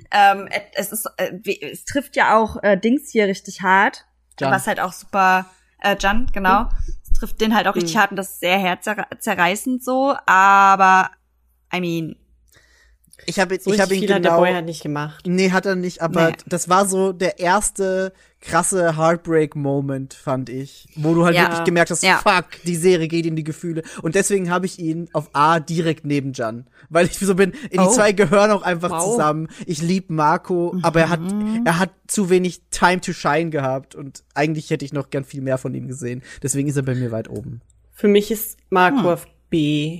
es trifft ja auch Dings hier richtig hart, Jan. was halt auch super, Jan, genau, es trifft den halt auch richtig hart und das ist sehr herzzerreißend so, aber, I mean, Ich habe ihn viel hat der genau. Boy halt nicht gemacht. Nee, hat er nicht, aber das war so der erste krasse Heartbreak-Moment, fand ich. Wo du halt wirklich gemerkt hast, fuck, die Serie geht in die Gefühle. Und deswegen habe ich ihn auf A direkt neben Jan. Weil ich so bin, die zwei gehören auch einfach zusammen. Ich lieb Marco, aber er hat zu wenig Time to shine gehabt. Und eigentlich hätte ich noch gern viel mehr von ihm gesehen. Deswegen ist er bei mir weit oben. Für mich ist Marco auf B.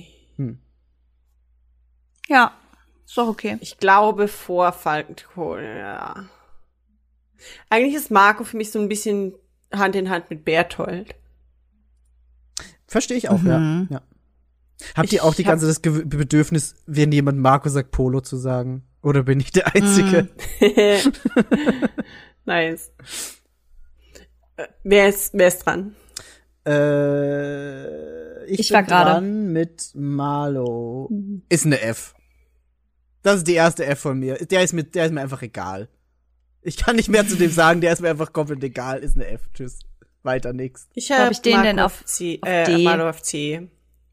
ja, ist doch okay. Ich glaube vor Falkenkohl, ja. Eigentlich ist Marco für mich so ein bisschen Hand in Hand mit Berthold. Verstehe ich auch, ja. Habt ihr auch die ganze das Bedürfnis, wenn jemand Marco sagt, Polo zu sagen? Oder bin ich der Einzige? Nice. Wer ist dran? Ich bin war gerade dran mit Marlo. Ist eine F. Das ist die erste F von mir. Der ist mir einfach egal. Ich kann nicht mehr zu dem sagen, der ist mir einfach komplett egal. Ist eine F. Tschüss. Weiter, nix. Ich habe ich den Marco denn auf C, D? Marlo auf C.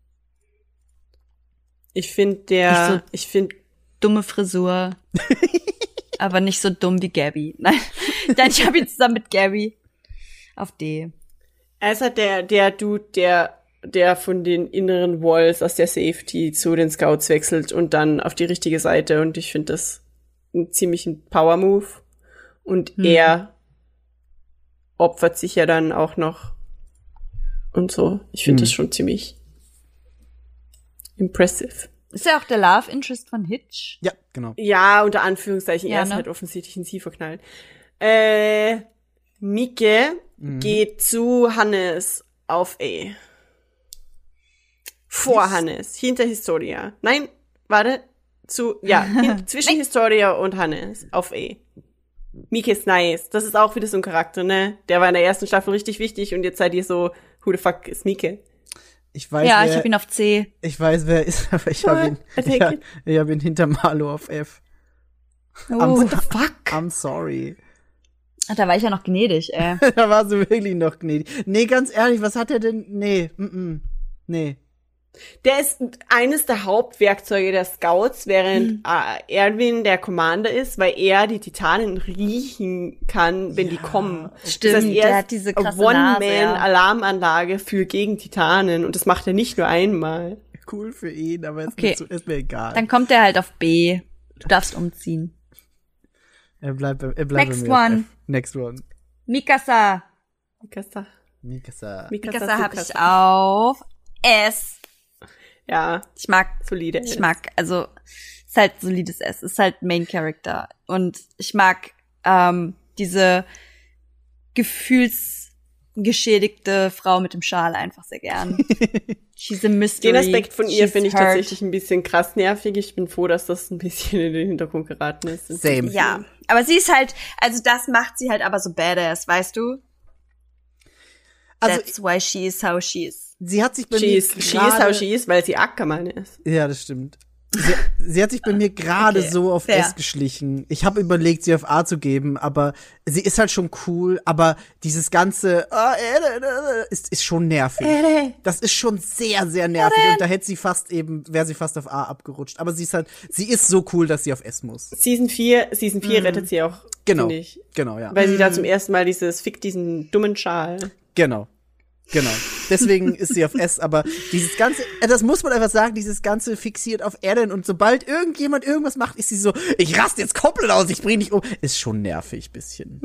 Ich finde Dumme Frisur. Aber nicht so dumm wie Gabby. Nein, ich habe ihn zusammen mit Gabby auf D. er ist halt der Dude, der von den inneren Walls aus der Safety zu den Scouts wechselt und dann auf die richtige Seite. Und ich finde das einen ziemlichen Power-Move. Und er opfert sich ja dann auch noch und so. Ich finde das schon ziemlich impressive. Ist ja auch der Love Interest von Hitch. Ja, genau. Ja, unter Anführungszeichen. Ja, Er ist ne? halt offensichtlich in sie verknallt. Mike geht zu Hannes auf A. Vor Hannes. Hinter Historia. Nein, warte. Zwischen Historia und Hannes auf A. Mike ist nice. Das ist auch wieder so ein Charakter, ne? Der war in der ersten Staffel richtig wichtig und jetzt seid ihr so, who the fuck ist Mike? Ich weiß, ich habe ihn auf C. Ich weiß, wer er ist, aber ich habe ihn hinter Marlo auf F. What the fuck? I'm sorry. Ach, da war ich ja noch gnädig, Da war sie wirklich noch gnädig. Nee, ganz ehrlich, was hat er denn? Nee, nee. Der ist eines der Hauptwerkzeuge der Scouts, während Erwin der Commander ist, weil er die Titanen riechen kann, wenn die kommen. Stimmt, das heißt, der er hat diese ist krasse One-Man-Alarmanlage für gegen Titanen und das macht er nicht nur einmal. Cool für ihn, aber ist mir egal. Dann kommt er halt auf B. Du darfst umziehen. Er bleibt bei Next mir one. auf F. Next one. Mikasa. Mikasa. Mikasa habe ich auf S. Ja, Ich mag, also, ist halt solides S, ist halt Main Character. Und ich mag, diese gefühlsgeschädigte Frau mit dem Schal einfach sehr gern. She's a mystery. Den Aspekt von ihr finde ich hurt. tatsächlich ein bisschen krass nervig. Ich bin froh, dass das ein bisschen in den Hintergrund geraten ist. Same. Ja, aber sie ist halt, also das macht sie halt aber so badass, weißt du? Also, That's why she is how she is. sie hat sich bei She mir is how she is, weil sie Ackermann ist. Ja, das stimmt. Sie hat sich bei mir gerade Okay, so auf fair. S geschlichen. Ich habe überlegt, sie auf A zu geben, aber sie ist halt schon cool, aber dieses ganze ist schon nervig. Das ist schon sehr, sehr nervig und da wäre sie fast auf A abgerutscht. Aber sie ist so cool, dass sie auf S muss. Season 4 rettet sie auch, Genau, finde ich. genau, ja. Weil sie da zum ersten Mal diesen dummen Schal. Genau. Deswegen ist sie auf S, aber dieses ganze, das muss man einfach sagen, dieses ganze fixiert auf Eren und sobald irgendjemand irgendwas macht, ist sie so, ich raste jetzt komplett aus, ich bring dich um. Ist schon nervig, bisschen.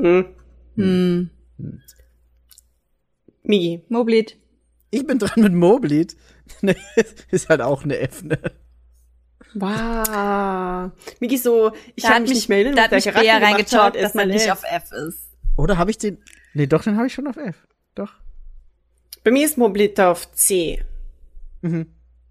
Migi. Moblid. Ich bin dran mit Moblid. Ist halt auch eine F, ne? Wow. Miki so, ich Da kann hat mich nicht melden, da was hat der mich Charakter Bea gemacht reingetalkt, hat, dass erstmal er nicht F. auf F ist. Oder habe ich den? Nee, doch, den habe ich schon auf F. Doch. Bei mir ist Moblita auf C. Mhm.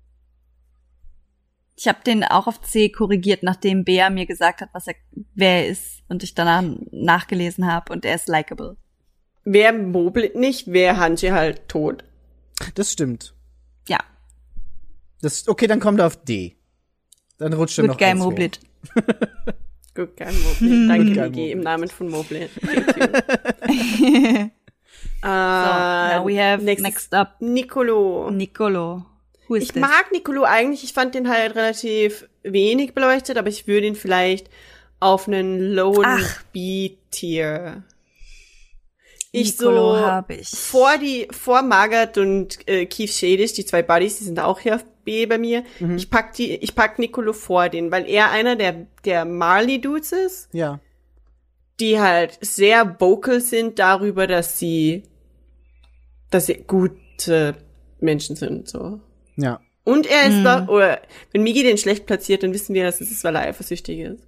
Ich habe den auch auf C korrigiert, nachdem Bea mir gesagt hat, wer er ist und ich danach nachgelesen habe und er ist likable. Wäre Moblit nicht, wäre Hanji halt tot. Das stimmt. Ja, Okay, dann kommt er auf D. Dann rutscht er noch good guy eins hoch. Moblit. Gut, geil, Moblit. Danke, Good guy, Miki, Moblit. im Namen von Moblit. Thank you. So, now we have next up Nicolo. Nicolo. Who is Ich this? mag Nicolo eigentlich. Ich fand den halt relativ wenig beleuchtet, aber ich würde ihn vielleicht auf einen lowen Ach. B-Tier. Ich Nicolo so hab ich. vor Margaret und Keith Shadish, die zwei Buddies, die sind auch hier auf B bei mir. Ich pack Nicolo vor den, weil er einer der Marley-Dudes ist, Ja. die halt sehr vocal sind darüber, dass sie gute Menschen sind, so. Ja. Und er ist da, oder wenn Migi den schlecht platziert, dann wissen wir, dass es ist, weil er eifersüchtig ist.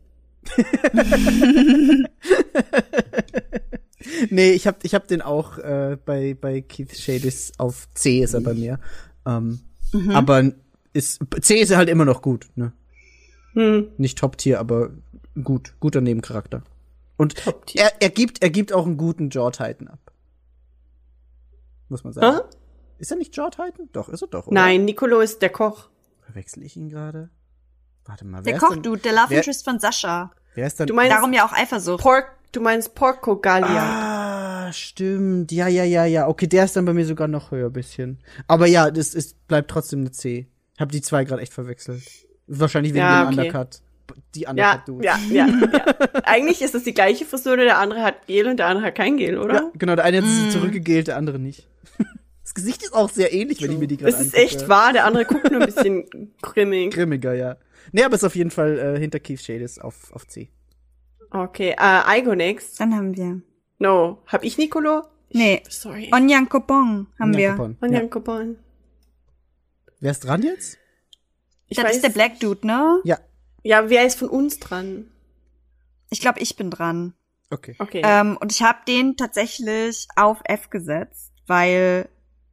Nee, ich hab den auch bei Keith Shadis auf C ist er bei mir. Aber C ist er halt immer noch gut, ne? Nicht Top-Tier, aber guter Nebencharakter. Und Top-Tier. er gibt auch einen guten Jaw Titan ab. Muss man sagen. Ist er nicht Jaw Titan? Doch, ist er doch, oder? Nein, Nicolo ist der Koch. Verwechsel ich ihn gerade? Warte mal, Der wer ist denn, Kochdude, der Love wer- Interest von Sascha. wer ist dann? Du meinst Darum ja auch Eifersucht. Du meinst Porco Gallia. Stimmt. Ja. Okay, der ist dann bei mir sogar noch höher bisschen. Aber ja, bleibt trotzdem eine C. Ich hab die zwei gerade echt verwechselt. Wahrscheinlich wegen Ja, dem okay. Undercut. Die Ja, Undercut-Dudes. ja. Eigentlich ist das die gleiche Frisur, nur der andere hat Gel und der andere hat kein Gel, oder? Ja, genau, der eine hat sich zurückgegelt, der andere nicht. Das Gesicht ist auch sehr ähnlich, wenn ich mir die gerade Es ist echt wahr, der andere guckt nur ein bisschen grimmig. Grimmiger, ja. Nee, aber ist auf jeden Fall hinter Keith Shadis auf C. Okay, Igo next. Dann haben wir. No. Hab ich Nicolo? Nee. Sorry. Onyan Kopong haben wir. Capone. Und Ja. Jan Kopon. Wer ist dran jetzt? Ich Das weiß, ist der Black Dude, ne? Ja, Ja, wer ist von uns dran? Ich glaube, ich bin dran. okay. Okay. Und ich habe den tatsächlich auf F gesetzt, weil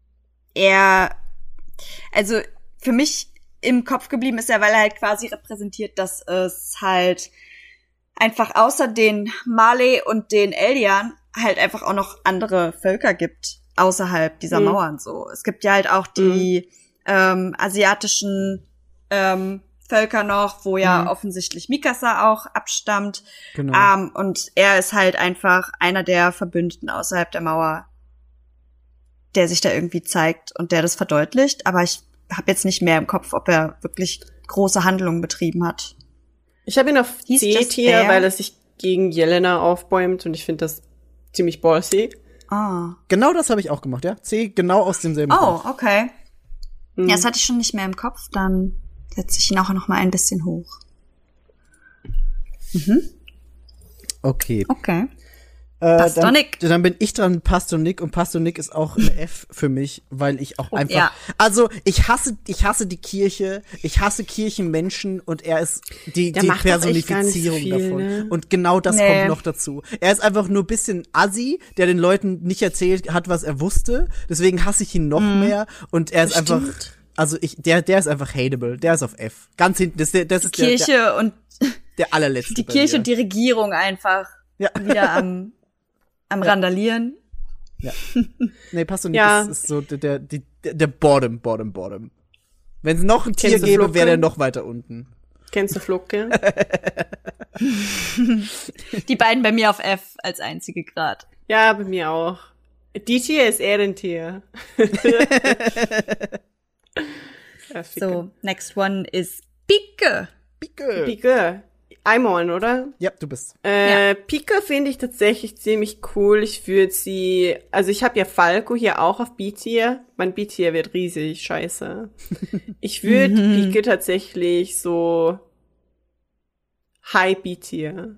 also für mich im Kopf geblieben ist, weil er halt quasi repräsentiert, dass es halt einfach außer den Malay und den Eldian halt einfach auch noch andere Völker gibt außerhalb dieser Mauern so. Es gibt ja halt auch die asiatischen Völker noch, wo ja offensichtlich Mikasa auch abstammt. Genau. Und er ist halt einfach einer der Verbündeten außerhalb der Mauer, der sich da irgendwie zeigt und der das verdeutlicht. Aber ich habe jetzt nicht mehr im Kopf, ob er wirklich große Handlungen betrieben hat. Ich habe ihn auf He's just C-Tier, there. weil er sich gegen Jelena aufbäumt und ich finde das ziemlich ballsy. Ah. Genau das habe ich auch gemacht, ja. C, genau aus demselben Oh, Grund. okay. Ja, das hatte ich schon nicht mehr im Kopf. Dann setze ich ihn auch noch mal ein bisschen hoch. Okay. Okay. Pastonik. Dann bin ich dran, Pastonik, und Pastonik ist auch eine F für mich, weil ich auch einfach, ja. also ich hasse die Kirche, ich hasse Kirchenmenschen und er ist die macht doch echt gar nicht Personifizierung viel, davon. ne? Und genau das Nee. kommt noch dazu. Er ist einfach nur ein bisschen assi, der den Leuten nicht erzählt hat, was er wusste, deswegen hasse ich ihn noch mehr und er ist einfach, also der ist einfach hateable, der ist auf F. Ganz hinten, das ist Kirche und der allerletzte. die bei Kirche mir. und die Regierung einfach Ja. wieder am Randalieren. Ja. Nee, Pastonik Ja. ist so der Bottom. Wenn es noch ein Tier Kennst du gäbe, Flucke? wäre der noch weiter unten. Kennst du Flucke? Die beiden bei mir auf F als einzige Grad. Ja, bei mir auch. Die Tier ist Ehrentier. Ja, Ficke. So, next one is Pike. Pike. Pike. Aimon, oder? Ja, du bist. Ja. Pike finde ich tatsächlich ziemlich cool. Ich würde sie, also ich habe ja Falco hier auch auf B-Tier. Mein B-Tier wird riesig, scheiße. Ich würde Pike tatsächlich so High B-Tier.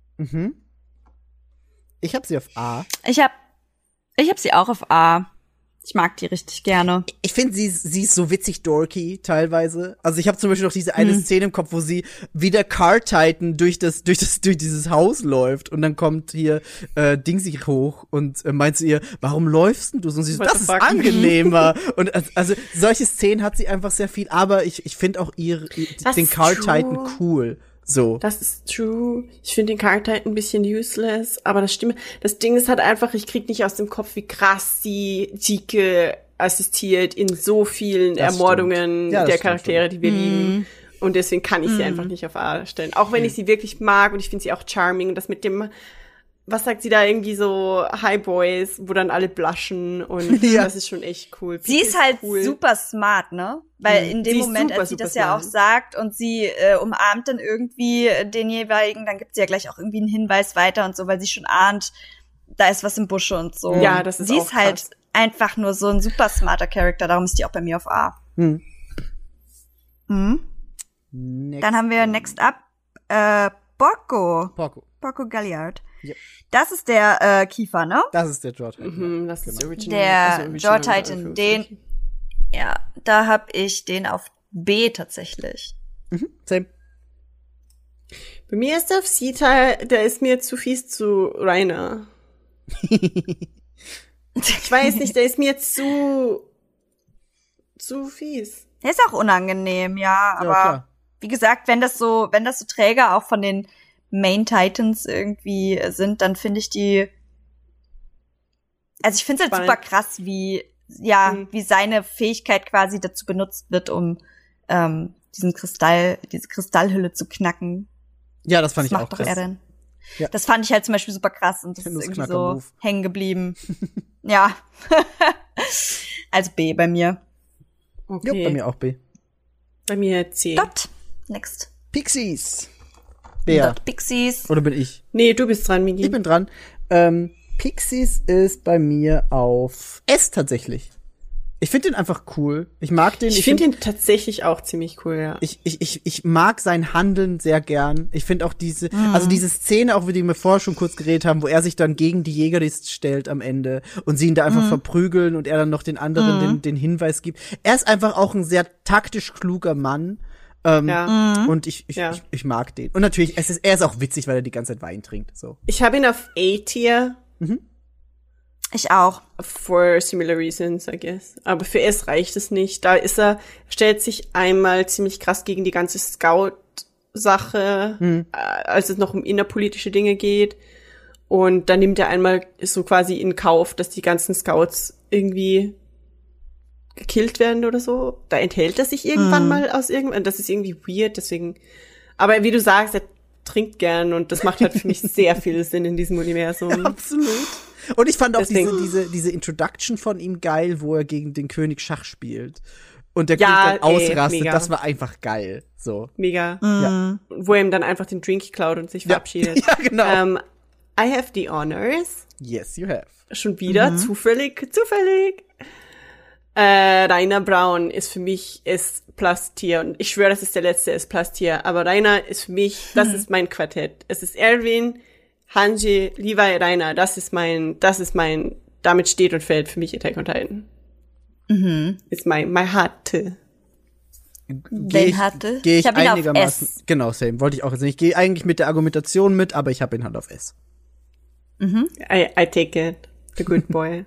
Ich habe sie auf A. Ich hab sie auch auf A. Ich mag die richtig gerne. Ich finde, sie ist so witzig dorky teilweise. Also ich habe zum Beispiel noch diese eine Szene im Kopf, wo sie wie der Car Titan durch dieses Haus läuft und dann kommt hier Dingsy hoch und meint zu ihr, warum läufst denn du so? Und sie so, das ist angenehmer. Und also solche Szenen hat sie einfach sehr viel, aber ich finde auch den Car Titan cool. So. Das ist true. Ich finde den Charakter halt ein bisschen useless, aber das stimmt. Das Ding ist halt einfach, ich krieg nicht aus dem Kopf, wie krass sie Zike assistiert in so vielen Ermordungen der Charaktere, die wir lieben. Und deswegen kann ich sie einfach nicht auf A stellen. Auch wenn ich sie wirklich mag und ich finde sie auch charming. Und das mit dem, was sagt sie da irgendwie so, Hi Boys, wo dann alle blushen und das ist schon echt cool. Sie ist halt super smart, ne? Weil in dem Moment, als sie das ja auch sagt und sie umarmt dann irgendwie den jeweiligen, dann gibt sie ja gleich auch irgendwie einen Hinweis weiter und so, weil sie schon ahnt, da ist was im Busche und so. Ja, das ist sie auch ist halt krass. einfach nur so ein super smarter Charakter, darum ist die auch bei mir auf A. Dann haben wir next up Porco Galliard. Yep. Das ist der Kiefer, ne? Das ist der Jaw Titan. Das ist original. Der Jaw Titan, da hab ich den auf B tatsächlich. Same. Bei mir ist der auf C-Teil, der ist mir zu fies zu Rainer. Ich weiß nicht, der ist mir zu fies. Der ist auch unangenehm, ja, aber klar. wie gesagt, wenn das so Träger auch von den Main Titans irgendwie sind, dann finde ich die, also ich finde es halt super krass, wie seine Fähigkeit quasi dazu benutzt wird, um diese Kristallhülle zu knacken. Ja, das fand ich auch macht doch krass. er denn. Ja. Das fand ich halt zum Beispiel super krass und das ist irgendwie so hängen geblieben. Ja. Also B bei mir. Okay. Ja, bei mir auch B. Bei mir C. Dot. Next. Pixies. Wer? Dot Pixies. Oder bin ich? Nee, du bist dran, Migi. Ich bin dran. Pixies ist bei mir auf S tatsächlich. Ich finde den einfach cool. Ich mag den. Ich finde den tatsächlich auch ziemlich cool, ja. Ich mag sein Handeln sehr gern. Ich finde auch diese Szene, auch wie die mir vorher schon kurz geredet haben, wo er sich dann gegen die Jägerlist stellt am Ende und sie ihn da einfach verprügeln und er dann noch den anderen den Hinweis gibt. Er ist einfach auch ein sehr taktisch kluger Mann. Und ich mag den. Und natürlich, er ist auch witzig, weil er die ganze Zeit Wein trinkt. So. Ich habe ihn auf A-Tier. Ich auch. For similar reasons, I guess. Aber für S reicht es nicht. Da stellt sich einmal ziemlich krass gegen die ganze Scout-Sache, als es noch um innerpolitische Dinge geht. Und dann nimmt er einmal so quasi in Kauf, dass die ganzen Scouts irgendwie gekillt werden oder so. Da enthält er sich irgendwann mal aus irgendwann. Das ist irgendwie weird, deswegen. Aber wie du sagst, er trinkt gern und das macht halt für mich sehr viel Sinn in diesem Universum. Ja, absolut. Und ich fand auch diese Introduction von ihm geil, wo er gegen den König Schach spielt. Und der König dann ausrastet. Mega. Das war einfach geil. So. Mega. Ja. Wo er ihm dann einfach den Drink klaut und sich verabschiedet. Ja, genau. I have the honors. Yes, you have. Schon wieder, zufällig. Rainer Braun ist für mich S+-Tier. Und ich schwöre, das ist der letzte S+-Tier. Aber Rainer ist für mich, das ist mein Quartett. Es ist Erwin, Hanji, Levi, Rainer. Das ist mein, damit steht und fällt für mich Attack on Titan. Ist my heart. Den hatte. Gehe ich hab ihn einigermaßen. Auf S. Genau, same. Wollte ich auch jetzt nicht. Ich gehe eigentlich mit der Argumentation mit, aber ich habe ihn halt auf S. I take it. The good boy.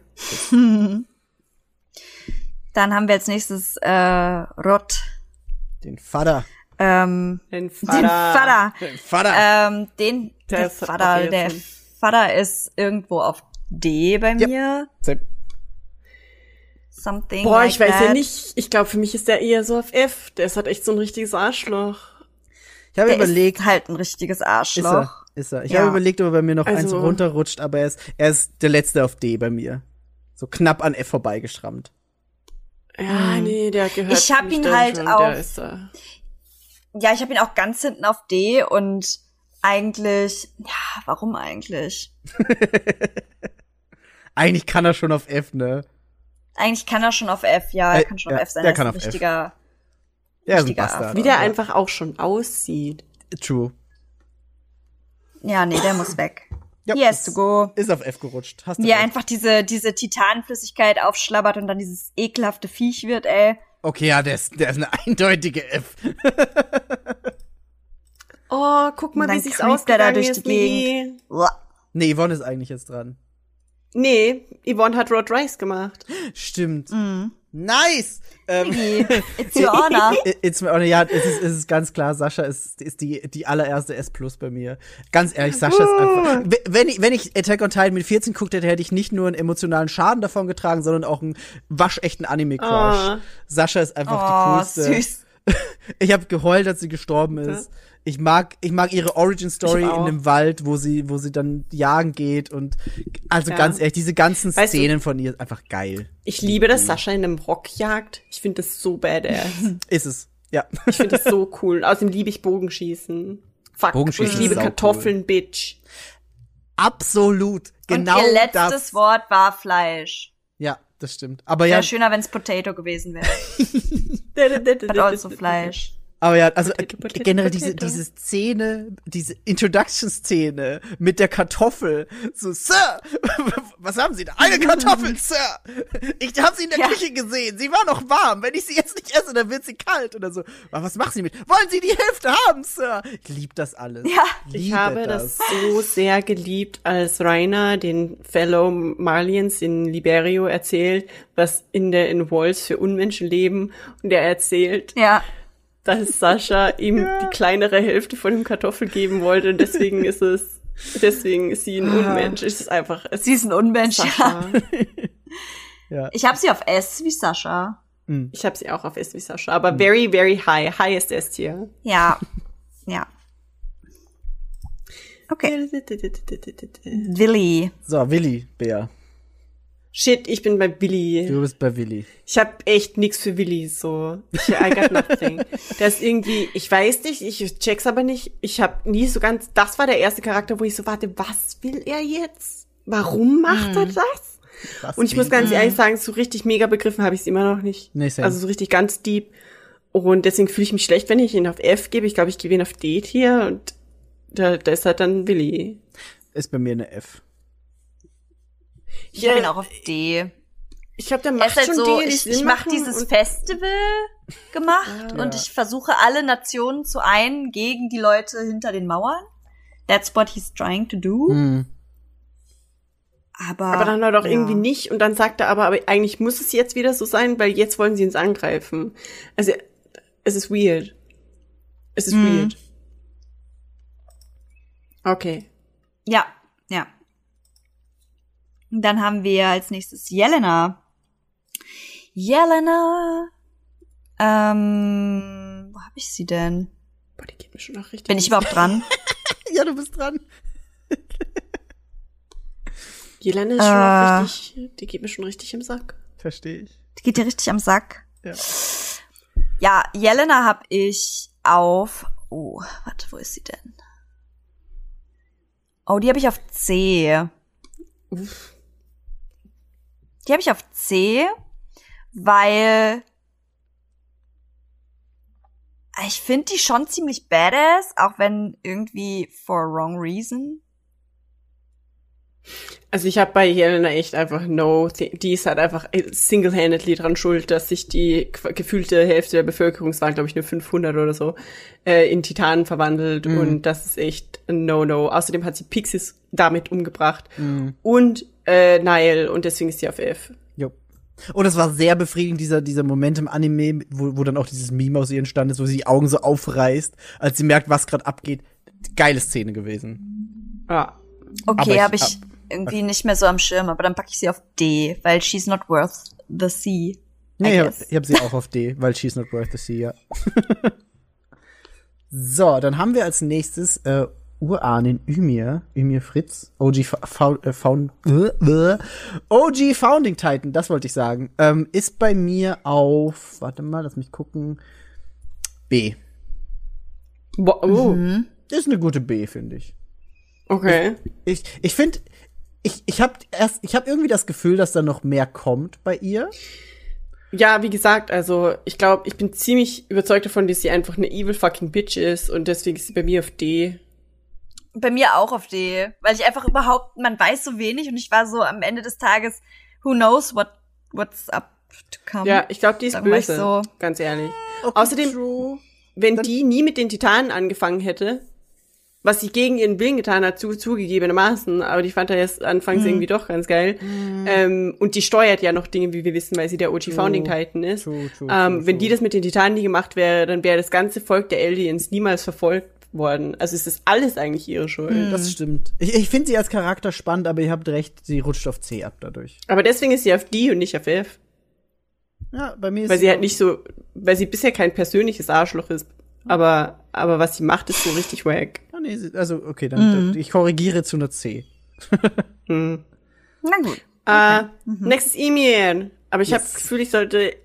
Dann haben wir als nächstes Rot. Den Vater. Den Vater. Der Vater ist irgendwo auf D bei mir. Same. Something Boah, like ich weiß that. ja nicht. Ich glaube, für mich ist der eher so auf F. Der ist halt echt so ein richtiges Arschloch. Ich habe Der überlegt. ist halt ein richtiges Arschloch. Ist er. Ich habe überlegt, ob er bei mir noch eins Also- runterrutscht, aber er ist der letzte auf D bei mir. So knapp an F vorbeigeschrammt. Ja, nee, der gehört Ich hab für mich ihn dann halt schon, auf- der ist da. Ja, ich habe ihn auch ganz hinten auf D und eigentlich, ja, warum eigentlich? Eigentlich kann er schon auf F, ne? Eigentlich kann er schon auf F, ja, er kann schon auf F sein. der Er ist kann ein auf F. richtiger, Er ist ein Richtiger Bastard. Wie der einfach auch schon aussieht. True. ja, nee, der muss weg. Ja, He has to go. Ist auf F gerutscht. Hast du Wie er recht. einfach diese Titanenflüssigkeit aufschlabbert und dann dieses ekelhafte Viech wird, ey. Okay, ja, der ist eine eindeutige F. Oh, guck mal, Und dann wie sich's creept er da ausgegangen durch ist. die Gegend. Uah. Nee, Yvonne ist eigentlich jetzt dran. Nee, Yvonne hat Rod Rice gemacht. Stimmt. Nice! Miggy, it's your honor. It's my honor. Ja, es ist ganz klar, Sascha ist die allererste S+ bei mir. Ganz ehrlich, Sascha ist einfach. Wenn ich Attack on Titan mit 14 guckt hätte, hätte ich nicht nur einen emotionalen Schaden davon getragen, sondern auch einen waschechten Anime-Crush. Sascha ist einfach die coolste. Süß. Ich habe geheult, als sie gestorben ist. Ich mag ihre Origin-Story in dem Wald, wo sie dann jagen geht und ganz ehrlich, diese ganzen Szenen von ihr ist einfach geil. Ich liebe, dass Sascha in einem Rock jagt. Ich finde das so badass. Ist es, ja. Ich finde das so cool. Außerdem liebe ich Bogenschießen. Fuck, Bogenschießen und ich liebe ist Kartoffeln, Bitch. Absolut, genau und ihr letztes das. Wort war Fleisch. Ja, das stimmt. Aber Wäre ja, schöner, wenn's Potato gewesen wäre. But also Fleisch. aber ja, also Potato, generell Potato. diese Szene, diese Introduction-Szene mit der Kartoffel. So, Sir, was haben Sie da? Eine Kartoffel, Sir. Ich habe sie in der Küche gesehen. Sie war noch warm. Wenn ich sie jetzt nicht esse, dann wird sie kalt oder so. Aber was machen Sie mit? Wollen Sie die Hälfte haben, Sir? Ich lieb das alles. Ja. Ich habe das so sehr geliebt, als Rainer den Fellow Marlians in Liberio erzählt, was in Walls für Unmenschen leben. Und er erzählt, Ja. dass Sascha ihm die kleinere Hälfte von dem Kartoffel geben wollte. Und deswegen ist sie ein Unmensch. Es ist einfach, Sie ist ein Unmensch. Sascha. Ja. Ich habe sie auf S wie Sascha. Ich habe sie auch auf S wie Sascha, aber very, very high. Highest S-Tier. Ja. Ja. Okay. Willi. So, Willi, Bär. Shit, ich bin bei Willi. Du bist bei Willi. Ich hab echt nix für Willi, so. I got nothing. Der ist irgendwie, ich weiß nicht, ich check's aber nicht. Ich hab nie so ganz, das war der erste Charakter, wo ich so warte, was will er jetzt? Warum macht er das? Und ich muss ganz ehrlich sagen, so richtig mega begriffen habe ich es immer noch nicht. Nee, same. Also so richtig ganz deep. Und deswegen fühle ich mich schlecht, wenn ich ihn auf F gebe. Ich glaube, ich gebe ihn auf D hier und da ist halt dann Willi. Ist bei mir eine F. Ich habe ihn auch auf D. Ich glaube, der Er macht ist halt schon so, Dinge, die ich Sinn mache machen dieses und- Festival gemacht und ich versuche alle Nationen zu einen gegen die Leute hinter den Mauern. That's what he's trying to do. Aber dann halt auch irgendwie nicht. Und dann sagt er aber eigentlich muss es jetzt wieder so sein, weil jetzt wollen sie uns angreifen. Also, es ist weird. Es ist weird. Okay. Ja, ja. Und dann haben wir als nächstes Jelena. Jelena. Wo habe ich sie denn? Boah, die geht mir schon noch richtig. Bin ich überhaupt dran? Ja, du bist dran. Jelena ist schon noch richtig, die geht mir schon richtig im Sack. Verstehe ich. Die geht dir richtig am Sack. Ja. Ja, Jelena habe ich auf. Oh, warte, wo ist sie denn? Oh, die habe ich auf C. Die habe ich auf C, weil ich finde die schon ziemlich badass, auch wenn irgendwie for a wrong reason. Also ich habe bei Jelena echt einfach die ist halt einfach single-handedly dran schuld, dass sich die gefühlte Hälfte der Bevölkerung, es waren glaube ich nur 500 oder so, in Titanen verwandelt und das ist echt ein No-No. Außerdem hat sie Pixies damit umgebracht und Nile und deswegen ist sie auf F. Jo. Und es war sehr befriedigend, dieser Moment im Anime, wo dann auch dieses Meme aus ihr entstanden ist, wo sie die Augen so aufreißt, als sie merkt, was gerade abgeht. Geile Szene gewesen. Ja. Okay, habe ich irgendwie nicht mehr so am Schirm, aber dann packe ich sie auf D, weil she's not worth the C. Nee, ich hab sie auch auf D, weil she's not worth the C, ja. So, dann haben wir als nächstes Urahnin Ymir Fritz, OG Founding Titan, das wollte ich sagen. Ist bei mir auf, warte mal, lass mich gucken, B. Ist eine gute B, finde ich. Okay. Ich finde, ich hab irgendwie das Gefühl, dass da noch mehr kommt bei ihr. Ja, wie gesagt, also ich glaube, ich bin ziemlich überzeugt davon, dass sie einfach eine evil fucking bitch ist und deswegen ist sie bei mir auf D. Bei mir auch auf D, weil ich einfach man weiß so wenig und ich war so am Ende des Tages, who knows what's up to come. Ja, ich glaube, die ist Sagen wir böse, so. ganz ehrlich. Okay, Außerdem, true. wenn die nie mit den Titanen angefangen hätte, was sie gegen ihren Willen getan hat, zugegebenermaßen, aber die fand er jetzt anfangs irgendwie doch ganz geil. Und die steuert ja noch Dinge, wie wir wissen, weil sie der OG Founding Titan ist. Wenn die das mit den Titanen nie gemacht wäre, dann wäre das ganze Volk der Eldians niemals verfolgt worden. Also es ist alles eigentlich ihre Schuld. Das stimmt. Ich finde sie als Charakter spannend, aber ihr habt recht, sie rutscht auf C ab dadurch. Aber deswegen ist sie auf D und nicht auf F. Ja, bei mir ist Weil sie halt nicht so, weil sie bisher kein persönliches Arschloch ist. Aber was sie macht, ist so richtig wack. Ah, nee, also, okay, dann ich korrigiere zu einer C. Na gut. Nächstes E-Mail. Aber ich habe das Gefühl, ich sollte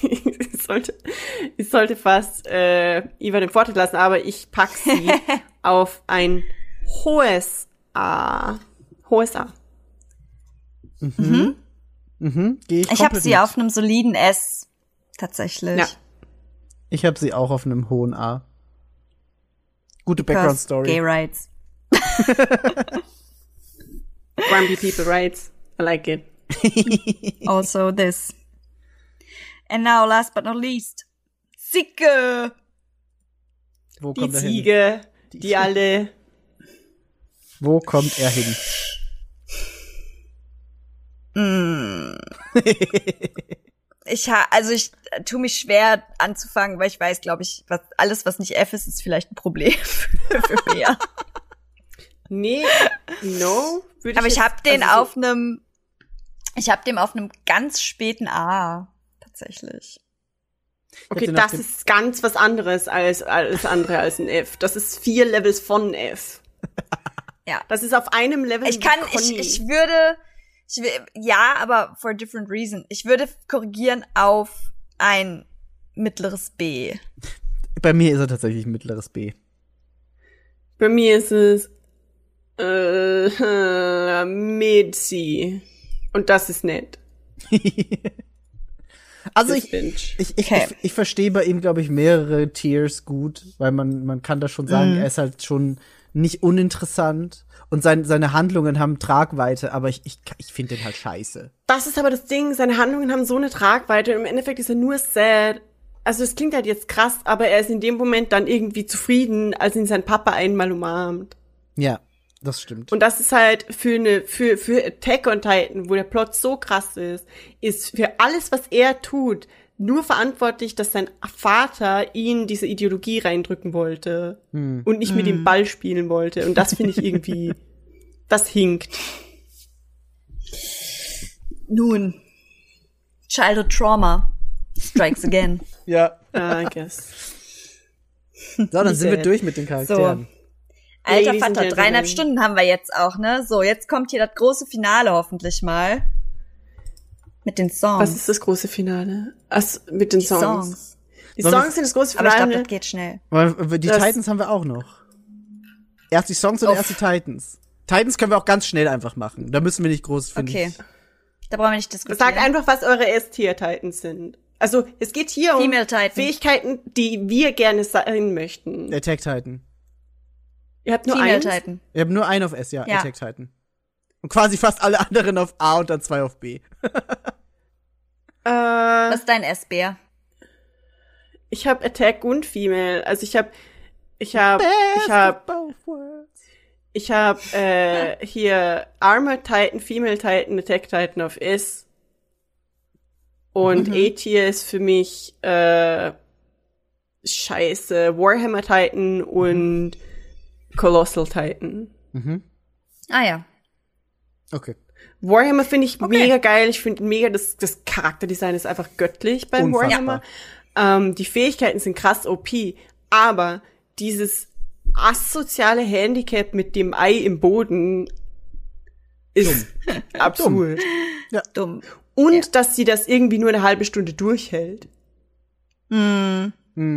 fast Iva den Vorteil lassen, aber ich pack sie auf ein hohes A. Hohes A. Ich habe sie auf einem soliden S. Tatsächlich. Ja. Ich habe sie auch auf einem hohen A. Gute Background-Story. Gay rights. Grumpy people rights. I like it. Also this. And now, last but not least, Sicke. Wo Die kommt er hin? Ziege, die alle. Wo kommt er hin? Ich tue mich schwer anzufangen, weil ich weiß, glaube ich, was nicht F ist, ist vielleicht ein Problem für mehr. Nee, no. Aber ich habe den auf einem ganz späten A, tatsächlich. Okay, das ist ganz was anderes als ein F. Das ist 4 Levels von F. Ja. Das ist auf einem Level. Ja, aber for a different reason. Ich würde korrigieren auf ein mittleres B. Bei mir ist er tatsächlich ein mittleres B. Bei mir ist es Mid-C. Und das ist nett. Also ich verstehe bei ihm, glaube ich, mehrere Tiers gut, weil man kann da schon sagen, er ist halt schon nicht uninteressant und seine Handlungen haben Tragweite, aber ich finde den halt scheiße. Das ist aber das Ding, seine Handlungen haben so eine Tragweite und im Endeffekt ist er nur sad. Also es klingt halt jetzt krass, aber er ist in dem Moment dann irgendwie zufrieden, als ihn sein Papa einmal umarmt. Ja, das stimmt. Und das ist halt für Attack on Titan, wo der Plot so krass ist für alles, was er tut, nur verantwortlich, dass sein Vater ihn diese Ideologie reindrücken wollte und nicht mit dem Ball spielen wollte. Und das finde ich irgendwie, das hinkt. Nun, Childhood Trauma strikes again. Ja. I guess. So, dann sind wir durch mit den Charakteren. So. Alter Ladies and Vater, Gentlemen. 3,5 Stunden haben wir jetzt auch, ne? So, jetzt kommt hier das große Finale hoffentlich mal. Mit den Songs. Was ist das große Finale? Mit den Songs. Die Sollen wir- Songs sind das große Aber ich Finale. glaube, das geht schnell. Weil die Das- Titans haben wir auch noch. Erst die Songs und erst die Titans. Titans können wir auch ganz schnell einfach machen. Da müssen wir nicht groß finden. Okay. Da brauchen wir nicht diskutieren. Sagt einfach, was eure S-Tier-Titans sind. Also, es geht hier um Female Titan. Fähigkeiten, die wir gerne sein möchten. Attack Titan. Ihr habt nur Female eins? Titan. Ich habe nur einen auf S, ja, Ja. Attack Titan. Und quasi fast alle anderen auf A und dann 2 auf B. Was ist dein S-Bär? Ich habe Attack und Female. Also ich habe hier Armored Titan, Female Titan, Attack Titan auf S. Und A-Tier ist für mich scheiße. Warhammer Titan und Colossal Titan. Ah ja. Okay. Warhammer finde ich mega geil. Ich finde mega, das Charakterdesign ist einfach göttlich beim Unfassbar. Warhammer. Die Fähigkeiten sind krass OP, aber dieses asoziale Handicap mit dem Ei im Boden ist absurd. Dumm. Und dass sie das irgendwie nur eine halbe Stunde durchhält. Das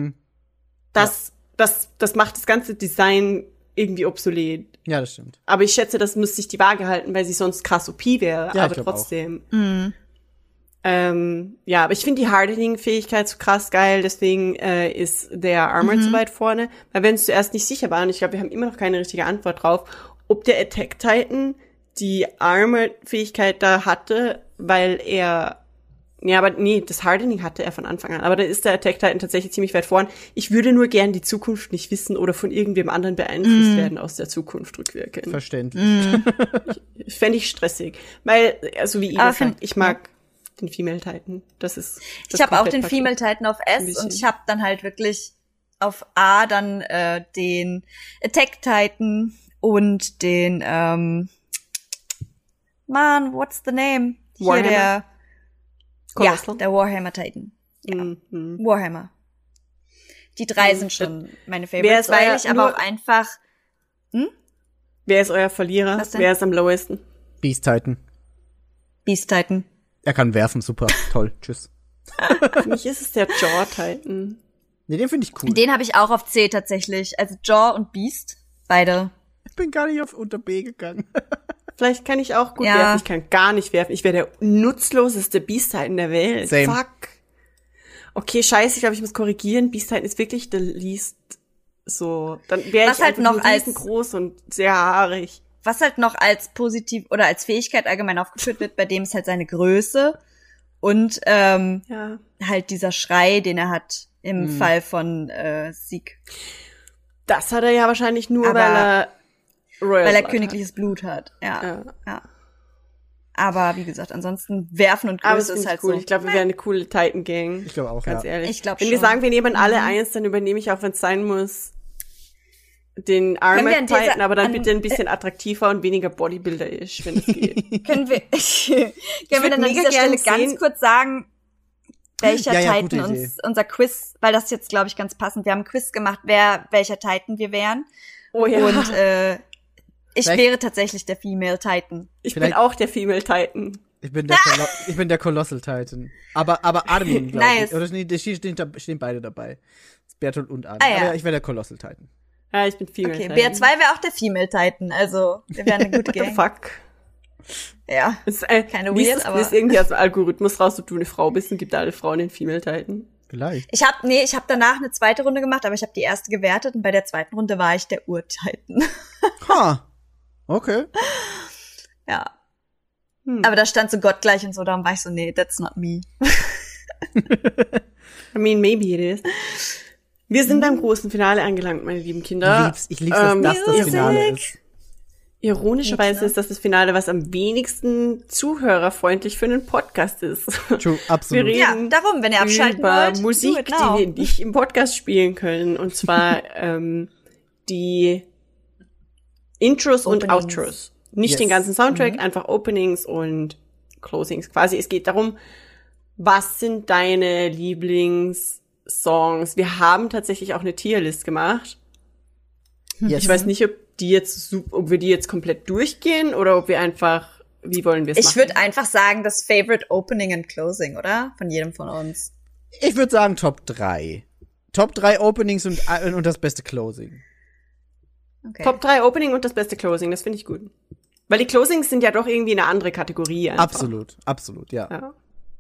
macht das ganze Design irgendwie obsolet. Ja, das stimmt. Aber ich schätze, das muss sich die Waage halten, weil sie sonst krass OP wäre. Ja, ich aber glaub trotzdem. Ja, aber ich finde die Hardening-Fähigkeit so krass geil, deswegen ist der Armored so weit vorne. Weil wir uns zuerst nicht sicher waren, ich glaube, wir haben immer noch keine richtige Antwort drauf, ob der Attack Titan die Armored-Fähigkeit da hatte, weil er aber nee, das Hardening hatte er von Anfang an. Aber da ist der Attack Titan tatsächlich ziemlich weit vorn. Ich würde nur gern die Zukunft nicht wissen oder von irgendwem anderen beeinflusst werden aus der Zukunft rückwirkend. Verständlich. Fände ich stressig. Weil, so wie Ida sagt, ich mag den Female Titan. Ich habe auch den Female Titan auf S und ich habe dann halt wirklich auf A dann den Attack Titan und den what's the name? Warhammer? Der Warhammer Titan. Ja. Warhammer. Die 3 sind schon meine Favorites, weil ich aber auch einfach Wer ist euer Verlierer? Wer ist am lowesten? Beast Titan. Beast Titan. Er kann werfen, super, toll, tschüss. Für mich ist es der Jaw Titan. Nee, den finde ich cool. Den habe ich auch auf C tatsächlich. Also Jaw und Beast, beide. Ich bin gar nicht auf unter B gegangen. Vielleicht kann ich auch gut werfen, ich kann gar nicht werfen. Ich wäre der nutzloseste Beast Titan der Welt. Same. Fuck. Okay, scheiße, ich glaube, ich muss korrigieren. Beast Titan ist wirklich the least so. Dann wäre ich halt noch als groß und sehr haarig. Was halt noch als positiv oder als Fähigkeit allgemein aufgeführt wird, bei dem ist halt seine Größe und halt dieser Schrei, den er hat im Fall von Sieg. Das hat er ja wahrscheinlich nur, weil er königliches Blut hat. Ja. Aber wie gesagt, ansonsten werfen und Größe ist halt cool. so. Ich glaube, wir wären eine coole Titan-Gang. Ich glaube auch, ganz ehrlich. Ich glaube schon. Wenn wir sagen, wir nehmen alle eins, dann übernehme ich auch, wenn es sein muss, den Armored Titan, aber dann bitte ein bisschen attraktiver und weniger Bodybuilder-ish, wenn es geht. Können wir dann an dieser Stelle ganz kurz sagen, welcher Titan unser Quiz, weil das jetzt, glaube ich, ganz passend. Wir haben ein Quiz gemacht, welcher Titan wir wären. Oh ja. Und ich wäre tatsächlich der Female Titan. Ich bin auch der Female Titan. Ich bin der Colossal Titan. Aber Armin, glaube ich. Oder nee, stehen beide dabei. Bertolt und Armin. Aber ich wäre der Colossal Titan. Ja, ich bin Female Titan. BR2 wäre auch der Female Titan. Also, wir wären eine gute Gang. What the fuck? Ja. Keine weird, aber. Ist irgendwie aus dem Algorithmus raus, ob du eine Frau bist und gibt alle Frauen den Female Titan. Vielleicht. Ich habe danach eine zweite Runde gemacht, aber ich habe die erste gewertet und bei der zweiten Runde war ich der Ur-Titan. Okay. Ja. Aber da stand so gottgleich und so, darum war ich so, nee, that's not me. I mean, maybe it is. Wir sind beim großen Finale angelangt, meine lieben Kinder. Ich lieb's, dass das Finale ist. Ironischerweise ist das Finale, was am wenigsten zuhörerfreundlich für einen Podcast ist. True, absolut. Wir reden darum, wenn ihr abschalten wollt. Musik, die wir nicht im Podcast spielen können. Und zwar die Intros und Outros. Nicht den ganzen Soundtrack, einfach Openings und Closings. Quasi, es geht darum, was sind deine Lieblingssongs? Wir haben tatsächlich auch eine Tierlist gemacht. Yes. Ich weiß nicht, ob wir die jetzt komplett durchgehen oder ob wir einfach, wie wollen wir es machen? Ich würde einfach sagen, das Favorite Opening and Closing, oder? Von jedem von uns. Ich würde sagen Top 3. Top 3 Openings und das beste Closing. Okay. Top 3 Opening und das beste Closing, das finde ich gut. Weil die Closings sind ja doch irgendwie eine andere Kategorie. Einfach. Absolut, ja.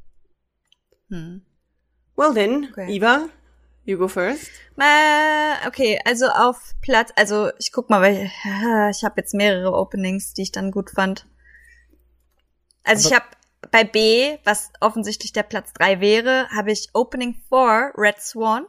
Well then, okay. Eva, you go first. Okay, also auf Platz, also ich guck mal, weil ich habe jetzt mehrere Openings, die ich dann gut fand. Also ich habe bei B, was offensichtlich der Platz 3 wäre, habe ich Opening 4, Red Swan.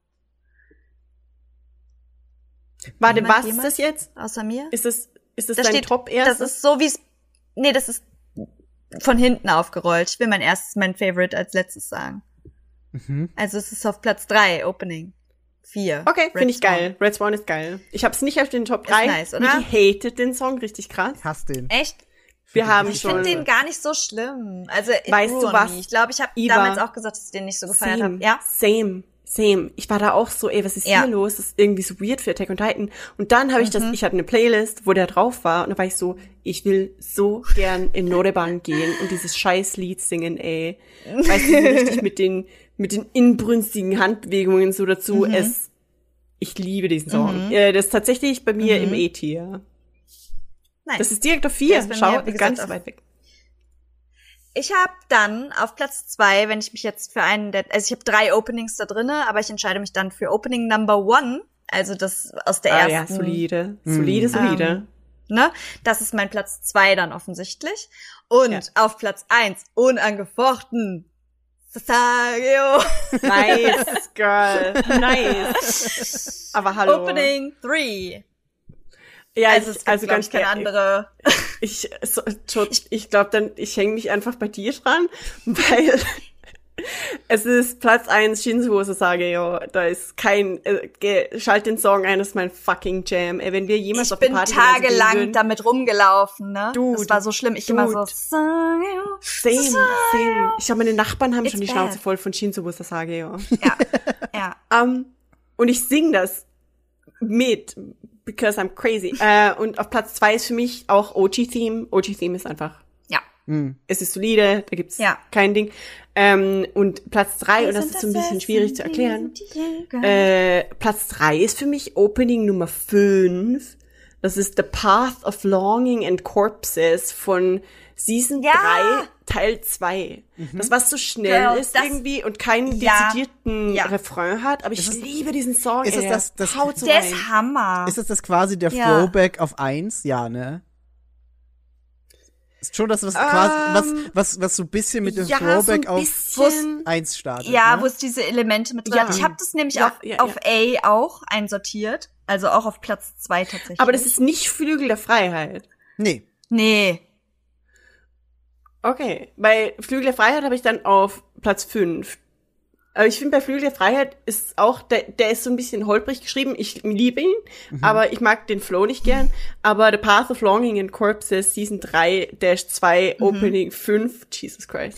Warte, was ist das jetzt? Außer mir? Ist das dein Top-Erstes? Das ist so wie es, nee, das ist von hinten aufgerollt. Ich will mein Favorite als letztes sagen. Also es ist auf Platz 3, Opening 4. Okay, finde ich geil. Red Swan ist geil. Ich hab's nicht auf den Top 3. Ist nice, oder? Niki hatet den Song richtig krass. Ich hasse den. Echt? Ich finde den gar nicht so schlimm. Also weißt du was? Ich glaube, ich habe damals auch gesagt, dass ich den nicht so gefeiert habe. Ja. Same. Ich war da auch so, was ist hier los? Das ist irgendwie so weird für Attack on Titan. Und dann habe ich ich hatte eine Playlist, wo der drauf war. Und da war ich so, ich will so gern in Noreban gehen und dieses scheiß Lied singen, ey. Weißt du, so richtig mit den inbrünstigen Handbewegungen so dazu. Ich liebe diesen Song. Das ist tatsächlich bei mir im E-Tier. Nice. Das ist direkt auf 4. Schau, mir, ganz weit weg. Ich habe dann auf Platz 2, wenn ich mich jetzt für also ich habe 3 Openings da drinne, aber ich entscheide mich dann für Opening Number 1, also das aus der ersten. Ja, solide. Ne? Das ist mein Platz 2 dann offensichtlich. Und auf Platz 1, unangefochten, Sasageo. Nice, girl. Nice. Aber hallo. Opening 3. Ja, also es gibt, ganz keine andere. Ich glaube dann, ich hänge mich einfach bei dir dran, weil es ist Platz 1 Shinzo Sasageo. Da ist kein, schalt den Song ein, das ist mein fucking Jam. Ey, wenn wir jemals auf die Party gehen. Ich bin tagelang damit rumgelaufen, ne? Dude, das war so schlimm. Ich immer so, Same. Ich glaube, meine Nachbarn haben schon die Schnauze voll von Shinzo Sasageo. Ja. Und ich sing das mit, because I'm crazy. Und auf Platz 2 ist für mich auch OG-Theme. OG-Theme ist einfach, es ist solide, da gibt's kein Ding. Und Platz 3, und das ist so ein bisschen schwierig zu erklären, Platz 3 ist für mich Opening Nummer 5. Das ist The Path of Longing and Corpses von Season 3, Teil 2. Das, was so schnell ist irgendwie und keinen dezidierten Refrain hat, aber ich liebe diesen Song. Ist es das haut so rein. Ist Hammer. Ist das quasi der Throwback auf 1? Ja, ne? Ist schon das, was so ein bisschen mit dem Throwback so auf 1 startet. Ja, ne? wo es diese Elemente mit drin hat. Ich habe das nämlich auf A auch einsortiert. Also auch auf Platz 2 tatsächlich. Aber das ist nicht Flügel der Freiheit. Nee. Okay, bei Flügel der Freiheit habe ich dann auf Platz 5. Aber ich finde, bei Flügel der Freiheit ist auch, der ist so ein bisschen holprig geschrieben. Ich liebe ihn, aber ich mag den Flow nicht gern. Aber The Path of Longing and Corpses, Season 3-2, Opening 5, Jesus Christ.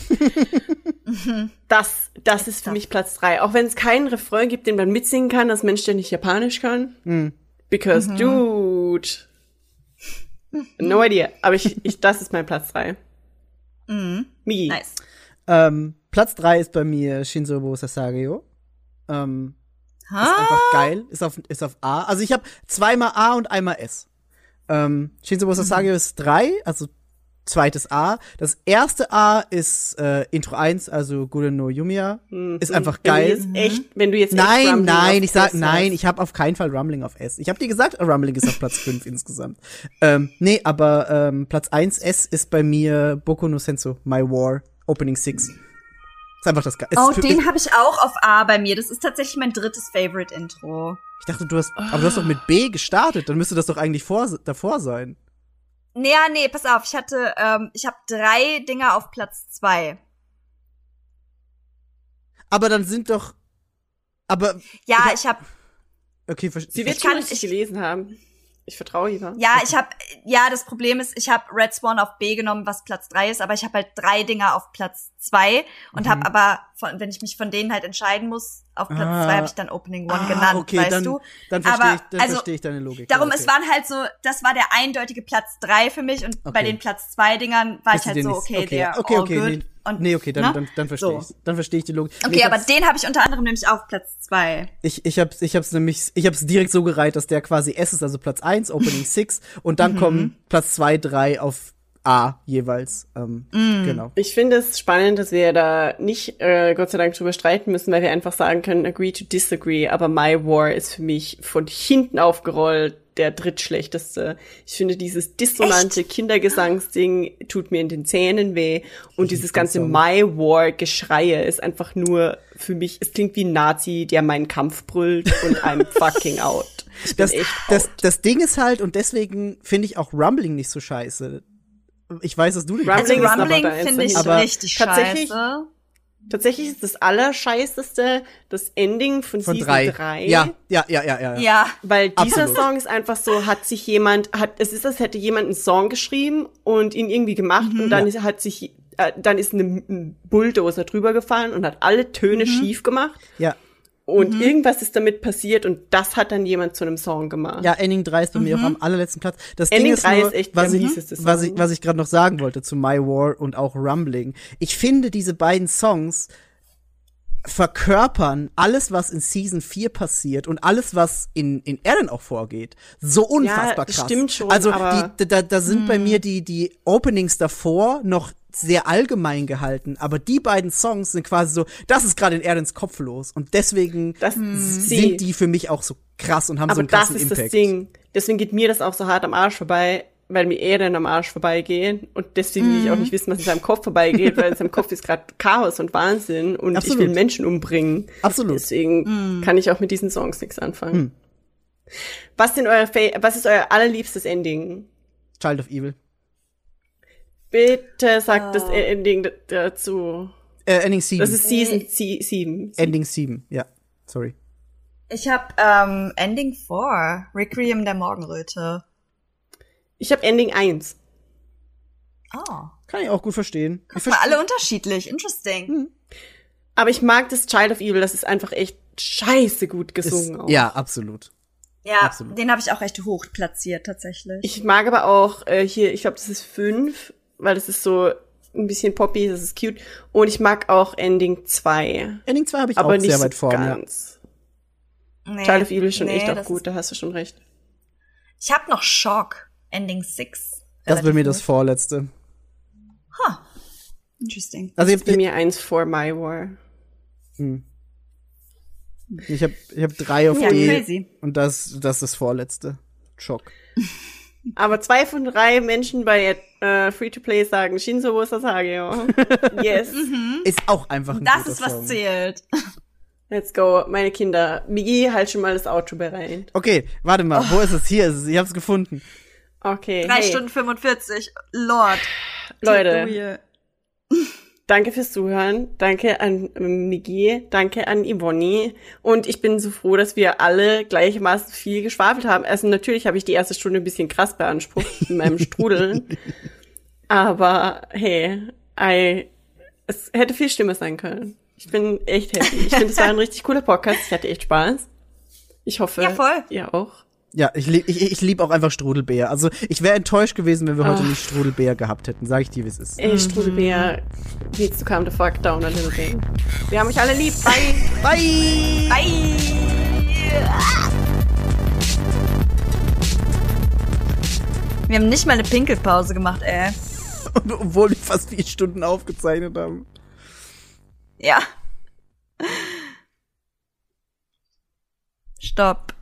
Das ist für mich Platz 3. Auch wenn es keinen Refrain gibt, den man mitsingen kann, als Mensch, der nicht Japanisch kann. Because, dude, no idea. Aber das ist mein Platz 3. Migi. Nice. Platz 3 ist bei mir Shinzo Sasageo. Ist einfach geil. Ist auf A. Also ich habe zweimal A und einmal S. Shinzo Sasageo ist 3, also zweites A. Das erste A ist Intro 1, also Gure no Yumiya. Ist einfach geil. Wenn du jetzt Nein, ich habe auf keinen Fall Rumbling auf S. Ich habe dir gesagt, Rumbling ist auf Platz 5 insgesamt. Nee, aber Platz 1 S ist bei mir Boku no Senso, My War, Opening 6. Ist einfach das Geil. Den habe ich auch auf A bei mir. Das ist tatsächlich mein drittes Favorite-Intro. Ich dachte, du hast doch mit B gestartet. Dann müsste das doch eigentlich davor sein. Nee, pass auf. Ich habe 3 Dinger auf Platz 2. Aber dann sind doch, Ja, ich habe. Okay, Sie wird schon richtig gelesen haben. Ich vertraue Eva. Ja, das Problem ist, ich habe Red Swan auf B genommen, was Platz 3 ist, aber ich habe halt 3 Dinger auf Platz 2 und habe aber, wenn ich mich von denen halt entscheiden muss, auf Platz 2 habe ich dann Opening 1 genannt, okay, weißt du? Dann verstehe ich deine Logik. Darum, okay. Es waren halt so, das war der eindeutige Platz 3 für mich und bei den Platz 2 Dingern war ich halt so, good. Dann verstehe ich. Dann verstehe ich die Logik. Okay, aber den habe ich unter anderem nämlich auf Platz 2. Ich hab's direkt so gereiht, dass der quasi S ist, also Platz 1, Opening 6 und dann kommen Platz 2, 3 auf A jeweils. Genau. Ich finde es spannend, dass wir da nicht Gott sei Dank drüber streiten müssen, weil wir einfach sagen können, agree to disagree, aber My War ist für mich von hinten aufgerollt der drittschlechteste. Ich finde, dieses dissonante Kindergesangsding tut mir in den Zähnen weh und dieses ganze My War-Geschreie ist einfach nur für mich, es klingt wie ein Nazi, der meinen Kampf brüllt und I'm fucking out. Das Ding ist halt, und deswegen finde ich auch Rumbling nicht so scheiße. Ich weiß, dass du den Rumbling finde ich richtig scheiße. Tatsächlich ist das Allerscheißeste das Ending von Season 3. Ja. Weil dieser Song ist einfach so, es ist, als hätte jemand einen Song geschrieben und ihn irgendwie gemacht und dann ist ein Bulldozer drüber gefallen und hat alle Töne schief gemacht. Ja. Und irgendwas ist damit passiert und das hat dann jemand zu einem Song gemacht. Ja, Ending 3 ist bei mir auch am allerletzten Platz. Das Ending Ding ist 3 nur, ist echt was ich gerade noch sagen wollte zu My War und auch Rumbling. Ich finde, diese beiden Songs verkörpern alles, was in Season 4 passiert und alles, was in Eren auch vorgeht. So unfassbar krass. Stimmt schon, also da sind bei mir die Openings davor noch sehr allgemein gehalten, aber die beiden Songs sind quasi so, das ist gerade in Erdens Kopf los und deswegen sind die für mich auch so krass und haben so einen krassen Impact. Aber das ist das Ding. Deswegen geht mir das auch so hart am Arsch vorbei, weil mir Eren am Arsch vorbeigehen und deswegen will ich auch nicht wissen, was in seinem Kopf vorbeigeht, weil in seinem Kopf ist gerade Chaos und Wahnsinn und ich will Menschen umbringen. Absolut. Deswegen kann ich auch mit diesen Songs nichts anfangen. Was ist euer allerliebstes Ending? Child of Evil. Bitte sagt das Ending dazu. Ending 7. Das ist Season 7. Ending 7, ja. Sorry. Ich hab Ending 4, Requiem der Morgenröte. Ich habe Ending 1. Oh. Kann ich auch gut verstehen. Guck mal, alle unterschiedlich. Interesting. Aber ich mag das Child of Evil, das ist einfach echt scheiße gut gesungen. Ja, absolut. Ja, absolut. Den habe ich auch recht hoch platziert, tatsächlich. Ich mag aber auch hier, ich glaube, das ist 5, weil das ist so ein bisschen poppy, das ist cute. Und ich mag auch Ending 2. Ending 2 habe ich aber auch sehr weit vorne. Ganz. Nee, Child of Evil ist schon echt auch gut, da hast du schon recht. Ich habe noch Shock. Ending 6. Das ist bei mir das vorletzte. Interesting. Also das ist bei mir 1 vor My War. Ich hab 3 auf D crazy. und das ist das vorletzte. Schock. Aber 2 von 3 Menschen bei Free-to-Play sagen Shinzo wo Sasage. Yes. Ist auch einfach ein das guter ist, was Song. zählt. Let's go, meine Kinder. Migi, halt schon mal das Outro bereit. Okay, warte mal, wo ist es? Hier ist es, ich hab's gefunden. Okay, 3 Stunden 45. Lord. Leute, danke fürs Zuhören. Danke an Migi, danke an Yvonne. Und ich bin so froh, dass wir alle gleichermaßen viel geschwafelt haben. Also natürlich habe ich die erste Stunde ein bisschen krass beansprucht in meinem Strudeln. Aber hey, es hätte viel schlimmer sein können. Ich bin echt happy. Ich finde, es war ein richtig cooler Podcast. Ich hatte echt Spaß. Ich hoffe, ihr auch. Ja, ich lieb auch einfach Strudelbär. Also ich wäre enttäuscht gewesen, wenn wir heute nicht Strudelbär gehabt hätten. Sag ich dir, wie es ist. Ey, Strudelbär needs to calm the fuck down a little bit. Wir haben euch alle lieb. Bye. Bye. Bye. Wir haben nicht mal eine Pinkelpause gemacht, ey. Und obwohl wir fast 4 Stunden aufgezeichnet haben. Ja. Stopp.